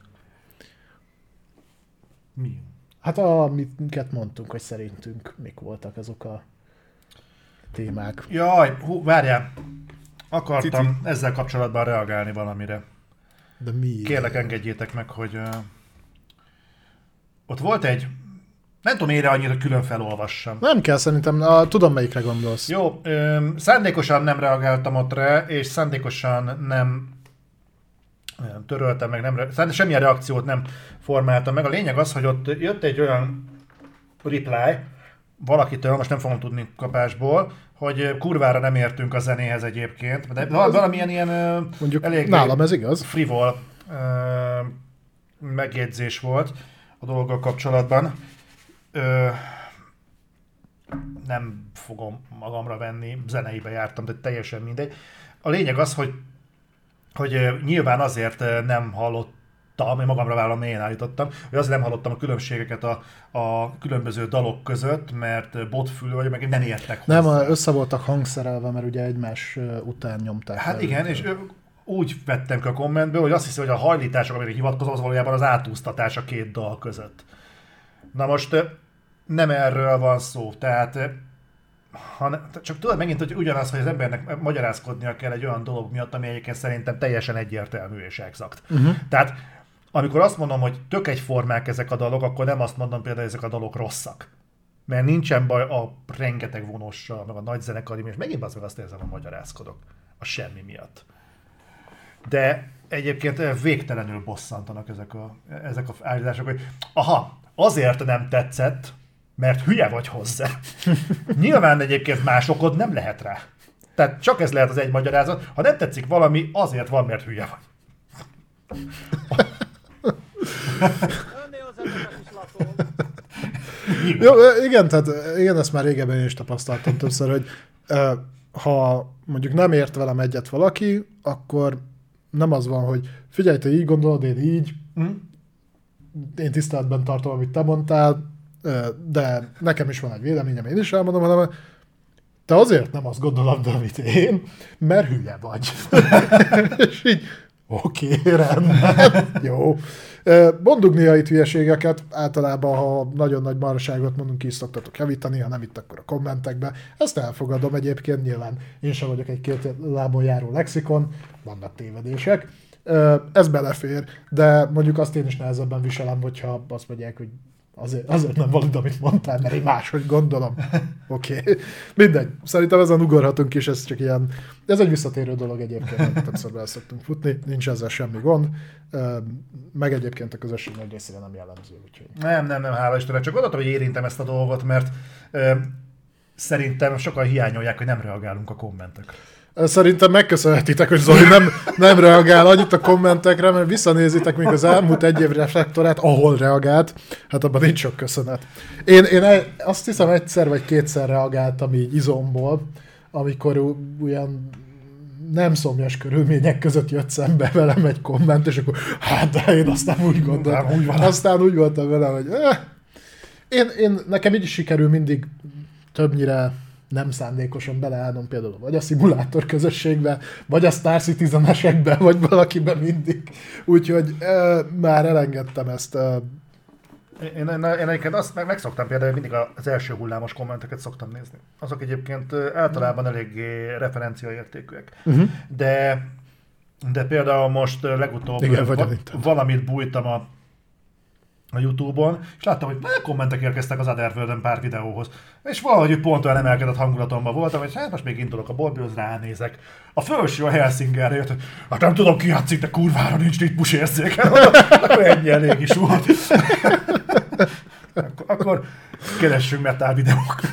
Mi? Hát amiket mondtunk, hogy szerintünk mik voltak azok a témák. Jaj, hú, várjál. Akartam Cici. ezzel kapcsolatban reagálni valamire. De mi? Kérlek, engedjétek meg, hogy uh, ott volt egy, nem tudom, ére annyira külön felolvassam. Nem kell, szerintem, a, tudom melyikre gondolsz. Jó, ö, szándékosan nem reagáltam ott rá, és szándékosan nem töröltem meg, nem, semmilyen reakciót nem formáltam meg. A lényeg az, hogy ott jött egy olyan reply valakitől, most nem fogom tudni kapásból, hogy kurvára nem értünk a zenéhez egyébként, de valamilyen ilyen mondjuk elég nálam ez igaz. Frivol ö, megjegyzés volt a dologgal kapcsolatban. Ö, nem fogom magamra venni, zeneibe jártam, de teljesen mindegy. A lényeg az, hogy hogy nyilván azért nem hallottam, én magamra vállalom, én állítottam, hogy azért nem hallottam a különbségeket a, a különböző dalok között, mert botfülő vagyok, meg nem értek hozzá. Nem, össze voltak hangszerelve, mert ugye egymás után nyomták. Hát igen, és úgy vettem ki a kommentből, hogy azt hiszi, hogy a hajlítások, amire hivatkozom, az valójában az átúsztatás a két dal között. Na most nem erről van szó, tehát hanem, csak tudod megint, hogy ugyanaz, hogy az embernek magyarázkodnia kell egy olyan dolog miatt, ami egyébként szerintem teljesen egyértelmű és exakt. Uh-huh. Tehát amikor azt mondom, hogy tök egyformák ezek a dalok, akkor nem azt mondom például, hogy ezek a dalok rosszak. Mert nincsen baj a rengeteg vonossal, meg a nagy zenekari, és megint az meg azt érzem, hogy magyarázkodok. A semmi miatt. De egyébként végtelenül bosszantanak ezek a, ezek a állítások, hogy aha, azért nem tetszett, mert hülye vagy hozzá. Nyilván egyébként más okod nem lehet rá. Tehát csak ez lehet az egy magyarázat. Ha nem tetszik valami, azért van, mert hülye vagy. Jó, igen, tehát igen, ezt már régebben is tapasztaltam többször, hogy ha mondjuk nem ért velem egyet valaki, akkor nem az van, hogy figyelj, te így gondolod, én így, mm. én tiszteletben tartom, amit te mondtál, de nekem is van egy véleményem, én is elmondom, hanem te azért nem azt gondolod, amit én, mert hülye vagy. És így, oké, okay, rendben, jó. Mondunk néha itt hülyeségeket, általában, ha nagyon nagy marhaságot mondunk, ki is szoktatok javítani, ha nem itt, akkor a kommentekbe. Ezt elfogadom egyébként, nyilván én sem vagyok egy két lábon járó lexikon, vannak tévedések. Ez belefér, de mondjuk azt én is nehezebben viselem, hogyha azt mondják, hogy azért, azért nem valid, amit mondtál, mert én máshogy gondolom. Oké. Okay. Mindegy. Szerintem ezen ugorhatunk is, ez csak ilyen... Ez egy visszatérő dolog egyébként, mert többször bele szoktunk futni, nincs ezzel semmi gond. Meg egyébként a közösség nagy részére nem jellemző. Úgyhogy... Nem, nem, nem, hála Istennek. Csak gondoltam, hogy érintem ezt a dolgot, mert ö, szerintem sokan hiányolják, hogy nem reagálunk a kommentekre. Szerintem megköszönhetitek, hogy Zoli nem, nem reagál annyit a kommentekre, mert visszanézitek még az elmúlt egy év reflektorát, ahol reagált, hát abban nincs sok köszönet. Én, én azt hiszem egyszer vagy kétszer reagáltam így izomból, amikor olyan nem szomjas körülmények között jött szembe velem egy komment, és akkor hát de én aztán úgy gondoltam, úgy van. Aztán úgy voltam vele, hogy eh. én, én, nekem így is sikerül mindig többnyire nem szándékosan beleállnom például vagy a szimulátor közösségbe, vagy a Star Citizen-esekbe, vagy valakiben mindig. Úgyhogy e, már elengedtem ezt. E. Én, én, én egyébként azt meg, megszoktam például, hogy mindig az első hullámos kommenteket szoktam nézni. Azok egyébként általában eléggé referenciaértékűek. Uh-huh. De, de például most legutóbb igen, va, valamit bújtam a a YouTube-on, és láttam, hogy kommentek érkeztek az Otherworld-en pár videóhoz. És valahogy pont olyan emelkedett hangulatomban voltam, hogy hát most még indulok a boltból, ránézek. A felső a Helsingerre jött, hogy hát nem tudom ki játszik, de kurvára nincs ritmus érzéken. Akkor ennyi elég is volt. akkor, akkor keressünk metal videókat.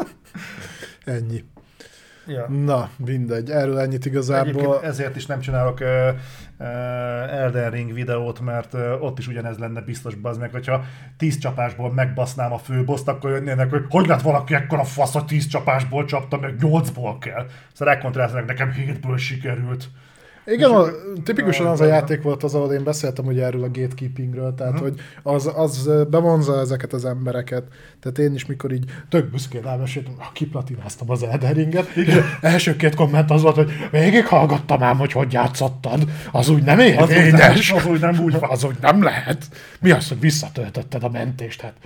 Ennyi. Ja. Na, mindegy, erről ennyit igazából. Egyébként ezért is nem csinálok uh, uh, Elden Ring videót, mert uh, ott is ugyanez lenne biztos, bazd meg, hogyha tíz csapásból megbasznám a főboszt, akkor jönnének, hogy hogy lett valaki ekkora fasz, hogy tíz csapásból csapta, meg nyolcból kell. Szóval elkontráznak, nekem hétből sikerült. Igen, a, tipikusan az a játék volt az, ahol én beszéltem ugye erről a gatekeepingről, tehát uh-huh. hogy az, az bevonza ezeket az embereket. Tehát én is mikor így tök büszkén elmeséltem, kiplatináztam az Elden Ringet, és első két komment az volt, hogy végighallgattam ám, hogy hogy játszottad, az úgy nem érvényes. Az, az úgy nem úgy van. Az úgy nem lehet. Mi az, hogy visszatöltötted a mentést? Hát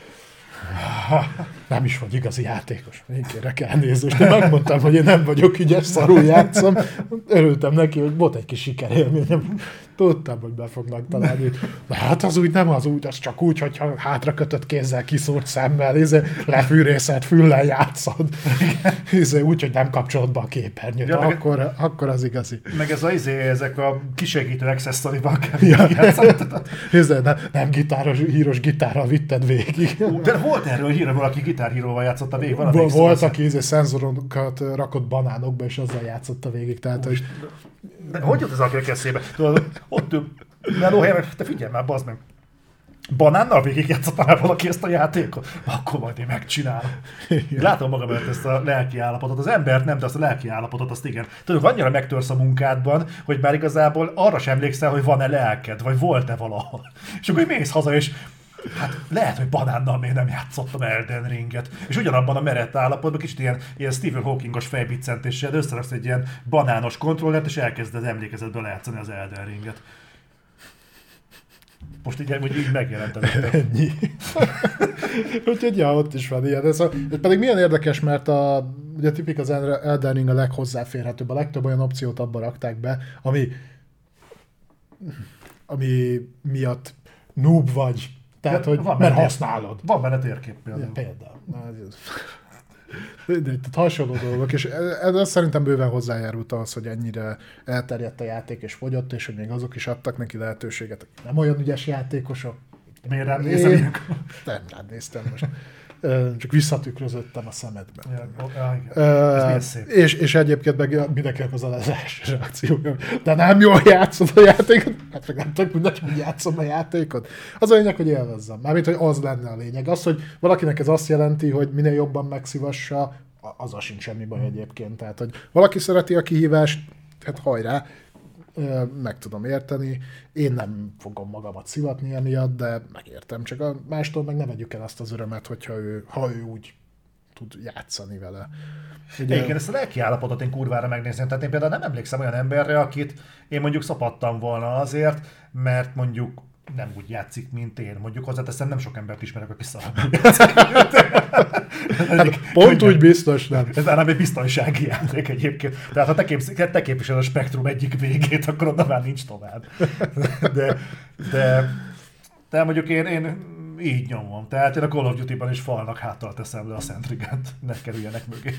nem is vagy igazi játékos. Én kérek elnézést. Én megmondtam, hogy én nem vagyok ügyes, szarul játszom. Örültem neki, hogy volt egy kis sikerélményem. Tudtam, hogy be fognak találni. De hát az úgy nem az úgy, az csak úgy, hogyha hátra kötött kézzel, kiszúrt szemmel, izé, lefűrészelt füllel játszod. Izé, úgy, hogy nem kapcsolod be a képernyőt. Ja, akkor, meg, akkor az igazi. Meg ez a, izé, ezek a kisegítő accessoriban kell ja. játszani. Izé, nem, nem gitáros, híros gitárral vitted végig. De volt erről híre, valaki gitárhíróval játszotta végig. Volt, volt aki izé, szenzorokat rakott banánokba, és azzal játszotta végig. Tehát, hogy... De hogy jött ez a eszébe? Tudod, ott ő, melóhelyen, te figyelj már, bazd meg. Banánnal végig játszottam valaki ezt a játékot? Akkor majd én megcsinálom. Látom magam előtt ezt a lelki állapotot. Az embert nem, de azt a lelki állapotot, azt igen. Tudod, annyira megtörsz a munkádban, hogy már igazából arra sem emlékszel, hogy van-e lelked, vagy volt-e valahol. És akkor mész haza, és hát lehet, hogy banánnal még nem játszottam Elden Ringet. És ugyanabban a merett állapotban kicsit ilyen, ilyen Stephen Hawkingos fejbiccentéssel összeraksz egy ilyen banános kontrollert, és elkezded emlékezetből játszani az Elden Ringet. Most így, hogy így megjelentem. Ennyi. Úgyhogy ja, ott is van ilyen. Ez, a, ez pedig milyen érdekes, mert a, ugye tipik az Elden Ring a leghozzáférhetőbb, a legtöbb olyan opciót abba rakták be, ami, ami miatt noob vagy. Tehát, hogy van mert használod. Van benne térkép például. Ja, például. De, de, hasonló dolgok, és ez, ez szerintem bőven hozzájárult ahhoz, hogy ennyire elterjedt a játék és fogyott, és hogy még azok is adtak neki lehetőséget, nem olyan ügyes játékosok. Miért rám nézem? Nem rád néztem most. csak visszatükrözöttem a szemedbe. Ja, ja, uh, és, és egyébként meg mindenkinek az a lezás reakciója. De nem jól játszod a játékot? Hát meg nem tök mindegy, hogy játszom a játékot. Az a lényeg, hogy élvezzem. Mármint, hogy az lenne a lényeg. Az, hogy valakinek ez azt jelenti, hogy minél jobban megszívassa, azzal sincs semmi baj egyébként. Tehát, hogy valaki szereti a kihívást, hát hajrá, meg tudom érteni. Én nem fogom magamat szivatni emiatt, de megértem. Csak a mástól meg ne vegyük el azt az örömet, hogyha ő, ha ő úgy tud játszani vele. Ugye... Egyébként ezt a lelki állapotot én kurvára megnézném. Tehát én például nem emlékszem olyan emberre, akit én mondjuk szapadtam volna azért, mert mondjuk nem úgy játszik, mint én. Mondjuk hozzáteszem, nem sok embert ismerek, aki szarabban játszik. Hát pont úgy biztos nem. Ez már nem egy biztonsági játék egyébként. Tehát ha te, képz, te képviseled a spektrum egyik végét, akkor onnan már nincs tovább. De, de, de mondjuk én, én így nyomom. Tehát én a Call of Duty-ban is falnak háttal teszem le a Sentry-t, ne kerüljenek mögé.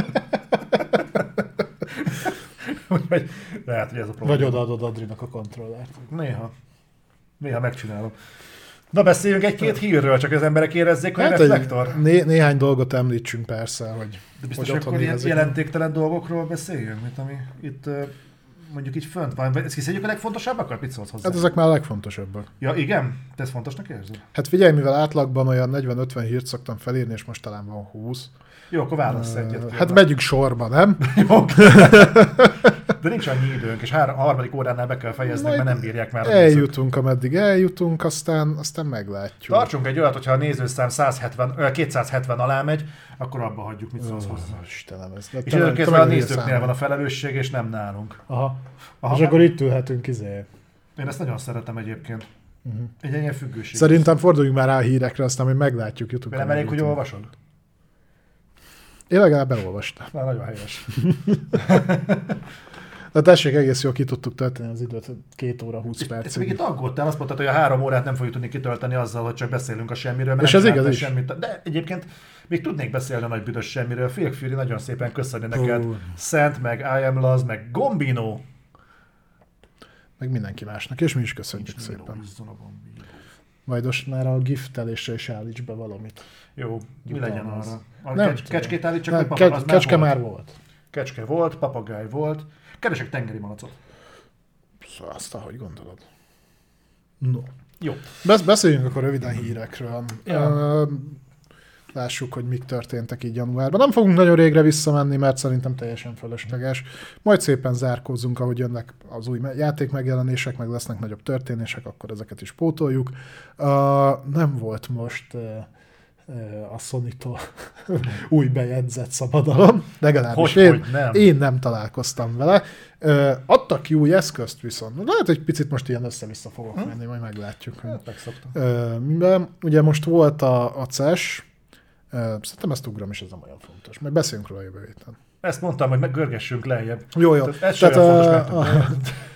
Vagy, lehet, hogy ez a probléma. Vagy odaadod Adrinak a kontrollert. Néha. Néha megcsinálom. Na beszéljünk egy-két hírről, csak az emberek érezzék, hogy hát Reflektor. Né- néhány dolgot említsünk persze, hogy de biztos, hogy akkor ilyen jelentéktelen dolgokról beszéljünk, mint ami itt mondjuk így fönt van. Ezt kiszedjük a legfontosabbakat? Mit szólsz hozzá? Hát ezek már a legfontosabbak. Ja igen? Te ezt fontosnak érzed? Hát figyelj, mivel átlagban olyan negyven-ötven hírt szoktam felírni, és most talán van húsz. Jó, akkor válasz egyet. Uh, hát megyünk sorba, nem? Jó. De nincs annyi időnk, és három, a harmadik óránál be kell fejezni, mert nem bírják már. Eljutunk, ameddig eljutunk, aztán, aztán meglátjuk. Tartsunk egy olyat, hogyha a nézőszám száz hetven, kétszázhetven alá megy, akkor abba hagyjuk, mit szólsz hozzá. Oh, Istenem, ez és időnkézben a nézőknél van a felelősség, és nem nálunk. Aha. Aha. És akkor itt ülhetünk izé. Én ezt nagyon szeretem egyébként. Uh-huh. Egy ilyen függőség. Szerintem forduljunk már rá a hírekre, aztán hogy meglátjuk. YouTube-on. Nem elég, hogy olvasod? Én legalább elolvastam. Na, nagyon helyes. De tessék, egész jól ki tudtuk tölteni az időt, két óra húsz percig. És még itt aggódtál, azt mondtad, hogy a három órát nem fogjuk tudni kitölteni azzal, hogy csak beszélünk a semmiről, mert és nem ez igaz is. Semmit. De egyébként még tudnék beszélni a nagy büdös semmiről. Phil Fury, nagyon szépen köszönni neked. Uh. Szent, meg I Am Laz, meg Gombino. Meg mindenki másnak, és mi is köszönjük Nincs szépen. Majd most már a giftelésre is állíts be valamit. Jó, mi legyen arra? A nem, kecs, kecskét állítsak, nem, hogy ke- Kecske már volt. volt. Kecske volt, papagáj volt. Keresek tengeri malacot. Szóval azt, ahogy gondolod. No. Jó. Besz- beszéljünk akkor röviden hírekről. Ja. Uh, lássuk, hogy mik történtek így januárban. Nem fogunk nagyon régre visszamenni, mert szerintem teljesen fölösleges. Majd szépen zárkózzunk, ahogy jönnek az új játék megjelenések, meg lesznek nagyobb történések, akkor ezeket is pótoljuk. Uh, nem volt most uh, uh, a Sony-tól új bejegyzett szabadalom, legalábbis hogy, én, hogy nem. én nem találkoztam vele. Uh, adtak ki új eszközt viszont. Lehet, hogy picit most ilyen össze-vissza fogok hm? menni, majd meglátjuk. Uh, miben, ugye most volt a, a cé e es, Uh, szerintem ezt ugrom, és ez nem olyan fontos. Majd beszéljünk róla jövő héten. Ezt mondtam, hogy görgessünk lejjebb. Jó, jó. Tehát ez Tehát, uh, fontos,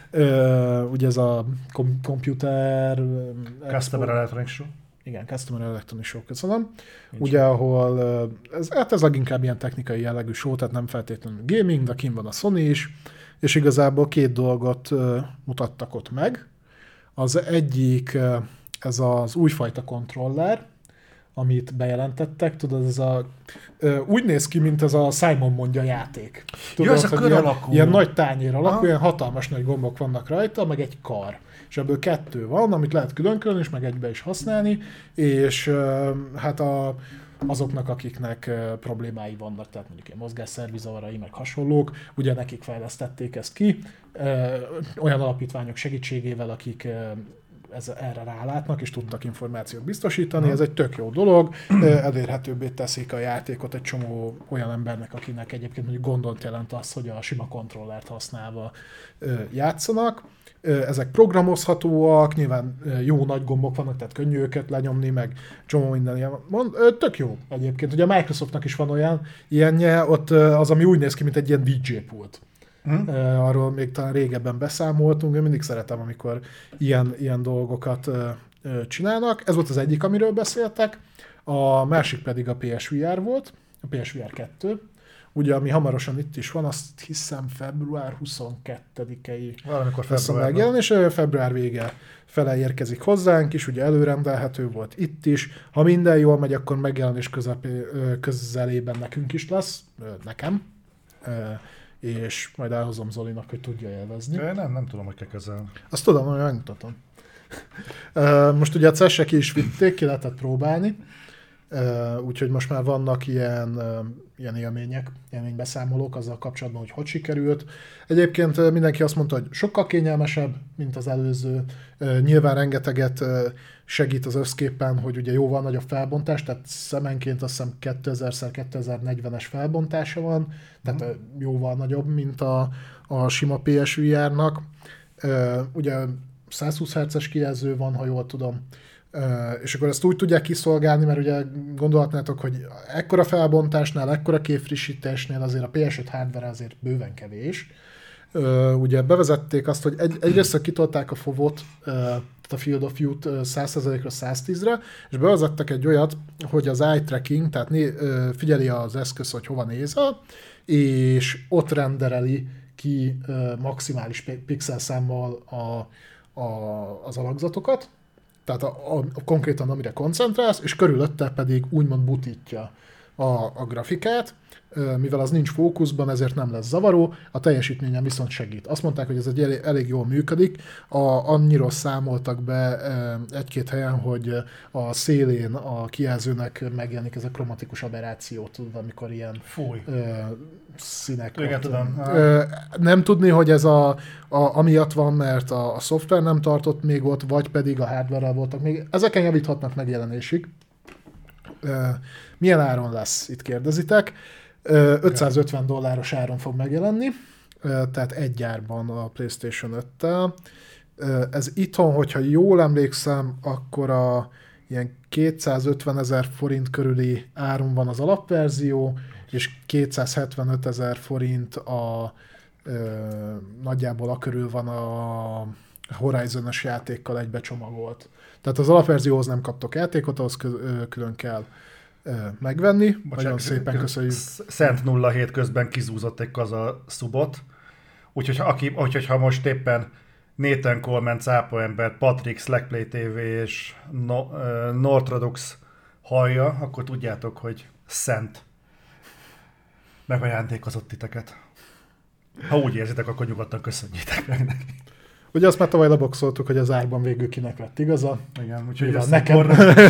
uh, uh, ugye ez a kom- computer... Customer Electronics Show. Igen, Customer Electronics Show, köszönöm. Nincs ugye, ahol uh, ez, hát ez inkább ilyen technikai jellegű show, tehát nem feltétlenül gaming, de kint van a Sony is, és igazából két dolgot uh, mutattak ott meg. Az egyik, uh, ez az újfajta kontroller, amit bejelentettek, tudod, ez a, ö, úgy néz ki, mint ez a Simon mondja játék. Tudod, ja, ez a kör ilyen, alakú. Ilyen nagy tányér alakú, ilyen hatalmas nagy gombok vannak rajta, meg egy kar. És ebből kettő van, amit lehet külön-külön is, meg egybe is használni, és ö, hát a, azoknak, akiknek ö, problémái vannak, tehát mondjuk ilyen mozgásszervizavarai, meg hasonlók, ugye nekik fejlesztették ezt ki, ö, olyan alapítványok segítségével, akik ö, Ez, erre rálátnak, és tudtak információt biztosítani. Ha. Ez egy tök jó dolog, elérhetőbbé teszik a játékot egy csomó olyan embernek, akinek egyébként mondjuk gondot jelent az, hogy a sima kontrollert használva játszanak. Ezek programozhatóak, nyilván jó nagy gombok vannak, tehát könnyű őket lenyomni, meg csomó minden ilyen. Tök jó egyébként. Ugye a Microsoftnak is van olyan ilyenje, ott az, ami úgy néz ki, mint egy ilyen dé dzsé pult. Hmm. Uh, arról még talán régebben beszámoltunk, én mindig szeretem, amikor ilyen, ilyen dolgokat uh, uh, csinálnak. Ez volt az egyik, amiről beszéltek. A másik pedig a pé es vé er volt, a pé es vé er kettő. ugye ami hamarosan itt is van, azt hiszem február huszonkettedikei valamikor lesz a megjelenés, és február vége fele érkezik hozzánk is, ugye előrendelhető volt itt is. Ha minden jól megy, akkor megjelenés közepé, közelében nekünk is lesz, nekem, és majd elhozom Zolinak, hogy tudja élvezni. Én nem, nem tudom, hogy kell kezelni. Azt tudom, hogy megmutatom. Most ugye a cé e es-ek ki is vitték, ki lehetett próbálni, úgyhogy most már vannak ilyen, ilyen élmények, élménybeszámolók azzal kapcsolatban, hogy hogy sikerült. Egyébként mindenki azt mondta, hogy sokkal kényelmesebb, mint az előző. Nyilván rengeteget segít az összképpen, hogy ugye jóval nagyobb felbontás, tehát szemenként azt hiszem kétezer-szer kétezer-negyvenes felbontása van, tehát mm. jóval nagyobb, mint a, a sima pé es vé er-nak. Ugye százhúsz hertzes kijelző van, ha jól tudom. Uh, és akkor ezt úgy tudják kiszolgálni, mert ugye gondolhatnátok, hogy ekkora felbontásnál, ekkora képfrissítésnél azért a pé es öt hardware azért bőven kevés. Uh, ugye bevezették azt, hogy egy, egyrészt kitolták a fovot, uh, a Field of View-t uh, száz százalékra száztízre, és bevezettek egy olyat, hogy az eye tracking, tehát né, uh, figyeli az eszköz, hogy hova nézel, és ott rendereli ki uh, maximális pixelszámmal a, a, az alakzatokat, tehát a, a, a konkrétan amire koncentrálsz, és körülötte pedig úgymond butítja a, a grafikát, mivel az nincs fókuszban, ezért nem lesz zavaró, a teljesítményen viszont segít. Azt mondták, hogy ez egy elég, elég jól működik, a, annyiról számoltak be egy-két helyen, hogy a szélén a kijelzőnek megjelenik ez a kromatikus aberráció, tudod, amikor ilyen Fúj. Ö, színek. Igen, tudom. Ö, nem tudni, hogy ez a, a, amiatt van, mert a, a szoftver nem tartott még ott, vagy pedig a hardware-rel voltak még. Ezeken javíthatnak megjelenésig. Ö, milyen áron lesz, itt kérdezitek. ötszázötven dolláros áron fog megjelenni, tehát egy árban a PlayStation öttel. Ez itthon, hogyha jól emlékszem, akkor a ilyen kétszázötvenezer forint körüli áron van az alapverzió, és kétszázhetvenötezer forint a nagyjából a körül van a Horizon-os játékkal egybecsomagolt. Tehát az alapverzióhoz nem kaptok játékot, ahhoz külön kell megvenni. Bocsánat, nagyon szépen köszönjük. Szent nulla hét közben kizúzott egy kaza szubot, úgyhogy aki, úgyhogy ha most éppen Nathan Coleman cápaember, Patrick, Slackplay té vé és no, uh, Nortrodux hallja, akkor tudjátok, hogy Szent megajándékozott titeket. Ha úgy érzitek, akkor nyugodtan köszönjétek meg neki. Ugye azt már tavaly leboxoltuk, hogy az árban végül kinek lett igaza. Igen, úgyhogy nekem.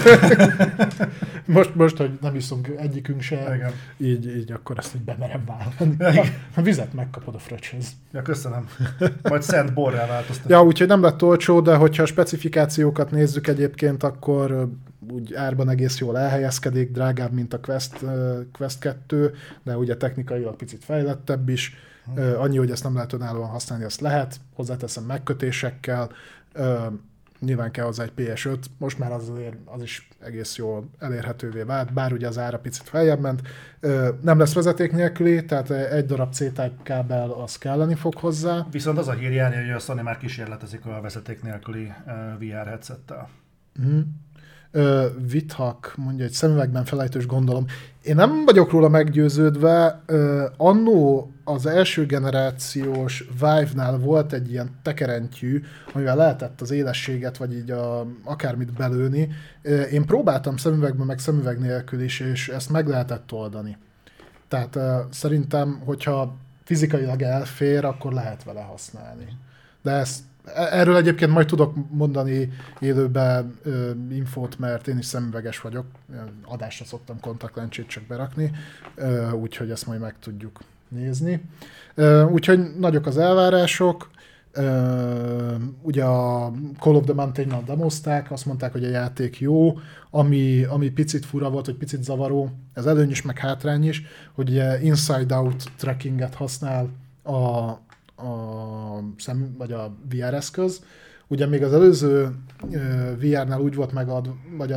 most, most, hogy nem iszunk egyikünk se, így, így akkor ezt így bemerem vállalni. A vizet megkapod a fröccshez. Ja, köszönöm. Majd szent borrá változtat. Ja, úgyhogy nem lett olcsó, de hogyha a specifikációkat nézzük egyébként, akkor úgy árban egész jól elhelyezkedik, drágább, mint a Quest, Quest kettő, de ugye technikailag picit fejlettebb is. Uh, annyi, hogy ezt nem lehet önállóan használni, azt lehet, hozzáteszem megkötésekkel, uh, nyilván kell hozzá egy pé es öt, most már az, azért, az is egész jól elérhetővé vált, bár ugye az ára picit feljebb ment. Uh, nem lesz vezeték nélküli, tehát egy darab C-Type kábel az kelleni fog hozzá. Viszont az a hír járja, hogy a Sony már kísérletezik a vezeték nélküli uh, vé er headsettel. Uh-huh. Uh, Vithak mondja, hogy szemüvegben felejtős, gondolom. Én nem vagyok róla meggyőződve, uh, annó az első generációs Vive-nál volt egy ilyen tekerentyű, amivel lehetett az élességet, vagy így a, akármit belőni. Uh, én próbáltam szemüvegben, meg szemüveg nélkül is, és ezt meg lehetett oldani. Tehát uh, szerintem, hogyha fizikailag elfér, akkor lehet vele használni. De ezt erről egyébként majd tudok mondani élőben ö, infót, mert én is szemüveges vagyok, adásra szoktam kontaktlencsét csak berakni, ö, úgyhogy ezt majd meg tudjuk nézni. Ö, úgyhogy nagyok az elvárások, ö, ugye a Call of the Mountain-nal demozták, azt mondták, hogy a játék jó, ami, ami picit fura volt, hogy picit zavaró, ez előny is, meg hátrány is, hogy ugye inside-out trackinget használ a a szem, vagy a vé er eszköz. Ugye még az előző vé er-nál úgy volt megad, vagy a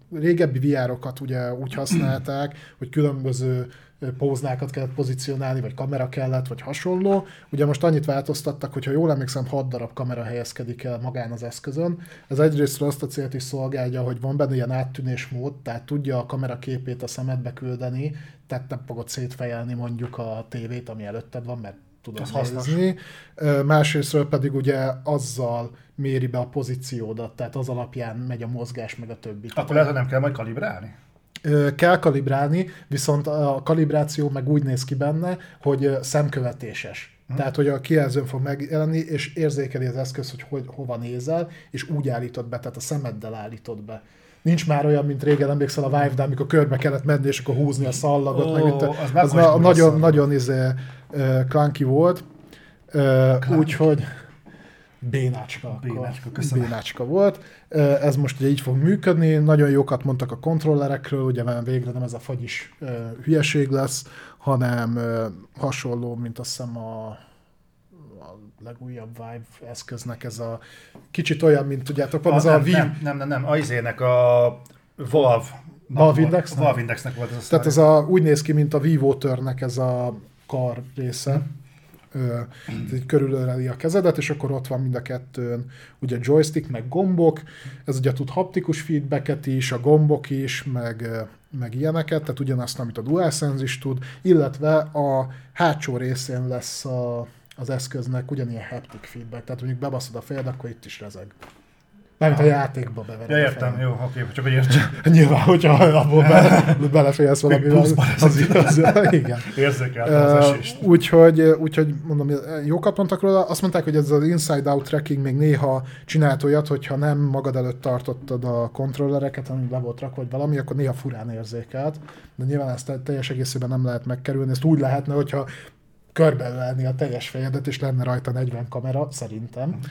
régebbi vé er-okat ugye úgy használták, hogy különböző póznákat kellett pozícionálni, vagy kamera kellett, vagy hasonló. Ugye most annyit változtattak, hogy ha jól emlékszem, hat darab kamera helyezkedik el magán az eszközön. Ez egyrészt azt a célt is szolgálja, hogy van benne ilyen áttűnés mód, tehát tudja a kamera képét a szemedbe küldeni, tehát nem fogod szétfejelni mondjuk a tévét, ami előtted van, mert tudod nézni. Másrésztről pedig ugye azzal méri be a pozíciódat, tehát az alapján megy a mozgás, meg a többi. Akkor lehet, hogy nem kell majd kalibrálni? Kell kalibrálni, viszont a kalibráció meg úgy néz ki benne, hogy szemkövetéses. Hmm. Tehát, hogy a kijelzőn fog megjelenni, és érzékeli az eszköz, hogy, hogy hova nézel, és úgy állítod be, tehát a szemeddel állítod be. Nincs már olyan, mint régen, emlékszel a Vive-nál, amikor körbe kellett menni, és akkor húzni a szallagot. Oh, meg mint, az az na, nagyon, nagyon izé, uh, clunky volt. Uh, Úgyhogy bénácska, bénácska, bénácska volt. Uh, ez most ugye így fog működni. Nagyon jókat mondtak a kontrollerekről, ugye végre nem ez a fagyis uh, hülyeség lesz, hanem uh, hasonló, mint azt hiszem a legújabb Vive eszköznek ez a kicsit olyan, mint tudjátok, van az nem, a Vive... Nem, nem, nem, nem, a izének a Valve. Valve Indexnek? Valve Indexnek volt ez a Tehát ez a, úgy néz ki, mint a Vivoternek ez a kar része. Ö, így körülöleli a kezedet, és akkor ott van mind a kettőn ugye joystick, meg gombok. Ez ugye tud haptikus feedbacket is, a gombok is, meg, meg ilyeneket, tehát ugyanazt, amit a DualSense is tud, illetve a hátsó részén lesz a az eszköznek ugyanilyen haptic feedback, tehát mondjuk bebaszod a fejed, akkor itt is rezeg. Mármint a játékba bevered. Ja, értem, jó, oké, csak hogy értsem. Nyilván, hogyha abból be, belefejezsz valamivel. Az, az, az, igen. Érzékelte az esést. Úgyhogy, úgyhogy mondom, jókat mondtak róla. Azt mondták, hogy ez az inside-out tracking még néha csinált olyat, hogyha nem magad előtt tartottad a kontrollereket, ami le volt rakva, vagy valami, akkor néha furán érzékelt. De nyilván ezt teljes egészében nem lehet megkerülni. Ezt úgy lehetne, hogyha körbeölelni a teljes fejedet, és lenne rajta negyven kamera, szerintem.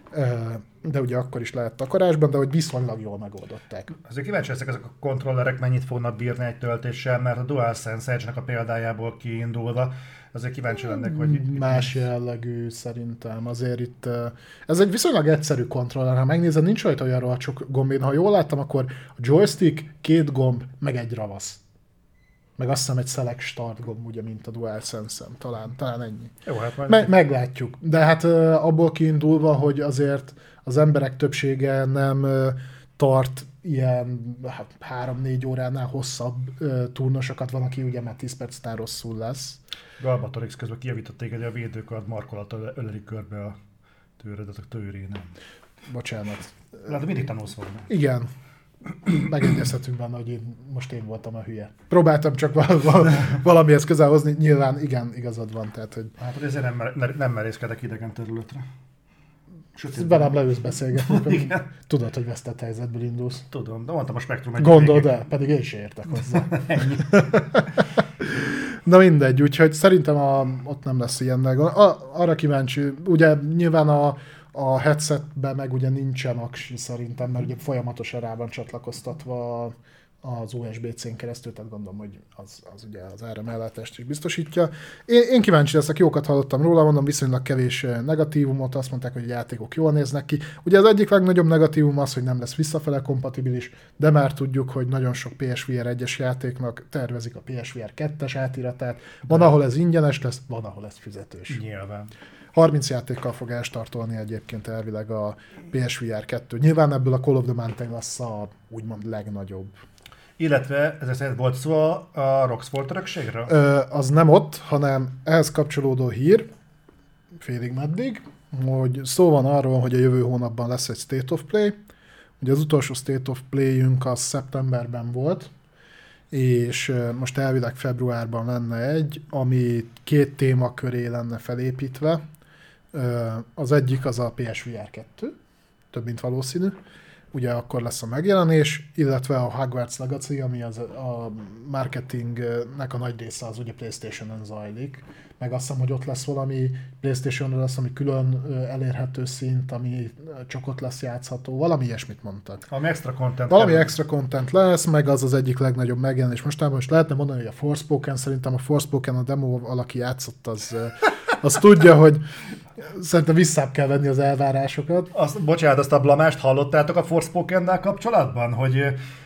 De ugye akkor is lehet takarásban, de hogy viszonylag jól megoldották. Azért kíváncsi leszek, ezek a kontrollerek mennyit fognak bírni egy töltéssel, mert a DualSense Edge-nek a példájából kiindulva, azért kíváncsi lennek, hogy... Más jellegű szerintem. Azért itt... Ez egy viszonylag egyszerű kontroller, ha megnézed, nincs rajta olyan rohadt sok gomb. Ha jól láttam, akkor a joystick, két gomb, meg egy ravasz. Meg azt hiszem egy select start gomb, ugye, mint a DualSense-en. Talán, talán ennyi. Jó, hát majd... Me- meglátjuk. De hát abból kiindulva, hogy azért az emberek többsége nem tart ilyen hát, három-négy óránál hosszabb turnosokat, van, aki ugye már tíz perc után rosszul lesz. Galbatorix közben kijavított téged, hogy a védőkard markolattal öleli körbe a tőrödet, a tőrén. Bocsánat. Látod, mindig tanulsz volna. Igen. Megegyezhetünk benne, hogy én, most én voltam a hülye. Próbáltam csak val- val- valamihez közel hozni, nyilván igen, igazad van. Tehát, hogy... Hát ezért nem, mer- nem merészkedek idegen területre. Velem leülsz beszélgetni. Tudod, hogy vesztett helyzetből indulsz. Tudom, de mondtam a Spektrum egy Gondold el, pedig én sem értek hozzá. Na mindegy, úgyhogy szerintem a, ott nem lesz ilyen. A, arra kíváncsi, ugye nyilván a A headsetben meg ugye nincsen aksi szerintem, mert ugye folyamatosan rá van csatlakoztatva az u es bé cén keresztül, tehát gondolom, hogy az, az ugye az áramellátást is biztosítja. Én, én kíváncsi leszek, jókat hallottam róla, mondom viszonylag kevés negatívumot, azt mondták, hogy a játékok jól néznek ki. Ugye az egyik legnagyobb negatívum az, hogy nem lesz visszafele kompatibilis, de már tudjuk, hogy nagyon sok pé es vé er egyes játéknak tervezik a pé es vé er kettes átiratát. Van, ahol ez ingyenes lesz, van, ahol ez fizetős. Nyilván. harminc játékkal fog elstartolni egyébként elvileg a pé es vé er kettő. Nyilván ebből a Call of the Mountain lesz a úgymond legnagyobb. Illetve ez szerint volt szó a Roxford örökségről? Ö, az nem ott, hanem ehhez kapcsolódó hír, félig meddig, hogy szó van arról, hogy a jövő hónapban lesz egy State of Play. Ugye az utolsó State of Play-ünk az szeptemberben volt, és most elvileg februárban lenne egy, ami két téma köré lenne felépítve. Az egyik az a pé es vé er kettő, több mint valószínű, ugye akkor lesz a megjelenés, illetve a Hogwarts Legacy, ami az a marketingnek a nagy része az ugye PlayStation-on zajlik, meg azt hiszem, hogy ott lesz valami PlayStation-on lesz, ami külön elérhető szint, ami csak ott lesz játszható, valami ilyesmit mondtak. Valami extra content. Valami kell. extra content lesz, meg az az egyik legnagyobb megjelenés. Mostában most lehetne mondani, hogy a Forspoken, szerintem a Forspoken a demo valaki játszott, az, az tudja, hogy szerintem visszább kell venni az elvárásokat. Azt, bocsánat, azt a blamást hallottátok a Forspokennel kapcsolatban, hogy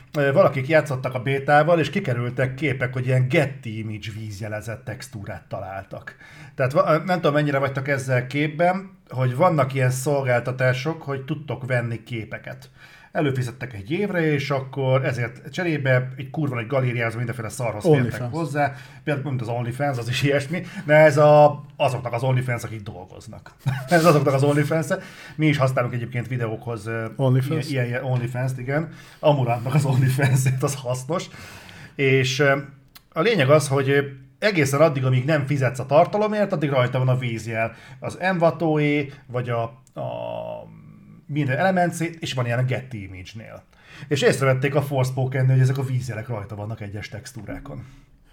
valakik játszottak a bétával, és kikerültek képek, hogy ilyen Getty Image vízjelezett textúrát találtak. Tehát nem tudom, mennyire vagytok ezzel képben, hogy vannak ilyen szolgáltatások, hogy tudtok venni képeket. Előfizettek egy évre, és akkor ezért cserébe egy kurva egy galériához mindenféle szarhoz fértek hozzá. Például, mint az OnlyFans, az is ilyesmi, de ez a, azoknak az OnlyFans, akik dolgoznak. Ez azoknak az OnlyFans. Mi is használunk egyébként videókhoz OnlyFans. Ilyen, ilyen OnlyFans-t, igen. Amurantnak az OnlyFans-ét, az hasznos. És a lényeg az, hogy egészen addig, amíg nem fizetsz a tartalomért, addig rajta van a vízjel. Az Envatóé, vagy a, a minden elemencé, és van ilyen a Getty Image-nél. És észrevették a Forspoken-nél, hogy ezek a vízjelek rajta vannak egyes textúrákon.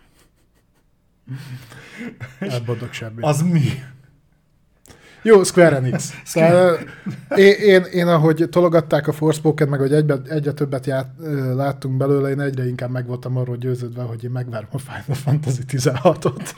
Elboldog semmi. Az mi? Jó, Square Enix. Szóval, én, én, én, ahogy tologatták a Forspoken, meg hogy egybe, egyre többet ját, láttunk belőle, én egyre inkább meg voltam arról győződve, hogy én megvárom a Final Fantasy tizenhatot.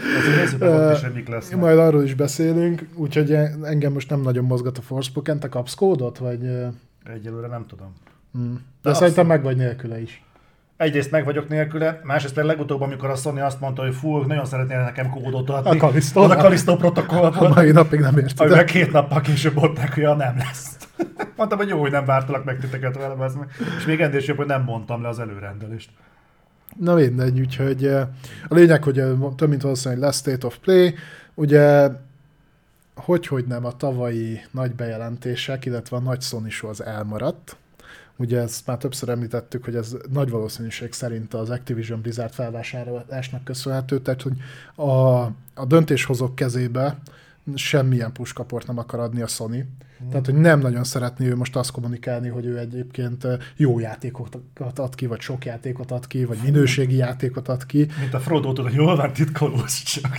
Majd arról is beszélünk, úgyhogy engem most nem nagyon mozgat a Forspoken. Te kapsz kódot, vagy? Egyelőre nem tudom. Hmm. De, De szerintem meg vagy nélküle is. Egyrészt meg vagyok nélküle, másrészt pedig legutóbb, amikor a Sony azt mondta, hogy fú, nagyon szeretnél nekem kódot adni. A Callisto. Az a Callisto protokollból. A mai napig nem érted. Amivel két nappal később mondták, hogy ja, nem lesz. Mondtam, hogy jó, hogy nem vártalak meg titeket vele, és még ennél jobb, hogy nem mondtam le az előrendelést. Na mindegy, úgyhogy a lényeg, hogy több mint valószínűleg lesz State of Play, ugye hogy-hogy nem a tavalyi nagy bejelentések, illetve a nagy Sony show az elmaradt. Ugye ezt már többször említettük, hogy ez nagy valószínűség szerint az Activision Blizzard felvásárlásnak köszönhető, tehát hogy a, a döntéshozók kezébe semmilyen puskaport nem akar adni a Sony. Mm. Tehát, hogy nem nagyon szeretné ő most azt kommunikálni, hogy ő egyébként jó játékokat ad ki, vagy sok játékot ad ki, vagy minőségi játékot ad ki. Mint a Frodo-tól, hogy jól van, titkolós csak.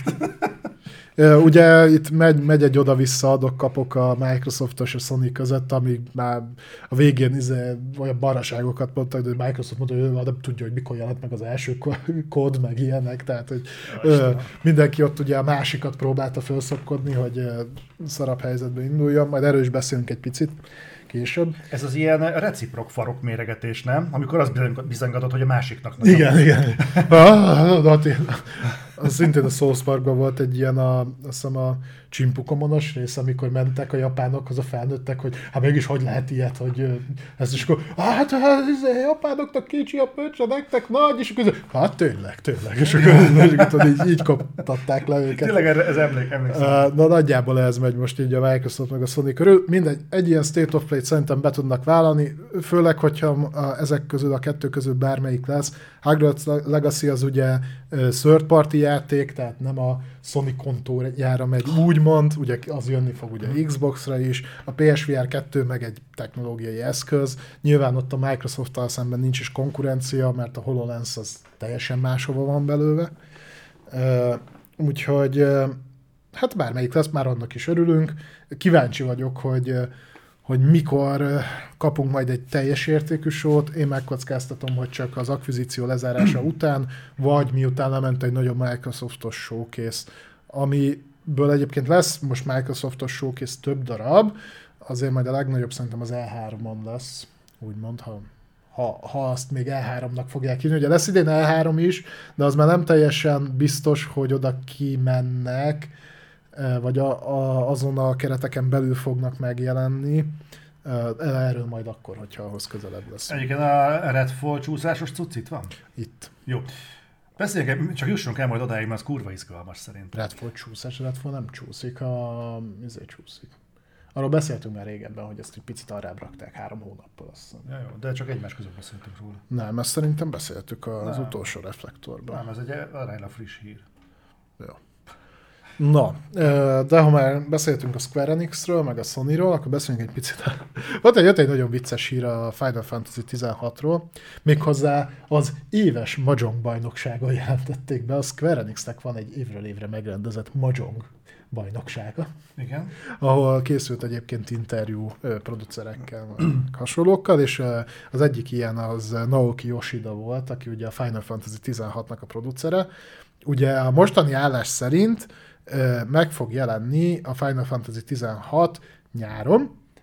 Ugye itt megy, megy egy oda-vissza adok-kapok a Microsoftos és a Sony között, amíg már a végén izé, olyan baraságokat mondtak, de Microsoft mondta, hogy ő nem tudja, hogy mikor jelent meg az első kód, meg ilyenek, tehát hogy ö, mindenki ott ugye a másikat próbálta felszokkodni, hogy ö, szarabb helyzetbe induljon, majd erről is beszélünk egy picit később. Ez az ilyen reciprok farok méregetés, nem? Amikor az bizonygatott, hogy a másiknak... Igen, igen. ah, na, az szintén a South Parkban volt egy ilyen, a, azt hiszem a Csimpukomonos rész, amikor mentek a japánokhoz a felnőttek, hogy hát mégis hogy lehet ilyet, hogy ez is akkor, hát a japánoknak kicsi a pöccse, nektek nagy, és akkor hát tényleg, tényleg, és akkor így, így koptatták le őket. Tényleg ez emlék, emlékszem. Na nagyjából ez megy most így a Microsoft meg a Sony körül. Mindegy, egy ilyen State of Play-t szerintem be tudnak vállalni, főleg, hogyha a, ezek közül, a kettő közül bármelyik lesz. Hogwarts Legacy az ugye third party játék, tehát nem a Sony kontójára megy úgymond, ugye az jönni fog ugye Xboxra is, a P S V R kettő meg egy technológiai eszköz, nyilván ott a Microsoft-tal szemben nincs is konkurencia, mert a HoloLens az teljesen máshova van belőle, úgyhogy hát bármelyik lesz, már annak is örülünk, kíváncsi vagyok, hogy hogy mikor kapunk majd egy teljes értékű sót, én megkockáztatom, hogy csak az akvizíció lezárása után, vagy miután lement egy nagyobb Microsoftos showcase, amiből egyébként lesz most Microsoftos showcase több darab, azért majd a legnagyobb szerintem az E háromon lesz, úgymond, ha, ha, ha azt még E háromnak fogják hívni. Ugye lesz idén E három is, de az már nem teljesen biztos, hogy oda kimennek, vagy a, a, azon a kereteken belül fognak megjelenni. Erről majd akkor, hogyha ahhoz közelebb lesz. Egyébként a Redfall csúszásos cucc itt van? Itt. Jó. Beszéljünk, csak jussunk el majd odáig, mert az kurva izgalmas szerint. Redfall csúszás, Redfall nem csúszik, a izé csúszik. Arról beszéltünk már régebben, hogy ezt egy picit arrább rakták három hónappal, azt hiszem. Ja, jó, de csak egymás között beszéltünk róla. Nem, ezt szerintem beszéltük az nem. utolsó reflektorban. Nem, ez egy aránylag friss hír. Jó. Na, de ha már beszéltünk a Square Enixről, meg a Sonyról, akkor beszéljünk egy picit. Volt egy, egy nagyon vicces hír a Final Fantasy tizenhatról, méghozzá az éves Mahjong bajnokságon jelentették be. A Square Enixnek van egy évről évre megrendezett Mahjong bajnoksága. Igen. Ahol készült egyébként interjú producerekkel, hasonlókkal, és az egyik ilyen az Naoki Yoshida volt, aki ugye a Final Fantasy tizenhatnak a producere. Ugye a mostani állás szerint meg fog jelenni a Final Fantasy tizenhat nyáron,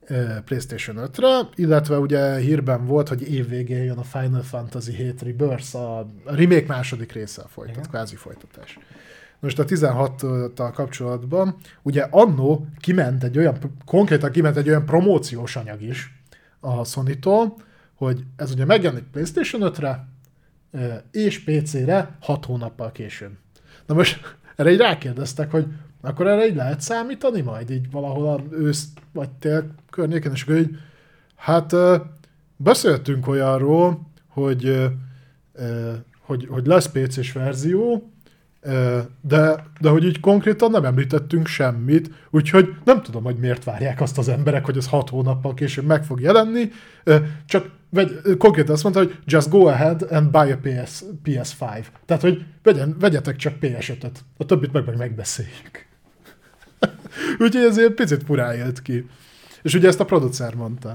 PlayStation ötre, illetve ugye hírben volt, hogy évvégén jön a Final Fantasy hét Rebirth, a remake második része a folytat, kvázi folytatás. Most a tizenhattal kapcsolatban, ugye annó kiment egy olyan, konkrétan kiment egy olyan promóciós anyag is a Sony-tól, hogy ez ugye megjelenik PlayStation ötre és pé cére hat hónappal később. Na most erre így rákérdeztek, hogy akkor erre így lehet számítani majd így valahol a ősz vagy tél környéken, és akkor így, hát beszéltünk olyanról, hogy, hogy, hogy lesz pé cés verzió, de, de hogy így konkrétan nem említettünk semmit, úgyhogy nem tudom, hogy miért várják azt az emberek, hogy ez hat hónappal később meg fog jelenni, csak vegy, konkrétan azt mondta, hogy just go ahead and buy a pé es, pé es öt. Tehát, hogy vegyen, vegyetek csak pé es ötöt, a többit meg, meg megbeszéljük. Úgyhogy ez egy picit furán jött ki. És ugye ezt a producer mondta.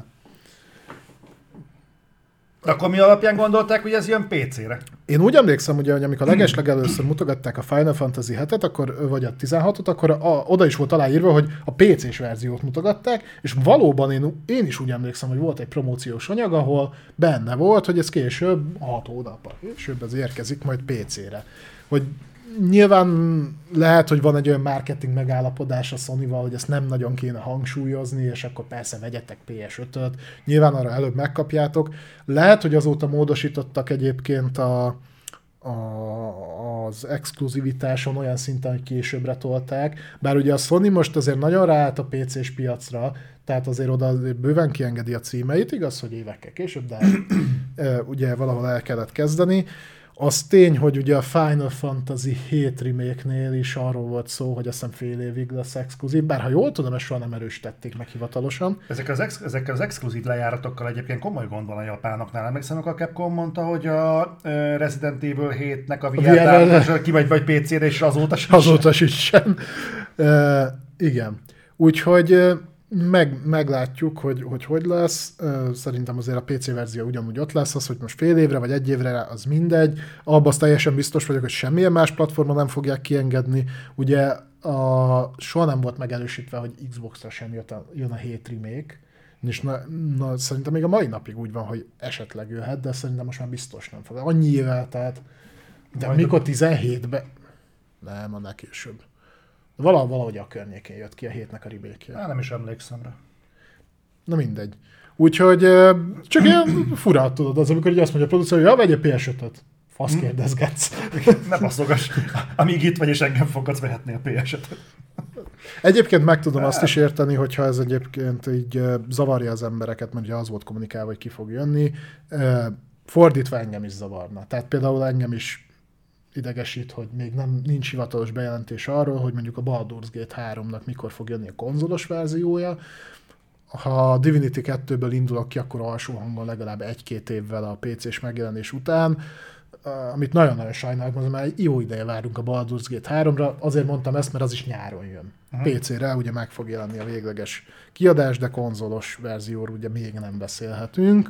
Akkor mi alapján gondolták, hogy ez jön pé cére? Én úgy emlékszem, ugye, hogy amikor legeslegelőször mutogatták a Final Fantasy hetet, akkor, vagy a tizenhatot, akkor a, oda is volt aláírva, hogy a pé cés verziót mutogatták, és valóban én, én is úgy emlékszem, hogy volt egy promóciós anyag, ahol benne volt, hogy ez később, hat hónappal később ez érkezik majd pé cére. Hogy nyilván lehet, hogy van egy olyan marketing megállapodás a Sony-val, hogy ezt nem nagyon kéne hangsúlyozni, és akkor persze vegyetek pé es ötöt, nyilván arra előbb megkapjátok. Lehet, hogy azóta módosítottak egyébként a, a, az exkluzivitáson olyan szinten, hogy későbbre tolták, bár ugye a Sony most azért nagyon ráállt a pé cés piacra, tehát azért oda azért bőven kiengedi a címeit, igaz, hogy évekkel később, de ugye valahol el kellett kezdeni. Az tény, hogy ugye a Final Fantasy hét remake-nél is arról volt szó, hogy azt hiszem fél évig lesz exkluzív, bár ha jól tudom, ezt soha nem erősítették meg hivatalosan. Ezekkel az, ex- ezekkel az exkluzív lejáratokkal egyébként komoly gond van a japánoknál. Emlékszem, amikor a Capcom mondta, hogy a Resident Evil hétnek a vé er kimegy vagy pé cére, és azóta sem. Azóta sem. uh, igen. Úgyhogy Meg, meglátjuk, hogy, hogy hogy lesz. Szerintem azért a pé cé verzió ugyanúgy ott lesz, az, hogy most fél évre vagy egy évre, az mindegy. Abban az teljesen biztos vagyok, hogy semmilyen más platformon nem fogják kiengedni. Ugye a, soha nem volt megerősítve, hogy Xbox-ra sem jön a, jön a hét remake, és na, na, szerintem még a mai napig úgy van, hogy esetleg jöhet, de szerintem most már biztos nem fog. Annyi évvel, tehát de Majd mikor tizenhétben? Nem, annál később. Valahogy, valahogy a környékén jött ki a hétnek a remake-je. Nem is emlékszem rá. Na mindegy. Úgyhogy csak ilyen furát tudod, az amikor azt mondja a producer, hogy ja, vegye pé es ötöt. Fasz kérdezgetsz. Ne baszogass. Amíg itt vagy és engem fogadsz, vehetni a pé es ötöt. Egyébként meg tudom azt is érteni, hogyha ez egyébként így zavarja az embereket, mert ugye az volt kommunikálva, hogy ki fog jönni. Fordítva engem is zavarna. Tehát például engem is idegesít, hogy még nem nincs hivatalos bejelentés arról, hogy mondjuk a Baldur's Gate háromnak mikor fog jönni a konzolos verziója. Ha a Divinity kettőből indulok ki, akkor alsó hangon legalább egy-két évvel a pé cés megjelenés után, amit nagyon-nagyon sajnálok, mert már jó ideje várunk a Baldur's Gate háromra, azért mondtam ezt, mert az is nyáron jön. Uh-huh. pé cére ugye meg fog jelenni a végleges kiadás, de konzolos verzióról ugye még nem beszélhetünk.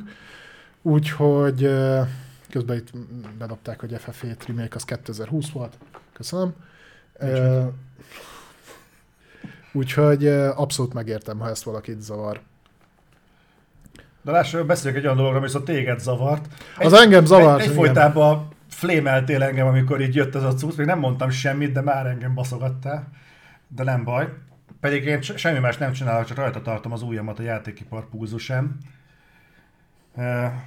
Úgyhogy közben itt bedobták, hogy ef ef hét remake az kétezer-húsz volt. Köszönöm. Uh, úgyhogy uh, abszolút megértem, ha ezt valakit zavar. De lássuk, beszéljük egy olyan dologról, ami viszont téged zavart. Egy, az engem zavart. Egy, egyfolytában flémeltél engem, amikor így jött ez a cucc. Még nem mondtam semmit, de már engem baszogattál. De nem baj. Pedig én semmi más nem csinálok, csak rajta tartom az ujjamat a játékipar pulzusán. Uh,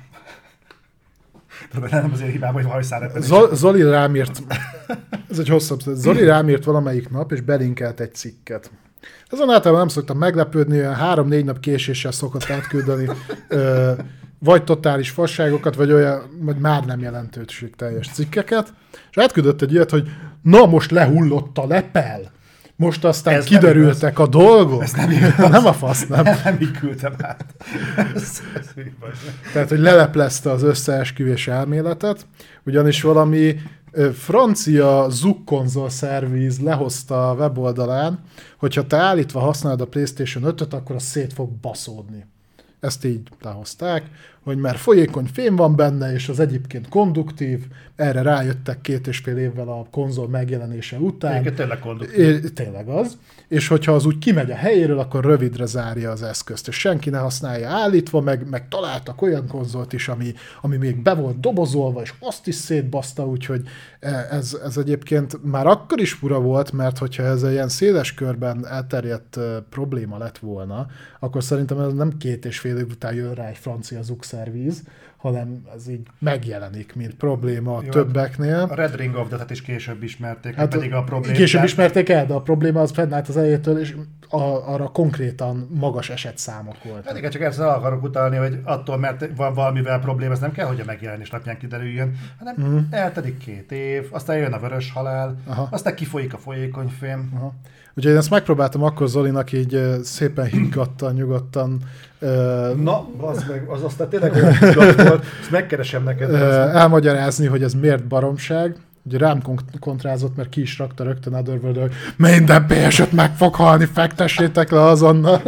De nem azért hibában, hogy hajszál. Zol- Zoli rám írt, ez egy hosszabb, Zoli rám írt valamelyik nap, és belinkelt egy cikket. Ezen általában nem szoktam meglepődni, olyan három-négy nap késéssel szokott átküldeni ö, vagy totális fasságokat, vagy olyan, vagy már nem jelentőség teljes cikkeket, és átküldött egy ilyet, hogy na most lehullott a lepel, most aztán ez kiderültek a dolgok. Ez nem igaz. Nem a fasz, nem. Nem, nem így küldtem át. ez, ez Tehát, hogy leleplezte az összeesküvés elméletet, ugyanis valami francia zukkonzol szerviz lehozta a weboldalán, hogyha te állítva használod a PlayStation ötöt, akkor az szét fog baszódni. ezt így lehozták, hogy már folyékony fém van benne, és az egyébként konduktív, erre rájöttek két és fél évvel a konzol megjelenése után. Egyébként tényleg konduktív. É, tényleg az. És hogyha az úgy kimegy a helyéről, akkor rövidre zárja az eszközt, és senki ne használja állítva, meg, meg találtak olyan konzolt is, ami, ami még be volt dobozolva, és azt is szétbaszta, úgyhogy ez, ez egyébként már akkor is fura volt, mert hogyha ez egy ilyen széles körben elterjedt probléma lett volna, akkor szerintem ez nem két és fél év után jön rá egy francia zugszervíz, hanem ez így megjelenik, mint probléma a többeknél. A Red Ring of Death-et is később ismerték, hát pedig a probléma. Később ismerték el, de a probléma az fennállt az elejétől, és a, arra konkrétan magas esetszámok volt. Hát igen, csak ezzel akarok utalni, hogy attól, mert van valamivel probléma, ez nem kell, hogy a megjelenés napján kiderüljön, hanem mm. eltelik két év, aztán jön a vörös halál, Aha. aztán kifolyik a folyékony fém. Aha. Úgyhogy én ezt megpróbáltam akkor Zolinak így szépen higgadtan, nyugodtan. Na, az meg, az aztán tényleg olyan higgadt volt, ezt megkeresem neked. Elmagyarázni, hogy ez miért baromság. Ugye rám kontrázott, mert ki is rakta rögtön Otherworld, hogy minden pé es öt meg fog halni, fektessétek le azonnal.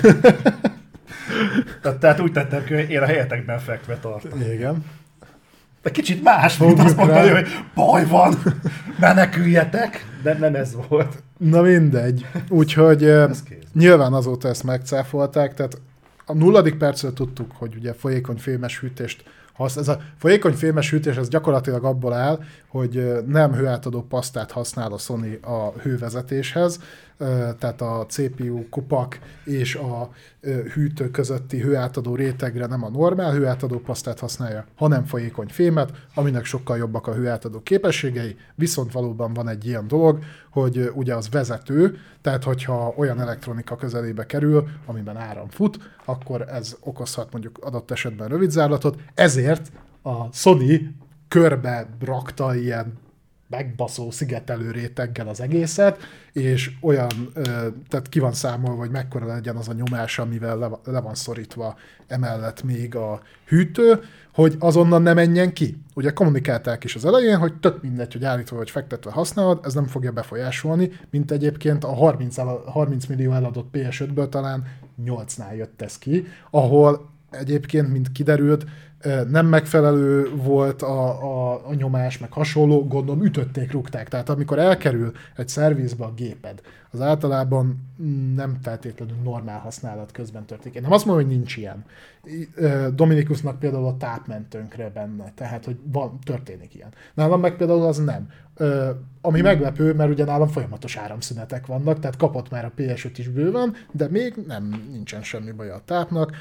tehát, tehát úgy tettem ki, hogy én a helyetekben fekve tartom. Igen. De kicsit más, mint azt mondani, hogy baj van, meneküljetek, de nem ez volt. Na mindegy. Úgyhogy nyilván azóta ezt megcáfolták, tehát a nulladik percről tudtuk, hogy ugye folyékony fémes hűtést használ. Ez a folyékony fémes hűtés ez gyakorlatilag abból áll, hogy nem hőátadó pasztát használ a Sony a hővezetéshez, tehát a cé pé u kupak és a hűtő közötti hőátadó rétegre nem a normál hőátadó pasztát használja, hanem folyékony fémet, aminek sokkal jobbak a hőátadó képességei, viszont valóban van egy ilyen dolog, hogy ugye az vezető, tehát hogyha olyan elektronika közelébe kerül, amiben áram fut, akkor ez okozhat mondjuk adott esetben rövidzárlatot, ezért a Sony körbe rakta ilyen megbaszó szigetelő réteggel az egészet, és olyan, tehát ki van számolva, hogy mekkora legyen az a nyomás, amivel le, le van szorítva emellett még a hűtő, hogy azonnal ne menjen ki. Ugye kommunikálták is az elején, hogy tök mindegy, hogy állítva vagy fektetve használod, ez nem fogja befolyásolni, mint egyébként a harminc, harminc millió eladott pé es ötből talán nyolcnál jött ez ki, ahol egyébként, mint kiderült, nem megfelelő volt a, a, a nyomás, meg hasonló, gondolom ütötték, rúgták. Tehát amikor elkerül egy szervizbe a géped, az általában nem feltétlenül normál használat közben történik. Én nem azt mondom, hogy nincs ilyen. Dominikusnak például a táp ment tönkre benne, tehát hogy van, történik ilyen. Nálam meg például az nem. Ami hmm. meglepő, mert ugye nálam folyamatos áramszünetek vannak, tehát kapott már a pé es öt is bőven, de még nem, nincsen semmi baj a tápnak.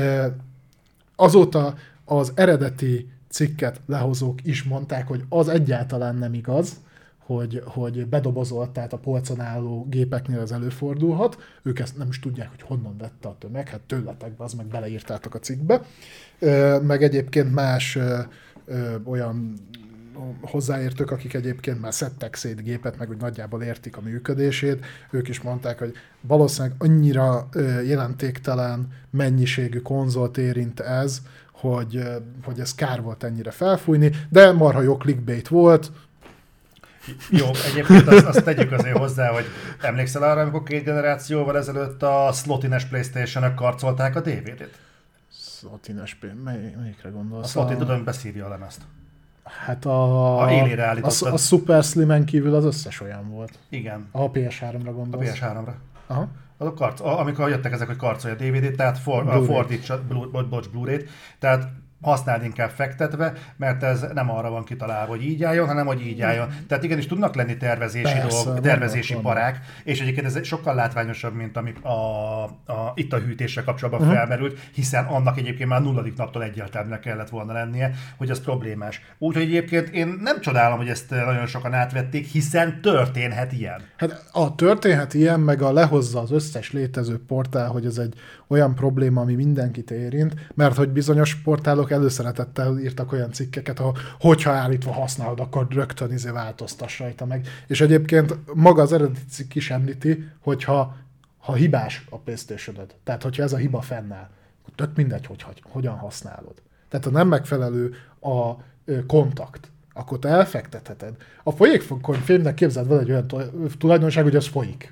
Azóta az eredeti cikket lehozók is mondták, hogy az egyáltalán nem igaz, hogy, hogy bedobozolt, tehát a polcon álló gépeknél ez előfordulhat. Ők ezt nem is tudják, hogy honnan vette a tömeg, hát tőletek be, az meg beleírtátok a cikkbe. Meg egyébként más olyan hozzáértők, akik egyébként már szedtek szét gépet, meg úgy nagyjából értik a működését, ők is mondták, hogy valószínűleg annyira jelentéktelen mennyiségű konzolt érint ez, hogy, hogy ez kár volt ennyire felfújni, de marha jó clickbait volt. Jó, egyébként azt, azt tegyük azért hozzá, hogy emlékszel arra, amikor két generációval ezelőtt a slotines PlayStation-ök karcolták a dé vé dét? Slotines, mely, melyikre gondolsz? A slotin, tudom, beszívja a lemezt. Hát a, a élére állítottad. A, a Super Slimen kívül az összes olyan volt. Igen. A pé es háromra gondolsz. A pé es háromra. Aha. A karc, amikor jöttek ezek, hogy karcolja a dé vé dét, tehát for, Blu-ray. fordítsa, bocs, Blu-ray-t, tehát használd inkább fektetve, mert ez nem arra van kitalálva, hogy így álljon, hanem hogy így álljon. Tehát igenis tudnak lenni tervezési Persze, dolgok, tervezési vannak, parák, vannak. És egyébként ez sokkal látványosabb, mint ami a, a, itt a hűtéssel kapcsolatban uh-huh. felmerült, hiszen annak egyébként már nulladik naptól egyáltalán kellett volna lennie, hogy az problémás. Úgyhogy egyébként én nem csodálom, hogy ezt nagyon sokan átvették, hiszen történhet ilyen. Hát a történhet ilyen, meg a lehozza az összes létező portál, hogy ez egy olyan probléma, ami mindenkit érint, mert hogy bizonyos portálok előszeretettel írtak olyan cikkeket, ha, hogyha állítva használod, akkor rögtön izé változtass rajta meg. És egyébként maga az eredeti cikk is említi, hogyha ha hibás a PlayStation-öd, tehát hogyha ez a hiba fennáll, akkor tök mindegy, hogy, hogy hogyan használod. Tehát ha nem megfelelő a ö, kontakt, akkor te elfektetheted. A folyékony fémnek képzeld, van egy olyan tulajdonság, hogy az folyik.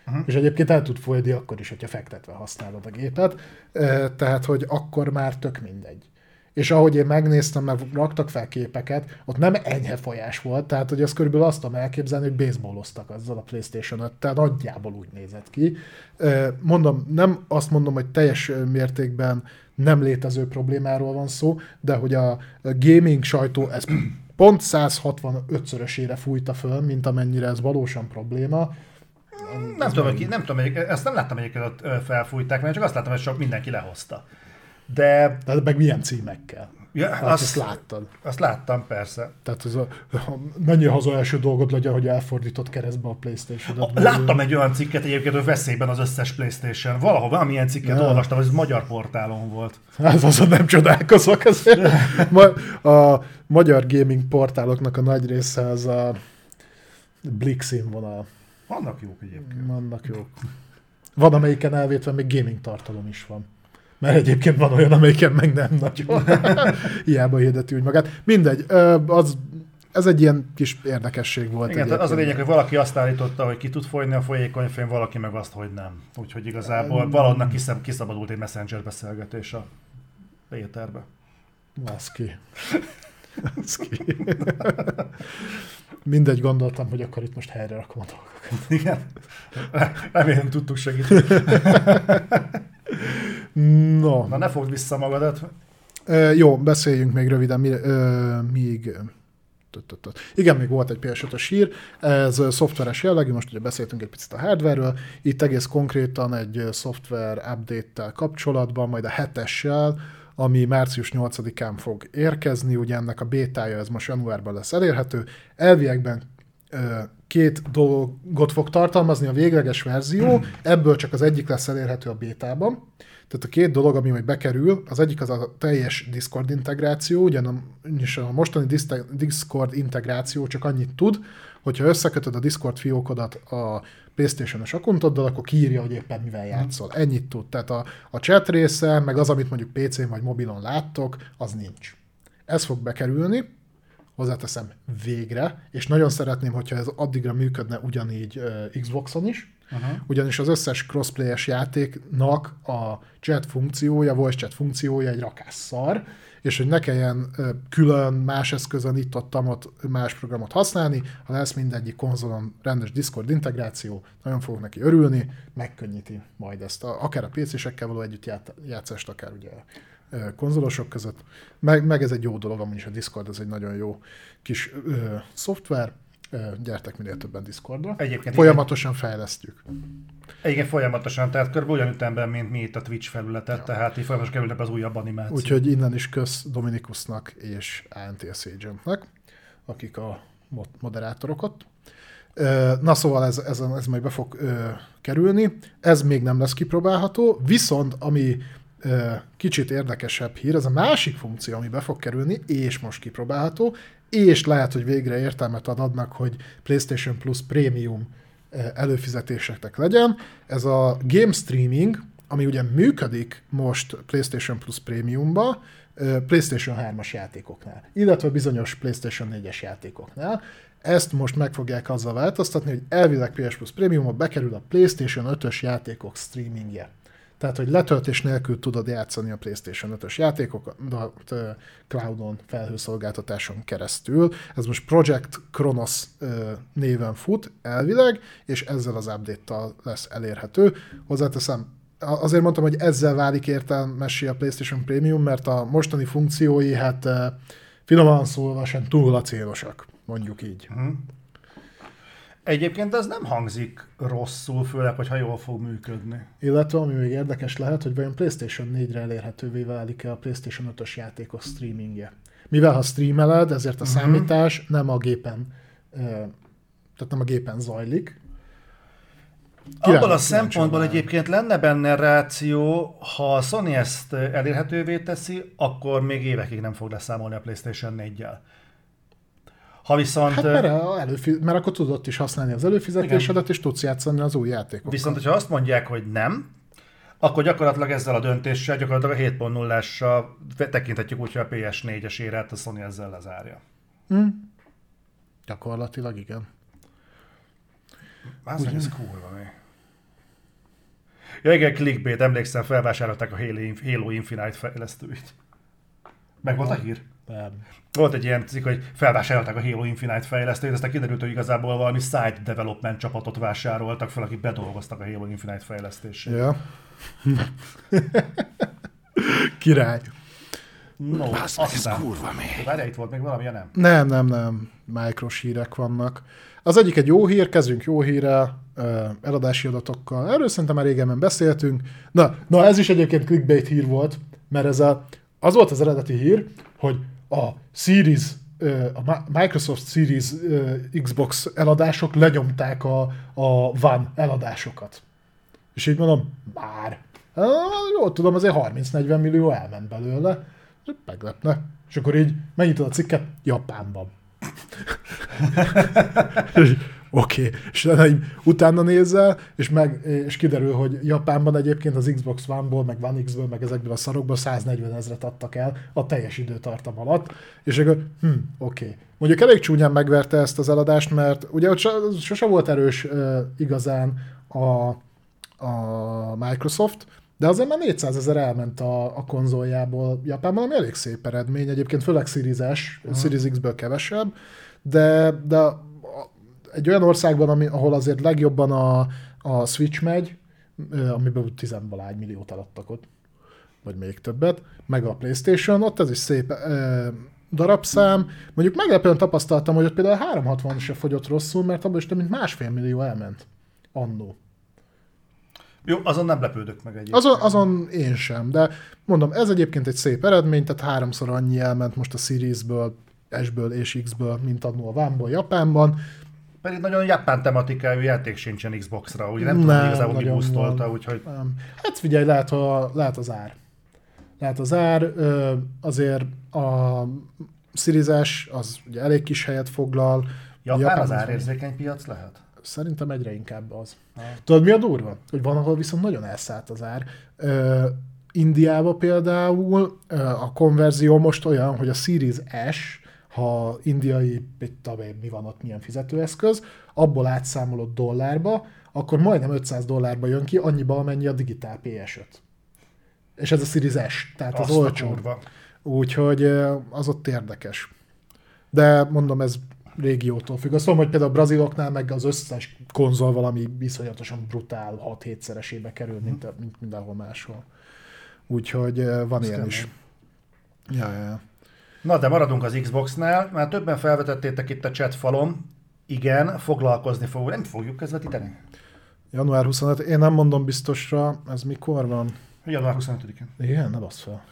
Uh-huh. És egyébként el tud folyni akkor is, hogyha fektetve használod a gépet, tehát, hogy akkor már tök mindegy. És ahogy én megnéztem, mert raktak fel képeket, ott nem enyhe folyás volt, tehát hogy ezt körülbelül azt tudom elképzelni, hogy baseballoztak azzal a PlayStation öttel, nagyjából úgy nézett ki. Mondom, nem azt mondom, hogy teljes mértékben nem létező problémáról van szó, de hogy a gaming sajtó ez pont száz hatvanötszörösére fújta föl, mint amennyire ez valósan probléma. Nem tudom, meg... nem tudom, ezt nem láttam egyébként, ott felfújták, mert csak azt láttam, hogy sok mindenki lehozta. De... Tehát meg milyen címekkel? Ja, hát azt, azt láttad. Azt láttam, persze. Tehát ez a, mennyi haza első dolgod legyen, hogy elfordított keresztbe a PlayStation-et. Láttam egy olyan cikket egyébként, hogy veszélyben az összes PlayStation. Valahol valamilyen cikket ja. olvastam, hogy ez magyar portálon volt. Hát azon nem csodálkozok azért. Ma, a magyar gaming portáloknak a nagy része az a Blick színvonal. Vannak jók egyébként. Vannak jók. Van, amelyiken elvétve még gaming tartalom is van. Mert egyébként van olyan, amelyiken meg nem nagyon. Hiába hirdeti úgy magát. Mindegy, az, ez egy ilyen kis érdekesség volt. Igen, az a lényeg, hogy valaki azt állította, hogy ki tud folyni a folyékonyfén, valaki meg azt, hogy nem. Úgyhogy igazából valahonnan kiszab, kiszabadult egy messenger beszélgetés a éterbe. Baszki. Baszki. Mindegy, gondoltam, hogy akkor itt most helyre rakom a dolgokat. Igen. Remélem tudtuk segíteni. No. Na ne fogd vissza magadat. E, jó, beszéljünk még röviden, mi, e, míg... Igen, még volt egy pé es ötös hír, ez szoftveres jellegű, most ugye beszéltünk egy picit a hardware-ről, itt egész konkrétan egy szoftver update-tel kapcsolatban, majd a hetessel, ami március nyolcadikán fog érkezni, ugye ennek a bétája, ez most januárban lesz elérhető. Elviekben két dolgot fog tartalmazni a végleges verzió, ebből csak az egyik lesz elérhető a bétában. Tehát a két dolog, ami majd bekerül, az egyik az a teljes Discord integráció, ugyanis a mostani Discord integráció csak annyit tud, hogyha összekötöd a Discord fiókodat a PlayStation-os akkontoddal, akkor kiírja, hogy éppen mivel játszol. Ennyit tud. Tehát a, a chat része, meg az, amit mondjuk pé cén vagy mobilon láttok, az nincs. Ez fog bekerülni, hozzáteszem végre, és nagyon szeretném, hogyha ez addigra működne ugyanígy uh, Xboxon is, uh-huh. ugyanis az összes crossplay-es játéknak a chat funkciója, voice chat funkciója egy rakás szar, és hogy ne kelljen uh, külön más eszközön itt-ott más programot használni, ha lesz mindegyik konzolon rendes Discord integráció, nagyon fogok neki örülni, megkönnyíti majd ezt, a, akár a pé césekkel való együtt ját, játszást, akár ugye konzolosok között, meg, meg ez egy jó dolog, amúgy is a Discord, ez egy nagyon jó kis ö, szoftver, ö, gyertek minél többen Discordra. Egyébként folyamatosan igen. fejlesztjük. Igen, folyamatosan, tehát körülbelül olyan ütemben, mint mi itt a Twitch felületet, ja. tehát így folyamatosan kerülnek az újabb animációk. Úgyhogy innen is kösz Dominikusnak és á en té es Agentnek, akik a moderátorokat. Na szóval ez, ez, ez majd be fog ö, kerülni, ez még nem lesz kipróbálható, viszont ami kicsit érdekesebb hír, ez a másik funkció, ami be fog kerülni, és most kipróbálható, és lehet, hogy végre értelmet ad adnak, hogy PlayStation Plus Premium előfizetéseknek legyen. Ez a game streaming, ami ugye működik most PlayStation Plus Premiumba, PlayStation hármas játékoknál, illetve bizonyos PlayStation négyes játékoknál. Ezt most meg fogják azzal változtatni, hogy elvileg pé es Plus Premiumba bekerül a PlayStation ötös játékok streamingje. Tehát, hogy letöltés nélkül tudod játszani a PlayStation ötös játékokat cloudon, felhőszolgáltatáson keresztül. Ez most Project Kronos néven fut elvileg, és ezzel az update-tal lesz elérhető. Hozzáteszem, azért mondtam, hogy ezzel válik értelmessé a PlayStation Premium, mert a mostani funkciói, hát finoman szólva sem túl acélosak, mondjuk így. Uh-huh. Egyébként ez nem hangzik rosszul, főleg, hogyha jól fog működni. Illetve, ami még érdekes lehet, hogy vajon PlayStation négyre elérhetővé válik-e a PlayStation ötös játékos streamingje. Mivel ha streameled, ezért a uh-huh. számítás nem a gépen, tehát nem a gépen zajlik. Abban a szempontból egyébként lenne benne ráció, ha a Sony ezt elérhetővé teszi, akkor még évekig nem fog leszámolni a PlayStation négyel. Ha viszont... Hát mert, előfiz... mert akkor tudod is használni az előfizetésedet, igen. és tudsz játszani az új játékokkal. Viszont, hogyha azt mondják, hogy nem, akkor gyakorlatilag ezzel a döntéssel, gyakorlatilag a hét pont null-ással tekinthetjük úgy, hogy a pé es négyes érát a Sony ezzel lezárja. Hmm. Gyakorlatilag igen. Az meg ez kurva még. Ja igen, clickbait, emlékszem, felvásárolták a Halo Infinite fejlesztőit. Meg volt a hír? Nem. Volt egy ilyen cikk, hogy felvásárolták a Halo Infinite fejlesztőit, aztán kiderült, hogy igazából valami side development csapatot vásároltak fel, akik bedolgoztak a Halo Infinite fejlesztését. Ja. Király. No, aztán. Kurva még. Várjál, itt volt még valami, ja nem? Nem, nem, nem. Micros hírek vannak. Az egyik egy jó hír, kezdjünk jó hírrel, eladási adatokkal. Erről szerintem már régen beszéltünk. Na, na, ez is egyébként clickbait hír volt, mert ez a, az volt az eredeti hír, hogy a Series, a Microsoft Series Xbox eladások lenyomták a, a One eladásokat. És így mondom, bár. Jól tudom, azért harminc-negyven millió elment belőle. Meglepne. És akkor így megnyitod a cikket, Japánban. Oké. Okay. És utána nézzel, és, meg, és kiderül, hogy Japánban egyébként az Xbox One-ból, meg One X-ből, meg ezekből a szarokból száznegyven ezret adtak el a teljes időtartam alatt. És akkor, hm, oké. Okay. Mondjuk elég csúnyán megverte ezt az eladást, mert ugye ott sose volt erős uh, igazán a, a Microsoft, de azért már négyszázezer elment a, a konzoljából Japánban, ami elég szép eredmény, egyébként főleg Series S, uh-huh. Series X-ből kevesebb, de, de egy olyan országban, ami, ahol azért legjobban a, a Switch megy, amiből tizenvalány milliót eladtak ott, vagy még többet, meg a PlayStation, ott ez is szép e, darabszám. Mondjuk meglepően tapasztaltam, hogy ott például a háromszázhatvan se fogyott rosszul, mert abban is több mint másfél millió elment annó. Jó, azon nem lepődök meg egyébként. Azon, azon én sem, de mondom, ez egyébként egy szép eredmény, tehát háromszor annyi elment most a Series-ből, S-ből és X-ből, mint annó a One-ból Japánban. Pedig nagyon japán tematikájú játék sincsen Xbox-ra, ugye nem, nem tudom, hogy igazából mi busztolta, úgyhogy... Nem. Hát figyelj, lehet, a, lehet az ár. Lehet az ár, azért a Series S az ugye elég kis helyet foglal. Japán, Japán az árérzékeny piac lehet? Szerintem egyre inkább az. Ha. Tudod, mi a durva? Hogy van, ahol viszont nagyon elszállt az ár. Ö, Indiában például ö, a konverzió most olyan, hogy a Series S, ha indiai, mi van ott, milyen fizetőeszköz, abból átszámolod dollárba, akkor majdnem ötszáz dollárba jön ki, annyiba, amennyi a digitál P S öt. És ez a Series S, tehát az olcsó. Úgyhogy az ott érdekes. De mondom, ez régiótól függ. Azt mondom, hogy például a braziloknál meg az összes konzol valami viszonyatosan brutál hat-hétszeresébe kerül, hmm. mint, mint mindenhol máshol. Úgyhogy van Azt ilyen is. Ja, ja, ja. Na, de maradunk az Xboxnál, mert többen felvetettétek itt a chat falon. Igen, foglalkozni fogunk. Nem fogjuk közvetíteni? január huszonötödike. Én nem mondom biztosra, ez mikor van? január huszonötödikén. Igen, ne bassz fel.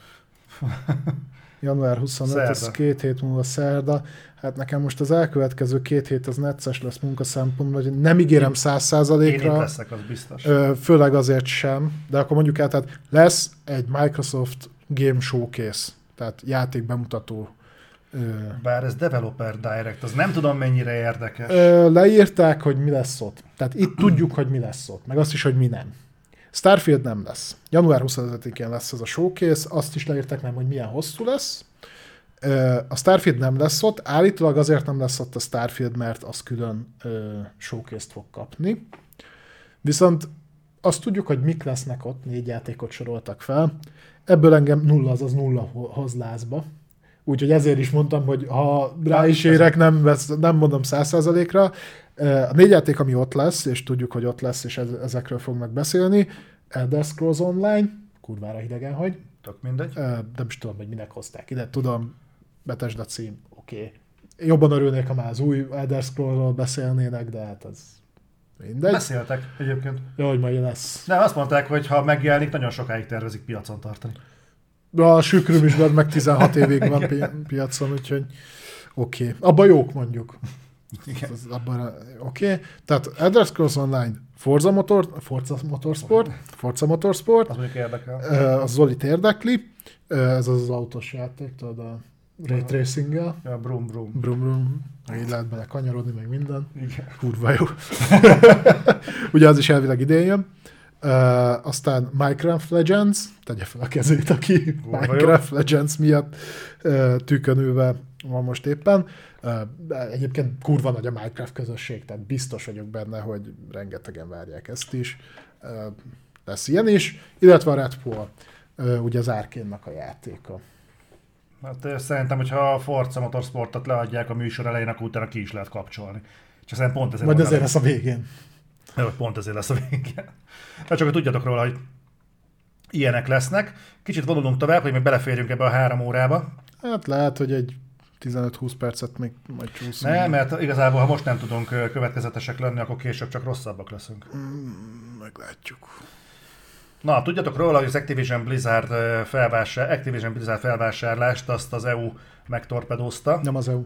január huszonötödike, ez két hét múlva szerda. Hát nekem most az elkövetkező két hét az necces lesz munkaszempontból, hogy nem ígérem száz százalékra. Én itt leszek, az biztos. Főleg azért sem, de akkor mondjuk el, tehát lesz egy Microsoft Game Showcase, tehát játék bemutató. Bár ez Developer Direct, az nem tudom mennyire érdekes. Leírták, hogy mi lesz ott. Tehát itt tudjuk, hogy mi lesz ott, meg azt is, hogy mi nem. Starfield nem lesz. január huszonötödikén lesz ez a showcase, azt is leírták nem, hogy milyen hosszú lesz. A Starfield nem lesz ott, állítólag azért nem lesz ott a Starfield, mert az külön showcase-t fog kapni. Viszont azt tudjuk, hogy mik lesznek ott, négy játékot soroltak fel. Ebből engem nulla, azaz nulla hoz lázba. Úgyhogy ezért is mondtam, hogy ha rá is érek, nem, vesz, nem mondom száz százalékra. A négy játék, ami ott lesz, és tudjuk, hogy ott lesz, és ezekről fognak beszélni, Elder Scrolls Online, kurvára hidegen hagy. Tök mindegy. Nem is tudom, hogy minek hozták ide. Tudom, Bethesda cím, oké. Okay. Jobban örülnék, ha már az új Elder Scrollról beszélnének, de hát ez mindegy. Beszéltek egyébként. Jó, hogy majd lesz. Nem, azt mondták, hogy ha megjelenik, nagyon sokáig tervezik piacon tartani. A Sűkrűm is meg tizenhat évig van pi- piacon, úgyhogy oké. Okay. Abban jók mondjuk. Oké. Okay. Tehát Elder Scrolls Online, Forza, Motor, Forza Motorsport, Forza Motorsport. Az mondjuk érdekel. Az Zolit érdekli. Ez az az autós játék, tudod, a Ray Tracing-gel. Ja, brum brum. Brum brum. Így lehet bele kanyarodni, meg minden. Igen. Kurva jó. Ugye az is elvileg idén jön. Uh, aztán Minecraft Legends, tegye fel a kezét, aki Kurva Minecraft jó. Legends miatt uh, tűkönülve van most éppen. Uh, egyébként kurva nagy a Minecraft közösség, tehát biztos vagyok benne, hogy rengetegen várják ezt is. Uh, lesz ilyen is, illetve a Redfall, ugye az Arkane-nak a játéka. Hát szerintem, hogyha a Forza Motorsportot leadják a műsor elején, akkor utána ki is lehet kapcsolni. Csak szerintem pont ezért... Majd ezért lesz a végén. Pont ezért lesz a végén. De csak hogy tudjatok róla, hogy ilyenek lesznek. Kicsit vonulunk tovább, hogy még beleférjünk ebbe a három órába. Hát lehet, hogy egy tizenöt-húsz percet még majd csúszunk. Nem, mert igazából, ha most nem tudunk következetesek lenni, akkor később csak rosszabbak leszünk. Mm, meglátjuk. Na, tudjatok róla, hogy az Activision Blizzard, felvásár, Activision Blizzard felvásárlást azt az é u megtorpedózta. Nem az é u.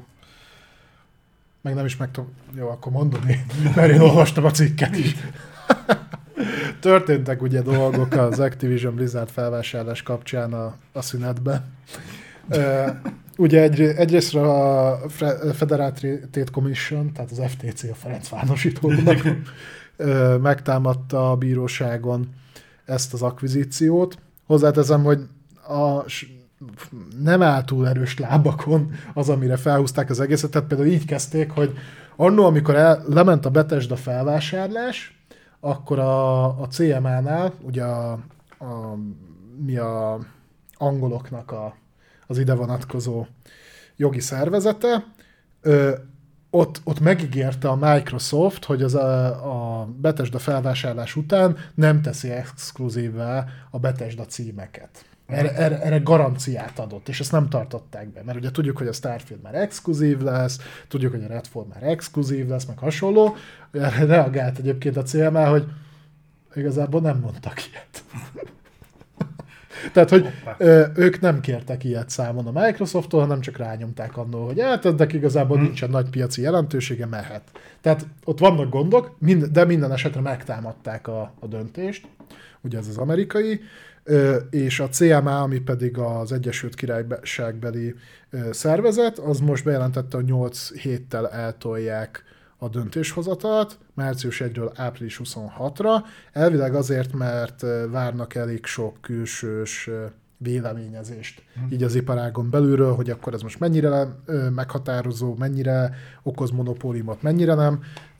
Meg nem is megtorpedózta. Jó, akkor mondom én, mert én olvastam a cikket is. Történtek ugye dolgok az Activision Blizzard felvásárlás kapcsán a, a szünetben. Uh, ugye egy, egyrészt a Federal Trade Commission, tehát az ef té cé, a Ferencvárosítónak uh, megtámadta a bíróságon ezt az akvizíciót. Hozzáteszem, hogy a, nem áll túl erős lábakon az, amire felhúzták az egészet. Tehát például így kezdték, hogy annó, amikor el, lement a Bethesda felvásárlás, akkor a, a cé em á-nál, ugye a, a, mi a angoloknak a, az ide vonatkozó jogi szervezete, ö, ott, ott megígérte a Microsoft, hogy az a, a Bethesda felvásárlás után nem teszi exkluzívvá a Bethesda címeket. Erre, erre, erre garanciát adott, és ezt nem tartották be, mert ugye tudjuk, hogy a Starfield már exkluzív lesz, tudjuk, hogy a Redfall már exkluzív lesz, meg hasonló. Erre reagált egyébként a cé em á, hogy igazából nem mondtak ilyet. Tehát, hogy ö, ők nem kértek ilyet számon a Microsofttól, hanem csak rányomták annól, hogy hát ennek igazából hmm. nincsen nagy piaci jelentősége, mehet. Tehát ott vannak gondok, mind, de minden esetre megtámadták a, a döntést, ugye ez az amerikai, ö, és a cé em á, ami pedig az Egyesült Királyságbeli ö, szervezet, az most bejelentette, hogy nyolc héttel eltolják a döntéshozatalt, március elsejétől április huszonhatodikra, elvileg azért, mert várnak elég sok külsős véleményezést hmm. így az iparágon belülről, hogy akkor ez most mennyire meghatározó, mennyire okoz monopóliumot, mennyire nem.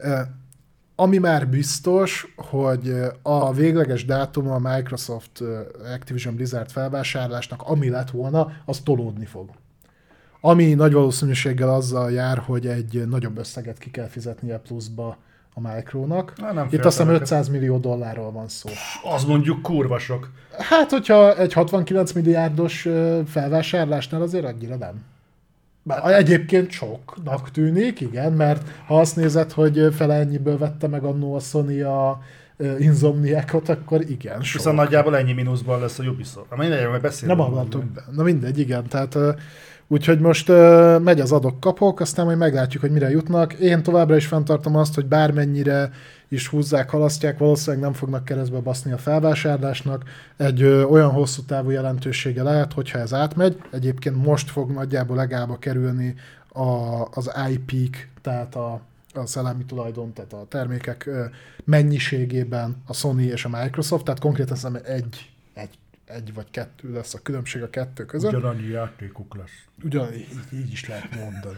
Ami már biztos, hogy a végleges dátum a Microsoft Activision Blizzard felvásárlásnak, ami lett volna, az tolódni fog. Ami nagy valószínűséggel azzal jár, hogy egy nagyobb összeget ki kell fizetnie pluszba a Micronak. Na, itt azt hiszem ötszáz millió dollárról van szó. Az mondjuk kurva sok. Hát, hogyha egy hatvankilenc milliárdos felvásárlásnál azért annyira nem. Bár egyébként soknak tűnik, igen, mert ha azt nézed, hogy fele ennyiből vette meg annó a Sony a Insomniacot, akkor igen, sok. Viszont nagyjából ennyi mínuszban lesz a Ubisoft. Na mindegy, majd beszélünk. Nem abban többen. Na mindegy, igen, tehát... Úgyhogy most uh, megy az adok-kapok, aztán majd meglátjuk, hogy mire jutnak. Én továbbra is fenntartom azt, hogy bármennyire is húzzák, halasztják, valószínűleg nem fognak keresztbe baszni a felvásárlásnak. Egy ö, olyan hosszú távú jelentősége lehet, hogyha ez átmegy. Egyébként most fog nagyjából legába kerülni a, az i pé-k, tehát a, a szellemi tulajdon, tehát a termékek ö, mennyiségében a Sony és a Microsoft, tehát konkrétan szerintem egy, egy egy vagy kettő lesz a különbség a kettő között. Ugyanannyi játékuk lesz. Ugyan, így, így is lehet mondani.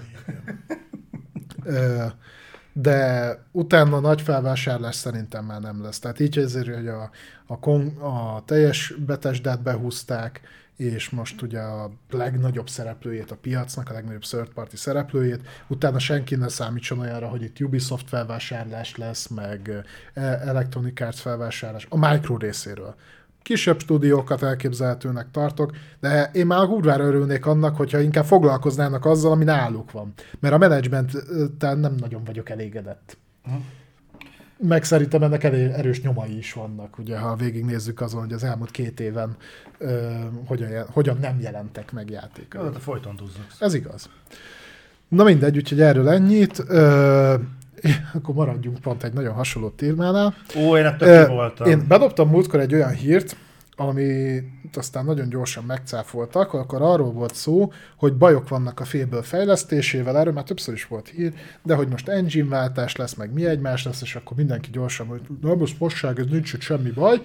De utána nagy felvásárlás szerintem már nem lesz. Tehát így ezért, hogy a, a, kon, a teljes Bethesdát behúzták, és most ugye a legnagyobb szereplőjét a piacnak, a legnagyobb third party szereplőjét, utána senki ne számítson olyanra, hogy itt Ubisoft felvásárlás lesz, meg Electronic Arts felvásárlás, a Micro részéről. Kisebb stúdiókat elképzelhetőnek tartok, de én már hurvára örülnék annak, hogyha inkább foglalkoznának azzal, ami náluk van. Mert a menedzsmenttel nem nagyon vagyok elégedett. Uh-huh. Meg szerintem ennek elég erős nyomai is vannak, ugye, ha végignézzük azon, hogy az elmúlt két éven ö, hogyan, hogyan nem jelentek meg játékok. De folyton duzzak. Ez igaz. Na mindegy, úgyhogy erről ennyit. Ö, akkor maradjunk pont egy nagyon hasonló témánál. Ó, én ettől ki voltam. Én bedobtam múltkor egy olyan hírt, amit aztán nagyon gyorsan megcáfoltak, akkor arról volt szó, hogy bajok vannak a Fable fejlesztésével, erről már többször is volt hír, de hogy most engine váltás lesz, meg mi egymás lesz, és akkor mindenki gyorsan, hogy na most mosság, ez nincs itt semmi baj.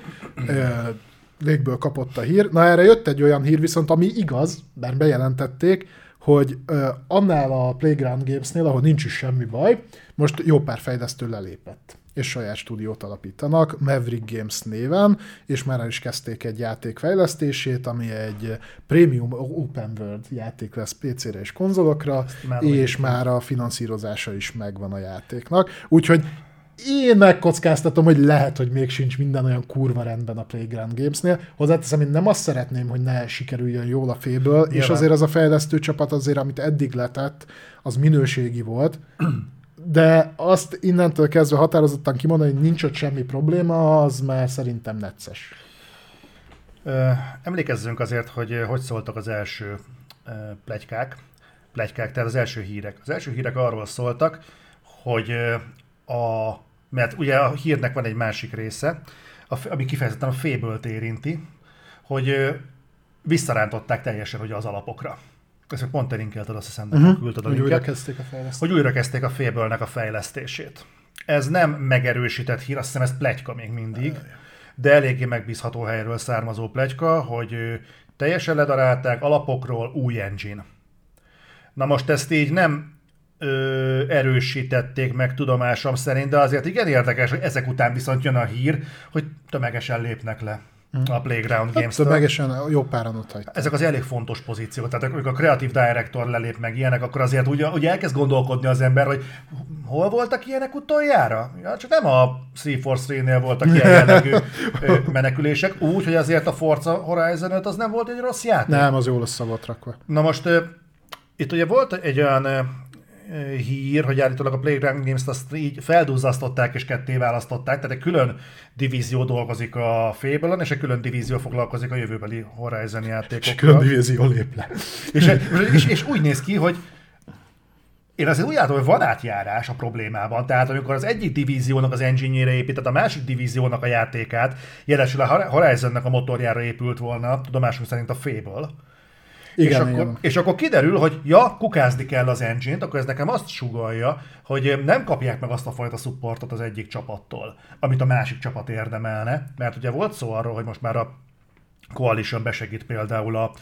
Légből kapott a hír. Na erre jött egy olyan hír viszont, ami igaz, bár bejelentették, hogy uh, annál a Playground Games-nél, ahol nincs is semmi baj, most jó pár fejlesztő lelépett, és saját stúdiót alapítanak, Maverick Games néven, és már el is kezdték egy játék fejlesztését, ami egy premium open world játék lesz pé cére és konzolokra, már és már a finanszírozása is megvan a játéknak. Úgyhogy én megkockáztatom, hogy lehet, hogy még sincs minden olyan kurva rendben a Playground Games-nél. Hozzáteszem, én nem azt szeretném, hogy ne sikerüljön jól a Fable, és azért az a fejlesztő csapat azért, amit eddig letett, az minőségi volt. De azt innentől kezdve határozottan kimondani, hogy nincs ott semmi probléma, az már szerintem necces. Emlékezzünk azért, hogy hogy szóltak az első pletykák, pletykák, tehát az első hírek. Az első hírek arról szóltak, hogy a, mert ugye a hírnek van egy másik része, ami kifejezetten a Fable-t érinti, hogy visszarántották teljesen hogy az alapokra. Ezt pont te linkelted, azt hiszem, uh-huh. küldted a hogy linket. Újra kezdték a fejlesztést. Hogy újra kezdték a Fable-nek a fejlesztését. Ez nem megerősített hír, azt hiszem ez pletyka még mindig, de eléggé megbízható helyről származó pletyka, hogy teljesen ledarálták alapokról új engine. Na most ezt így nem ö, erősítették meg tudomásom szerint, de azért igen érdekes, hogy ezek után viszont jön a hír, hogy tömegesen lépnek le a Playground Games-től. Tömegesen jó páran ott hagyták. Ezek az elég fontos pozíciók. Tehát amikor a Creative Director lelép meg ilyenek, akkor azért úgy, úgy elkezd gondolkodni az ember, hogy hol voltak ilyenek utoljára? Ja, csak nem a Three Force Three-nél voltak ilyen jellegű menekülések, úgy, hogy azért a Forza Horizon öt az nem volt egy rossz játék. Nem, az jól össze volt rakva. Na most itt ugye volt egy olyan hír, hogy állítólag a Playground Games-t azt így felduzzasztották és ketté választották, tehát egy külön divízió dolgozik a Fable-on, és egy külön divízió foglalkozik a jövőbeli Horizon játékokkal. És külön divízió lép le. És, és, és úgy néz ki, hogy én azért úgy látom, hogy van átjárás a problémában, tehát amikor az egyik divíziónak az engine-jére épített, a másik divíziónak a játékát, jelesül a Horizonnak a motorjára épült volna, tudomásunk szerint a Fable. Igen, és, akkor, és akkor kiderül, hogy ja, kukázni kell az engine-t, akkor ez nekem azt sugallja, hogy nem kapják meg azt a fajta supportot az egyik csapattól, amit a másik csapat érdemelne, mert ugye volt szó arról, hogy most már a Coalition besegít például a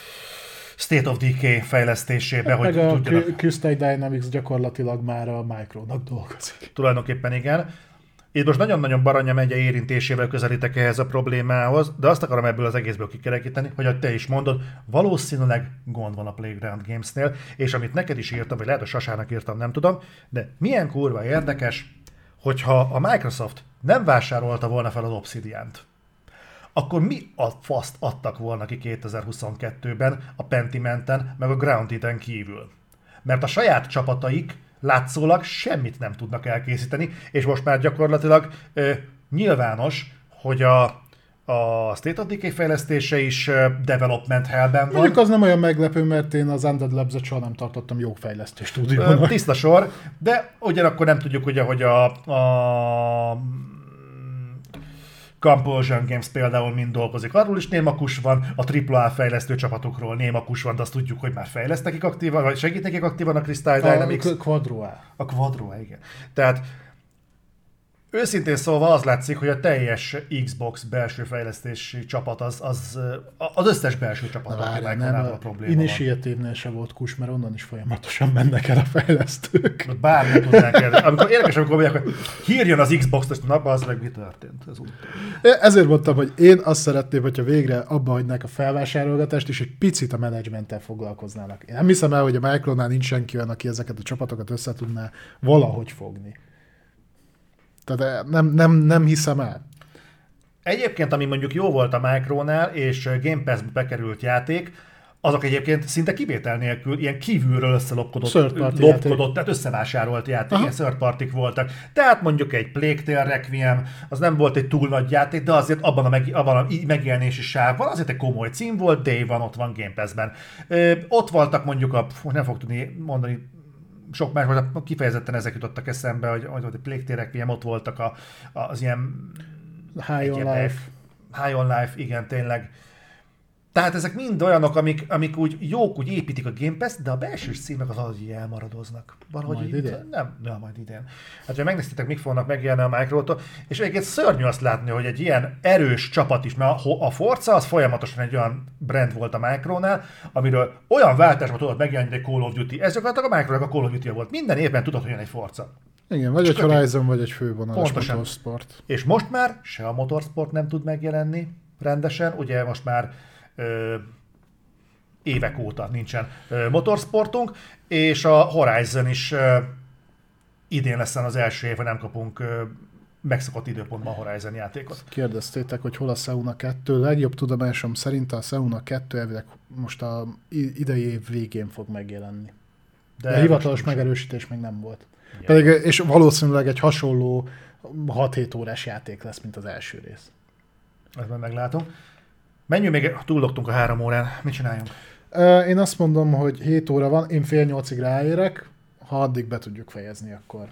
State of Decay fejlesztésébe, hát hogy meg tudjanak... a Crystal Dynamics gyakorlatilag már a Micronak dolgozik. Tulajdonképpen igen. Itt most nagyon-nagyon Baranya megye érintésével közelítek ehhez a problémához, de azt akarom ebből az egészből kikerekíteni, hogy ahogy te is mondod, valószínűleg gond van a Playground Games-nél, és amit neked is írtam, vagy lehet, hogy Sasának írtam, nem tudom, de milyen kurva érdekes, hogyha a Microsoft nem vásárolta volna fel az Obsidiant, akkor mi a faszt adtak volna ki kétezer-huszonkettőben a Pentimenten, meg a Grounded-en kívül? Mert a saját csapataik látszólag semmit nem tudnak elkészíteni, és most már gyakorlatilag ö, nyilvános, hogy a, a State of Decay fejlesztése is ö, development hellben van. Mondjuk az nem olyan meglepő, mert én az Undead Labs-et soha nem tartottam jó fejlesztő stúdiónak. Tiszta sor, de ugyanakkor nem tudjuk ugye, hogy a, a Compulsion Games például mind dolgozik. Arról is némakus van, a á á á fejlesztő csapatokról némakus van, de azt tudjuk, hogy már fejleszt nekik aktívan, vagy segít nekik aktívan a Crystal Dynamics. A Quadro-A. A Quadro-A, igen. Tehát őszintén szólva az látszik, hogy a teljes Xbox belső fejlesztési csapat az, az, az összes belső csapat, aki megvonálva a probléma van. Initiative-nél se volt kus, mert onnan is folyamatosan mennek el a fejlesztők. Bár nem tudnánk el. Amikor érdekes, amikor mondják, hogy hírjon az Xbox, és napban az meg mi történt. Ez Ezért mondtam, hogy én azt szeretném, hogyha végre abba hagynák a felvásárolgatást, és egy picit a menedzsmenttel foglalkoznának. Én nem hiszem el, hogy a Micronál nincs senki olyan, aki ezeket a csapatokat össze tudná valahogy fogni. Tehát nem, nem, nem hiszem el. Egyébként, ami mondjuk jó volt a Micronál, és Game Pass-be bekerült játék, azok egyébként szinte kivétel nélkül ilyen kívülről összelopkodott, lopkodott, tehát összevásárolt játék, Aha. ilyen third partik voltak. Tehát mondjuk egy Plague Tale Requiem, az nem volt egy túl nagy játék, de azért abban a, meg, abban a megjelenési sávban azért egy komoly cím volt, Day van, ott van Game Pass-ben. Ö, ott voltak mondjuk a, nem fog tudni mondani, sok más, vagy kifejezetten ezek jutottak eszembe, hogy, hogy a Plague Tale Requiem, ott voltak a, az ilyen... High on Life. High on Life, igen, tényleg. Tehát ezek mind olyanok, amik, amik úgy jók, úgy építik a Game Pass-t, de a belső címek az az, hogy elmaradoznak. Valahogy majd így, idén? Nem, nem, majd idén. Hát, ha megnéztétek, mik fognak megjelenni a Microtól, és egyébként szörnyű azt látni, hogy egy ilyen erős csapat is, mert a Forza az folyamatosan egy olyan brand volt a Micronál, amiről olyan váltásban tudott megjelenni, egy Call of Duty. Ez gyakorlatilag a Micronak a Call of Duty volt. Minden évben tudott, hogy jön egy Forza. Igen, vagy egy Horizon, vagy egy fővonalas motorsport. És most már se a motorsport nem tud megjelenni rendesen, ugye most már ö, évek óta nincsen ö, motorsportunk, és a Horizon is ö, idén lesz az első év, hogy nem kapunk ö, megszokott időpontban a Horizon játékot. Kérdeztétek, hogy hol a Seuna kettő. Legjobb tudomásom szerint a Seuna kettő elvileg most a idei év végén fog megjelenni. De, De hivatalos megerősítés még nem volt. Ja. Pedig, és valószínűleg egy hasonló hat-hét órás játék lesz, mint az első rész. Ezt már meglátom. Menjünk még, túllogtunk a három órán. Mit csináljunk? Én azt mondom, hogy hét óra van, én fél nyolcig ráérek, ha addig be tudjuk fejezni, akkor...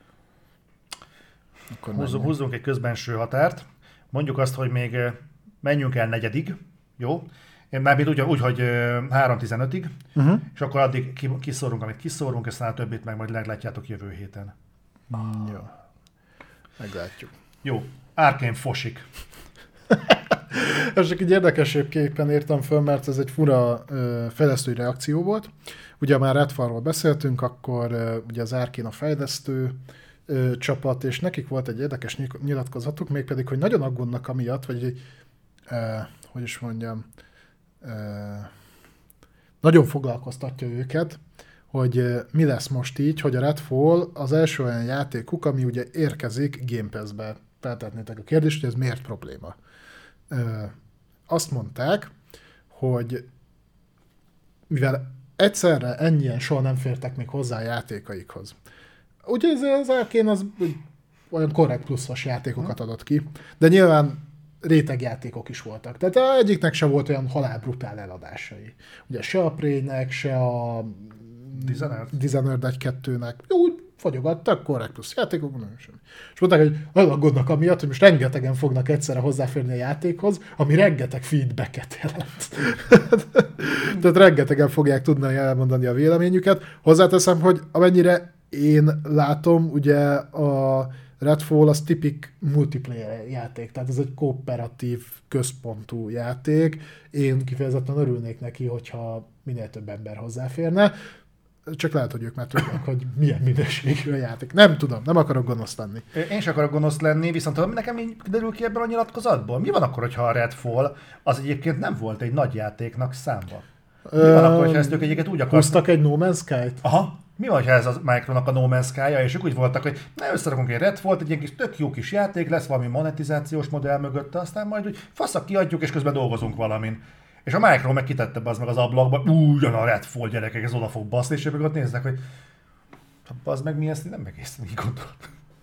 akkor húzzunk, húzzunk egy közbenső határt. Mondjuk azt, hogy még menjünk el negyedig, jó? Én már úgy, úgy, hogy három tizenötig, uh-huh. és akkor addig kiszórunk, amit kiszórunk, aztán a többit meg majd meglátjátok jövő héten. Mm, jó. Meglátjuk. Jó. Arkane fosik. Ez csak egy érdekességképpen írtam föl, mert ez egy fura ö, fejlesztői reakció volt. Ugye már Redfallról beszéltünk, akkor ö, ugye az Arkane a fejlesztő ö, csapat, és nekik volt egy érdekes nyilatkozatuk, mégpedig, hogy nagyon aggódnak amiatt, vagy ö, hogy is mondjam, ö, nagyon foglalkoztatja őket, hogy ö, mi lesz most így, hogy a Redfall az első olyan játékuk, ami ugye érkezik Game Pass-be. Feltetnétek a kérdést, hogy ez miért probléma. Ö, azt mondták, hogy mivel egyszerre ennyien soha nem fértek még hozzá a játékaikhoz. Ugye ez az Arkane az olyan korrekt pluszos játékokat adott ki, de nyilván rétegjátékok is voltak. Tehát egyiknek se volt olyan halálbrutál eladásai. Ugye se a Prey-nek, se a Dishonored egy-kettőnek. Úgy fogyogattak, korrekt plusz játékok, nem semmi. És mondták, hogy aggódnak amiatt, hogy most rengetegen fognak egyszerre hozzáférni a játékhoz, ami rengeteg feedbacket jelent. Tehát rengetegen fogják tudni elmondani a véleményüket. Hozzáteszem, hogy amennyire én látom, ugye a Redfall az tipik multiplayer játék, tehát ez egy kooperatív, központú játék. Én kifejezetten örülnék neki, hogyha minél több ember hozzáférne. Csak lehet, hogy ők már tudják, hogy milyen minőségű a játék. Nem tudom, nem akarok gonosz lenni. Én sem akarok gonosz lenni, viszont nekem így derül ki ebből a nyilatkozatból. Mi van akkor, hogyha a Redfall az egyébként nem volt egy nagy játéknak számba? Mi van Ö... akkor, hogyha ezt ők egyébként úgy akartak? Húztak egy No Man's Sky-t? Aha. Mi van, ha ez a Micronak a No Man's Sky-ja, és ők úgy voltak, hogy ne összerakunk egy Redfall-t, egy ilyen kis tök jó kis játék, lesz valami monetizációs modell mögötte, aztán majd úgy faszak kiadjuk, és közben dolgozunk valamin. És a Micro meg kitette be az meg az ablakba, ugyan a Redfall gyerekek, ez oda fog baszni, és ők ott néznek, hogy az meg mi ezt nem egészen így gondolt.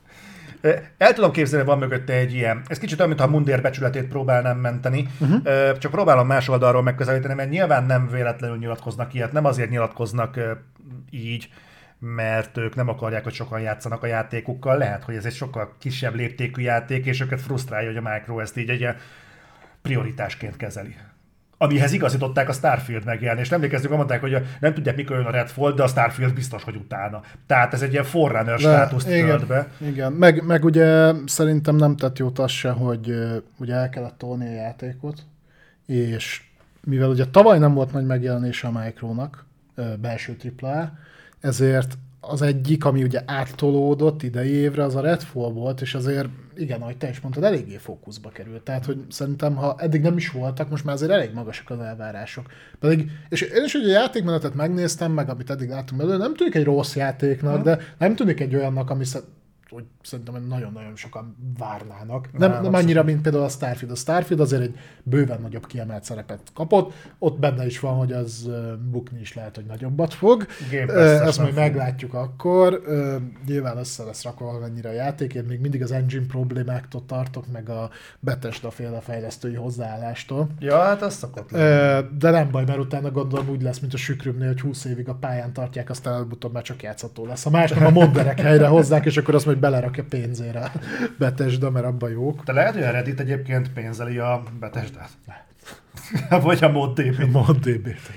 El tudom képzelni, van mögötte egy ilyen, ez kicsit olyan, mintha a mundér becsületét próbálnám menteni, uh-huh. csak próbálom más oldalról megközelíteni, mert nyilván nem véletlenül nyilatkoznak ilyet, nem azért nyilatkoznak így, mert ők nem akarják, hogy sokan játszanak a játékukkal, lehet, hogy ez egy sokkal kisebb léptékű játék, és őket frusztrálja, hogy a Micro ezt így egy ilyen prioritásként kezeli. Amihez igazították a Starfield megjelenést. Emlékezzünk, mondták, hogy nem tudják, mikor jön a Redfall, de a Starfield biztos, hogy utána. Tehát ez egy ilyen forerunner státuszt tölt be. Igen, meg, meg ugye szerintem nem tett jót az se, hogy ugye el kellett tolni a játékot, és mivel ugye tavaly nem volt nagy megjelenése a Micronak, belső tripla á, ezért az egyik, ami ugye áttolódott idei évre, az a Redfall volt, és azért, igen, ahogy te is mondtad, eléggé fókuszba került. Tehát, hogy szerintem, ha eddig nem is voltak, most már azért elég magasak az elvárások. Pedig, és én is ugye a játékmenetet megnéztem, meg amit eddig láttunk belőle, nem tűnik egy rossz játéknak, hmm. de nem tűnik egy olyannak, ami hogy szerintem nagyon-nagyon sokan várnának. Nem, nem, nem annyira, mint például a Starfield. A Starfield azért egy bőven nagyobb kiemelt szerepet kapott. Ott benne is van, hogy az bukni is lehet, hogy nagyobbat fog. Ezt majd meglátjuk akkor. Nyilván össze lesz rakva valamennyire a játék. Én még mindig az engine problémáktól tartok, meg a Bethesda féle fejlesztői hozzáállástól. Ja, hát az szokott lenni. De nem baj, mert utána gondolom úgy lesz, mint a Sükrümnél, hogy húsz évig a pályán tartják, aztán előbb-utóbb már csak játszható lesz. A másnak a modderek helyre hozzák, és akkor azt majd belerakja pénzére a Bethesda, mert abban jók. De lehet, hogy a Reddit egyébként pénzeli a Bethesdát? Vagy a ModDB. A ModDB-t,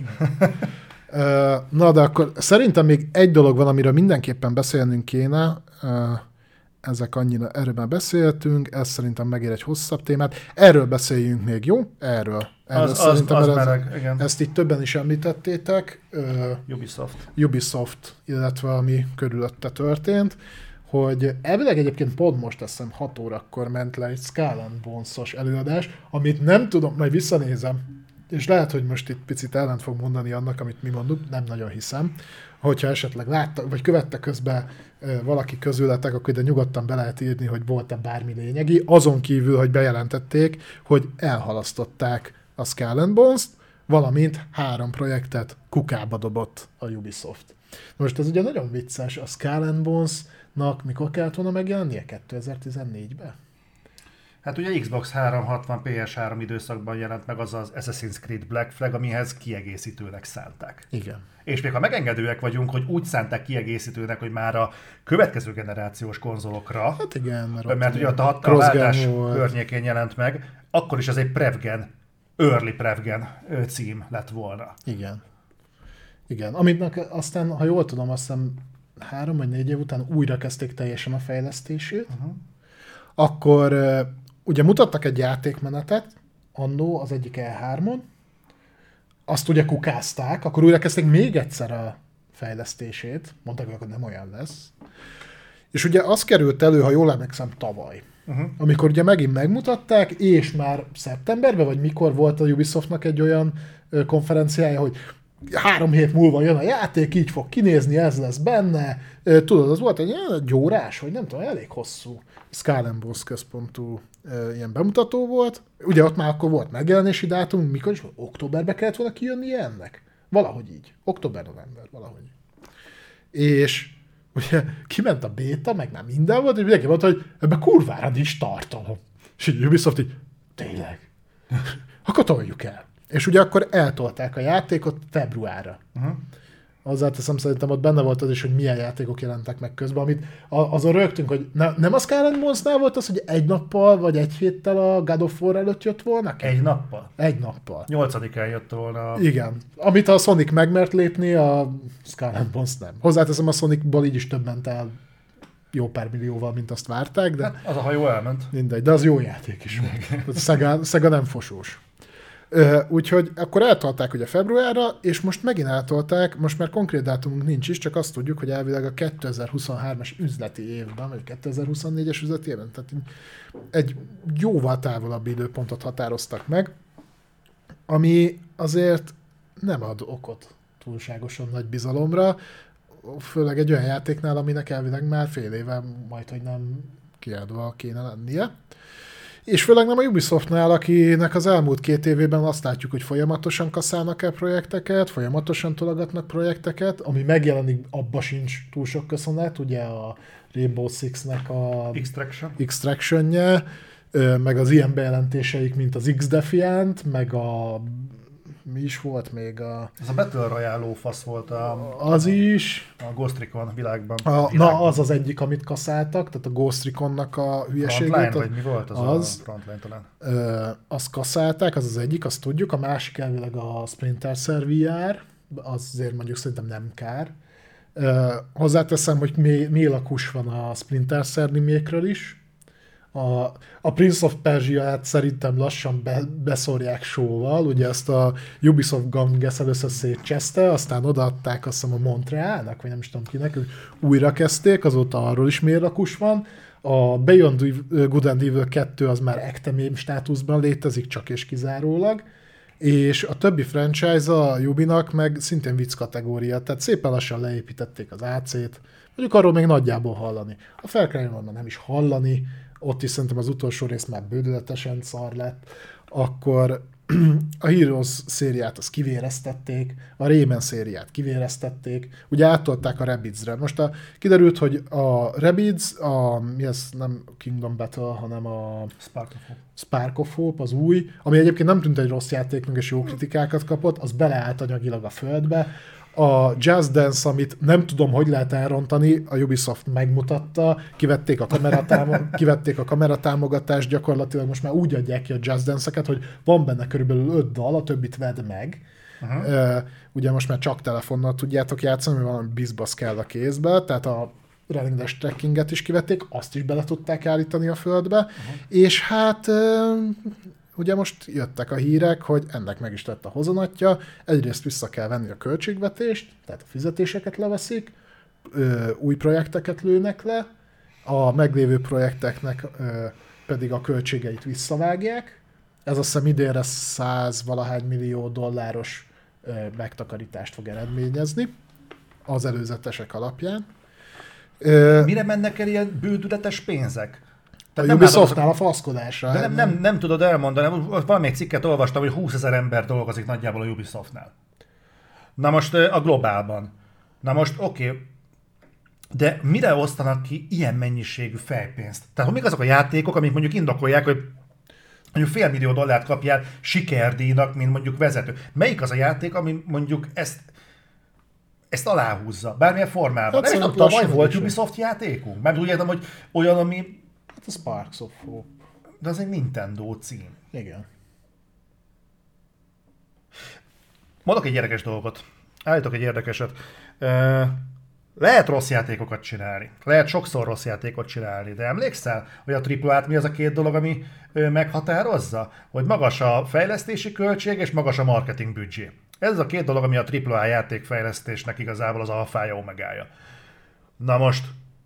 Na, de akkor szerintem még egy dolog van, amiről mindenképpen beszélnünk kéne. Ezek annyira, erről már beszéltünk, ez szerintem megér egy hosszabb témát. Erről beszéljünk még, jó? Erről. Erről az, szerintem az, az ez, meleg, igen. Ezt itt többen is említettétek. Ubisoft. Ubisoft, illetve ami körülötte történt, hogy elvileg egyébként pont most azt hiszem hat órakor ment le egy Skull and Bones-os előadás, amit nem tudom, majd visszanézem, és lehet, hogy most itt picit ellent fog mondani annak, amit mi mondunk, nem nagyon hiszem, hogyha esetleg láttak, vagy követtek közben valaki közületek, akkor ide nyugodtan be lehet írni, hogy volt-e bármi lényegi, azon kívül, hogy bejelentették, hogy elhalasztották a Skull and Bones-t, valamint három projektet kukába dobott a Ubisoft. Most ez ugye nagyon vicces, a Skull and Bones-nak mikor kellett volna megjelennie? kétezer-tizennégyben? Hát ugye Xbox háromszázhatvan pé es három időszakban jelent meg az az Assassin's Creed Black Flag, amihez kiegészítőnek szánták. Igen. És még ha megengedőek vagyunk, hogy úgy szánták kiegészítőnek, hogy már a következő generációs konzolokra, hát igen, mert, mert ugye a, a váltás környékén jelent meg, akkor is az egy Prevgen, Early Prevgen cím lett volna. Igen. Igen, amit aztán, ha jól tudom, azt hiszem három vagy négy év után újra kezdték teljesen a fejlesztését, uh-huh. Akkor ugye mutattak egy játékmenetet, annó az egyik E hármon, azt ugye kukázták, akkor újra kezdték még egyszer a fejlesztését, mondták, hogy akkor nem olyan lesz. És ugye az került elő, ha jól emlékszem, tavaly. Uh-huh. Amikor ugye megint megmutatták, és már szeptemberben, vagy mikor volt a Ubisoftnak egy olyan konferenciája, hogy három hét múlva jön a játék, így fog kinézni, ez lesz benne. Tudod, az volt egy, egy órás, vagy nem tudom, elég hosszú Skull and Bones központú e, ilyen bemutató volt. Ugye ott már akkor volt megjelenési dátum, mikor is? Októberbe kellett volna kijönni ennek? Valahogy így. Október-november, valahogy. És ugye kiment a béta, meg már minden volt, és mindenki mondta, hogy ebbe kurvára nincs tartalom. És így Ubisoft így, tényleg? Akkor toljuk el. És ugye akkor eltolták a játékot februárra. Uh-huh. Hozzáteszem, szerintem ott benne volt az is, hogy milyen játékok jelentek meg közben, amit azon rögtünk, hogy ne, nem a Skull and Bones-nál volt az, hogy egy nappal vagy egy héttel a God of War előtt jött volna? Egy nappal? Egy nappal. Nyolcadikán jött volna. Igen. Amit a Sonic megmert lépni, a Skull and Bones nem. Hozzáteszem, a Sonicból így is több ment el jó pár millióval, mint azt várták, de... Az a hajó elment. Mindegy, de az jó játék is volt. A Sega, Sega nem fosós. Úgyhogy akkor eltolták ugye februárra, és most megint eltolták, most már konkrét dátumunk nincs is, csak azt tudjuk, hogy elvileg a kétezer-huszonhármas üzleti évben, vagy kétezer-huszonnégyes üzleti évben, tehát egy jóval távolabb időpontot határoztak meg, ami azért nem ad okot túlságosan nagy bizalomra, főleg egy olyan játéknál, aminek elvileg már fél éve majd, hogy nem kiadva kéne lennie. És főleg nem a Ubisoftnál, akinek az elmúlt két évében azt látjuk, hogy folyamatosan kaszálnak el projekteket, folyamatosan tologatnak projekteket, ami megjelenik, abba sincs túl sok köszönet, ugye a Rainbow Six-nek a Extraction. Extraction-je, meg az ilyen bejelentéseik, mint az X-Defiant, meg a mi is volt még a... Ez a Battle Royale fasz volt a... Az is. A Ghost Recon világban. A, világban. Na, az az egyik, amit kaszáltak, tehát a Ghost Reconnak a hülyeségét. Frontline, vagy mi volt az, az a Frontline talán? Ö, azt kaszálták, az az egyik, azt tudjuk. A másik elvileg a Splinter Cell vé er, az azért mondjuk szerintem nem kár. Ö, hozzáteszem, hogy mélakus van a Splinter Cell remake-ről is. A, a Prince of Persia-t szerintem lassan be, beszórják sóval, ugye ezt a Ubisoft gang ezt először szétcseszte, aztán odaadták azt hiszem a Montrealnak, vagy nem is tudom kinek, újra kezdték, azóta arról is mérakus van. A Beyond Good and Evil kettő az már ektemém státuszban létezik, csak és kizárólag, és a többi franchise a Ubinak meg szintén vicc kategória, tehát szépen lassan leépítették az á cét, mondjuk arról még nagyjából hallani. A Far Cry-ról nem is hallani, ott is szerintem az utolsó rész már bődületesen szar lett, akkor a Heroes szériát azt kivéreztették, a Rayman szériát kivéreztették, ugye áttolták a Rabbids-re. Most a, kiderült, hogy a Rabbids, a, mi ez nem Kingdom Battle, hanem a Spark of Hope. Spark of Hope, az új, ami egyébként nem tűnt egy rossz játéknak, és jó kritikákat kapott, az beleállt anyagilag a földbe. A Just Dance, amit nem tudom, hogy lehet elrontani, a Ubisoft megmutatta, kivették a, kameratámo- kivették a kameratámogatást, gyakorlatilag most már úgy adják ki a Just Dance-eket, hogy van benne körülbelül öt dal, a többit vedd meg. Uh-huh. Uh, ugye most már csak telefonnal tudjátok játszani, mert valami bizbasz kell a kézbe, tehát a Running Dash trackinget is kivették, azt is bele tudták állítani a földbe, uh-huh. és hát uh, ugye most jöttek a hírek, hogy ennek meg is lett a hozonatja, egyrészt vissza kell venni a költségvetést, tehát a fizetéseket leveszik, uh, új projekteket lőnek le, a meglévő projekteknek uh, pedig a költségeit visszavágják. Ez azt hiszem idénre száz valahány millió dolláros uh, megtakarítást fog eredményezni az előzetesek alapján. Mire mennek el ilyen bődületes pénzek? Tehát a Ubisoftnál a faszkodásra. De nem, nem, nem tudod elmondani, valamelyik cikket olvastam, hogy húszezer ember dolgozik nagyjából a Ubisoftnál. Na most a globálban. Na most oké, okay. De mire osztanak ki ilyen mennyiségű fejpénzt? Tehát hogy még azok a játékok, amik mondjuk indokolják, hogy mondjuk fél millió dollárt kapjál sikerdíjnak, mint mondjuk vezető. Melyik az a játék, ami mondjuk ezt ezt aláhúzza, bármilyen formában. Hát nem is tavaly volt Ubisoft játékunk? Mert úgy értem, hogy olyan, ami... Hát a Sparks of Hope. De az egy Nintendo cím. Igen. Mondok egy érdekes dolgot. Állítok egy érdekeset. Lehet rossz játékokat csinálni. Lehet sokszor rossz játékot csinálni. De emlékszel, hogy a tripla á-t mi az a két dolog, ami meghatározza? Hogy magas a fejlesztési költség és magas a marketing büdzsé. Ez a két dolog, ami a tripla á játékfejlesztésnek igazából az alfája, omegája. Na most,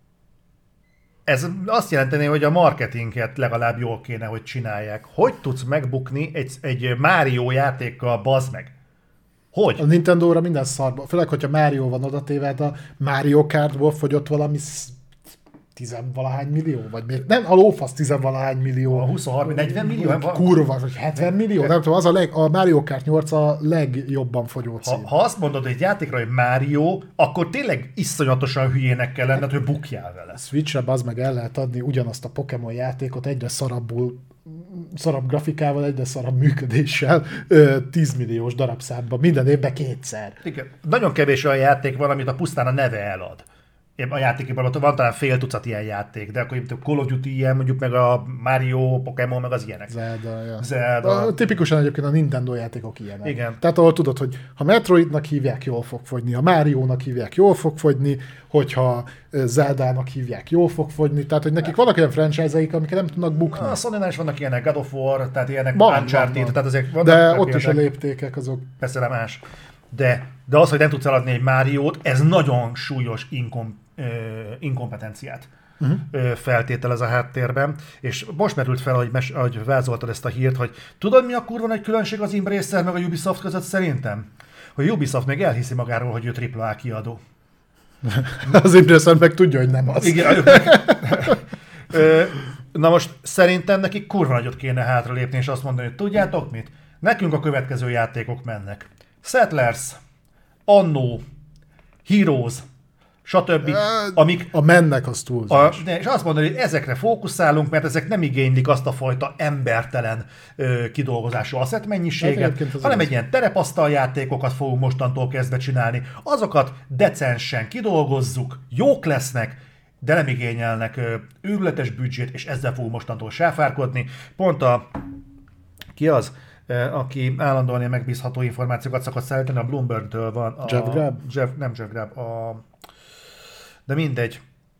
ez azt jelenteni, hogy a marketinget legalább jól kéne, hogy csinálják. Hogy tudsz megbukni egy, egy Mario játékkal, bazd meg? Hogy? A Nintendo-ra minden szarba. Főleg, hogyha Mario van odatéve, a Mario Kartból fogyott valami tizenvalahány millió, vagy még nem, a lófasz tizenvalahány millió. A húsz harminc negyven millió? Kurva, vagy hetven millió? Nem tudom, az a, leg, a Mario Kart nyolc a legjobban fogyó cím. Ha, ha azt mondod, hogy egy játékra, hogy Mario, akkor tényleg iszonyatosan hülyének kell lenned, hogy bukjál vele. Switchre az meg el lehet adni ugyanazt a Pokémon játékot egyre szarabbul, szarabb grafikával, egyre szarabb működéssel, tíz milliós darabszámban, minden évben kétszer. Igen. Nagyon kevés olyan játék van, amit a pusztán a neve elad. A játékban van talán fél tucat ilyen játék, de akkor a Call of Duty ilyen, mondjuk meg a Mario, Pokémon, meg az ilyenek. Zelda, ja. Zelda. A, tipikusan egyébként a Nintendo játékok ilyenek. Igen. Tehát ahol tudod, hogy ha Metroidnak hívják, jól fog fogyni, ha Mario-nak hívják, jól fog fogyni, hogyha Zeldának hívják, jól fog fogyni, tehát hogy nekik vannak olyan franchise-eik, amik nem tudnak bukni. A Sony-nál is vannak ilyenek, God of War, tehát ilyenek Uncharted, tehát azért vannak. De ott is a léptékek azok. Persze nem más. De, de az, hogy nem tudsz eladni egy Máriót, ez nagyon súlyos inkom, ö, inkompetenciát uh-huh. ö, feltételez a háttérben. És most merült fel, hogy, mes, hogy vázoltad ezt a hírt, hogy tudod, mi a kurva nagy különbség az Embracer meg a Ubisoft között szerintem? Hogy a Ubisoft még elhiszi magáról, hogy ő tripla á kiadó. Az Embracer meg tudja, hogy nem az. Igen, ö, na most szerintem nekik kurva nagyot kéne hátralépni, és azt mondani, hogy tudjátok mit? Nekünk a következő játékok mennek. Settlers, Anno, Heroes, stb. Amik a mennek az túlzás. A, és azt mondani, hogy ezekre fókuszálunk, mert ezek nem igénylik azt a fajta embertelen ö, kidolgozású asset mennyiséget, hát hanem egy ilyen terepasztal játékokat fogunk mostantól kezdve csinálni. Azokat decensen kidolgozzuk, jók lesznek, de nem igényelnek ö, őrületes büdzsét, és ezzel fogunk mostantól sáfárkodni. Pont a... Ki az? Aki állandóan ilyen megbízható információkat szokott szállítani, a Bloomberg-től van. A Jeff Grubb? Jeff, nem Jeff Grubb, a... de mindegy.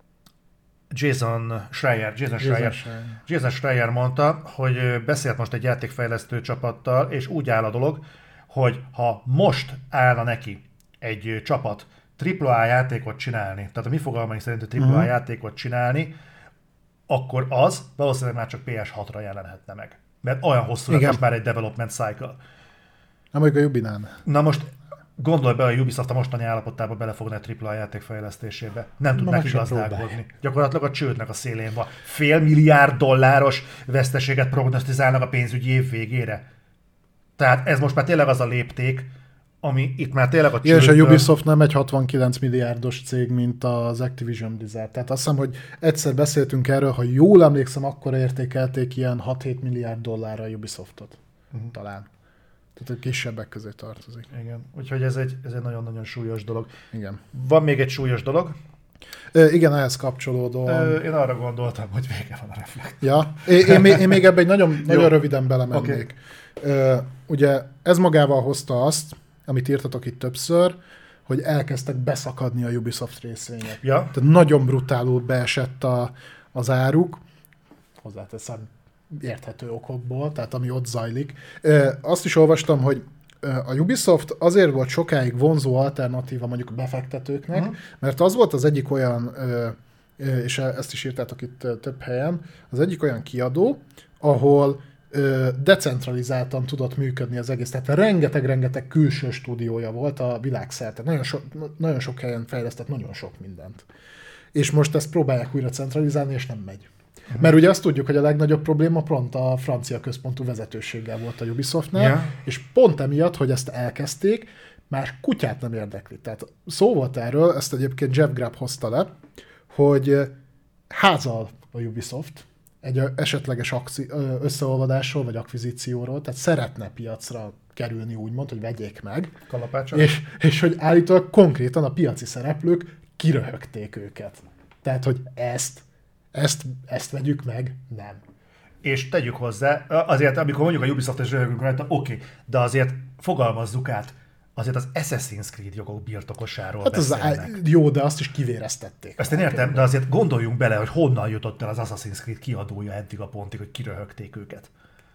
Jason Schreier. Jason Schreier. Jason Schreier. Jason Schreier mondta, hogy beszélt most egy játékfejlesztő csapattal, és úgy áll a dolog, hogy ha most állna neki egy csapat tripla á játékot csinálni, tehát a mi fogalmaink szerint a tripla á uh-huh. játékot csinálni, akkor az valószínűleg már csak pé es hatra jelenhetne meg. Mert olyan hosszú lett most már egy development cycle. Na, mondjuk a Ubinál. Na most gondolj be, a Ubisoft a mostani állapotában belefogni a tripla á játék fejlesztésébe. Nem tud neki gazdálkodni. Gyakorlatilag a csődnek a szélén van. Fél milliárd dolláros veszteséget prognosztizálnak a pénzügyi év végére. Tehát ez most már tényleg az a lépték, ami itt már tényleg a csődből... És a Ubisoft nem egy hatvankilenc milliárdos cég, mint az Activision Blizzard. Tehát azt hiszem, hogy egyszer beszéltünk erről, ha jól emlékszem, akkor értékelték ilyen hat-hét milliárd dollárra a Ubisoftot. Uh-huh. Talán. Tehát a kisebbek közé tartozik. Igen, úgyhogy ez egy, ez egy nagyon-nagyon súlyos dolog. Igen. Van még egy súlyos dolog. Ö, igen, ehhez kapcsolódóan. Ö, én arra gondoltam, hogy vége van a Reflect. Ja, én, én, még, én még ebben egy nagyon, nagyon röviden belemennék. Okay. Ö, ugye ez magával hozta azt, amit írtatok itt többször, hogy elkezdtek beszakadni a Ubisoft részvények. Ja. Tehát nagyon brutálul beesett a, az áruk, hozzáteszem érthető okokból, tehát ami ott zajlik. Ö, azt is olvastam, hogy a Ubisoft azért volt sokáig vonzó alternatíva mondjuk a befektetőknek, uh-huh. mert az volt az egyik olyan, és ezt is írtátok itt több helyen, az egyik olyan kiadó, ahol decentralizáltan tudott működni az egész. Tehát rengeteg-rengeteg külső stúdiója volt a világszerte. Nagyon, so, nagyon sok helyen fejlesztett nagyon sok mindent. És most ezt próbálják újra centralizálni, és nem megy. Uh-huh. Mert ugye azt tudjuk, hogy a legnagyobb probléma pont a francia központú vezetőséggel volt a Ubisoftnál, yeah. és pont emiatt, hogy ezt elkezdték, már kutyát nem érdekli. Tehát szó volt erről, ezt egyébként Jeff Grubb hozta le, hogy házal a Ubisoft egy esetleges akci- összeolvadásról vagy akvizícióról, tehát szeretne piacra kerülni úgymond, hogy vegyék meg, és, és hogy állítólag konkrétan a piaci szereplők kiröhögték őket. Tehát, hogy ezt Ezt, ezt vegyük meg? Nem. És tegyük hozzá, azért amikor mondjuk a Ubisoft és röhögünk rajta, oké, okay, de azért fogalmazzuk át, azért az Assassin's Creed jogok birtokosáról hát beszélnek. Az, jó, de azt is kivéreztették. Ezt én értem, de azért gondoljunk bele, hogy honnan jutott el az Assassin's Creed kiadója eddig a pontig, hogy kiröhögték őket.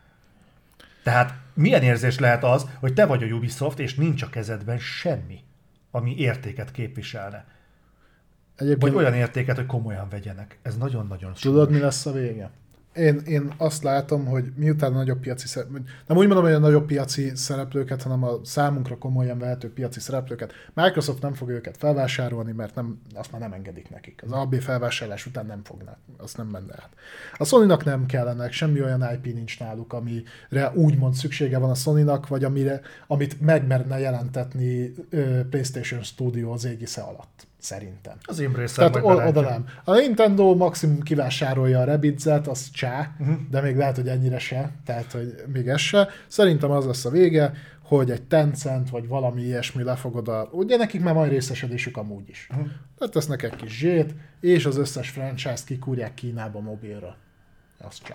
Tehát milyen érzés lehet az, hogy te vagy a Ubisoft, és nincs a kezedben semmi, ami értéket képviselne. Egyébként vagy olyan értéket, hogy komolyan vegyenek. Ez nagyon-nagyon súlyos. Tudod, mi lesz a vége? Én, én azt látom, hogy miután a nagyobb piaci szereplőket, nem úgy mondom, hogy a nagyobb piaci szereplőket, hanem a számunkra komolyan vehető piaci szereplőket, Microsoft nem fog őket felvásárolni, mert nem, azt már nem engedik nekik. Az á bé felvásárlás után nem fognak, azt nem menne át. A Sony-nak nem kellene, semmi olyan i pé nincs náluk, amire úgymond szüksége van a Sony-nak, vagy amire, amit megmerne jelentetni uh, PlayStation Studios égisze alatt. Szerintem. Az Embracer Tehát o- oda nem. A Nintendo maximum kivásárolja a Rabbidzet, az csá, uh-huh. de még lehet, hogy ennyire se, tehát hogy még ez se. Szerintem az lesz a vége, hogy egy Tencent vagy valami ilyesmi lefog oda, ugye nekik már majd részesedésük amúgy is. Uh-huh. Tehát tesznek egy kis zsét, és az összes franchise-t kikúrják Kínába mobilra. Az csá.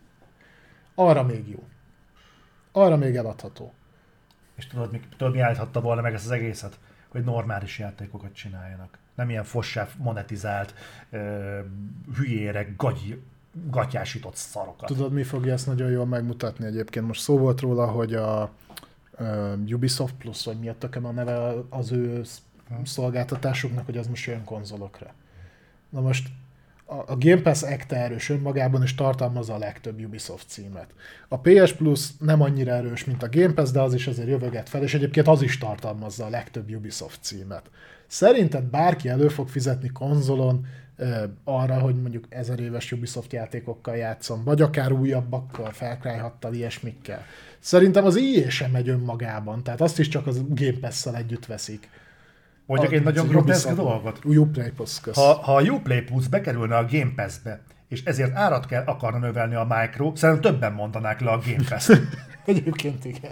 Arra még jó. Arra még eladható. És tudod, mi, tudod, mi állíthatta volna meg ezt az egészet? Hogy normális játékokat csináljanak. Nem ilyen fossá monetizált, uh, hülyére, gagyi, gatyásított szarokat. Tudod, mi fogja ezt nagyon jól megmutatni egyébként? Most szó volt róla, hogy a uh, Ubisoft Plus, vagy mi a tököm a neve az ő szolgáltatásuknak, hogy az most jön konzolokra. Na most a Game Pass ekte erős önmagában, és tartalmazza a legtöbb Ubisoft címet. A pé es Plus nem annyira erős, mint a Game Pass, de az is azért jövöget fel, és egyébként az is tartalmazza a legtöbb Ubisoft címet. Szerinted bárki elő fog fizetni konzolon eh, arra, hogy mondjuk ezer éves Ubisoft játékokkal játszom, vagy akár újabbakkal, Far Cry hattal, ilyesmikkel. Szerintem az í á sem megy önmagában, tehát azt is csak az Game Pass-szel együtt veszik. Mondjuk egy nagyon groteszk dolgot. Uplay Plus kösz. Ha, ha a Uplay Plus bekerülne a Game Pass-be, és ezért árat kell akarna növelni a Micro, szerintem többen mondanák le a Game Pass-t. Egyébként igen.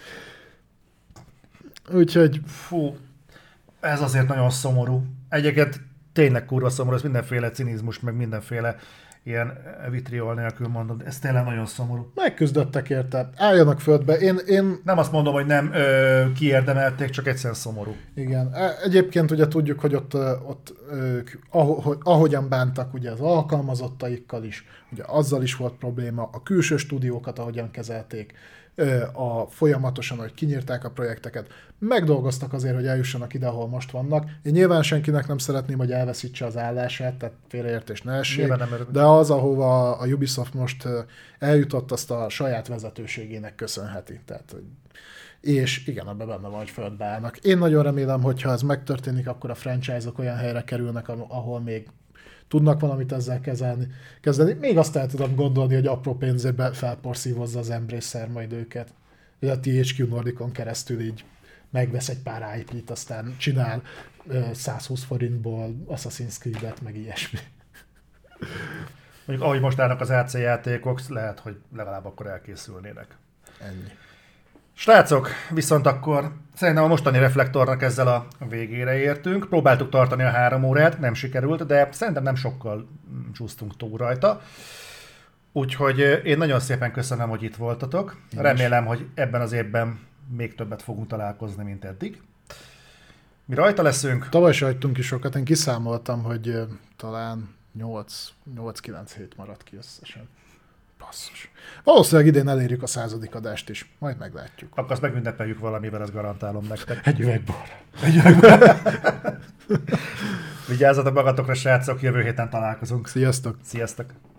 Úgyhogy... Fú, ez azért nagyon szomorú. Egyébként tényleg kurva szomorú, ez mindenféle cinizmus, meg mindenféle ilyen vitriol nélkül mondom, ez tényleg nagyon szomorú. Megküzdöttek érte, álljanak földbe. Én, én... Nem azt mondom, hogy nem ö, kiérdemelték, csak egyszerűen szomorú. Igen. Egyébként ugye tudjuk, hogy ott, ott ők, ahogy, ahogyan bántak ugye az alkalmazottaikkal is, ugye azzal is volt probléma, a külső stúdiókat ahogyan kezelték, a folyamatosan, hogy kinyírták a projekteket, megdolgoztak azért, hogy eljussanak ide, ahol most vannak. Én nyilván senkinek nem szeretném, hogy elveszítse az állását, tehát félreértés ne essék, de az, ahova a Ubisoft most eljutott, azt a saját vezetőségének köszönheti. Tehát, hogy... És igen, abban benne van, hogy földbe állnak. Én nagyon remélem, hogy ha ez megtörténik, akkor a franchise-ok olyan helyre kerülnek, ahol még tudnak valamit ezzel kezelni, kezdeni. Még azt el tudom gondolni, hogy apró pénzébe felporszívozza az Embracer majd őket. Hogy a té há kú Nordicon keresztül így megvesz egy pár i pét, aztán csinál százhúsz forintból Assassin's Creed-et, meg ilyesmi. Mondjuk ahogy most állnak az á cé játékok, lehet, hogy legalább akkor elkészülnének. Ennyi. Srácok, viszont akkor szerintem a mostani reflektornak ezzel a végére értünk. Próbáltuk tartani a három órát, nem sikerült, de szerintem nem sokkal csúsztunk túl rajta. Úgyhogy én nagyon szépen köszönöm, hogy itt voltatok. Én Remélem, is. hogy ebben az évben még többet fogunk találkozni, mint eddig. Mi rajta leszünk. Tavaly se hagytunk is sokat, én kiszámoltam, hogy talán nyolc-kilenc hét maradt ki összesen. Basszus. Valószínűleg idén elérjük a századik adást is. Majd meglátjuk. Akkor azt megünnepeljük valamivel, ezt garantálom nektek. Egy üveg borra. Egy üveg borra. Vigyázzatok magatokra, srácok, jövő héten találkozunk. Sziasztok. Sziasztok.